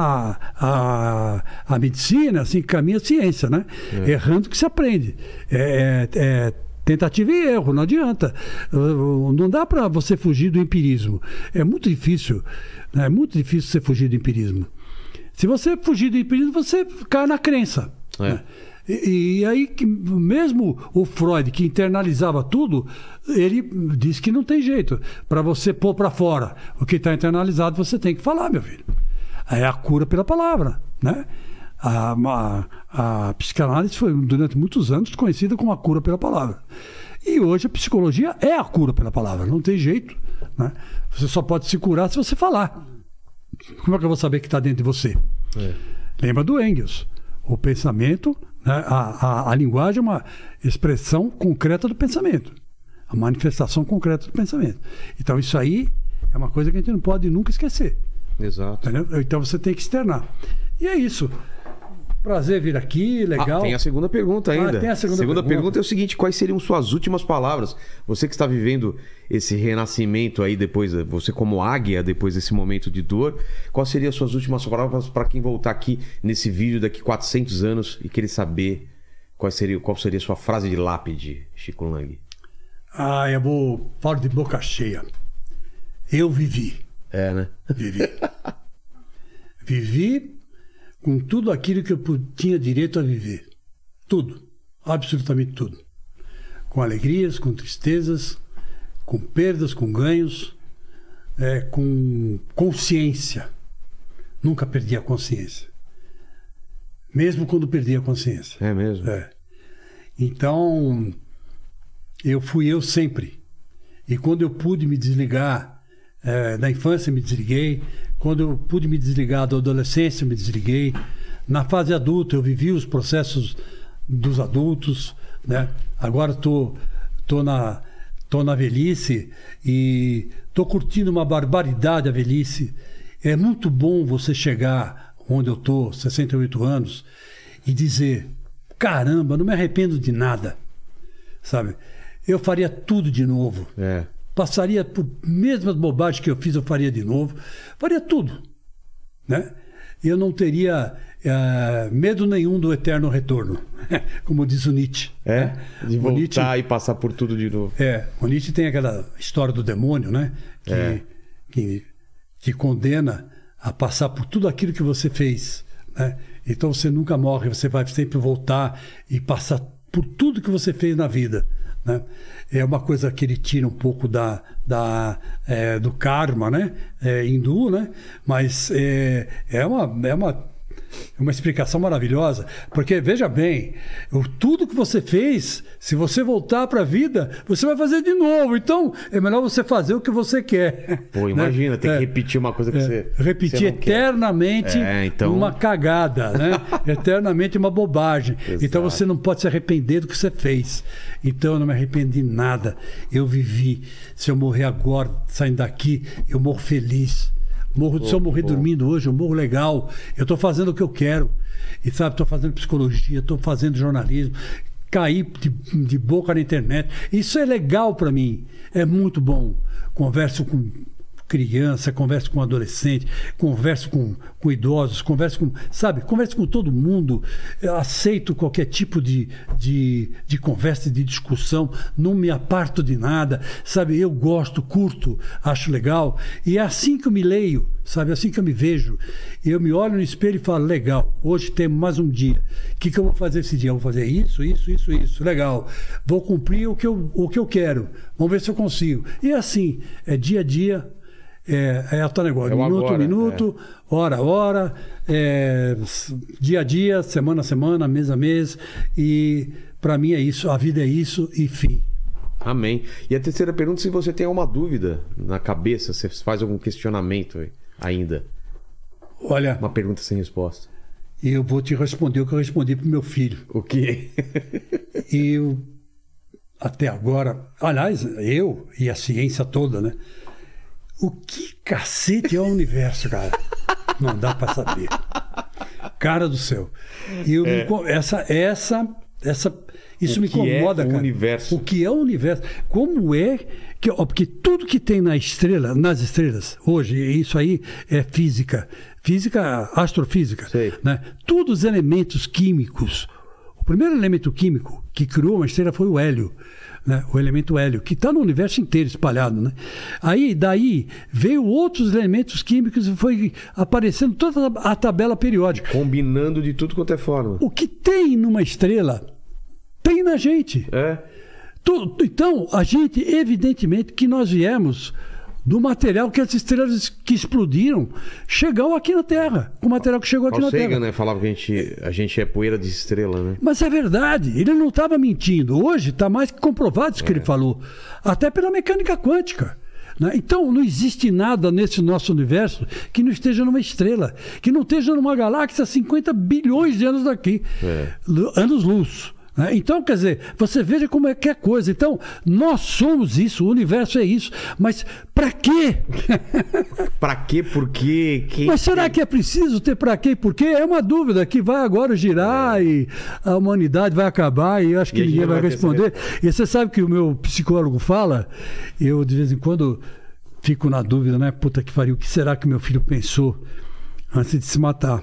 a medicina, assim que caminha a ciência, né? Errando que se aprende. Tentativa e erro, não adianta. Não dá para você fugir do empirismo. É muito difícil. Né? É muito difícil você fugir do empirismo. Se você fugir do empirismo, você cai na crença. Né? E aí, mesmo o Freud, que internalizava tudo, ele disse que não tem jeito. Para você pôr para fora o que está internalizado, você tem que falar, meu filho. É a cura pela palavra, né? A psicanálise foi durante muitos anos conhecida como a cura pela palavra. E hoje a psicologia é a cura pela palavra, não tem jeito, né? Você só pode se curar se você falar. Como é que eu vou saber que está dentro de você? Lembra do Engels? O pensamento, né? A linguagem é uma expressão concreta do pensamento, a manifestação concreta do pensamento. Então isso aí é uma coisa que a gente não pode nunca esquecer. Exato. Entendeu? Então você tem que externar. E é isso. Prazer vir aqui, legal. Tem a segunda pergunta ainda. Tem a segunda pergunta é o seguinte: quais seriam suas últimas palavras? Você que está vivendo esse renascimento aí depois, você como águia, depois desse momento de dor, quais seriam as suas últimas palavras para quem voltar aqui nesse vídeo daqui 400 anos e querer saber qual seria a sua frase de lápide, Chico Lang? Eu falo de boca cheia. Eu vivi. Né? Vivi com tudo aquilo que eu tinha direito a viver. Tudo. Absolutamente tudo. Com alegrias, com tristezas, com perdas, com ganhos, com consciência. Nunca perdi a consciência. Mesmo quando perdi a consciência. É mesmo? Então, eu fui eu sempre. E quando eu pude me desligar da infância, me desliguei. Quando eu pude me desligar da adolescência, me desliguei. Na fase adulta, eu vivi os processos dos adultos, né? Agora tô na velhice e tô curtindo uma barbaridade a velhice. É muito bom você chegar onde eu tô, 68 anos, e dizer: caramba, não me arrependo de nada, sabe? Eu faria tudo de novo. Passaria por mesmas bobagens que eu fiz, eu faria de novo. Faria tudo, né? eu não teria medo nenhum do eterno retorno, como diz o Nietzsche. De voltar Nietzsche, e passar por tudo de novo. O Nietzsche tem aquela história do demônio, né? Que te condena a passar por tudo aquilo que você fez, né? Então você nunca morre, você vai sempre voltar e passar por tudo que você fez na vida, né? É uma coisa que ele tira um pouco do karma, né? Hindu, né? Mas é uma explicação maravilhosa, porque veja bem, tudo que você fez, se você voltar para a vida, você vai fazer de novo. Então é melhor você fazer o que você quer. Pô, imagina, né? Tem que repetir uma coisa que você repetir você eternamente uma cagada, né? Eternamente uma bobagem. Exato. Então você não pode se arrepender do que você fez. Então eu não me arrependi de nada. Eu vivi. Se eu morrer agora, saindo daqui, eu morro feliz. Se eu morrer dormindo hoje, eu morro legal. Eu estou fazendo o que eu quero. E sabe, estou fazendo psicologia, estou fazendo jornalismo. Caí de boca na internet. Isso é legal para mim. É muito bom. Converso com criança, converso com adolescente, converso com idosos, converso com todo mundo. Eu aceito qualquer tipo de conversa, de discussão, não me aparto de nada, sabe? Eu gosto, curto, acho legal, e é assim que eu me leio, sabe? É assim que eu me vejo. Eu me olho no espelho e falo, legal, hoje temos mais um dia. O que eu vou fazer esse dia? Eu vou fazer isso, legal. Vou cumprir o que eu quero. Vamos ver se eu consigo. E assim, é dia a dia. É tal negócio, minuto a minuto, hora a hora, dia a dia, semana a semana, mês a mês, e para mim é isso, a vida é isso e fim. Amém. E a terceira pergunta, se você tem alguma dúvida na cabeça, você faz algum questionamento ainda? Olha, uma pergunta sem resposta. Eu vou te responder o que eu respondi pro meu filho. O quê? Eu, até agora, aliás, eu e a ciência toda, né? O que cacete é o universo, cara? Não dá para saber. Cara do céu. Isso me incomoda, cara. Universo? O que é o universo? Como é que... Porque tudo que tem nas estrelas, hoje, isso aí é física. Física, astrofísica. Né? Todos os elementos químicos. O primeiro elemento químico que criou uma estrela foi o hélio. Né? O elemento hélio, que está no universo inteiro espalhado, né? Daí veio outros elementos químicos e foi aparecendo toda a tabela periódica. Combinando de tudo quanto é forma. O que tem numa estrela, tem na gente. Então, a gente, evidentemente, que nós viemos do material que as estrelas que explodiram chegam aqui na Terra. O material que chegou aqui na Terra. Sagan, né, falava que a gente é poeira de estrela, né? Mas é verdade. Ele não estava mentindo. Hoje está mais que comprovado isso que ele falou. Até pela mecânica quântica. Né? Então, não existe nada nesse nosso universo que não esteja numa estrela. Que não esteja numa galáxia a 50 bilhões de anos daqui. Anos-luz. Então, quer dizer, você veja como é que é coisa. Então, nós somos isso, o universo é isso. Mas para quê? Para quê? Por quê? Mas será que é preciso ter para quê e por quê? É uma dúvida que vai agora girar e a humanidade vai acabar e eu acho que ninguém vai responder. E você sabe que o meu psicólogo fala, eu de vez em quando fico na dúvida, né? Puta que pariu, o que será que meu filho pensou antes de se matar?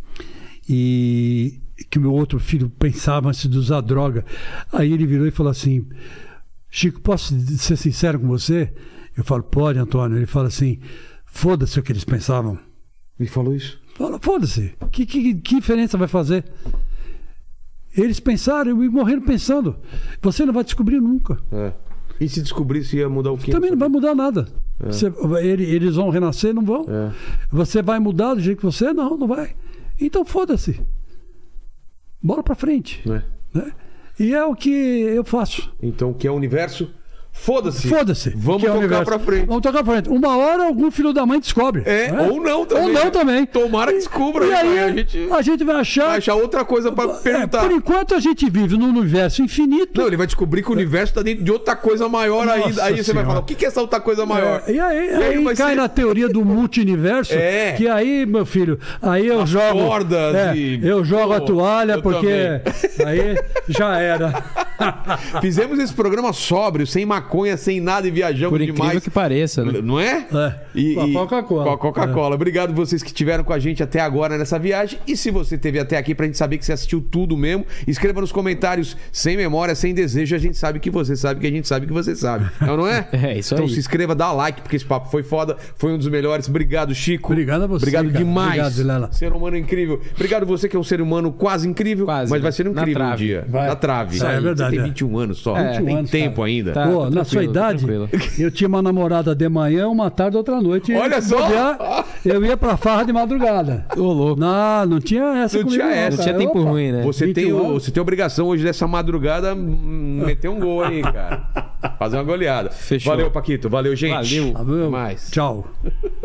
E que o meu outro filho pensava antes de usar droga. Aí ele virou e falou assim, Chico, posso ser sincero com você? Eu falo, pode, Antônio. Ele fala assim, foda-se o que eles pensavam. Ele falou isso? Fala, foda-se. Que diferença vai fazer? Eles pensaram e morreram pensando. Você não vai descobrir nunca. E se descobrisse, ia mudar o quê? Também não vai mudar nada. Eles vão renascer? Não vão. Você vai mudar do jeito que você é? Não vai. Então foda-se. Bola pra frente. Né? E é o que eu faço. Então, o que é o universo? Foda-se. Foda-se. Vamos tocar pra frente. Vamos tocar pra frente. Uma hora algum filho da mãe descobre. Ou não também. Ou não também. Tomara que descubra. E aí a gente vai achar outra coisa pra perguntar. Por enquanto a gente vive num universo infinito. Não, ele vai descobrir que o universo tá dentro de outra coisa maior ainda. Aí você vai falar, o que é essa outra coisa maior? E aí cai na teoria do multiverso. Que aí, meu filho, aí eu jogo. Cordas eu jogo a toalha porque aí já era. Fizemos esse programa sóbrio, sem maconha, sem nada e viajamos Por incrível demais. que pareça, né? Não é? Com a Coca-Cola. Com a Coca-Cola. Obrigado vocês que estiveram com a gente até agora nessa viagem. E se você esteve até aqui pra gente saber que você assistiu tudo mesmo, escreva nos comentários sem memória, sem desejo. A gente sabe que você sabe que a gente sabe que você sabe. Não é? É isso aí. Então se inscreva, dá like, porque esse papo foi foda. Foi um dos melhores. Obrigado, Chico. Obrigado a você. Obrigado demais. Obrigado, Vilela. Ser humano incrível. Obrigado você que é um ser humano quase incrível, Quase, mas vai ser incrível um trave. dia. Vai. Na trave. Isso é verdade, Você tem é. 21 anos só. 21 tem anos, tempo cara. ainda. Tá. Pô, na sua idade, tranquilo. eu tinha uma namorada de manhã, uma tarde, outra noite. Olha Se só! bobear, eu ia pra farra de madrugada. Ô, louco. Não tinha essa Não comigo, tinha essa. Não tinha cara. tempo Opa. ruim, né? Você tem, 21 você tem obrigação hoje dessa madrugada meter um gol aí, cara. Fazer uma goleada. Fechou. Valeu, Paquito. Valeu, gente. Valeu. Tá bom? Mais. Tchau.